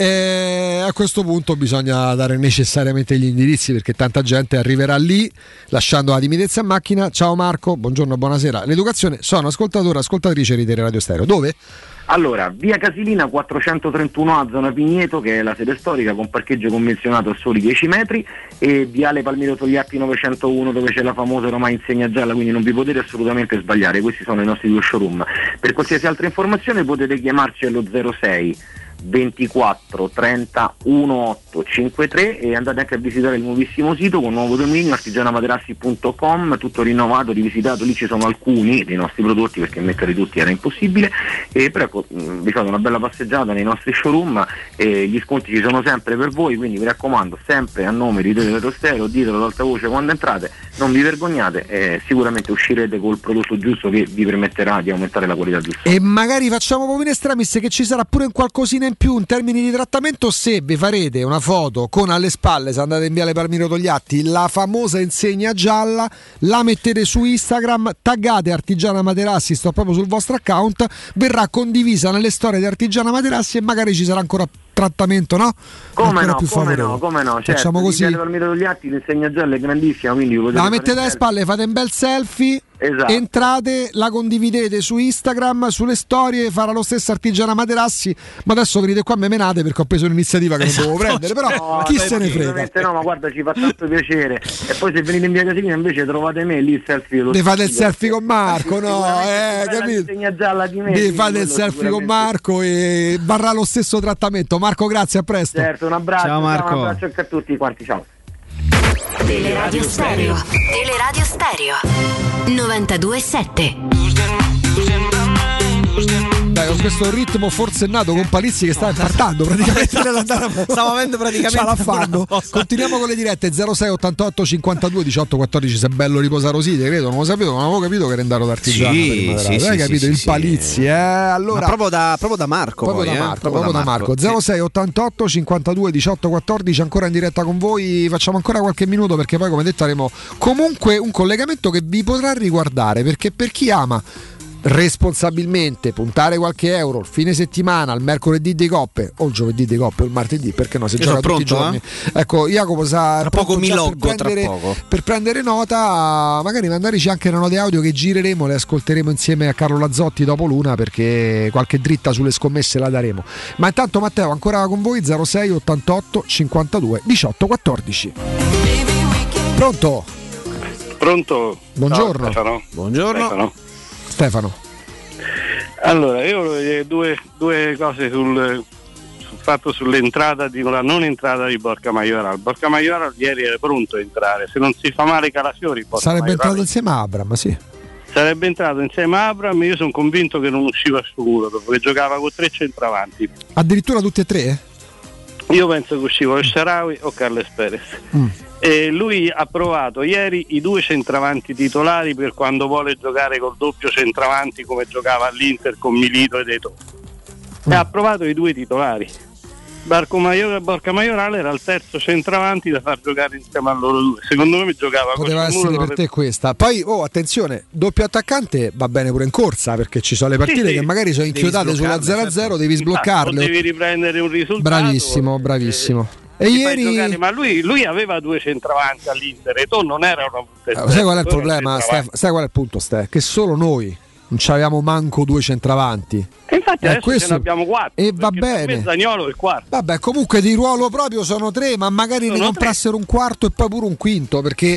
Speaker 3: e a questo punto bisogna dare necessariamente gli indirizzi, perché tanta gente arriverà lì lasciando la timidezza in macchina. Ciao Marco, buongiorno, buonasera. L'educazione, sono ascoltatore, ascoltatrice di Radio Stereo. Dove?
Speaker 2: Allora, via Casilina quattrocentotrentuno A, zona Pigneto, che è la sede storica, con parcheggio convenzionato a soli dieci metri, e viale Palmiro Togliatti novecentouno, dove c'è la famosa ormai insegna gialla, quindi non vi potete assolutamente sbagliare, questi sono i nostri due showroom. Per qualsiasi altra informazione potete chiamarci allo zero sei ventiquattro trenta diciotto cinquantatré e andate anche a visitare il nuovissimo sito con nuovo dominio artigianamaterassi punto com, tutto rinnovato, rivisitato, lì ci sono alcuni dei nostri prodotti perché mettere tutti era impossibile, e però ecco, vi fate una bella passeggiata nei nostri showroom e gli sconti ci sono sempre per voi, quindi vi raccomando, sempre a nome di Radio Stereo, ditelo ad alta voce quando entrate, non vi vergognate e sicuramente uscirete col prodotto giusto che vi permetterà di aumentare la qualità giusta.
Speaker 3: E magari facciamo proprio in estremis che ci sarà pure un qualcosina in più in termini di trattamento se vi farete una foto con alle spalle, se andate in viale Palmiro Togliatti, la famosa insegna gialla, la mettete su Instagram, taggate Artigiana Materassi, sto proprio sul vostro account, verrà condivisa nelle storie di Artigiana Materassi e magari ci sarà ancora trattamento, no?
Speaker 2: Come no,
Speaker 3: più
Speaker 2: come no, come no, certo.
Speaker 3: Facciamo così.
Speaker 2: Il metodo degli atti l'insegna già, è grandissima, quindi
Speaker 3: la mettete alle spalle, fate un bel selfie.
Speaker 2: Esatto.
Speaker 3: Entrate, la condividete su Instagram, sulle storie, farà lo stesso Artigiana Materassi. Ma adesso venite qua, me menate perché ho preso un'iniziativa che esatto. non dovevo prendere. Però
Speaker 2: no,
Speaker 3: chi se ne frega?
Speaker 2: No, ma guarda, ci fa tanto piacere. E poi se venite in via Casilina invece trovate me lì il selfie.
Speaker 3: Ne fate il selfie con Marco, no? Eh, capito?
Speaker 2: Gialla di me.
Speaker 3: Ne fate il selfie con Marco e varrà lo stesso trattamento. Marco, grazie, a presto.
Speaker 2: Certo, un abbraccio.
Speaker 6: Ciao Marco.
Speaker 2: Un abbraccio anche a tutti quanti, ciao.
Speaker 12: Teleradio Stereo. Teleradio Stereo. novantadue sette.
Speaker 3: Dai, con questo ritmo forsennato con Palizzi che sta impartando praticamente nell'andare.
Speaker 6: Stiamo avendo praticamente
Speaker 3: l'affanno. Continuiamo con le dirette zero sei ottantotto cinquantadue diciotto quattordici. Se è bello riposare Site, credo, non lo sapevo, non avevo capito che era andato d'Artigiano.
Speaker 6: Sì, sì,
Speaker 3: hai
Speaker 6: sì,
Speaker 3: capito?
Speaker 6: sì,
Speaker 3: il
Speaker 6: sì,
Speaker 3: Palizzi, eh. Allora,
Speaker 6: ma proprio da, proprio da Marco.
Speaker 3: Proprio
Speaker 6: poi,
Speaker 3: da
Speaker 6: eh?
Speaker 3: Marco,
Speaker 6: proprio
Speaker 3: proprio da Marco. zero sei ottantotto cinquantadue diciotto quattordici, ancora in diretta con voi. Facciamo ancora qualche minuto perché poi, come detto, avremo comunque un collegamento che vi potrà riguardare, perché per chi ama responsabilmente puntare qualche euro il fine settimana, il mercoledì di coppe o il giovedì di coppe o il martedì, perché no, se
Speaker 6: Io
Speaker 3: gioca
Speaker 6: sono
Speaker 3: tutti
Speaker 6: pronto,
Speaker 3: i giorni eh? Ecco, Jacopo sa
Speaker 6: tra poco mi loggo,
Speaker 3: per prendere,
Speaker 6: tra poco.
Speaker 3: per prendere nota, magari mandarci anche le note audio che gireremo, le ascolteremo insieme a Carlo Lazzotti dopo l'una, perché qualche dritta sulle scommesse la daremo. Ma intanto Matteo ancora con voi, zero sei ottantotto cinquantadue diciotto quattordici. Pronto?
Speaker 7: Pronto?
Speaker 3: Buongiorno.
Speaker 7: Ciao, Stefano.
Speaker 6: Buongiorno.
Speaker 7: Stefano.
Speaker 3: Stefano.
Speaker 7: Allora, io volevo dire due, due cose sul, sul fatto sull'entrata di la non entrata di Borca Maioral. Borca Maioral ieri era pronto a entrare, se non si fa male Calafiori Borca
Speaker 3: sarebbe
Speaker 7: Maioral
Speaker 3: entrato insieme a Abram, sì.
Speaker 7: Sarebbe entrato insieme a Abram, io sono convinto che non usciva sicuro dopo che giocava con tre centravanti.
Speaker 3: Addirittura tutti e tre?
Speaker 7: Io penso che usciva o Shaarawy o Carles Perez. Mm. E lui ha provato ieri i due centravanti titolari per quando vuole giocare col doppio centravanti come giocava all'Inter con Milito ed Eto'o. Mm. E ha provato i due titolari. Borca Maioral era il terzo centravanti da far giocare insieme a loro due. Secondo me giocava
Speaker 3: poteva essere per te questa. Poi oh, attenzione, doppio attaccante va bene pure in corsa, perché ci sono le partite sì, sì. che magari sono inchiodate sulla zero a zero, devi sbloccarle.
Speaker 7: Devi riprendere un risultato.
Speaker 3: Bravissimo, bravissimo. E, e ieri
Speaker 7: giocare, ma lui, lui aveva due centravanti all'Inter e tu non era una
Speaker 3: eh, sai qual è il problema? Stef, sai qual è il punto, Ste? Che solo noi non avevamo manco due centravanti.
Speaker 7: E infatti
Speaker 3: eh,
Speaker 7: adesso
Speaker 3: questo...
Speaker 7: ce ne abbiamo quattro.
Speaker 3: E va bene.
Speaker 7: Zaniolo è il quarto.
Speaker 3: Vabbè, comunque di ruolo proprio sono tre, ma magari sono ne comprassero tre. Un quarto e poi pure un quinto, perché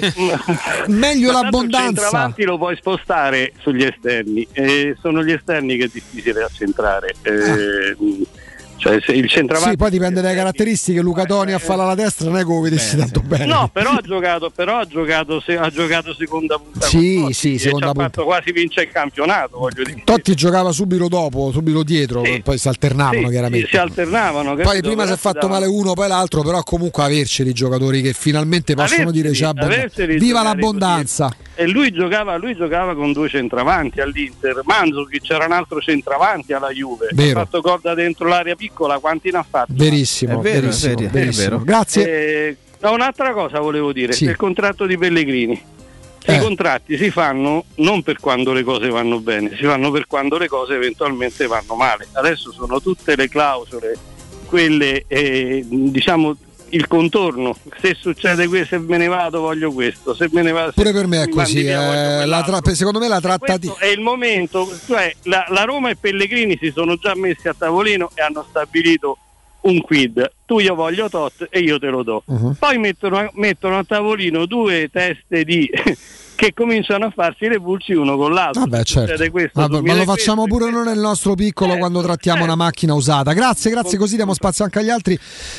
Speaker 3: meglio
Speaker 7: ma
Speaker 3: l'abbondanza.
Speaker 7: Il centravanti lo puoi spostare sugli esterni, e sono gli esterni che è difficile accentrare. Eh, ah. Cioè, se il centravanti
Speaker 3: sì, poi dipende dalle caratteristiche. Luca Toni a falla alla destra non è che lo vedessi tanto bene.
Speaker 7: No, però ha giocato, però ha giocato, se, ha giocato seconda punta.
Speaker 3: Sì,
Speaker 7: Totti,
Speaker 3: sì, seconda
Speaker 7: ha
Speaker 3: punta.
Speaker 7: fatto quasi vince il campionato, voglio dire.
Speaker 3: Totti giocava subito dopo, subito dietro, sì. Poi si alternavano
Speaker 7: sì,
Speaker 3: chiaramente.
Speaker 7: Sì, si alternavano.
Speaker 3: Poi prima si è fatto male uno, poi l'altro, però comunque averceli i giocatori che finalmente possono averceli, dire c'è abbondanza. Viva l'abbondanza.
Speaker 7: Così. E lui giocava, lui giocava con due centravanti all'Inter. Mandzukic c'era un altro centravanti alla Juve.
Speaker 3: Vero.
Speaker 7: Ha fatto gol da dentro l'area piccola, quanti ne ha fatti?
Speaker 3: Verissimo, è vero, verissimo, è vero, verissimo. È vero. Grazie.
Speaker 7: Eh, un'altra cosa volevo dire, sì. Il contratto di Pellegrini.
Speaker 3: Eh.
Speaker 7: I contratti si fanno non per quando le cose vanno bene, si fanno per quando le cose eventualmente vanno male. Adesso sono tutte le clausole, quelle eh, diciamo il contorno, se succede questo, se me ne vado voglio questo, se me ne vado
Speaker 3: pure per me è così, eh, la tra- secondo me la trattativa
Speaker 7: è il momento, cioè la, la Roma e Pellegrini si sono già messi a tavolino e hanno stabilito un quid, tu io voglio tot e io te lo do. Uh-huh. Poi mettono, mettono a tavolino due teste di che cominciano a farsi le pulci uno con l'altro.
Speaker 3: Vabbè, certo.
Speaker 7: questo,
Speaker 3: Vabbè, ma lo facciamo
Speaker 7: questo,
Speaker 3: pure noi nel nostro piccolo, eh, quando trattiamo eh. una macchina usata. Grazie, grazie, così diamo spazio anche agli altri.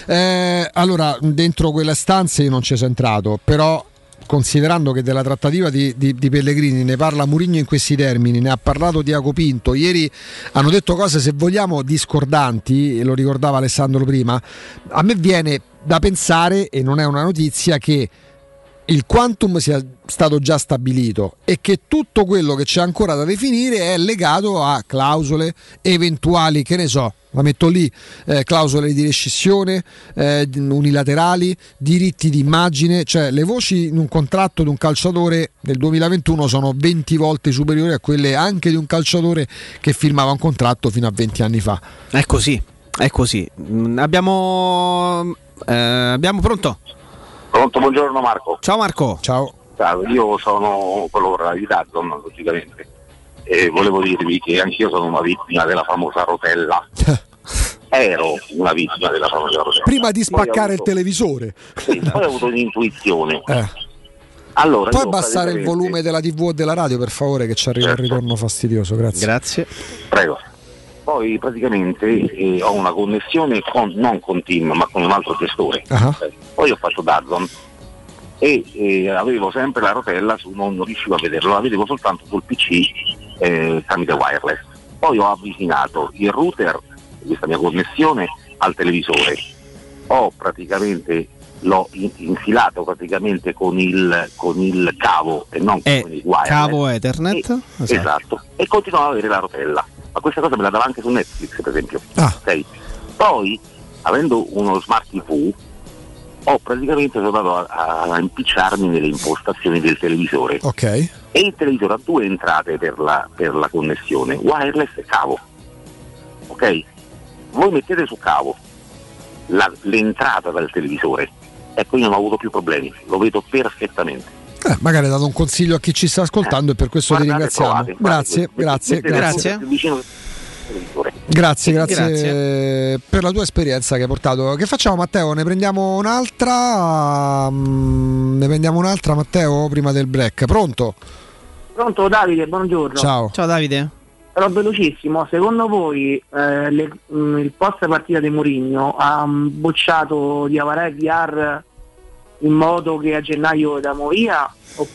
Speaker 3: Eh, allora, dentro quelle stanze io non ci sono entrato, però considerando che della trattativa di, di, di Pellegrini ne parla Mourinho in questi termini, ne ha parlato Diaco Pinto, ieri hanno detto cose, se vogliamo, discordanti, e lo ricordava Alessandro prima, a me viene da pensare, e non è una notizia, che il quantum sia stato già stabilito e che tutto quello che c'è ancora da definire è legato a clausole eventuali, che ne so, la metto lì, eh, clausole di rescissione eh, unilaterali, diritti di immagine, cioè le voci in un contratto di un calciatore del duemilaventuno sono venti volte superiori a quelle anche di un calciatore che firmava un contratto fino a venti anni fa.
Speaker 6: È così. È così. Abbiamo eh, abbiamo pronto?
Speaker 5: Pronto, buongiorno Marco.
Speaker 6: Ciao Marco.
Speaker 3: Ciao.
Speaker 5: Ciao, io sono quello di Dazon, logicamente, e volevo dirvi che anch'io sono una vittima della famosa rotella. Ero una vittima della famosa rotella.
Speaker 3: Prima di spaccare
Speaker 5: avuto,
Speaker 3: il televisore.
Speaker 5: Sì, poi ho avuto un'intuizione.
Speaker 3: Eh.
Speaker 5: Allora,
Speaker 3: puoi abbassare il volume della tivù o della radio, per favore, che ci arriva certo. il ritorno fastidioso, grazie.
Speaker 6: Grazie.
Speaker 5: Prego. Poi praticamente eh, ho una connessione con, non con Team, ma con un altro gestore. Uh-huh. Poi ho fatto Dazon e eh, avevo sempre la rotella, su, non, non riuscivo a vederlo, la vedevo soltanto sul P C eh, tramite wireless. Poi ho avvicinato il router, questa mia connessione, al televisore. Ho praticamente l'ho in, infilato praticamente con il con il cavo e non
Speaker 6: eh,
Speaker 5: con il wireless.
Speaker 6: Cavo Ethernet?
Speaker 5: E, esatto. esatto. E continuavo ad avere la rotella. Ma questa cosa me la dava anche su Netflix, per esempio.
Speaker 3: Ah.
Speaker 5: Okay. Poi, avendo uno smart tivù, ho praticamente provato a, a impicciarmi nelle impostazioni del televisore.
Speaker 3: Ok.
Speaker 5: E il televisore ha due entrate per la, per la connessione, wireless e cavo. Ok? Voi mettete su cavo la, l'entrata dal televisore, ecco, io non ho avuto più problemi, lo vedo perfettamente.
Speaker 3: Eh, magari hai dato un consiglio a chi ci sta ascoltando eh, e per questo ti ringraziamo. Provate, grazie, grazie, grazie. Grazie, grazie, grazie per la tua esperienza che hai portato. Che facciamo, Matteo? Ne prendiamo un'altra? Mm, ne prendiamo un'altra, Matteo, prima del break. Pronto?
Speaker 9: Pronto, Davide, buongiorno.
Speaker 3: Ciao.
Speaker 6: Ciao Davide.
Speaker 9: Però velocissimo, secondo voi eh, le, mh, il post partita di Mourinho ha mh, bocciato Diawara e V R in modo che a gennaio andiamo via,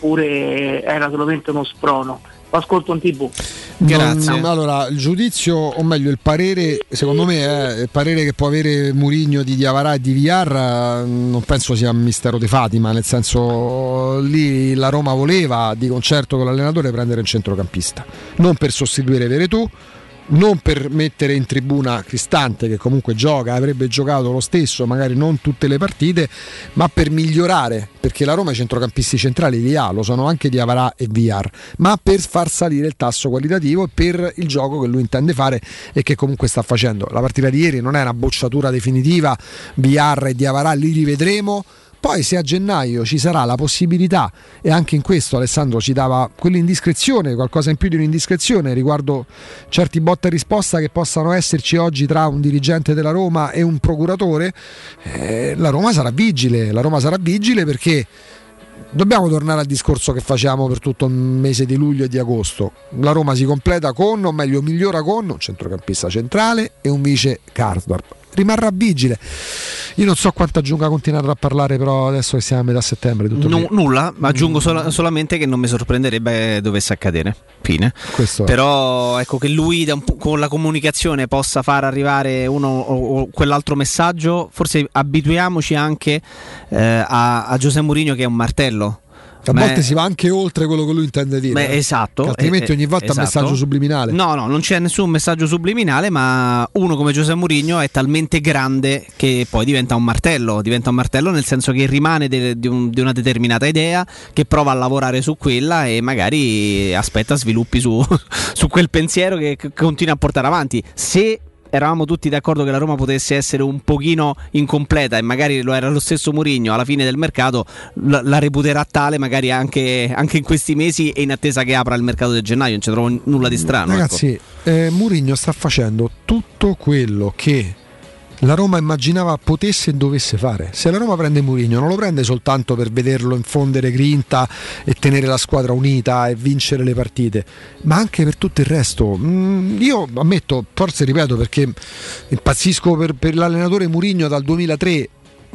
Speaker 9: oppure era solamente uno sprono? Ascolto in tivù.
Speaker 3: Grazie. Non, allora, il giudizio, o meglio il parere, secondo me è il parere che può avere Mourinho di Diawara e di V R, non penso sia un mistero di Fatima, nel senso, lì la Roma voleva di concerto con l'allenatore prendere un centrocampista, non per sostituire Veretù, non per mettere in tribuna Cristante, che comunque gioca, avrebbe giocato lo stesso, magari non tutte le partite, ma per migliorare, perché la Roma i centrocampisti centrali li ha, lo sono anche Diawara e V R, ma per far salire il tasso qualitativo e per il gioco che lui intende fare e che comunque sta facendo. La partita di ieri non è una bocciatura definitiva, V R e Diawara li rivedremo. Poi se a gennaio ci sarà la possibilità, e anche in questo Alessandro ci dava quell'indiscrezione, qualcosa in più di un'indiscrezione riguardo certi botta e risposta che possano esserci oggi tra un dirigente della Roma e un procuratore, eh, la Roma sarà vigile, la Roma sarà vigile perché dobbiamo tornare al discorso che facciamo per tutto il mese di luglio e di agosto. La Roma si completa con, o meglio migliora con, un centrocampista centrale e un vice Karsdorp. Rimarrà vigile. Io non so quanto aggiunga continuare a parlare, però adesso che siamo a metà settembre tutto
Speaker 6: no, nulla, ma aggiungo sol- solamente che non mi sorprenderebbe dovesse accadere. Fine.
Speaker 3: Questo
Speaker 6: però ecco che lui da un po- con la comunicazione possa far arrivare uno o, o quell'altro messaggio, forse abituiamoci anche eh, a, a José Mourinho che è un martello.
Speaker 3: A volte è... si va anche oltre quello che lui intende dire.
Speaker 6: Beh, esatto.
Speaker 3: Che altrimenti eh, ogni volta esatto. un messaggio subliminale.
Speaker 6: No, no, non c'è nessun messaggio subliminale, ma uno come José Mourinho è talmente grande che poi diventa un martello. Diventa un martello nel senso che rimane de- di, un, di una determinata idea, che prova a lavorare su quella e magari aspetta sviluppi su, su quel pensiero che, che continua a portare avanti. Se eravamo tutti d'accordo che la Roma potesse essere un pochino incompleta e magari lo era lo stesso Mourinho alla fine del mercato, la, la reputerà tale magari anche, anche in questi mesi e in attesa che apra il mercato del gennaio. Non ci trovo nulla di strano.
Speaker 3: Ragazzi, ecco. eh, Mourinho sta facendo tutto quello che la Roma immaginava potesse e dovesse fare. Se la Roma prende Mourinho non lo prende soltanto per vederlo infondere grinta e tenere la squadra unita e vincere le partite, ma anche per tutto il resto. mm, Io ammetto, forse ripeto perché impazzisco per, per l'allenatore Mourinho dal duemilatré,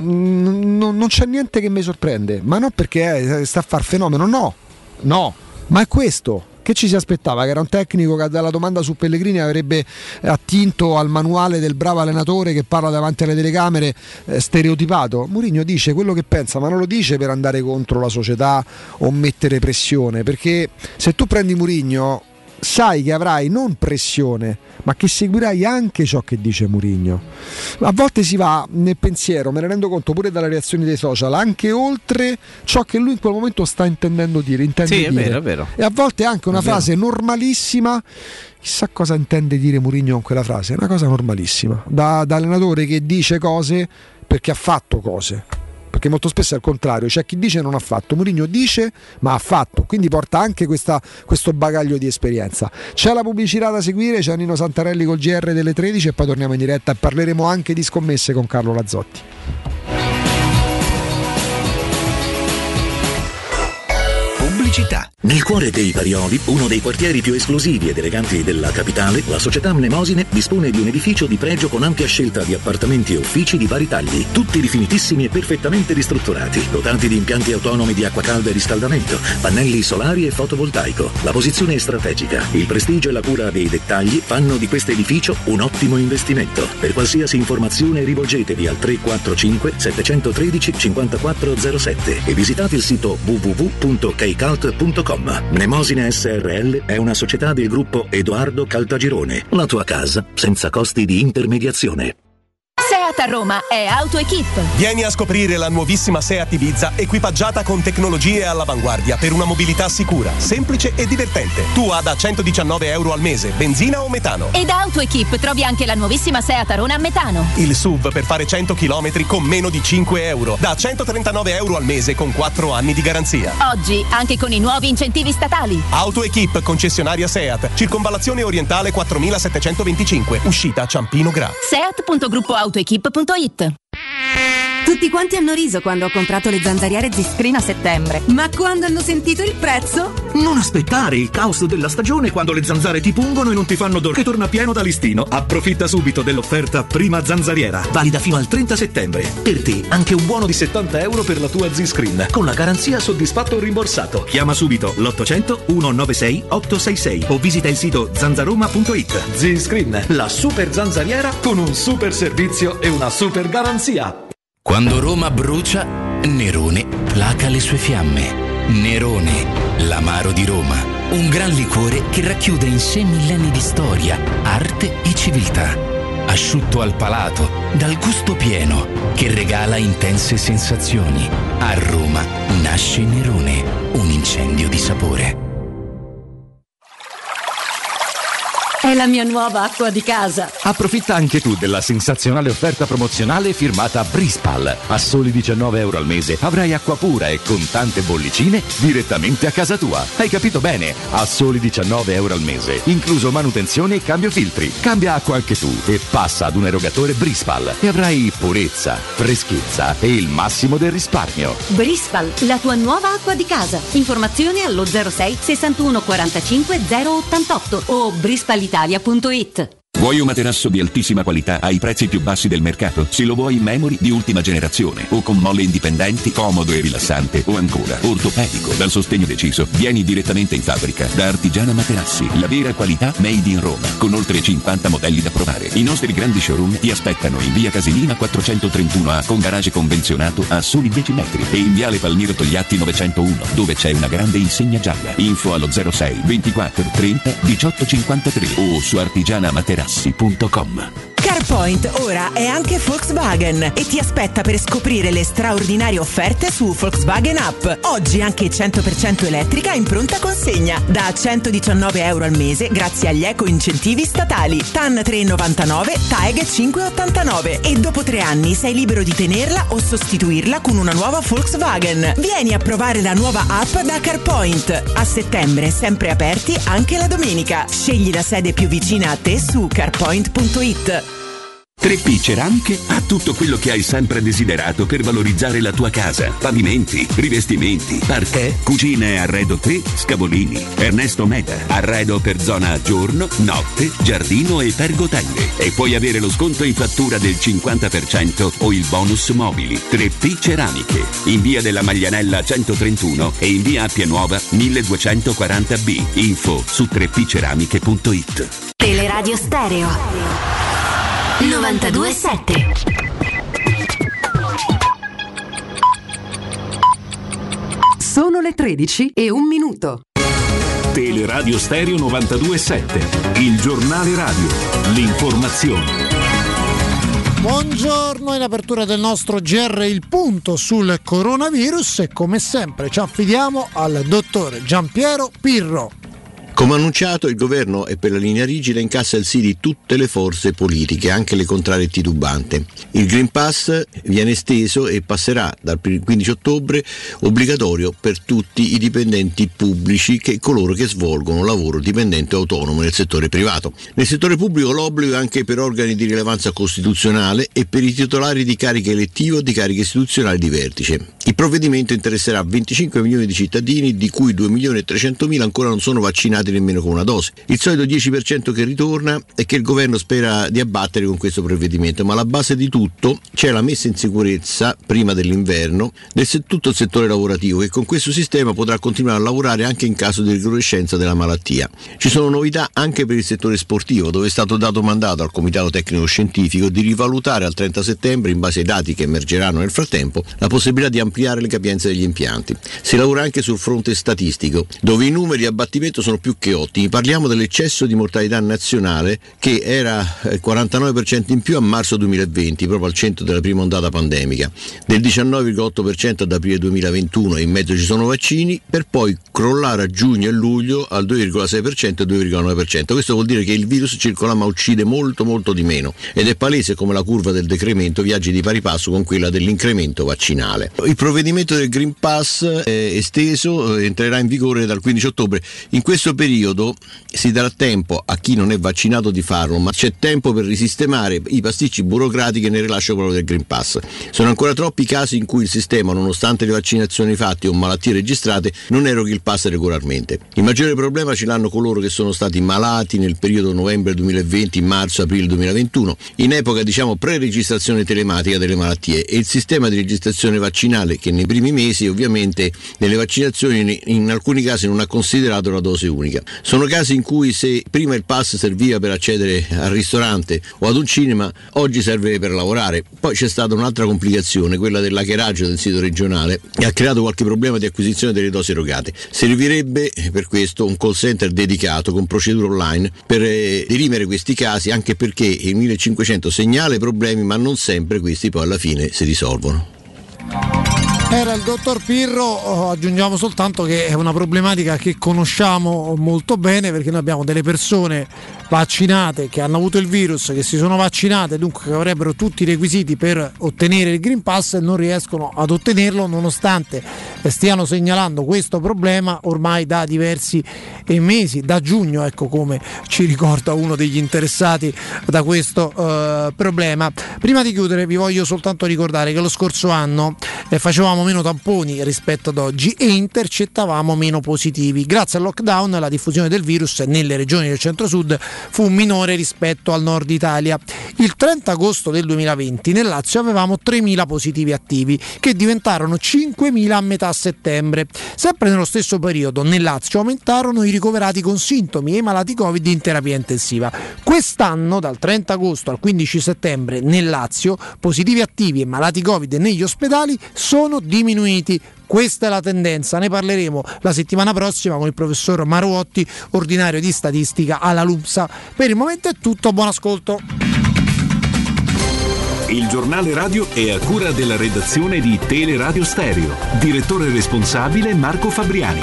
Speaker 3: mm, non, non c'è niente che mi sorprende, ma non perché eh, sta a far fenomeno, no, no, ma è questo. Che ci si aspettava? Che era un tecnico che dalla domanda su Pellegrini avrebbe attinto al manuale del bravo allenatore che parla davanti alle telecamere, eh, stereotipato. Mourinho dice quello che pensa, ma non lo dice per andare contro la società o mettere pressione, perché se tu prendi Mourinho sai che avrai non pressione, ma che seguirai anche ciò che dice Mourinho. A volte si va nel pensiero, me ne rendo conto pure dalle reazioni dei social, anche oltre ciò che lui in quel momento sta intendendo dire, intende
Speaker 6: sì,
Speaker 3: dire.
Speaker 6: È vero, è vero.
Speaker 3: E a volte anche una
Speaker 6: è
Speaker 3: frase
Speaker 6: vero.
Speaker 3: normalissima, chissà cosa intende dire Mourinho con quella frase, è una cosa normalissima, da, da allenatore che dice cose perché ha fatto cose. Perché molto spesso è al contrario, c'è chi dice non ha fatto, Mourinho dice ma ha fatto, quindi porta anche questa, questo bagaglio di esperienza. C'è la pubblicità da seguire, c'è Nino Santarelli col G R delle tredici e poi torniamo in diretta e parleremo anche di scommesse con Carlo Lazzotti.
Speaker 8: Pubblicità. Nel cuore dei Parioli, uno dei quartieri più esclusivi ed eleganti della capitale, la società Mnemosine dispone di un edificio di pregio con ampia scelta di appartamenti e uffici di vari tagli, tutti rifinitissimi e perfettamente ristrutturati, dotati di impianti autonomi di acqua calda e riscaldamento, pannelli solari e fotovoltaico. La posizione è strategica, il prestigio e la cura dei dettagli fanno di questo edificio un ottimo investimento. Per qualsiasi informazione rivolgetevi al tre quattro cinque sette uno tre cinque quattro zero sette e visitate il sito w w w punto keicalt punto com. Mnemosine S R L è una società del gruppo Edoardo Caltagirone. La tua casa senza costi di intermediazione.
Speaker 12: Seat a Roma è AutoEquip.
Speaker 10: Vieni a scoprire la nuovissima Seat Ibiza equipaggiata con tecnologie all'avanguardia per una mobilità sicura, semplice e divertente. Tua da centodiciannove euro al mese, benzina o metano.
Speaker 12: E da AutoEquip trovi anche la nuovissima Seat Arona a metano.
Speaker 10: Il S U V per fare cento chilometri con meno di cinque euro, da centotrentanove euro al mese con quattro anni di garanzia.
Speaker 12: Oggi anche con i nuovi incentivi statali.
Speaker 10: AutoEquip, concessionaria Seat, circonvallazione orientale quattromilasettecentoventicinque, uscita Ciampino Gra.
Speaker 12: seat punto gruppo autoequip punto it.
Speaker 11: Tutti quanti hanno riso quando ho comprato le zanzariere Z-Screen a settembre, ma quando hanno sentito il prezzo?
Speaker 24: Non aspettare il caos della stagione quando le zanzare ti pungono e non ti fanno dormire. Torna pieno da listino. Approfitta subito dell'offerta Prima Zanzariera, valida fino al trenta settembre. Per te anche un buono di settanta euro per la tua Z-Screen, con la garanzia soddisfatto o rimborsato. Chiama subito l'ottocento centonovantasei ottocentosessantasei o visita il sito zanzaroma punto it. Z-Screen, la super zanzariera con un super servizio e una super garanzia.
Speaker 19: Quando Roma brucia, Nerone placa le sue fiamme. Nerone, l'amaro di Roma. Un gran liquore che racchiude in sé millenni di storia, arte e civiltà. Asciutto al palato, dal gusto pieno, che regala intense sensazioni. A Roma nasce Nerone, un incendio di sapore.
Speaker 11: È la mia nuova acqua di casa.
Speaker 24: Approfitta anche tu della sensazionale offerta promozionale firmata Brispal. A soli diciannove euro al mese avrai acqua pura e con tante bollicine direttamente a casa tua. Hai capito bene? A soli diciannove euro al mese, incluso manutenzione e cambio filtri. Cambia acqua anche tu e passa ad un erogatore Brispal e avrai purezza, freschezza e il massimo del risparmio.
Speaker 11: Brispal, la tua nuova acqua di casa. Informazioni allo zero sei sessantuno quarantacinque zero ottantotto o brispal italia punto it.
Speaker 4: Vuoi un materasso di altissima qualità ai prezzi più bassi del mercato? Se lo vuoi in memory di ultima generazione o con molle indipendenti, comodo e rilassante o ancora ortopedico dal sostegno deciso, vieni direttamente in fabbrica da Artigiana Materassi, la vera qualità made in Roma, con oltre cinquanta modelli da provare. I nostri grandi showroom ti aspettano in via Casilina quattrocentotrentuno A con garage convenzionato a soli dieci metri e in viale Palmiro Togliatti novecentouno dove c'è una grande insegna gialla. Info allo zero sei ventiquattro trenta diciotto cinquantatré o su artigiana materassi punto com.
Speaker 17: CarPoint ora è anche Volkswagen e ti aspetta per scoprire le straordinarie offerte su Volkswagen App. Oggi anche cento per cento elettrica in pronta consegna da centodiciannove euro al mese grazie agli eco incentivi statali. T A N tre virgola novantanove, T A E G cinque virgola ottantanove e dopo tre anni sei libero di tenerla o sostituirla con una nuova Volkswagen. Vieni a provare la nuova app da CarPoint. A settembre sempre aperti anche la domenica. Scegli la sede più vicina a te su carpoint punto it.
Speaker 4: tre P Ceramiche ha tutto quello che hai sempre desiderato per valorizzare la tua casa. Pavimenti, rivestimenti, parquet, cucine e arredo tre, Scavolini, Ernesto Meda, arredo per zona giorno, notte, giardino e pergotelle. E puoi avere lo sconto in fattura del cinquanta per cento o il bonus mobili. tre P Ceramiche, in via della Maglianella centotrentuno e in via Appia Nuova milleduecentoquaranta B. Info su tre p ceramiche punto it.
Speaker 27: Teleradio Stereo novantadue sette.
Speaker 18: Sono le tredici e un minuto.
Speaker 13: Teleradio Stereo novantadue virgola sette, il giornale radio, l'informazione.
Speaker 15: Buongiorno, in apertura del nostro G R il punto sul coronavirus e come sempre ci affidiamo al dottor Giampiero Pirro.
Speaker 18: Come annunciato, il governo è per la linea rigida e incassa il sì di tutte le forze politiche, anche le contrarie e titubante. Il Green Pass viene esteso e passerà dal quindici ottobre obbligatorio per tutti i dipendenti pubblici e coloro che svolgono lavoro dipendente o autonomo nel settore privato. Nel settore pubblico l'obbligo è anche per organi di rilevanza costituzionale e per i titolari di cariche elettive o di cariche istituzionali di vertice. Il provvedimento interesserà venticinque milioni di cittadini, di cui due milioni e trecentomila ancora non sono vaccinati nemmeno con una dose. Il solito dieci per cento che ritorna è che il governo spera di abbattere con questo provvedimento, ma alla base di tutto c'è la messa in sicurezza prima dell'inverno del tutto il settore lavorativo, che con questo sistema potrà continuare a lavorare anche in caso di recrudescenza della malattia. Ci sono novità anche per il settore sportivo, dove è stato dato mandato al Comitato Tecnico Scientifico di rivalutare al trenta settembre, in base ai dati che emergeranno nel frattempo, la possibilità di ampliare le capienze degli impianti. Si lavora anche sul fronte statistico, dove i numeri di abbattimento sono più che ottimi. Parliamo dell'eccesso di mortalità nazionale, che era il quarantanove per cento in più a marzo duemilaventi, proprio al centro della prima ondata pandemica, del diciannove virgola otto per cento ad aprile duemilaventuno, e in mezzo ci sono vaccini, per poi crollare a giugno e luglio al due virgola sei per cento e due virgola nove per cento. Questo vuol dire che il virus circola ma uccide molto molto di meno, ed è palese come la curva del decremento viaggi di pari passo con quella dell'incremento vaccinale. Il provvedimento del Green Pass è esteso, entrerà in vigore dal quindici ottobre. In questo periodo si darà tempo a chi non è vaccinato di farlo, ma c'è tempo per risistemare i pasticci burocratici nel rilascio proprio del Green Pass. Sono ancora troppi casi in cui il sistema, nonostante le vaccinazioni fatte o malattie registrate, non eroga il pass regolarmente. Il maggiore problema ce l'hanno coloro che sono stati malati nel periodo novembre duemilaventi, marzo-aprile duemilaventuno, in epoca diciamo pre-registrazione telematica delle malattie, e il sistema di registrazione vaccinale che nei primi mesi ovviamente nelle vaccinazioni in alcuni casi non ha considerato la dose unica. Sono casi in cui se prima il pass serviva per accedere al ristorante o ad un cinema, oggi serve per lavorare. Poi c'è stata un'altra complicazione, quella dell'hackeraggio del sito regionale, che ha creato qualche problema di acquisizione delle dosi erogate. Servirebbe per questo un call center dedicato con procedure online per eh, dirimere questi casi, anche perché il millecinquecento segnala i problemi, ma non sempre questi poi alla fine si risolvono.
Speaker 15: Era il dottor Pirro. Aggiungiamo soltanto che è una problematica che conosciamo molto bene, perché noi abbiamo delle persone vaccinate che hanno avuto il virus, che si sono vaccinate, dunque che avrebbero tutti i requisiti per ottenere il Green Pass e non riescono ad ottenerlo, nonostante stiano segnalando questo problema ormai da diversi mesi, da giugno, ecco, come ci ricorda uno degli interessati da questo uh, problema. Prima di chiudere vi voglio soltanto ricordare che lo scorso anno eh, facevamo meno tamponi rispetto ad oggi e intercettavamo meno positivi. Grazie al lockdown la diffusione del virus nelle regioni del centro-sud fu minore rispetto al nord Italia. Il trenta agosto del duemilaventi nel Lazio avevamo tremila positivi attivi, che diventarono cinquemila a metà settembre. Sempre nello stesso periodo nel Lazio aumentarono i ricoverati con sintomi e i malati Covid in terapia intensiva. Quest'anno dal trenta agosto al quindici settembre nel Lazio positivi attivi e malati Covid negli ospedali sono diminuiti. Questa è la tendenza, ne parleremo la settimana prossima con il professor Maruotti, ordinario di statistica alla LUMSA. Per il momento è tutto, buon ascolto.
Speaker 13: Il giornale radio è a cura della redazione di Teleradio Stereo. Direttore responsabile Marco Fabriani.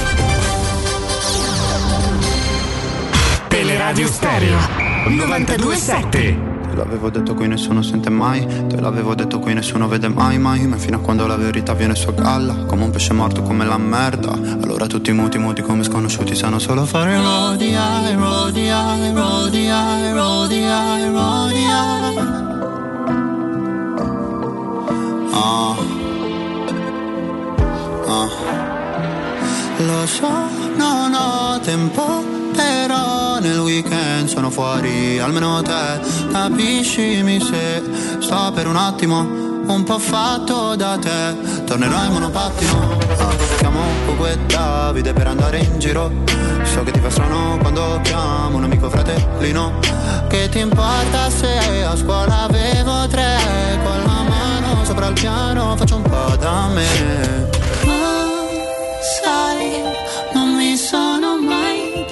Speaker 20: Teleradio Stereo novantadue sette.
Speaker 21: Te l'avevo detto qui nessuno sente mai, te l'avevo detto qui nessuno vede mai mai, ma fino a quando la verità viene su a galla, come un pesce morto come la merda, allora tutti muti muti come sconosciuti sanno solo fare rodia, rodia, rodia, rodia, rodia. Ah, ah. Lo so, non ho tempo, però nel weekend sono fuori, almeno te capiscimi se sto per un attimo un po' fatto da te. Tornerò in monopattino, ah, chiamo Ugo e Davide per andare in giro. So che ti fa strano quando chiamo un amico fratellino. Che ti importa se a scuola avevo tre, con la mano sopra il piano faccio un po' da me. Ma sai, non mi sono mai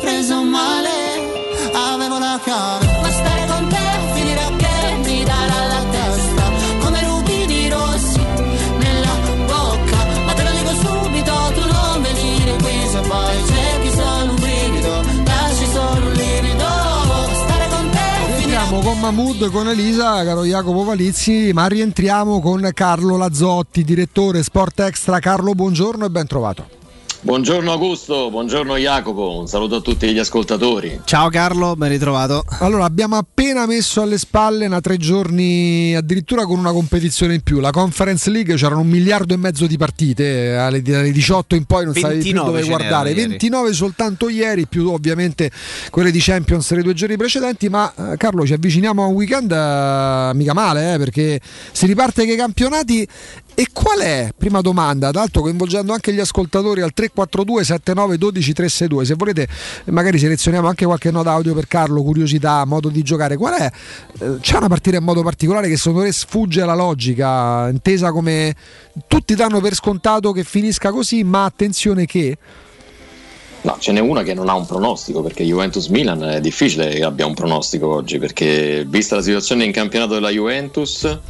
Speaker 3: Mahmood con Elisa, caro Jacopo Palizzi, ma rientriamo con Carlo Lazzotti, direttore Sport Extra. Carlo, buongiorno e ben trovato.
Speaker 1: Buongiorno Augusto, buongiorno Jacopo, un saluto a tutti gli ascoltatori.
Speaker 6: Ciao Carlo, ben ritrovato.
Speaker 3: Allora, abbiamo appena messo alle spalle una tre giorni addirittura con una competizione in più. La Conference League, c'erano un miliardo e mezzo di partite, alle, alle diciotto in poi non sapevi più dove guardare, ventinove soltanto ieri, più ovviamente quelle di Champions dei due giorni precedenti, ma eh, Carlo, ci avviciniamo a un weekend eh, mica male, eh, perché si riparte con i campionati. E qual è, prima domanda, tra l'altro coinvolgendo anche gli ascoltatori al tre quattro due sette nove uno due tre sei due, se volete magari selezioniamo anche qualche nota audio per Carlo, curiosità, modo di giocare, qual è? C'è una partita in modo particolare che secondo te sfugge alla logica, intesa come tutti danno per scontato che finisca così, ma attenzione che...
Speaker 1: No, ce n'è una che non ha un pronostico, perché Juventus-Milan è difficile che abbia un pronostico oggi, perché vista la situazione in campionato della Juventus...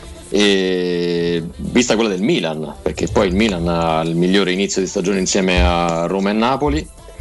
Speaker 1: e vista quella del Milan, perché poi il Milan ha il migliore inizio di stagione insieme a Roma e Napoli,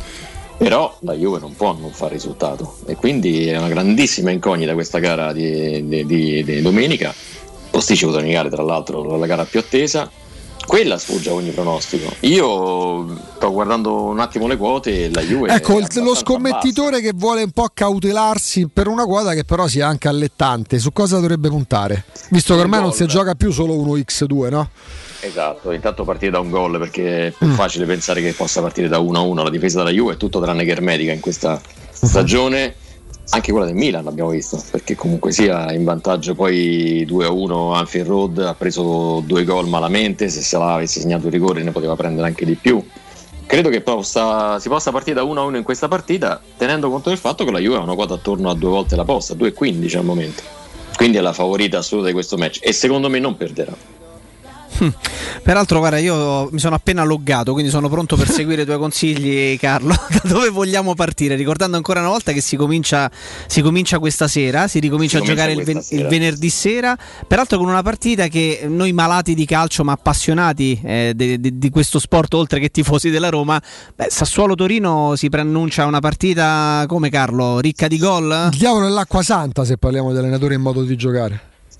Speaker 1: però la Juve non può non fare risultato e quindi è una grandissima incognita questa gara di, di, di, di domenica, posticipo domenicale tra l'altro, la gara più attesa. Quella sfugge a ogni pronostico. Io sto guardando un attimo le quote e la Juve,
Speaker 3: ecco, il, lo scommettitore bassa, che vuole un po' cautelarsi per una quota che però sia anche allettante, su cosa dovrebbe puntare? Visto che ormai non si gioca più solo uno per due, no?
Speaker 1: Esatto, intanto partire da un gol, perché è più mm. facile pensare che possa partire da uno a uno. La difesa della Juve è tutto tranne che ermetica in questa stagione. Anche quella del Milan abbiamo visto, perché comunque sia in vantaggio poi due a uno Anfield Road, ha preso due gol malamente, se Salah avesse segnato il rigore ne poteva prendere anche di più. Credo che possa, si possa partire da uno a uno in questa partita, tenendo conto del fatto che la Juve ha una quota attorno a due volte la posta, due e quindici al momento, quindi è la favorita assoluta di questo match e secondo me non perderà.
Speaker 6: Hm. Peraltro, guarda, io mi sono appena loggato, quindi sono pronto per seguire i tuoi consigli, Carlo. Da dove vogliamo partire? Ricordando ancora una volta che si comincia, si comincia questa sera, si ricomincia si a giocare il, ven- il venerdì sera, peraltro con una partita che noi malati di calcio ma appassionati eh, de- de- di questo sport, oltre che tifosi della Roma, beh, Sassuolo-Torino si preannuncia una partita come, Carlo, ricca di gol?
Speaker 3: Il diavolo nell'acqua santa, se parliamo di allenatori e modo di giocare.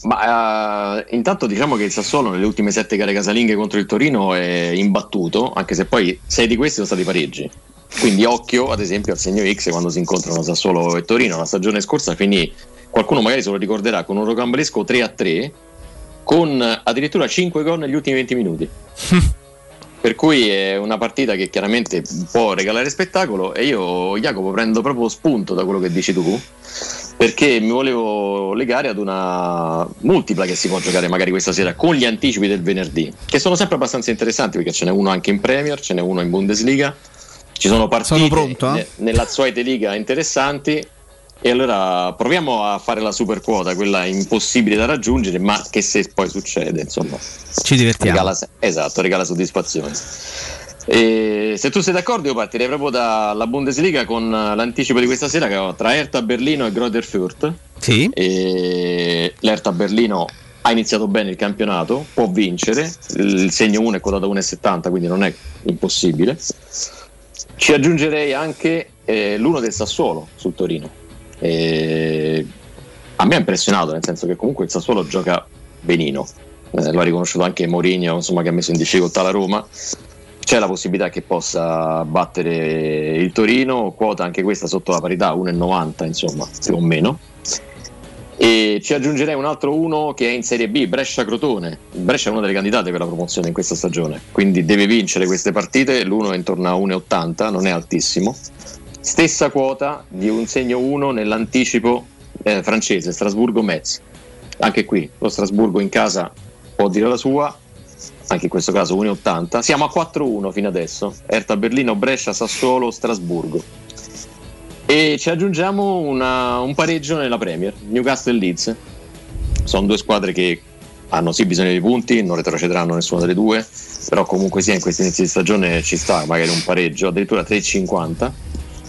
Speaker 1: Ma uh, intanto diciamo che il Sassuolo nelle ultime sette gare casalinghe contro il Torino è imbattuto, anche se poi sei di questi sono stati pareggi, quindi occhio ad esempio al segno X quando si incontrano Sassuolo e Torino. La stagione scorsa finì, qualcuno magari se lo ricorderà, con un rocambolesco tre a tre con addirittura cinque gol negli ultimi venti minuti. Per cui è una partita che chiaramente può regalare spettacolo e io, Jacopo, prendo proprio spunto da quello che dici tu, perché mi volevo legare ad una multipla che si può giocare magari questa sera con gli anticipi del venerdì, che sono sempre abbastanza interessanti, perché ce n'è uno anche in Premier, ce n'è uno in Bundesliga, ci sono partite sono pronto, eh? ne, nella Zweite Liga interessanti. E allora proviamo a fare la super quota, quella impossibile da raggiungere, ma che se poi succede, insomma,
Speaker 6: ci divertiamo.
Speaker 1: Regala, esatto, regala soddisfazione. E se tu sei d'accordo, io partirei proprio dalla Bundesliga con l'anticipo di questa sera, che ho tra Hertha Berlino e Greuther Fürth.
Speaker 6: Sì.
Speaker 1: E l'Hertha Berlino ha iniziato bene il campionato, può vincere, il segno uno è quotato a uno virgola settanta, quindi non è impossibile. Ci aggiungerei anche eh, l'uno del Sassuolo sul Torino. E a me ha impressionato, nel senso che comunque il Sassuolo gioca benino, eh, lo ha riconosciuto anche Mourinho, insomma, che ha messo in difficoltà la Roma. C'è la possibilità che possa battere il Torino, quota anche questa sotto la parità uno virgola novanta, insomma, più o meno. E ci aggiungerei un altro uno che è in Serie B, Brescia-Crotone. Brescia è una delle candidate per la promozione in questa stagione, quindi deve vincere queste partite, l'uno è intorno a uno virgola ottanta, non è altissimo. Stessa quota di un segno uno nell'anticipo eh, francese, Strasburgo-Metz. Anche qui lo Strasburgo in casa può dire la sua, anche in questo caso uno virgola ottanta. Siamo a quattro uno fino adesso, Hertha Berlino, Brescia, Sassuolo, Strasburgo. E ci aggiungiamo una, un pareggio nella Premier, Newcastle e Leeds. Sono due squadre che hanno sì bisogno di punti, non retrocederanno nessuna delle due, però comunque sia in questo inizio di stagione ci sta magari un pareggio, addirittura tre virgola cinquanta.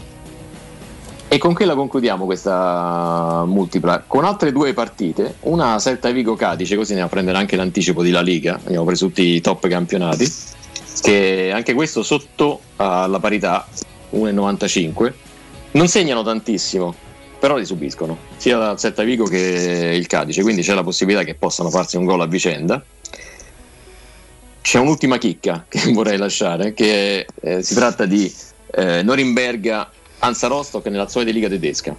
Speaker 1: E con che la concludiamo questa multipla? Con altre due partite, una Celta Vigo Cadice, così andiamo a prendere anche l'anticipo di La Liga, abbiamo preso tutti i top campionati, che anche questo sotto alla parità uno virgola novantacinque. Non segnano tantissimo, però li subiscono sia il Celta Vigo che il Cadice, quindi c'è la possibilità che possano farsi un gol a vicenda. C'è un'ultima chicca che vorrei lasciare, che eh, si tratta di eh, Norimberga Hansa Rostock nella solita liga tedesca.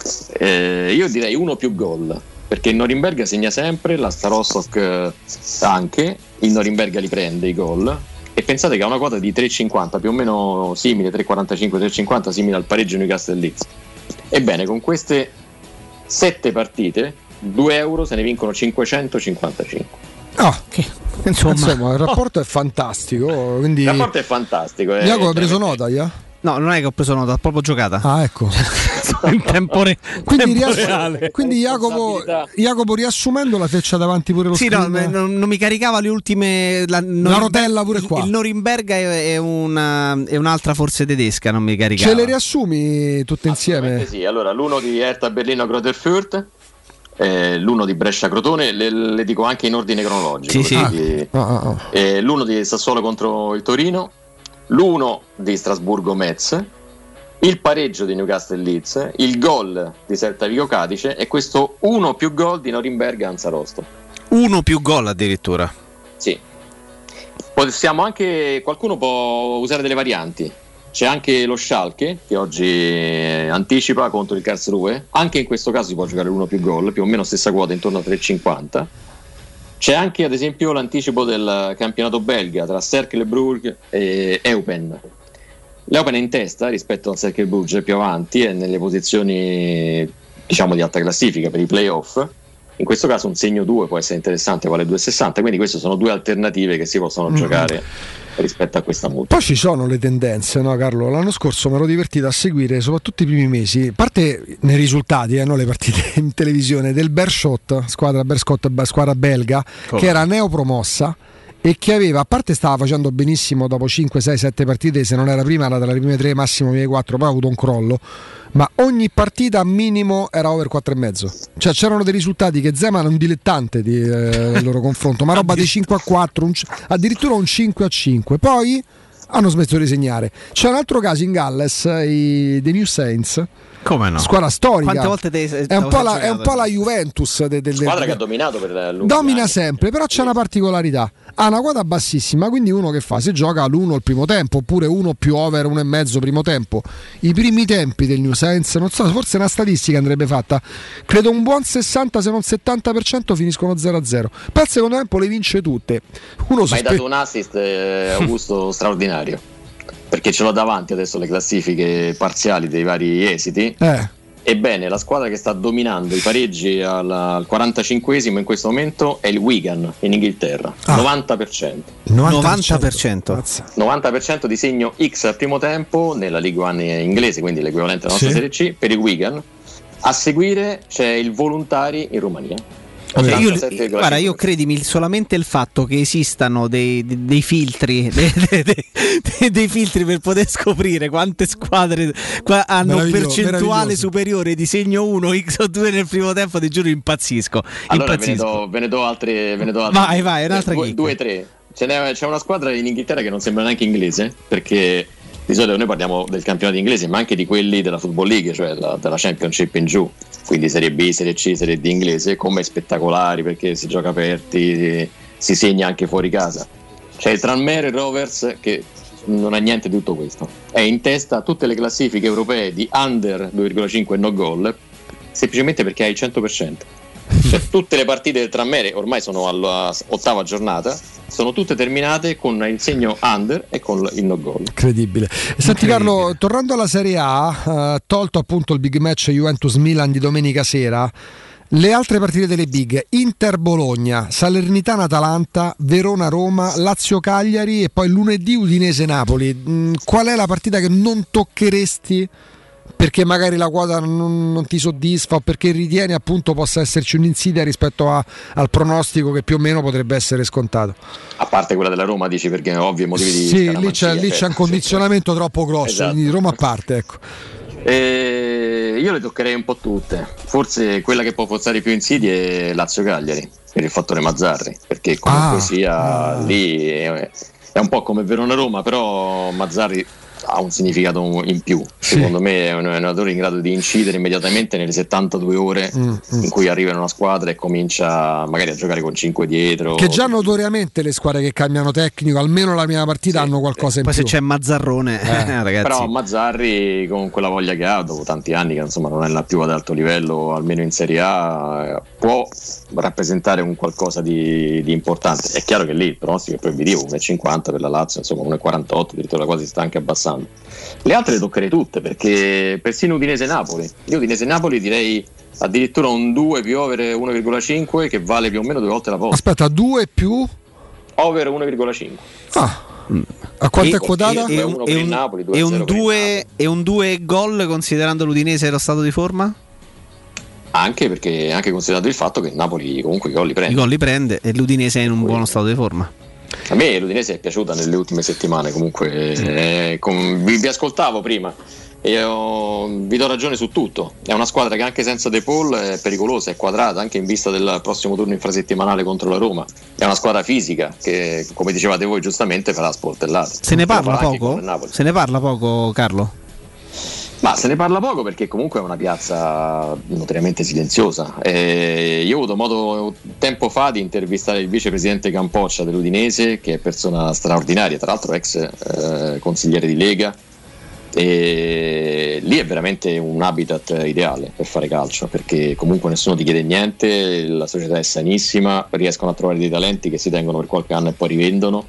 Speaker 1: Eh, io direi uno più gol, perché il Norimberga segna sempre, la Hansa Rostock eh, anche, il Norimberga li prende i gol, e pensate che ha una quota di tre virgola cinquanta, più o meno simile, tre virgola quarantacinque, tre virgola cinquanta, simile al pareggio Newcastle Leeds. Ebbene, con queste sette partite, due euro se ne vincono cinquecentocinquantacinque.
Speaker 3: Oh, che, insomma, insomma, il rapporto è fantastico. Quindi...
Speaker 1: Il rapporto è fantastico. Eh,
Speaker 3: Jacopo, hai preso nota, ja?
Speaker 6: No, non è che ho preso nota, ho proprio giocata.
Speaker 3: Ah, ecco.
Speaker 6: In tempo, re-
Speaker 3: quindi,
Speaker 6: tempo
Speaker 3: riassu-
Speaker 6: reale.
Speaker 3: Quindi Jacopo, Jacopo, riassumendo, la freccia davanti pure lo
Speaker 6: sì,
Speaker 3: screen.
Speaker 6: no, non, non mi caricava le ultime. La,
Speaker 3: la rotella pure qua.
Speaker 6: Il, il Norimberga è, è, una, è un'altra forse tedesca, non mi caricava.
Speaker 3: Ce le riassumi tutte insieme?
Speaker 1: Sì, allora l'uno di Hertha Berlino Greuther Fürth, eh, l'uno di Brescia Crotone, le, le dico anche in ordine cronologico.
Speaker 6: Sì, sì.
Speaker 1: Quindi,
Speaker 3: ah. Ah, ah.
Speaker 1: Eh, l'uno di Sassuolo contro il Torino, l'uno di Strasburgo Metz, il pareggio di Newcastle Leeds, il gol di Celta Vigo Cadice e questo uno più gol di Norimberga Hansa Rostock.
Speaker 6: Uno più gol addirittura.
Speaker 1: Sì. Possiamo anche, qualcuno può usare delle varianti. C'è anche lo Schalke che oggi anticipa contro il Karlsruhe, anche in questo caso si può giocare l'uno più gol, più o meno stessa quota, intorno a tre virgola cinquanta. C'è anche ad esempio l'anticipo del campionato belga tra Cercle Brugge e Eupen. L'Eupen è in testa rispetto al Cercle Brugge, più avanti, è nelle posizioni diciamo di alta classifica per i playoff. In questo caso un segno due può essere interessante, vale due virgola sessanta, quindi queste sono due alternative che si possono mm-hmm. giocare rispetto a questa multa.
Speaker 3: Poi ci sono le tendenze, no Carlo? L'anno scorso mi ero divertito a seguire soprattutto i primi mesi, a parte nei risultati, eh, non le partite in televisione, del Beerschot, squadra Beerschot, squadra belga, oh. che era neopromossa e che aveva, a parte stava facendo benissimo dopo cinque, sei, sette partite, se non era prima era dalle prime tre, massimo prime quattro, poi ha avuto un crollo, ma ogni partita minimo era over quattro e mezzo, cioè c'erano dei risultati che Zeman è un dilettante di, eh, del loro confronto, ma roba dei cinque a quattro, un, addirittura un cinque a cinque, poi hanno smesso di segnare. C'è un altro caso in Galles, i, dei New Saints.
Speaker 6: Come no?
Speaker 3: Squadra storica.
Speaker 6: Quante volte te, te
Speaker 3: è, un po la, è un po' la Juventus de, de, de,
Speaker 1: squadra
Speaker 3: de,
Speaker 1: che ha dominato per lungo
Speaker 3: domina
Speaker 1: anni.
Speaker 3: sempre, però c'è una particolarità, ha una quota bassissima, quindi uno che fa, se gioca all'uno il primo tempo oppure uno più over uno e mezzo primo tempo, i primi tempi del New Saints, non so, forse una statistica andrebbe fatta, credo un buon sessanta se non settanta per cento finiscono zero a zero, poi al secondo tempo le vince tutte. Uno
Speaker 1: ma
Speaker 3: sospe-
Speaker 1: hai dato un assist eh, Augusto straordinario, perché ce l'ho davanti adesso le classifiche parziali dei vari esiti.
Speaker 3: eh
Speaker 1: Ebbene, la squadra che sta dominando i pareggi al, al quarantacinquesimo in questo momento è il Wigan in Inghilterra, ah. novanta per cento.
Speaker 6: novanta per cento.
Speaker 1: novanta per cento di segno X al primo tempo nella League One inglese, quindi l'equivalente della nostra
Speaker 3: sì.
Speaker 1: Serie C, per il Wigan. A seguire c'è il Volontari in Romania.
Speaker 6: Cioè io, guarda, io credimi, solamente il fatto che esistano dei, dei, dei filtri dei, dei, dei, dei filtri per poter scoprire quante squadre qua hanno percentuale superiore di segno uno X o due nel primo tempo, ti giuro impazzisco.
Speaker 1: Allora
Speaker 6: impazzisco.
Speaker 1: Ve, ne do, ve ne do altre, ve ne do altre
Speaker 6: vai vai un'altra
Speaker 1: due, due tre. Ce n'è, c'è una squadra in Inghilterra che non sembra neanche inglese, perché di solito noi parliamo del campionato inglese, ma anche di quelli della Football League, cioè la, della Championship in giù, quindi Serie B, Serie C, Serie D inglese, come spettacolari perché si gioca aperti, si segna anche fuori casa. C'è il Tranmere Rovers che non ha niente di tutto questo, è in testa a tutte le classifiche europee di under due virgola cinque no goal, semplicemente perché ha il cento per cento. Cioè, tutte le partite del Tranmere ormai sono all'ottava giornata, sono tutte terminate con il segno under e con il no goal.
Speaker 3: Incredibile. Senti Carlo, tornando alla Serie A, uh, tolto appunto il big match Juventus-Milan di domenica sera, le altre partite delle big: Inter-Bologna, Salernitana-Atalanta, Verona-Roma, Lazio-Cagliari e poi lunedì Udinese-Napoli. Mm, qual è la partita che non toccheresti perché magari la quota non, non ti soddisfa o perché ritieni appunto possa esserci un'insidia rispetto a, al pronostico che più o meno potrebbe essere scontato?
Speaker 1: A parte quella della Roma, dici, perché ovvi motivi di
Speaker 3: sì, lì c'è, lì c'è un condizionamento sì. troppo grosso, esatto. Quindi Roma a parte, ecco.
Speaker 1: E io le toccherei un po' tutte, forse quella che può forzare più insidie è Lazio-Cagliari per il fattore Mazzarri, perché comunque ah, sia ah. lì è, è un po' come Verona-Roma, però Mazzarri ha un significato in più. Secondo sì. me è un allenatore in grado di incidere immediatamente nelle settantadue ore mm, mm. in cui arriva in una squadra e comincia magari a giocare con cinque dietro.
Speaker 3: Che già notoriamente le squadre che cambiano tecnico, almeno la prima partita, sì, hanno qualcosa
Speaker 6: sì.
Speaker 3: in
Speaker 6: Poi
Speaker 3: più.
Speaker 6: Poi se c'è Mazzarrone, eh. ragazzi.
Speaker 1: Però Mazzarri con quella voglia che ha dopo tanti anni, che insomma non è la più ad alto livello, almeno in Serie A, può rappresentare un qualcosa di, di importante. È chiaro che lì il pronostico è proibitivo, uno virgola cinquanta per la Lazio, insomma uno virgola quarantotto, addirittura quasi sta anche abbassando. Le altre le toccherei tutte, perché persino Udinese-Napoli, io Udinese-Napoli direi addirittura un due più over uno virgola cinque, che vale più o meno due volte la posta.
Speaker 3: Aspetta, due più
Speaker 1: over uno virgola cinque.
Speaker 3: Ah. A quanto e, è quotata?
Speaker 6: E, e, un, e, un, Napoli, e, un due, e un due gol, considerando l'Udinese lo stato di forma?
Speaker 1: Anche perché anche considerato il fatto che il Napoli comunque i gol li prende.
Speaker 6: I gol li prende e l'Udinese è in un buono stato di forma.
Speaker 1: A me l'Udinese è piaciuta nelle ultime settimane, comunque eh, con, vi, vi ascoltavo prima e io, vi do ragione su tutto. È una squadra che anche senza De Paul è pericolosa, è quadrata, anche in vista del prossimo turno infrasettimanale contro la Roma. È una squadra fisica che, come dicevate voi giustamente, farà sportellate.
Speaker 6: Se ne parla poco? Se ne parla poco, Carlo?
Speaker 1: Ma se ne parla poco perché comunque è una piazza notoriamente silenziosa. Eh, io ho avuto modo tempo fa di intervistare il vicepresidente Campoccia dell'Udinese, che è persona straordinaria, tra l'altro ex eh, consigliere di Lega, e lì è veramente un habitat ideale per fare calcio, perché comunque nessuno ti chiede niente, la società è sanissima, riescono a trovare dei talenti che si tengono per qualche anno e poi rivendono,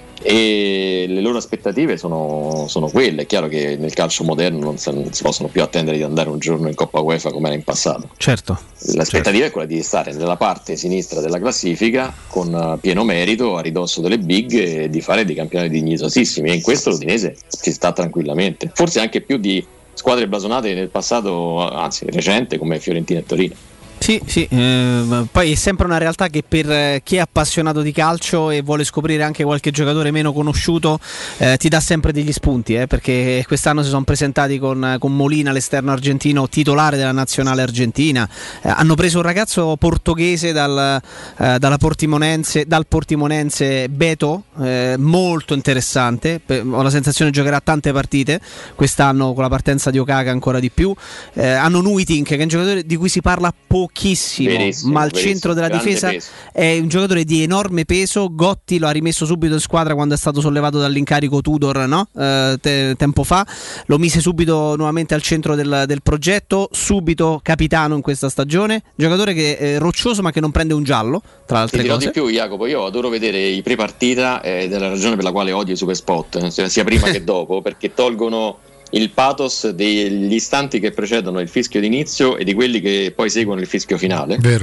Speaker 1: e le loro aspettative sono, sono quelle. È chiaro che nel calcio moderno non si, non si possono più attendere di andare un giorno in Coppa UEFA come era in passato.
Speaker 6: Certo.
Speaker 1: L'aspettativa
Speaker 6: certo.
Speaker 1: è quella di stare nella parte sinistra della classifica con pieno merito a ridosso delle big e di fare dei campionati dignitosissimi, e in questo l'Udinese ci sta tranquillamente, forse anche più di squadre blasonate nel passato, anzi recente, come Fiorentina e Torino.
Speaker 6: Sì, sì, eh, poi è sempre una realtà che per chi è appassionato di calcio e vuole scoprire anche qualche giocatore meno conosciuto eh, ti dà sempre degli spunti, eh, perché quest'anno si sono presentati con, con Molina, l'esterno argentino titolare della nazionale argentina, eh, hanno preso un ragazzo portoghese dal, eh, dalla Portimonense, dal Portimonense, Beto, eh, molto interessante, ho la sensazione che giocherà tante partite quest'anno, con la partenza di Okaka ancora di più. Eh, hanno Nuitink, che è un giocatore di cui si parla poco, pochissimo, verissimo, ma al verissimo, centro della difesa peso. È un giocatore di enorme peso. Gotti lo ha rimesso subito in squadra quando è stato sollevato dall'incarico Tudor, no? eh, te, tempo fa lo mise subito nuovamente al centro del, del progetto, subito capitano in questa stagione, giocatore che è roccioso ma che non prende un giallo, tra altre
Speaker 1: Ti dirò
Speaker 6: cose.
Speaker 1: Di più, Jacopo, io adoro vedere i pre-partita ed è la ragione per la quale odio i super spot, sia prima che dopo, perché tolgono il pathos degli istanti che precedono il fischio d'inizio e di quelli che poi seguono il fischio finale.
Speaker 3: Vero.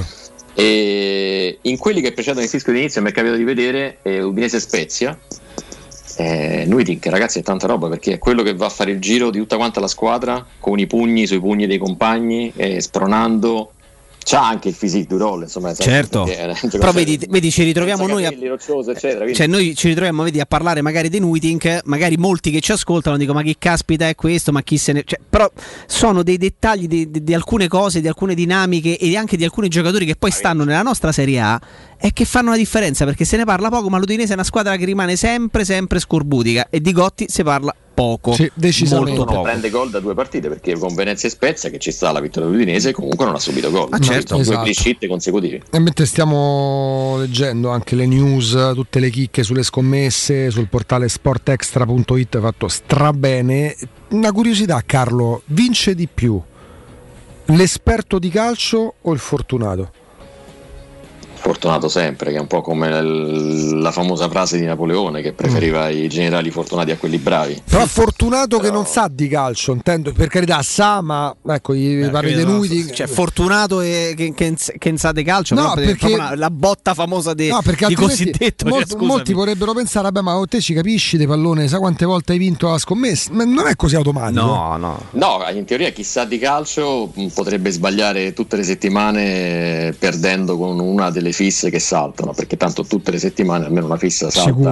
Speaker 1: E in quelli che precedono il fischio d'inizio mi è capitato di vedere eh, Udinese Spezia. Eh, Nuitink, ragazzi, è tanta roba, perché è quello che va a fare il giro di tutta quanta la squadra con i pugni sui pugni dei compagni, eh, spronando. C'ha anche il physique du role, insomma,
Speaker 6: certo. Però vedi, vedi, ci ritroviamo noi a,
Speaker 1: roccioso, eccetera,
Speaker 6: cioè noi ci ritroviamo, vedi, a parlare magari di Nuitink, magari molti che ci ascoltano dicono ma chi caspita è questo, ma chi se ne, cioè, però sono dei dettagli di, di, di alcune cose, di alcune dinamiche e anche di alcuni giocatori che poi stanno nella nostra Serie A e che fanno la differenza, perché se ne parla poco, ma l'Udinese è una squadra che rimane sempre sempre scorbutica e di Gotti si parla poco,
Speaker 3: sì, decisamente
Speaker 1: molto poco. Prende gol da due partite, perché con Venezia e Spezia, che ci sta la vittoria dell'Udinese, comunque non ha subito gol.
Speaker 6: Ah, certo,
Speaker 1: sono
Speaker 3: esatto.
Speaker 1: due clean consecutivi.
Speaker 3: E mentre stiamo leggendo anche le news, tutte le chicche sulle scommesse sul portale sportextra punto it, fatto strabene. Una curiosità, Carlo, vince di più l'esperto di calcio o il fortunato?
Speaker 1: Fortunato sempre, che è un po' come l- la famosa frase di Napoleone, che preferiva mm. i generali fortunati a quelli bravi.
Speaker 3: Però fortunato Però... che non sa di calcio, intendo, per carità sa, ma ecco, gli parli dei nudi,
Speaker 6: cioè fortunato e che, che, che non sa di calcio, no, però perché una, la botta famosa de,
Speaker 3: no,
Speaker 6: di cosiddetto,
Speaker 3: molti,
Speaker 6: cioè,
Speaker 3: molti vorrebbero pensare vabbè, ma te ci capisci di pallone, sa quante volte hai vinto la scommessa, ma non è così automatico.
Speaker 6: No, no.
Speaker 1: No, in teoria chi sa di calcio potrebbe sbagliare tutte le settimane perdendo con una delle fisse che saltano, perché tanto tutte le settimane almeno una fissa salta.
Speaker 3: Sicuro.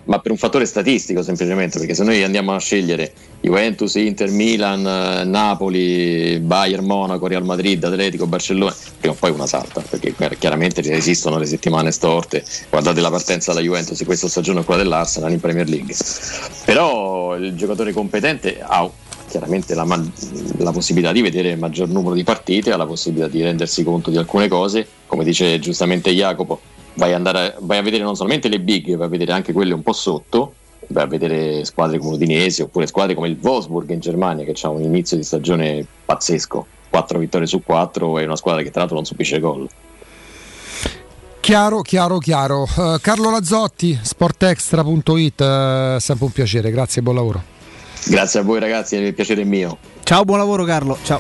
Speaker 1: ma per un fattore statistico semplicemente, perché se noi andiamo a scegliere Juventus, Inter, Milan, Napoli, Bayern, Monaco, Real Madrid, Atletico, Barcellona, prima o poi una salta, perché chiaramente esistono le settimane storte. Guardate la partenza della Juventus in questa stagione e quella dell'Arsenal in Premier League, però il giocatore competente ha chiaramente la, la possibilità di vedere il maggior numero di partite, ha la possibilità di rendersi conto di alcune cose, come dice giustamente Jacopo. Vai, andare, vai a vedere non solamente le big, vai a vedere anche quelle un po' sotto, vai a vedere squadre come l'Udinese oppure squadre come il Wolfsburg in Germania, che ha un inizio di stagione pazzesco, quattro vittorie su quattro, è una squadra che tra l'altro non subisce gol.
Speaker 3: Chiaro, chiaro, chiaro. Uh, Carlo Lazzotti, sportextra punto it, uh, sempre un piacere, grazie e buon lavoro.
Speaker 1: Grazie a voi ragazzi, il piacere è mio.
Speaker 6: Ciao, buon lavoro Carlo, ciao.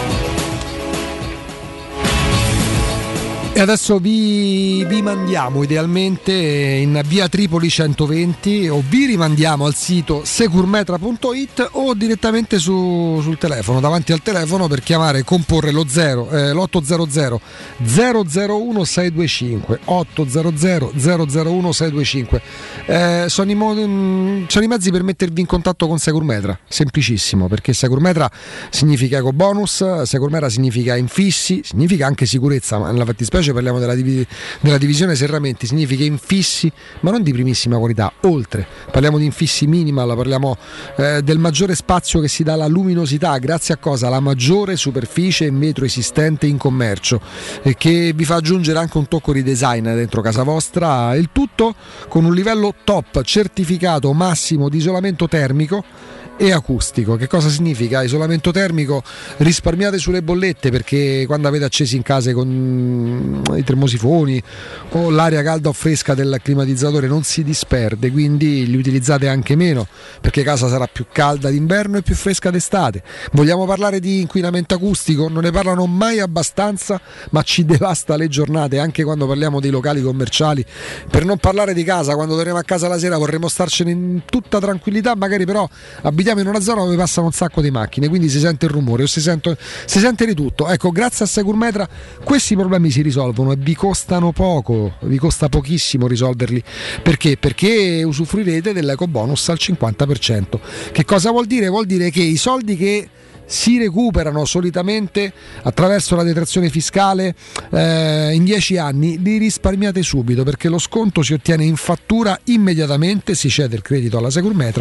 Speaker 3: E adesso vi, vi mandiamo idealmente in via Tripoli centoventi, o vi rimandiamo al sito securmetra punto it o direttamente su, sul telefono, davanti al telefono, per chiamare e comporre lo zero, eh, l'ottocento zero zero uno sei due cinque ottocento zero zero uno sei due cinque. Eh, sono, i mo- sono i mezzi per mettervi in contatto con Securmetra, semplicissimo, perché Securmetra significa ecobonus, Securmetra significa infissi, significa anche sicurezza, ma nella fattispecie parliamo della, div- della divisione serramenti, significa infissi ma non di primissima qualità, oltre parliamo di infissi minimal, parliamo eh, del maggiore spazio che si dà alla luminosità, grazie a cosa? La maggiore superficie in metro esistente in commercio, e che vi fa aggiungere anche un tocco di design dentro casa vostra, il tutto con un livello top certificato massimo di isolamento termico e acustico. Che cosa significa isolamento termico? Risparmiate sulle bollette, perché quando avete accesi in casa con i termosifoni o l'aria calda o fresca del climatizzatore non si disperde, quindi li utilizzate anche meno, perché casa sarà più calda d'inverno e più fresca d'estate. Vogliamo parlare di inquinamento acustico? Non ne parlano mai abbastanza, ma ci devasta le giornate anche quando parliamo dei locali commerciali, per non parlare di casa. Quando torniamo a casa la sera vorremmo starcene in tutta tranquillità, magari però abitiamo in una zona dove passano un sacco di macchine, quindi si sente il rumore o si sente, si sente di tutto. Ecco, grazie a Securmetra questi problemi si risolvono e vi costano poco, vi costa pochissimo risolverli. Perché? Perché usufruirete dell'ecobonus al cinquanta per cento. Che cosa vuol dire? Vuol dire che i soldi che si recuperano solitamente attraverso la detrazione fiscale eh, in dieci anni li risparmiate subito, perché lo sconto si ottiene in fattura immediatamente, si cede il credito alla Securmetra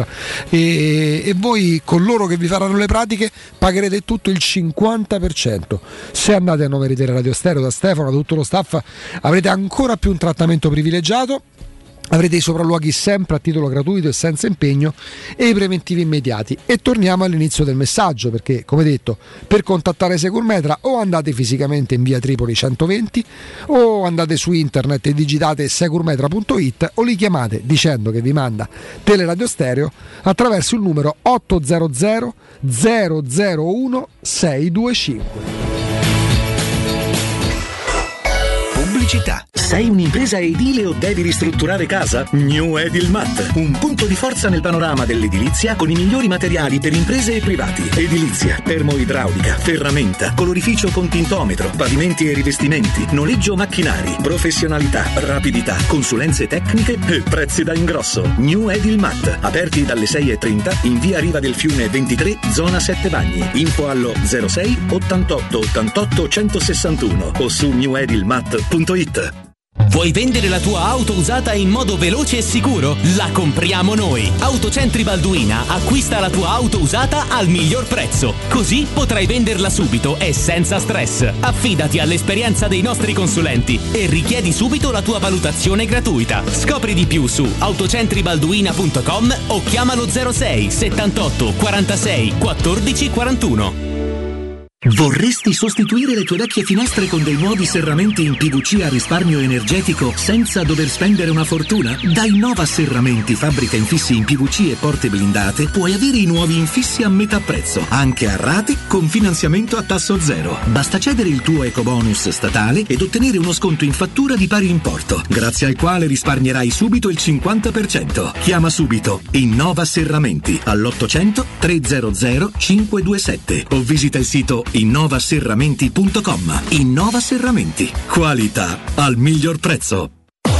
Speaker 3: e, e voi con loro che vi faranno le pratiche pagherete tutto il cinquanta per cento. Se andate a nome di Radio Stereo, da Stefano, da tutto lo staff, avrete ancora più un trattamento privilegiato. Avrete i sopralluoghi sempre a titolo gratuito e senza impegno e i preventivi immediati. E torniamo all'inizio del messaggio, perché come detto, per contattare Securmetra o andate fisicamente in via Tripoli centoventi o andate su internet e digitate securmetra punto it o li chiamate dicendo che vi manda Teleradio Stereo attraverso il numero ottocento zero zero uno sei due cinque.
Speaker 24: Pubblicità. Sei un'impresa edile o devi ristrutturare casa? New Edilmat, un punto di forza nel panorama dell'edilizia con i migliori materiali per imprese e privati. Edilizia, termoidraulica, ferramenta, colorificio con tintometro, pavimenti e rivestimenti, noleggio macchinari, professionalità, rapidità, consulenze tecniche e prezzi da ingrosso. New Edilmat, aperti dalle sei e trenta in via Riva del Fiume ventitré, zona sette Bagni. Info allo zero sei ottantotto ottantotto centosessantuno o su new edilmat punto it.
Speaker 19: Vuoi vendere la tua auto usata in modo veloce e sicuro? La compriamo noi! Autocentri Balduina acquista la tua auto usata al miglior prezzo. Così potrai venderla subito e senza stress. Affidati all'esperienza dei nostri consulenti e richiedi subito la tua valutazione gratuita. Scopri di più su autocentri balduina punto com o chiamalo zero sei settantotto quarantasei quattordici quarantuno.
Speaker 24: Vorresti sostituire le tue vecchie finestre con dei nuovi serramenti in P V C a risparmio energetico senza dover spendere una fortuna? Da Innova Serramenti, fabbrica infissi in P V C e porte blindate, puoi avere i nuovi infissi a metà prezzo, anche a rate con finanziamento a tasso zero. Basta cedere il tuo ecobonus statale ed ottenere uno sconto in fattura di pari importo, grazie al quale risparmierai subito il cinquanta per cento. Chiama subito Innova Serramenti all'ottocento trecento cinque due sette o visita il sito innova serramenti punto com. Innova Serramenti, qualità al miglior prezzo.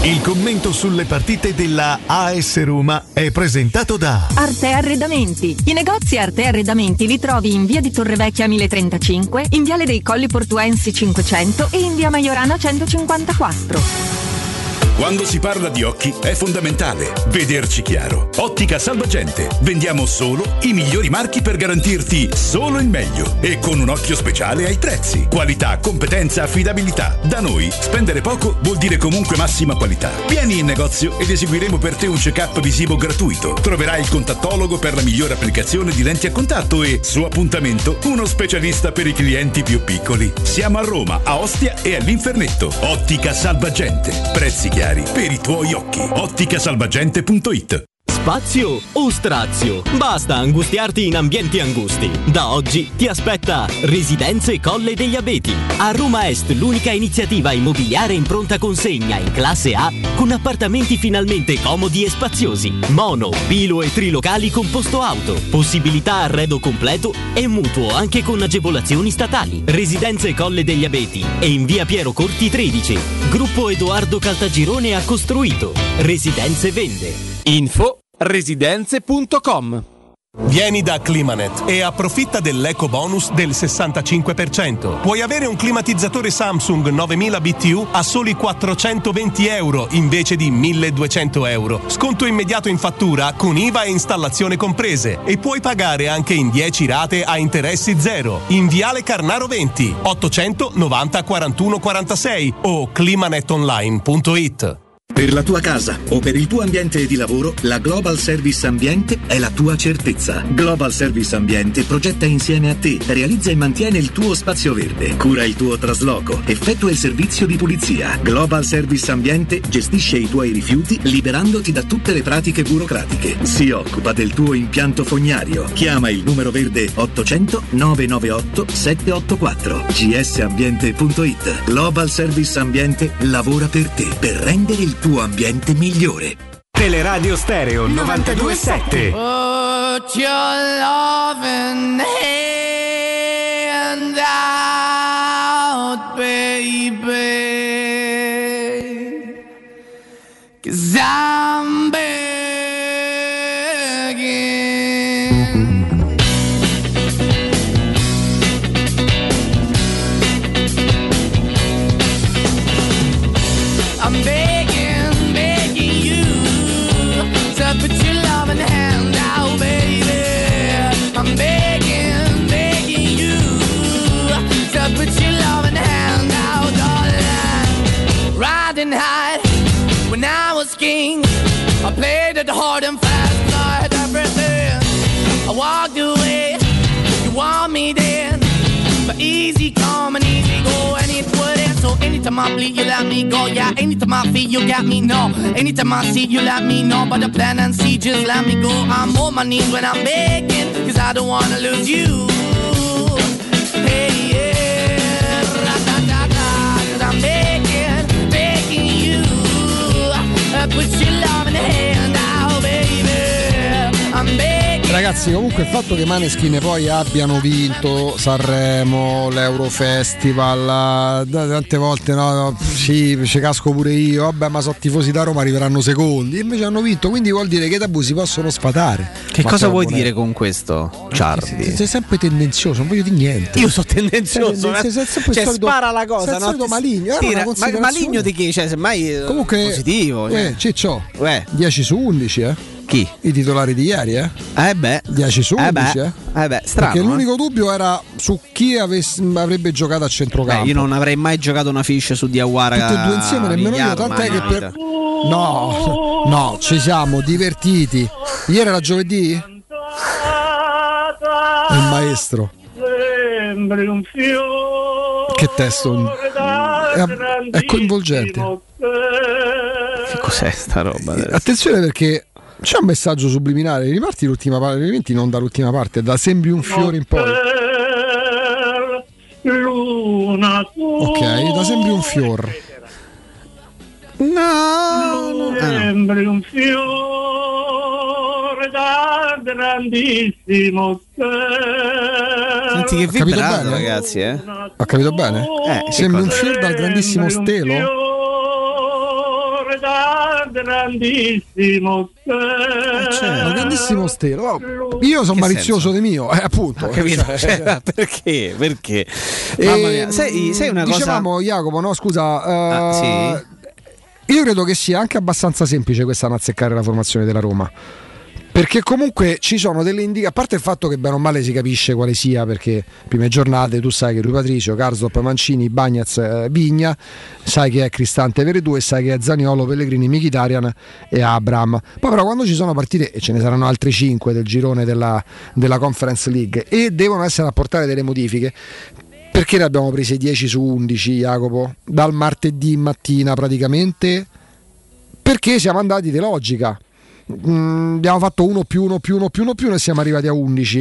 Speaker 2: Il commento sulle partite della A S Roma è presentato da
Speaker 14: Arte Arredamenti. I negozi Arte Arredamenti li trovi in via di Torrevecchia mille trentacinque, in viale dei Colli Portuensi cinquecento e in via Maiorana centocinquantaquattro.
Speaker 4: Quando si parla di occhi è fondamentale vederci chiaro. Ottica Salvagente. Vendiamo solo i migliori marchi per garantirti solo il meglio e con un occhio speciale ai prezzi. Qualità, competenza, affidabilità. Da noi spendere poco vuol dire comunque massima qualità. Vieni in negozio ed eseguiremo per te un check-up visivo gratuito. Troverai il contattologo per la migliore applicazione di lenti a contatto e, su appuntamento, uno specialista per i clienti più piccoli. Siamo a Roma, a Ostia e all'Infernetto. Ottica Salvagente. Prezzi chiari per i tuoi occhi. otticasalvagente punto it.
Speaker 16: Spazio o strazio? Basta angustiarti in ambienti angusti. Da oggi ti aspetta Residenze Colle degli Abeti. A Roma Est l'unica iniziativa immobiliare in pronta consegna in classe A con appartamenti finalmente comodi e spaziosi. Mono, bilo e trilocali con posto auto. Possibilità arredo completo e mutuo anche con agevolazioni statali. Residenze Colle degli Abeti e in via Piero Corti tredici. Gruppo Edoardo Caltagirone ha costruito. Residenze vende. Info residenze punto com.
Speaker 10: Vieni da Climanet e approfitta dell'eco bonus del sessantacinque per cento. Puoi avere un climatizzatore Samsung novemila B T U a soli quattrocentoventi euro invece di milleduecento euro. Sconto immediato in fattura con I V A e installazione comprese e puoi pagare anche in dieci rate a interessi zero. In Viale Carnaro venti, ottocentonovanta quarantuno quarantasei o climanetonline punto it.
Speaker 8: Per la tua casa o per il tuo ambiente di lavoro, la Global Service Ambiente è la tua certezza. Global Service Ambiente progetta insieme a te, realizza e mantiene il tuo spazio verde, cura il tuo trasloco, effettua il servizio di pulizia. Global Service Ambiente gestisce i tuoi rifiuti liberandoti da tutte le pratiche burocratiche. Si occupa del tuo impianto fognario. Chiama il numero verde ottocento nove nove otto sette otto quattro. g s ambiente punto it. Global Service Ambiente lavora per te, per rendere il tuo ambiente migliore.
Speaker 20: Teleradio Stereo novantadue sette.
Speaker 21: Put your loving hand out, baby, 'cause I'm begging. I'm begging, begging you to put your loving hand out, baby. I'm begging, begging you to put your loving hand out, darling. Riding high when I was king, I played it hard and fast, I had everything. I walked away, you want me then, but easy come and easy go, and it wouldn't. So anytime I bleed, you let me go. Yeah, anytime I feel, you got me, no. Anytime I see, you let me know. But the plan and see, just let me go. I'm on my knees when I'm begging, 'cause I don't wanna lose you. Hey, yeah, ra-da-da-da, 'cause I'm begging, begging you. Uh, put your love in the hand out, baby. I'm begging.
Speaker 3: Ragazzi, comunque il fatto che i Maneskin poi abbiano vinto Sanremo, l'Eurofestival, tante volte no, sì, ci casco pure io, vabbè, ma sono tifosi da Roma, arriveranno secondi, invece hanno vinto, quindi vuol dire che i tabù si possono sfatare.
Speaker 6: Che ma cosa vuoi dire con questo, Ciardi?
Speaker 3: Sei, sei sempre tendenzioso, non voglio dire niente.
Speaker 6: Io sono tendenzioso, sei, sei, sei cioè solito, spara la cosa,
Speaker 3: no? Maligno,
Speaker 6: tira, ma maligno di chi? Cioè, semmai comunque positivo. Cioè.
Speaker 3: Eh, Ciccio, eh. dieci su undici, eh?
Speaker 6: Chi?
Speaker 3: I titolari di ieri, eh?
Speaker 6: Eh beh.
Speaker 3: dieci su undici,
Speaker 6: eh? Beh, eh beh, strano.
Speaker 3: Perché l'unico
Speaker 6: eh?
Speaker 3: dubbio era su chi avesse, avrebbe giocato a centrocampo.
Speaker 6: Beh, io non avrei mai giocato una fiche su Diawara.
Speaker 3: Tutti e due insieme, nemmeno io, tant'è che per... No, no, ci siamo divertiti. Ieri era giovedì? È il maestro.
Speaker 21: Sembri un fiore.
Speaker 3: Che testo è, è coinvolgente.
Speaker 6: Che cos'è sta roba?
Speaker 3: Attenzione perché c'è un messaggio subliminale, riparti l'ultima parte, altrimenti non dall'ultima parte, da sembri un fiore in poi. Ok, da sembri un fior.
Speaker 21: No, sembri un fiore da grandissimo stelo.
Speaker 6: Senti che vibrato, ragazzi, eh?
Speaker 3: Ho capito bene?
Speaker 6: Eh,
Speaker 3: sembri un fiore dal grandissimo stelo.
Speaker 21: grandissimo stelo.
Speaker 3: Cioè, grandissimo stelo. Oh, io sono malizioso di mio, eh, appunto.
Speaker 6: Ah, capito?
Speaker 3: Cioè,
Speaker 6: cioè, perché? Perché? Mamma mia. Sei, sei una
Speaker 3: dicevamo,
Speaker 6: cosa...
Speaker 3: Jacopo, no, scusa. Uh,
Speaker 6: ah, sì?
Speaker 3: Io credo che sia anche abbastanza semplice quest'anno azzeccare la formazione della Roma. Perché comunque ci sono delle indicazioni, a parte il fatto che bene o male si capisce quale sia, perché prime giornate tu sai che Rui Patricio, Karsdorp, Mancini, Bagnaz, eh, Vigna, sai che è Cristante Veretù e sai che è Zaniolo, Pellegrini, Mkhitaryan e Abraham. Poi però quando ci sono partite, e ce ne saranno altre cinque del girone della, della Conference League, e devono essere a portare delle modifiche, perché ne abbiamo prese dieci su undici, Jacopo? Dal martedì mattina praticamente, perché siamo andati di logica. Mm, abbiamo fatto uno più uno più uno più uno più uno e siamo arrivati a undici.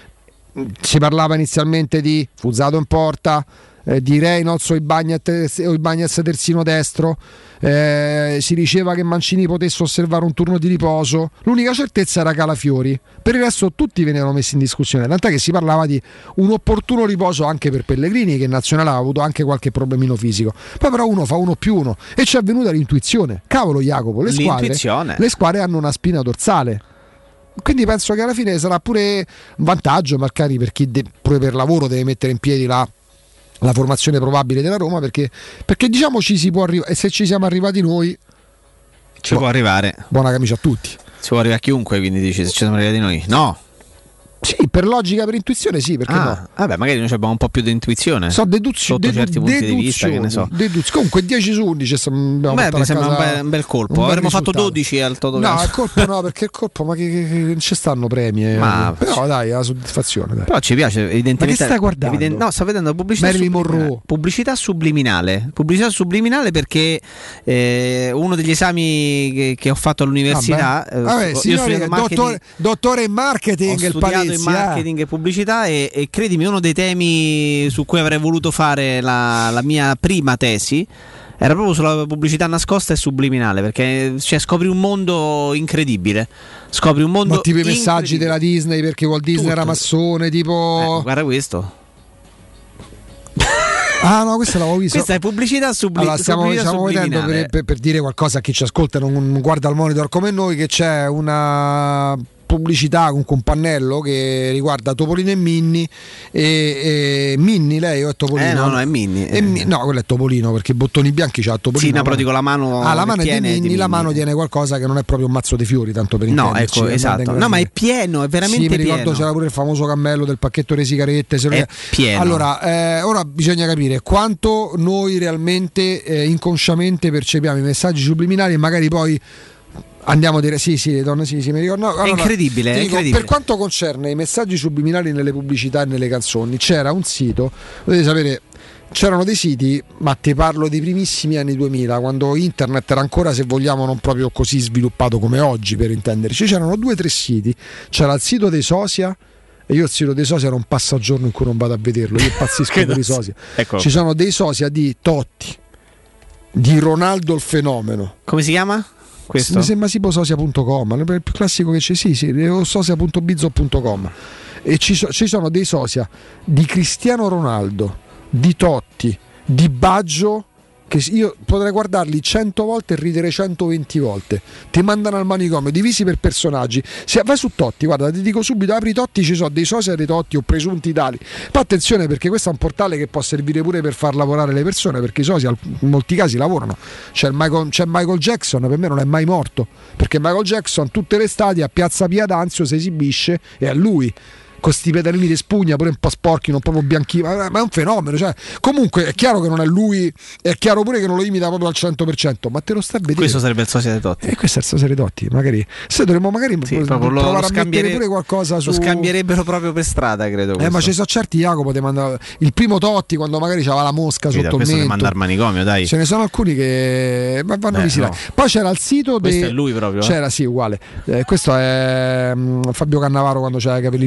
Speaker 3: Si parlava inizialmente di Fuzzato in porta, eh, di Reynolds o Ibañez terzino destro, eh, si diceva che Mancini potesse osservare un turno di riposo. L'unica certezza era Calafiori, per il resto tutti venivano messi in discussione, tant'è che si parlava di un opportuno riposo anche per Pellegrini, che in nazionale aveva avuto anche qualche problemino fisico. Poi però uno fa uno più uno e ci è venuta l'intuizione. Cavolo Jacopo, le squadre, le squadre hanno una spina dorsale, quindi penso che alla fine sarà pure un vantaggio magari per chi de- pure per lavoro deve mettere in piedi la la formazione probabile della Roma, perché, perché diciamo ci si può arrivare, e se ci siamo arrivati noi
Speaker 6: ci bu- può arrivare,
Speaker 3: buona camicia a tutti,
Speaker 6: si può arrivare a chiunque, quindi dici se ci siamo arrivati noi no.
Speaker 3: Sì, per logica, per intuizione sì, perché
Speaker 6: ah,
Speaker 3: no?
Speaker 6: Vabbè, magari noi abbiamo un po' più di intuizione.
Speaker 3: So deduzio,
Speaker 6: sotto
Speaker 3: dedu-
Speaker 6: certi punti di vista, che ne so.
Speaker 3: Deduz- comunque dieci su undici abbiamo
Speaker 6: Beh, mi sembra un bel, un bel colpo.
Speaker 3: Un
Speaker 6: Avremmo
Speaker 3: bel
Speaker 6: fatto dodici al Totocalcio.
Speaker 3: No, il colpo no, perché il colpo, ma che, che, che non ci stanno premi. Eh.
Speaker 6: Ma
Speaker 3: però dai, la soddisfazione. Dai.
Speaker 6: Però ci piace, evidentemente.
Speaker 3: Ma che stai guardando?
Speaker 6: Evident- no, sto vedendo pubblicità
Speaker 3: Marilyn
Speaker 6: subliminale.
Speaker 3: Monroe.
Speaker 6: Pubblicità subliminale. Pubblicità subliminale perché eh, uno degli esami che, che ho fatto all'università.
Speaker 3: Vabbè, Vabbè
Speaker 6: io
Speaker 3: signori, dottore, dottore in marketing,
Speaker 6: ho
Speaker 3: il
Speaker 6: studiato
Speaker 3: Palizzi,
Speaker 6: in marketing
Speaker 3: eh.
Speaker 6: e pubblicità e, e credimi, uno dei temi su cui avrei voluto fare la, la mia prima tesi era proprio sulla pubblicità nascosta e subliminale, perché cioè, scopri un mondo incredibile, scopri un mondo
Speaker 3: ma tipo i messaggi della Disney, perché Walt Disney Tutto. era massone, tipo
Speaker 6: eh, guarda questo.
Speaker 3: Ah no, questa l'avevo vista.
Speaker 6: Questa è pubblicità subli-
Speaker 3: allora, stiamo,
Speaker 6: subliminale.
Speaker 3: Stiamo vedendo per, per, per dire qualcosa a chi ci ascolta e non guarda il monitor come noi, che c'è una pubblicità con un pannello che riguarda Topolino e Minni e, e Minni lei o è Topolino?
Speaker 6: Eh no, no, è Minni.
Speaker 3: E, eh. No, quello è Topolino, perché i bottoni bianchi c'ha Topolino.
Speaker 6: Sì, no, però dico la mano.
Speaker 3: Ah, la mano è di Minni,
Speaker 6: di Minni,
Speaker 3: la mano tiene qualcosa che non è proprio un mazzo di fiori, tanto per intenderci.
Speaker 6: No, ecco, esatto. No, ma è pieno, è veramente
Speaker 3: sì, mi
Speaker 6: pieno.
Speaker 3: ricordo c'era pure il famoso cammello del pacchetto delle sigarette. Se
Speaker 6: è pieno.
Speaker 3: Allora, eh, ora bisogna capire quanto noi realmente eh, inconsciamente percepiamo i messaggi subliminali e magari poi andiamo a dire sì sì donne sì sì mi ricordo no, allora,
Speaker 6: è incredibile, è
Speaker 3: dico,
Speaker 6: incredibile.
Speaker 3: Per quanto concerne i messaggi subliminali nelle pubblicità e nelle canzoni, c'era un sito, dovete sapere, c'erano dei siti, ma ti parlo dei primissimi anni duemila, quando internet era ancora, se vogliamo, non proprio così sviluppato come oggi, per intenderci. C'erano due o tre siti, c'era il sito dei sosia, e io il sito dei sosia non passa giorno in cui non vado a vederlo, io impazzisco per i sosia.
Speaker 6: Ecco.
Speaker 3: Ci sono dei sosia di Totti, di Ronaldo il fenomeno.
Speaker 6: Come si chiama? Questo?
Speaker 3: Mi sembra tipo sosia punto com, il più classico che c'è, sì, sì, o sosia punto bizzo punto com. E ci, so, ci sono dei sosia di Cristiano Ronaldo, di Totti, di Baggio, che io potrei guardarli cento volte e ridere centoventi volte. Ti mandano al manicomio, divisi per personaggi. Se vai su Totti, guarda, ti dico subito, apri Totti, ci sono dei social di Totti o presunti tali. Ma attenzione, perché questo è un portale che può servire pure per far lavorare le persone, perché i social in molti casi lavorano. C'è, il Michael, c'è Michael Jackson, per me non è mai morto, perché Michael Jackson tutte le estati a Piazza Pia d'Anzio si esibisce e è lui, con sti pedalini di spugna pure un po' sporchi, non proprio bianchi, ma, ma è un fenomeno, cioè, comunque è chiaro che non è lui, è chiaro pure che non lo imita proprio al cento per cento, ma te lo sta a vedere.
Speaker 6: Questo sarebbe il sosia di Totti.
Speaker 3: E questo è il sosia di Totti, magari se dovremmo magari
Speaker 6: sì,
Speaker 3: pro-
Speaker 6: lo,
Speaker 3: provare
Speaker 6: lo
Speaker 3: a mettere pure qualcosa su.
Speaker 6: Lo scambierebbero proprio per strada, credo.
Speaker 3: Eh, ma ci sono certi, Jacopo, te manda il primo Totti quando magari c'aveva la mosca
Speaker 6: Vita,
Speaker 3: sotto il mento.
Speaker 6: Manda al manicomio, dai.
Speaker 3: Ce ne sono alcuni che vanno
Speaker 6: Beh,
Speaker 3: visitati.
Speaker 6: No.
Speaker 3: Poi c'era il sito
Speaker 6: questo
Speaker 3: de...
Speaker 6: è lui proprio.
Speaker 3: C'era, sì, uguale. Eh, questo è um, Fabio Cannavaro quando c'aveva i capelli lunghi pure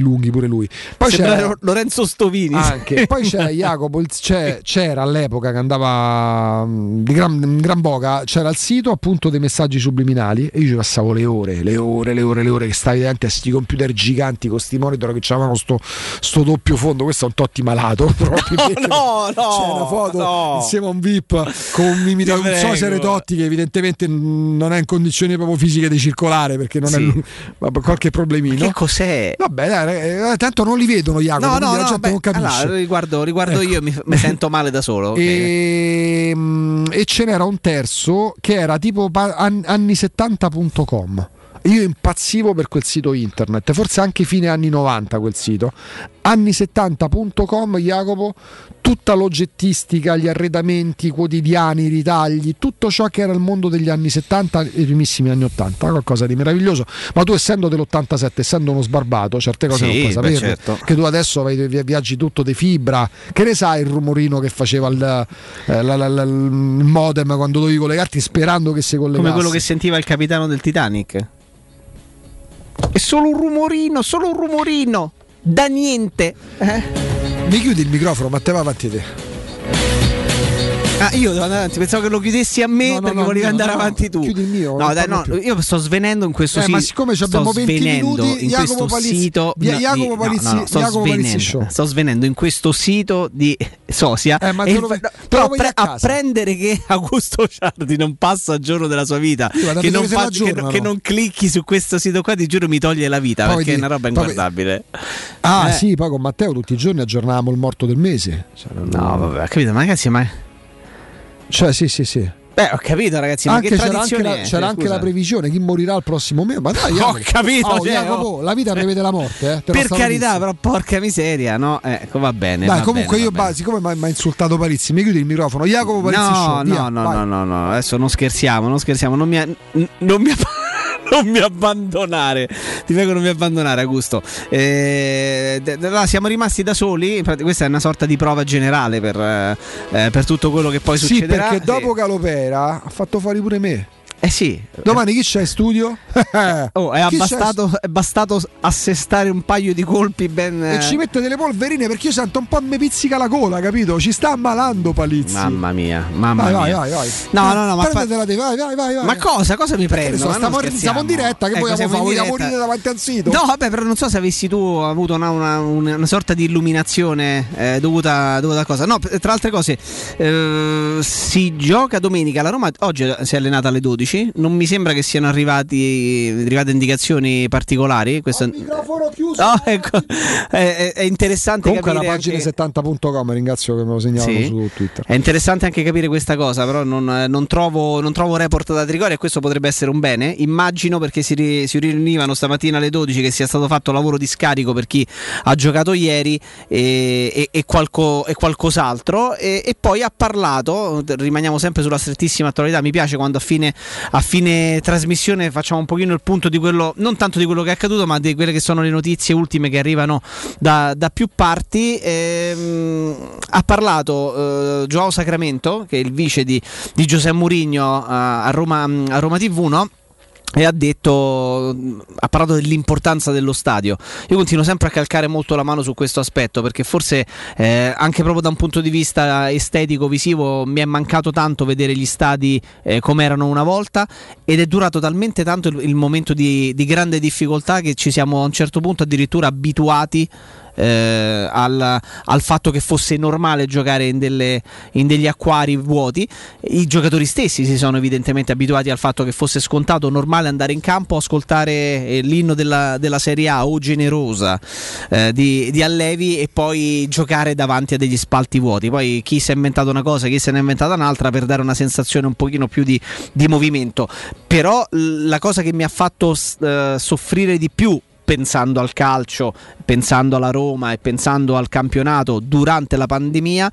Speaker 3: lui. Poi c'era
Speaker 6: Lorenzo Stovini
Speaker 3: anche. Poi c'era Jacopo, c'è, c'era all'epoca che andava di gran, gran boga, c'era il sito appunto dei messaggi subliminali e io ci passavo le ore, le ore, le ore, le ore che stavi davanti a sti computer giganti con sti monitor che c'avevano sto, sto doppio fondo. Questo è un Totti malato proprio,
Speaker 6: no, no,
Speaker 3: c'è una foto
Speaker 6: no.
Speaker 3: insieme a un V I P con un imita un Sosere Totti che evidentemente non è in condizioni proprio fisiche di circolare perché non sì. è qualche problemino.
Speaker 6: Ma che cos'è?
Speaker 3: Vabbè dai, tanto non li vedono Jacopo,
Speaker 6: no, no,
Speaker 3: la
Speaker 6: no,
Speaker 3: gente
Speaker 6: beh,
Speaker 3: non capisce.
Speaker 6: Allora, riguardo, riguardo ecco. io mi, mi sento male da solo okay.
Speaker 3: e, e ce n'era un terzo che era tipo anni settanta punto com. Io impazzivo per quel sito internet, forse anche fine anni novanta quel sito. anni settanta punto com, Jacopo, tutta l'oggettistica, gli arredamenti quotidiani, i ritagli, tutto ciò che era il mondo degli anni settanta e i primissimi anni ottanta, qualcosa di meraviglioso. Ma tu essendo dell'ottantasette, essendo uno sbarbato, certe cose sì, non puoi sapere, certo. Che tu adesso viaggi tutto di fibra, che ne sai il rumorino che faceva il, eh, la, la, la, il modem quando dovevi collegarti sperando che si collegasse,
Speaker 6: come quello che sentiva il capitano del Titanic. È solo un rumorino, solo un rumorino, da niente. Eh?
Speaker 3: Mi chiudi il microfono, ma te va avanti te.
Speaker 6: Ah, io devo andare avanti, pensavo che lo chiudessi a me no, no, perché no, volevi no, andare no, avanti tu.
Speaker 3: Chiudi il mio.
Speaker 6: No, dai, no, io sto svenendo in questo
Speaker 3: eh,
Speaker 6: sito.
Speaker 3: Ma siccome abbiamo venti minuti,
Speaker 6: in
Speaker 3: Jacopo
Speaker 6: questo
Speaker 3: Palizzi,
Speaker 6: sito
Speaker 3: via, Jacopo
Speaker 6: no,
Speaker 3: Palizzi,
Speaker 6: no, no, sto,
Speaker 3: Jacopo
Speaker 6: svenendo,
Speaker 3: Palizzi
Speaker 6: sto svenendo in questo sito di Sosia.
Speaker 3: Eh, ma
Speaker 6: e,
Speaker 3: lo,
Speaker 6: no, però pre- a, a prendere che Augusto Ciardi non passa il giorno della sua vita, che non, fa, che, no. che non clicchi su questo sito qua, ti giuro mi toglie la vita, poi perché di, è una roba inguardabile.
Speaker 3: Ah,
Speaker 6: eh.
Speaker 3: sì, poi con Matteo tutti i giorni aggiornavamo il morto del mese.
Speaker 6: Cioè, no, vabbè, ho capito, ma ragazzi, ma
Speaker 3: cioè sì, sì, sì.
Speaker 6: Beh, ho capito, ragazzi,
Speaker 3: anche
Speaker 6: ma che
Speaker 3: c'era anche, la,
Speaker 6: è?
Speaker 3: c'era anche la previsione chi morirà il prossimo mese. Ma dai,
Speaker 6: ho capito,
Speaker 3: oh,
Speaker 6: cioè,
Speaker 3: Jacopo, oh. La vita prevede la morte, eh?
Speaker 6: Per carità, però porca miseria, no? Ecco, va bene.
Speaker 3: Dai,
Speaker 6: va
Speaker 3: comunque
Speaker 6: bene,
Speaker 3: io, ba- siccome mi ha insultato Parizzi, mi chiudi il microfono. Jacopo Parizzi
Speaker 6: no,
Speaker 3: show,
Speaker 6: no,
Speaker 3: via,
Speaker 6: no, no, no, no, adesso non scherziamo, non scherziamo, non mi, non mi non mi abbandonare, ti prego non mi abbandonare, Augusto. Eh, d- d- siamo rimasti da soli, questa è una sorta di prova generale per, eh, per tutto quello che poi
Speaker 3: sì,
Speaker 6: succederà.
Speaker 3: Perché dopo Calopera ha fatto fuori pure me.
Speaker 6: Eh sì.
Speaker 3: Domani chi c'è in studio?
Speaker 6: Oh, è, abbastato, è bastato assestare un paio di colpi ben.
Speaker 3: E ci mette delle polverine perché io sento un po' mi pizzica la gola, capito? Ci sta ammalando Palizzi.
Speaker 6: Mamma mia, mamma
Speaker 3: vai,
Speaker 6: mia.
Speaker 3: Vai, vai, vai.
Speaker 6: No, no, no, ma fa...
Speaker 3: vai, vai, vai, vai.
Speaker 6: Ma cosa? Cosa mi prendo?
Speaker 3: So, stiamo, stiamo in diretta, che ecco, vogliamo fare? Vogliamo morire davanti al sito?
Speaker 6: No, vabbè, però non so se avessi tu avuto una, una, una, una sorta di illuminazione eh, dovuta, dovuta a cosa. No, tra altre cose, eh, si gioca domenica. La Roma oggi si è allenata alle dodici. Non mi sembra che siano arrivati arrivate indicazioni particolari. Questo
Speaker 3: il microfono chiuso.
Speaker 6: Oh, ecco. è, è interessante
Speaker 3: comunque
Speaker 6: capire
Speaker 3: la pagina
Speaker 6: anche...
Speaker 3: settanta punto com, ringrazio che me lo segnalavano
Speaker 6: sì.
Speaker 3: su Twitter.
Speaker 6: È interessante anche capire questa cosa, però non, non, trovo, non trovo report da Trigoria e questo potrebbe essere un bene. Immagino perché si, ri, si riunivano stamattina alle dodici che sia stato fatto lavoro di scarico per chi ha giocato ieri e, e, e, qualco, e qualcos'altro e, e poi ha parlato, rimaniamo sempre sulla strettissima attualità, mi piace quando a fine, a fine trasmissione facciamo un pochino il punto di quello, non tanto di quello che è accaduto, ma di quelle che sono le notizie ultime che arrivano da, da più parti. Ehm, ha parlato eh, Joao Sacramento, che è il vice di, di José Mourinho a, a Roma, a Roma T V, no? E ha detto, ha parlato dell'importanza dello stadio. Io continuo sempre a calcare molto la mano su questo aspetto perché forse eh, anche proprio da un punto di vista estetico visivo mi è mancato tanto vedere gli stadi eh, come erano una volta ed è durato talmente tanto il, il momento di, di grande difficoltà che ci siamo a un certo punto addirittura abituati Eh, al, al fatto che fosse normale giocare in, delle, in degli acquari vuoti. I giocatori stessi si sono evidentemente abituati al fatto che fosse scontato normale andare in campo, ascoltare eh, l'inno della, della Serie A o generosa eh, di, di Allevi e poi giocare davanti a degli spalti vuoti. Poi chi si è inventato una cosa, chi se ne è inventata un'altra per dare una sensazione un pochino più di, di movimento. Però la cosa che mi ha fatto eh, soffrire di più pensando al calcio, pensando alla Roma e pensando al campionato durante la pandemia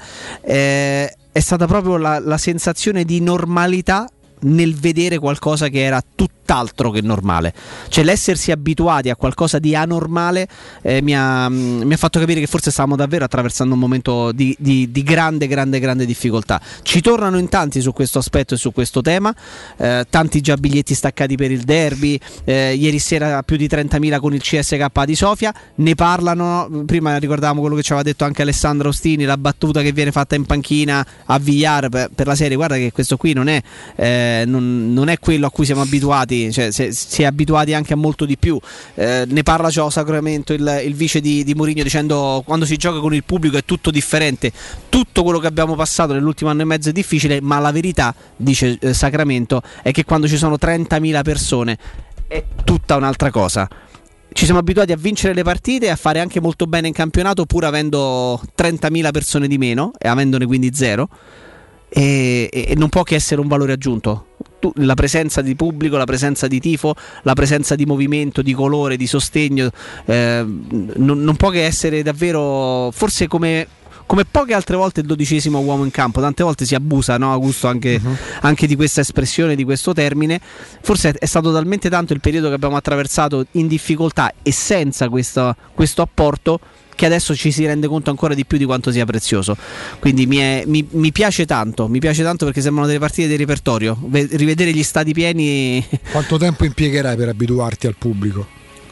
Speaker 6: eh, è stata proprio la, la sensazione di normalità nel vedere qualcosa che era tutto tutt'altro che normale. Cioè l'essersi abituati a qualcosa di anormale eh, mi, ha, mi ha fatto capire che forse stavamo davvero attraversando un momento di, di, di grande grande grande difficoltà. Ci tornano in tanti su questo aspetto e su questo tema, eh, tanti già biglietti staccati per il derby, eh, ieri sera più di trentamila con il C S K di Sofia, ne parlano, prima ricordavamo quello che ci aveva detto anche Alessandro Ostini, la battuta che viene fatta in panchina a Villar per, per la serie, guarda che questo qui non è, eh, non, non è quello a cui siamo abituati, cioè se, si è abituati anche a molto di più, eh, ne parla Gio Sacramento, il, il vice di, di Mourinho, dicendo quando si gioca con il pubblico è tutto differente, tutto quello che abbiamo passato nell'ultimo anno e mezzo è difficile, ma la verità, dice eh, Sacramento, è che quando ci sono trentamila persone è tutta un'altra cosa. Ci siamo abituati a vincere le partite e a fare anche molto bene in campionato pur avendo trentamila persone di meno e avendone quindi zero, e, e non può che essere un valore aggiunto. La presenza di pubblico, la presenza di tifo, la presenza di movimento, di colore, di sostegno, eh, non, non può che essere davvero, forse come come poche altre volte, il dodicesimo uomo in campo. Tante volte si abusa, no, Augusto, anche, uh-huh. anche di questa espressione, di questo termine. Forse è, è stato talmente tanto il periodo che abbiamo attraversato in difficoltà e senza questo, questo apporto, che adesso ci si rende conto ancora di più di quanto sia prezioso. Quindi mi, è, mi, mi piace tanto, mi piace tanto perché sembrano delle partite di repertorio. V- rivedere gli stadi pieni.
Speaker 3: Quanto tempo impiegherai per abituarti al pubblico?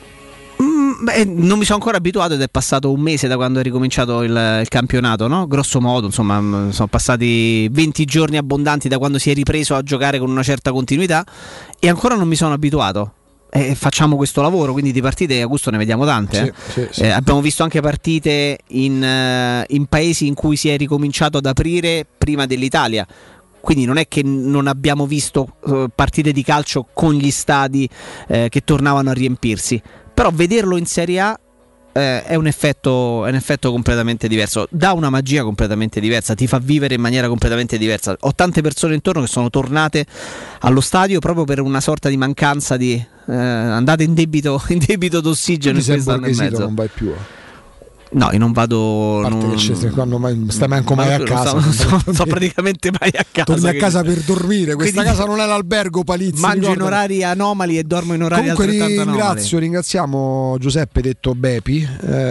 Speaker 6: Beh, non mi sono ancora abituato ed è passato un mese da quando è ricominciato il, il campionato, no? Grosso modo, insomma, sono passati venti giorni abbondanti da quando si è ripreso a giocare con una certa continuità e ancora non mi sono abituato. E facciamo questo lavoro, quindi di partite, Augusto, ne vediamo tante.
Speaker 3: Sì,
Speaker 6: eh?
Speaker 3: sì, sì.
Speaker 6: Eh, abbiamo visto anche partite in, uh, in paesi in cui si è ricominciato ad aprire prima dell'Italia. Quindi non è che non abbiamo visto uh, partite di calcio con gli stadi uh, che tornavano a riempirsi. Però vederlo in Serie A eh, è un effetto, è un effetto completamente diverso, dà una magia completamente diversa, ti fa vivere in maniera completamente diversa. Ho tante persone intorno che sono tornate allo stadio proprio per una sorta di mancanza di eh, andate in debito, in debito d'ossigeno in quest'anno e mezzo.
Speaker 3: Non vai più.
Speaker 6: No, io non vado.
Speaker 3: A parte
Speaker 6: non...
Speaker 3: che c'è, quando mai, stai manco mai a casa.
Speaker 6: Non sto, non sto praticamente mai a casa.
Speaker 3: Torni a casa per dormire. Questa quindi casa non è l'albergo, Palizzi.
Speaker 6: Mangio in orari anomali e dormo in orari
Speaker 3: Comunque
Speaker 6: altrettanto
Speaker 3: ringrazio,
Speaker 6: anomali.
Speaker 3: Ringraziamo Giuseppe, detto Bepi,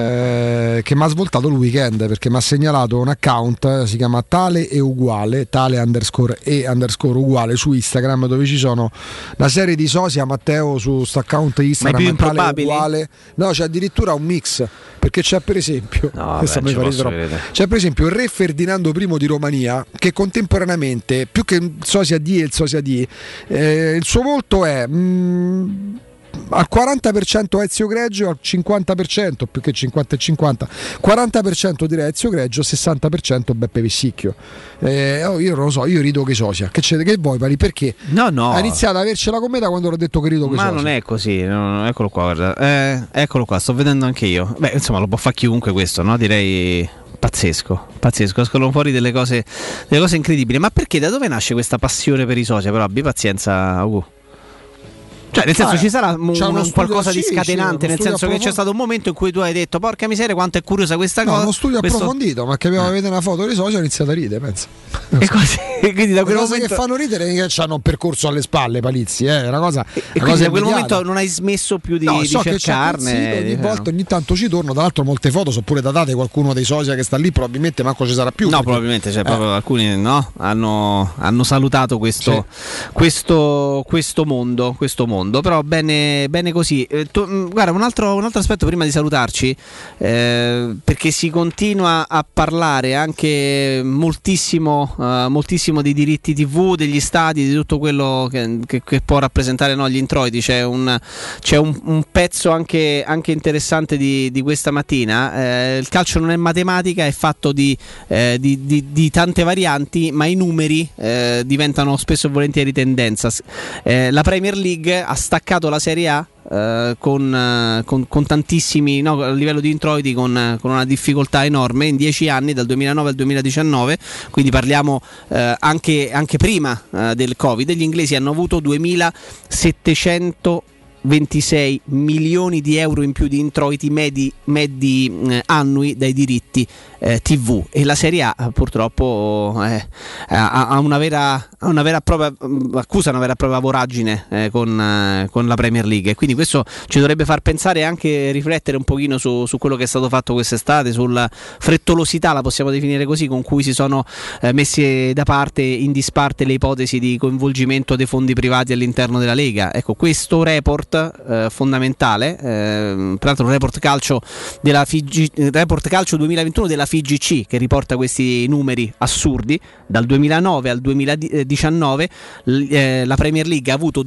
Speaker 3: eh, che mi ha svoltato il weekend perché mi ha segnalato un account, si chiama Tale e Uguale, Tale underscore e underscore uguale su Instagram, dove ci sono una serie di sosia, Matteo, su sto account Instagram.
Speaker 6: Ma è più
Speaker 3: Tale
Speaker 6: improbabili?
Speaker 3: Uguale. No, c'è addirittura un mix, perché c'è per esempio
Speaker 6: no,
Speaker 3: questa
Speaker 6: beh,
Speaker 3: mi fa ridere troppo. C'è per esempio il re Ferdinando I di Romania, che contemporaneamente, più che il sosia di e il sosia di, eh, il suo volto è mm, al quaranta per cento Ezio Greggio, al cinquanta per cento, più che cinquanta e cinquanta, quaranta per cento direi Ezio Greggio, sessanta per cento Beppe Vessicchio. Eh, oh, io non lo so, io rido che sosia. Che, c'è, che vuoi, Pari? Perché?
Speaker 6: No, no.
Speaker 3: Ha iniziato ad avercela con me da quando l'ho detto che rido che
Speaker 6: Ma
Speaker 3: sosia.
Speaker 6: non è così, no, eccolo qua, guarda. Eh, eccolo qua, sto vedendo anche io. Beh, insomma, lo può fare chiunque questo, no? Direi pazzesco, pazzesco, escono fuori delle cose, delle cose incredibili. Ma perché, da dove nasce questa passione per i social? Però abbi pazienza, uh. Cioè, nel senso, ah, ci sarà un, un studio, qualcosa di scatenante, sì, nel senso che c'è stato un momento in cui tu hai detto porca miseria quanto è curiosa questa
Speaker 3: no,
Speaker 6: cosa.
Speaker 3: Uno studio
Speaker 6: questo...
Speaker 3: approfondito, ma che abbiamo eh. vedere una foto dei social, ho iniziato a ridere, penso.
Speaker 6: E così, quindi da quel
Speaker 3: le cose
Speaker 6: momento...
Speaker 3: che fanno ridere che hanno un percorso alle spalle, Palizzi, eh, una cosa,
Speaker 6: e,
Speaker 3: una
Speaker 6: cosa
Speaker 3: da
Speaker 6: quel momento non hai smesso più di,
Speaker 3: no,
Speaker 6: di
Speaker 3: so
Speaker 6: cercarne.
Speaker 3: Che ogni
Speaker 6: di...
Speaker 3: volta, ogni tanto ci torno. Tra l'altro molte foto sono pure datate, qualcuno dei social che sta lì probabilmente manco ci sarà più.
Speaker 6: No,
Speaker 3: perché...
Speaker 6: probabilmente, cioè,
Speaker 3: eh.
Speaker 6: proprio alcuni no, hanno, hanno salutato questo, sì. questo, questo mondo, questo mondo, però bene. Bene così. Eh, tu, guarda, un altro, un altro aspetto prima di salutarci, eh, perché si continua a parlare anche moltissimo, uh, moltissimo di diritti tivù, degli stadi, di tutto quello che, che, che può rappresentare, no, gli introiti. C'è un, c'è un, un pezzo anche, anche interessante di, di questa mattina. Eh, il calcio non è matematica, è fatto di, eh, di, di, di tante varianti, ma i numeri eh, diventano spesso e volentieri tendenza. Eh, la Premier League ha staccato la Serie A Uh, con, uh, con, con tantissimi no, a livello di introiti con, uh, con una difficoltà enorme in dieci anni, dal duemilanove al duemiladiciannove, quindi parliamo uh, anche, anche prima uh, del Covid. Gli inglesi hanno avuto duemilasettecento ventisei milioni di euro in più di introiti medi, medi eh, annui dai diritti eh, tivù, e la Serie A purtroppo eh, ha, ha una vera, una vera propria, accusa una vera e propria voragine eh, con, eh, con la Premier League, e quindi questo ci dovrebbe far pensare e anche riflettere un pochino su, su quello che è stato fatto quest'estate, sulla frettolosità, la possiamo definire così, con cui si sono eh, messe da parte, in disparte, le ipotesi di coinvolgimento dei fondi privati all'interno della Lega. Ecco, questo report Eh, fondamentale, eh, peraltro un report calcio della F I G, report calcio duemilaventuno della F I G C, che riporta questi numeri assurdi. Dal duemilanove al duemiladiciannove l- eh, la Premier League ha avuto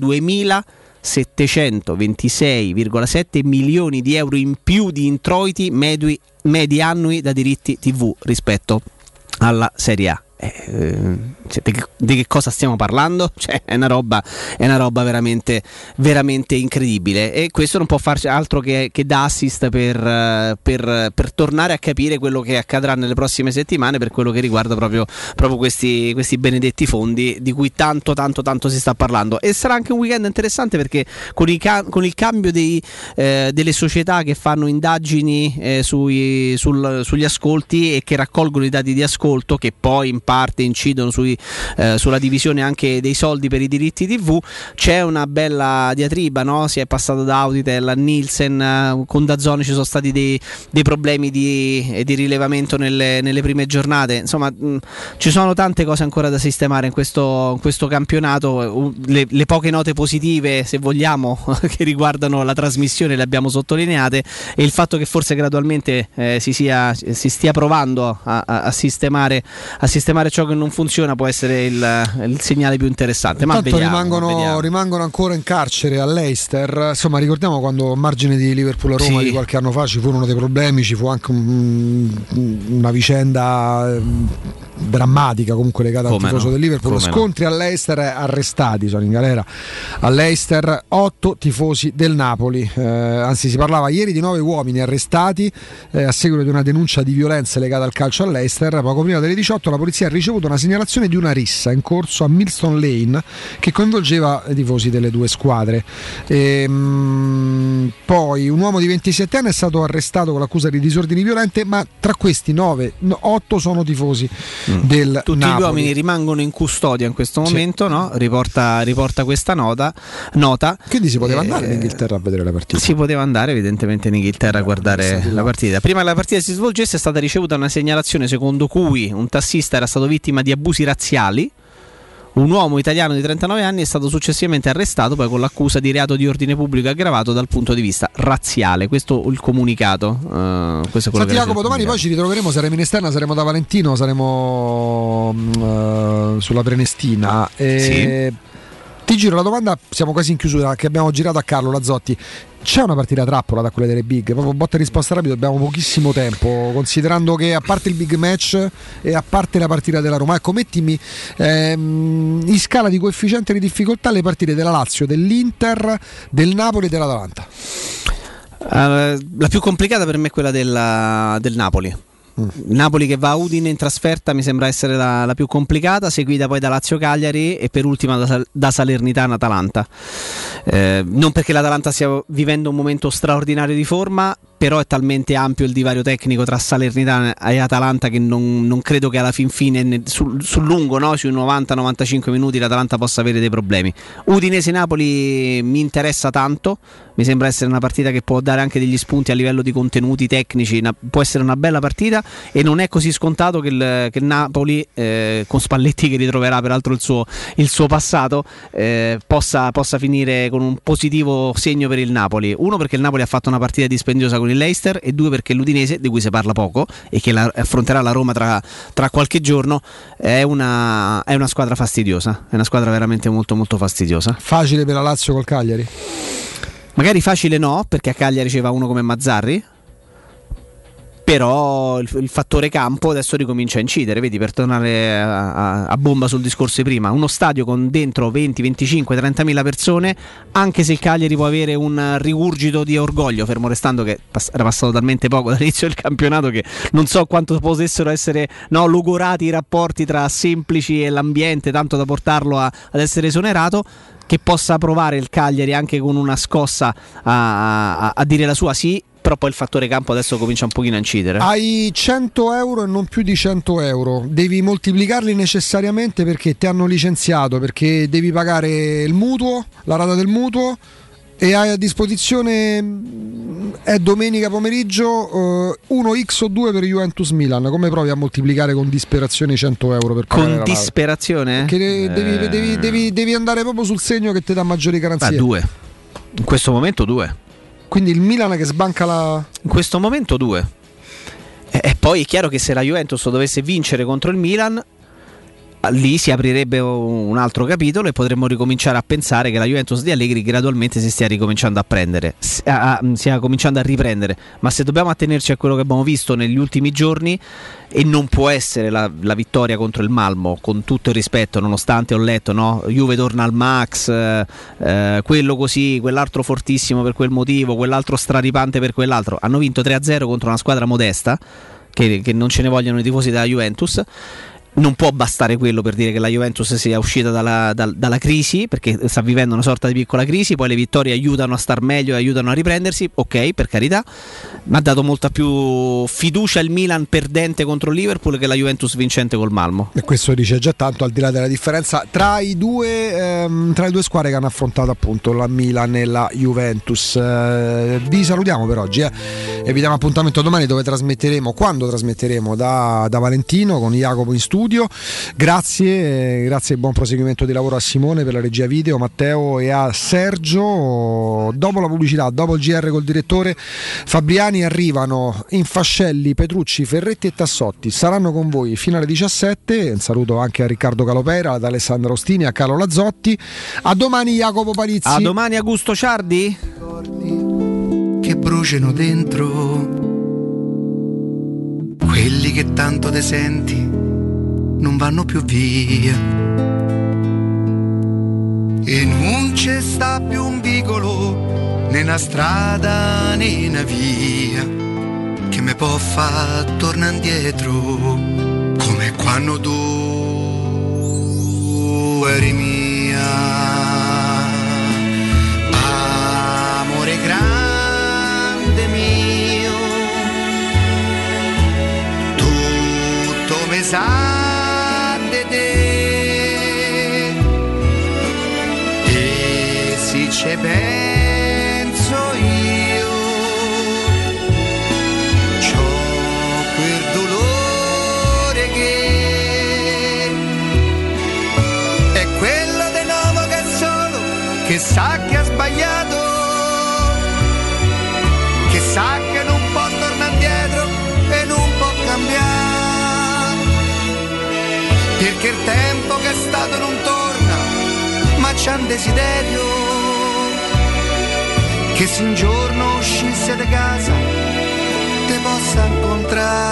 Speaker 6: duemilasettecentoventisei virgola sette milioni di euro in più di introiti medi, medi annui da diritti tivù rispetto alla Serie A. Eh, cioè, di, che, di che cosa stiamo parlando? Cioè, è una roba, è una roba veramente, veramente incredibile, e questo non può farci altro che, che da assist per, per, per tornare a capire quello che accadrà nelle prossime settimane per quello che riguarda proprio, proprio questi, questi benedetti fondi di cui tanto tanto tanto si sta parlando. E sarà anche un weekend interessante, perché con, i ca- con il cambio dei, eh, delle società che fanno indagini eh, sui, sul, sugli ascolti e che raccolgono i dati di ascolto, che poi in parte incidono sui, eh, sulla divisione anche dei soldi per i diritti tivù, c'è una bella diatriba, no? Si è passato da Auditel a Nielsen, eh, con DAZN ci sono stati dei, dei problemi di, di rilevamento nelle, nelle prime giornate, insomma mh, ci sono tante cose ancora da sistemare in questo, in questo campionato. Le, le poche note positive, se vogliamo, che riguardano la trasmissione le abbiamo sottolineate, e il fatto che forse gradualmente eh, si, sia, si stia provando a, a, a sistemare a sistemare ciò che non funziona può essere il, il segnale più interessante. Ma
Speaker 3: Intanto
Speaker 6: vediamo,
Speaker 3: rimangono,
Speaker 6: vediamo.
Speaker 3: rimangono ancora in carcere a Leicester. Insomma, ricordiamo quando a margine di Liverpool-Roma
Speaker 6: sì.
Speaker 3: di qualche anno fa ci furono dei problemi, ci fu anche un, una vicenda drammatica comunque legata
Speaker 6: Come
Speaker 3: al tifoso
Speaker 6: no?
Speaker 3: del Liverpool.
Speaker 6: Come
Speaker 3: Scontri
Speaker 6: no?
Speaker 3: a Leicester, arrestati, sono in galera a Leicester otto tifosi del Napoli, eh, anzi si parlava ieri di nove uomini arrestati eh, a seguito di una denuncia di violenza legata al calcio a Leicester. Poco prima delle diciotto la polizia ha ricevuto una segnalazione di una rissa in corso a Millstone Lane che coinvolgeva i tifosi delle due squadre. E, mh, poi un uomo di ventisette anni è stato arrestato con l'accusa di disordini violenti, ma tra questi nove, otto sono tifosi mm. del
Speaker 6: Tutti
Speaker 3: Napoli.
Speaker 6: gli uomini rimangono in custodia in questo momento,
Speaker 3: sì.
Speaker 6: no? riporta, riporta questa nota, nota.
Speaker 3: Quindi si poteva
Speaker 6: eh,
Speaker 3: andare in Inghilterra a vedere la partita.
Speaker 6: Si poteva andare evidentemente in Inghilterra a guardare la partita. Prima che la partita si svolgesse è stata ricevuta una segnalazione secondo cui un tassista era stato vittima di abusi razziali. Un uomo italiano di trentanove anni è stato successivamente arrestato poi con l'accusa di reato di ordine pubblico aggravato dal punto di vista razziale. Questo il comunicato. Uh, questo è quello
Speaker 3: Senti Jacopo, domani poi ci ritroveremo, saremo in esterna, saremo da Valentino, saremo uh, sulla Prenestina. E
Speaker 6: sì.
Speaker 3: Ti giro la domanda, siamo quasi in chiusura, che abbiamo girato a Carlo Lazzotti. C'è una partita trappola da quelle delle big? Proprio botta e risposta rapido, abbiamo pochissimo tempo, considerando che a parte il big match e a parte la partita della Roma, ecco, mettimi ehm, in scala di coefficiente di difficoltà le partite della Lazio, dell'Inter, del Napoli e dell'Atalanta.
Speaker 6: Uh, la più complicata per me è quella della, del Napoli. Mm. Napoli che va a Udine in trasferta mi sembra essere la, la più complicata, seguita poi da Lazio-Cagliari e per ultima da, da Salernitana-Atalanta. Eh, non perché l'Atalanta stia vivendo un momento straordinario di forma, però è talmente ampio il divario tecnico tra Salernitana e Atalanta che non, non credo che alla fin fine sul, sul lungo, no? Sui novanta novantacinque minuti l'Atalanta possa avere dei problemi. Udinese-Napoli mi interessa tanto, mi sembra essere una partita che può dare anche degli spunti a livello di contenuti tecnici, una, può essere una bella partita e non è così scontato che il, che il Napoli eh, con Spalletti che ritroverà peraltro il suo, il suo passato eh, possa, possa finire con un positivo segno per il Napoli. Uno perché il Napoli ha fatto una partita dispendiosa con il Leicester e due perché l'Udinese, di cui si parla poco e che la, affronterà la Roma tra, tra qualche giorno, è una, è una squadra fastidiosa, è una squadra veramente molto molto fastidiosa.
Speaker 3: Facile per la Lazio col Cagliari?
Speaker 6: Magari facile no, perché a Cagliari ci va uno come Mazzarri, però il, il fattore campo adesso ricomincia a incidere, vedi, per tornare a, a, a bomba sul discorso di prima, uno stadio con dentro venti, venticinque, trentamila persone, anche se il Cagliari può avere un rigurgito di orgoglio, fermo restando che pass- era passato talmente poco dall'inizio del campionato che non so quanto potessero essere no, logorati i rapporti tra Semplici e l'ambiente, tanto da portarlo a, ad essere esonerato. che possa provare il Cagliari anche con una scossa a, a, a dire la sua, sì, però poi il fattore campo adesso comincia un pochino a incidere.
Speaker 3: Hai cento euro e non più di cento euro, devi moltiplicarli necessariamente perché ti hanno licenziato, perché devi pagare il mutuo, la rata del mutuo, e hai a disposizione, è domenica pomeriggio, uh, uno x o due per Juventus Milan. Come provi a moltiplicare con disperazione cento euro per pagare
Speaker 6: con
Speaker 3: la
Speaker 6: disperazione?
Speaker 3: Perché eh... devi, devi, devi, devi andare proprio sul segno che ti dà maggiori garanzie.
Speaker 6: Ma due, in questo momento due.
Speaker 3: Quindi il Milan che sbanca la...
Speaker 6: In questo momento due. E, e poi è chiaro che se la Juventus dovesse vincere contro il Milan, lì si aprirebbe un altro capitolo e potremmo ricominciare a pensare che la Juventus di Allegri gradualmente si stia ricominciando a prendere, stia cominciando a riprendere. Ma se dobbiamo attenerci a quello che abbiamo visto negli ultimi giorni, e non può essere la, la vittoria contro il Malmo, con tutto il rispetto, nonostante ho letto, no? Juve torna al max, eh, quello così, quell'altro fortissimo per quel motivo, quell'altro straripante per quell'altro. Hanno vinto tre a zero contro una squadra modesta, che, che non ce ne vogliono i tifosi della Juventus. Non può bastare quello per dire che la Juventus sia uscita dalla, dal, dalla crisi, perché sta vivendo una sorta di piccola crisi. Poi le vittorie aiutano a star meglio e aiutano a riprendersi, ok, per carità, ma ha dato molta più fiducia il Milan perdente contro il Liverpool che la Juventus vincente col Malmo.
Speaker 3: E questo dice già tanto, al di là della differenza tra i due ehm, tra le due squadre che hanno affrontato appunto la Milan e la Juventus. Eh, vi salutiamo per oggi, eh. e vi diamo appuntamento domani, dove trasmetteremo, quando trasmetteremo da, da Valentino con Jacopo in studio. Grazie, grazie e buon proseguimento di lavoro a Simone per la regia video, Matteo, e a Sergio. Dopo la pubblicità, dopo il G R col direttore Fabriani, arrivano Infascelli, Petrucci, Ferretti e Tassotti. Saranno con voi fino alle diciassette. Un saluto anche a Riccardo Calopera, ad Alessandro Ostini, a Carlo Lazzotti. A domani Jacopo Palizzi.
Speaker 6: A domani Augusto Ciardi.
Speaker 21: Che bruciano dentro, quelli che tanto te senti non vanno più via, e non c'è sta più un vicolo né una strada né una via che me può far tornare indietro come quando tu eri mia. Amore grande mio, tutto me sa e se ci penso io c'ho quel dolore che è quello di nuovo che è solo, che sa che ha sbagliato, che sa che non può tornare indietro e non può cambiare, perché il tempo che è stato non torna, ma c'è un desiderio che se un giorno uscisse da casa te possa incontrare.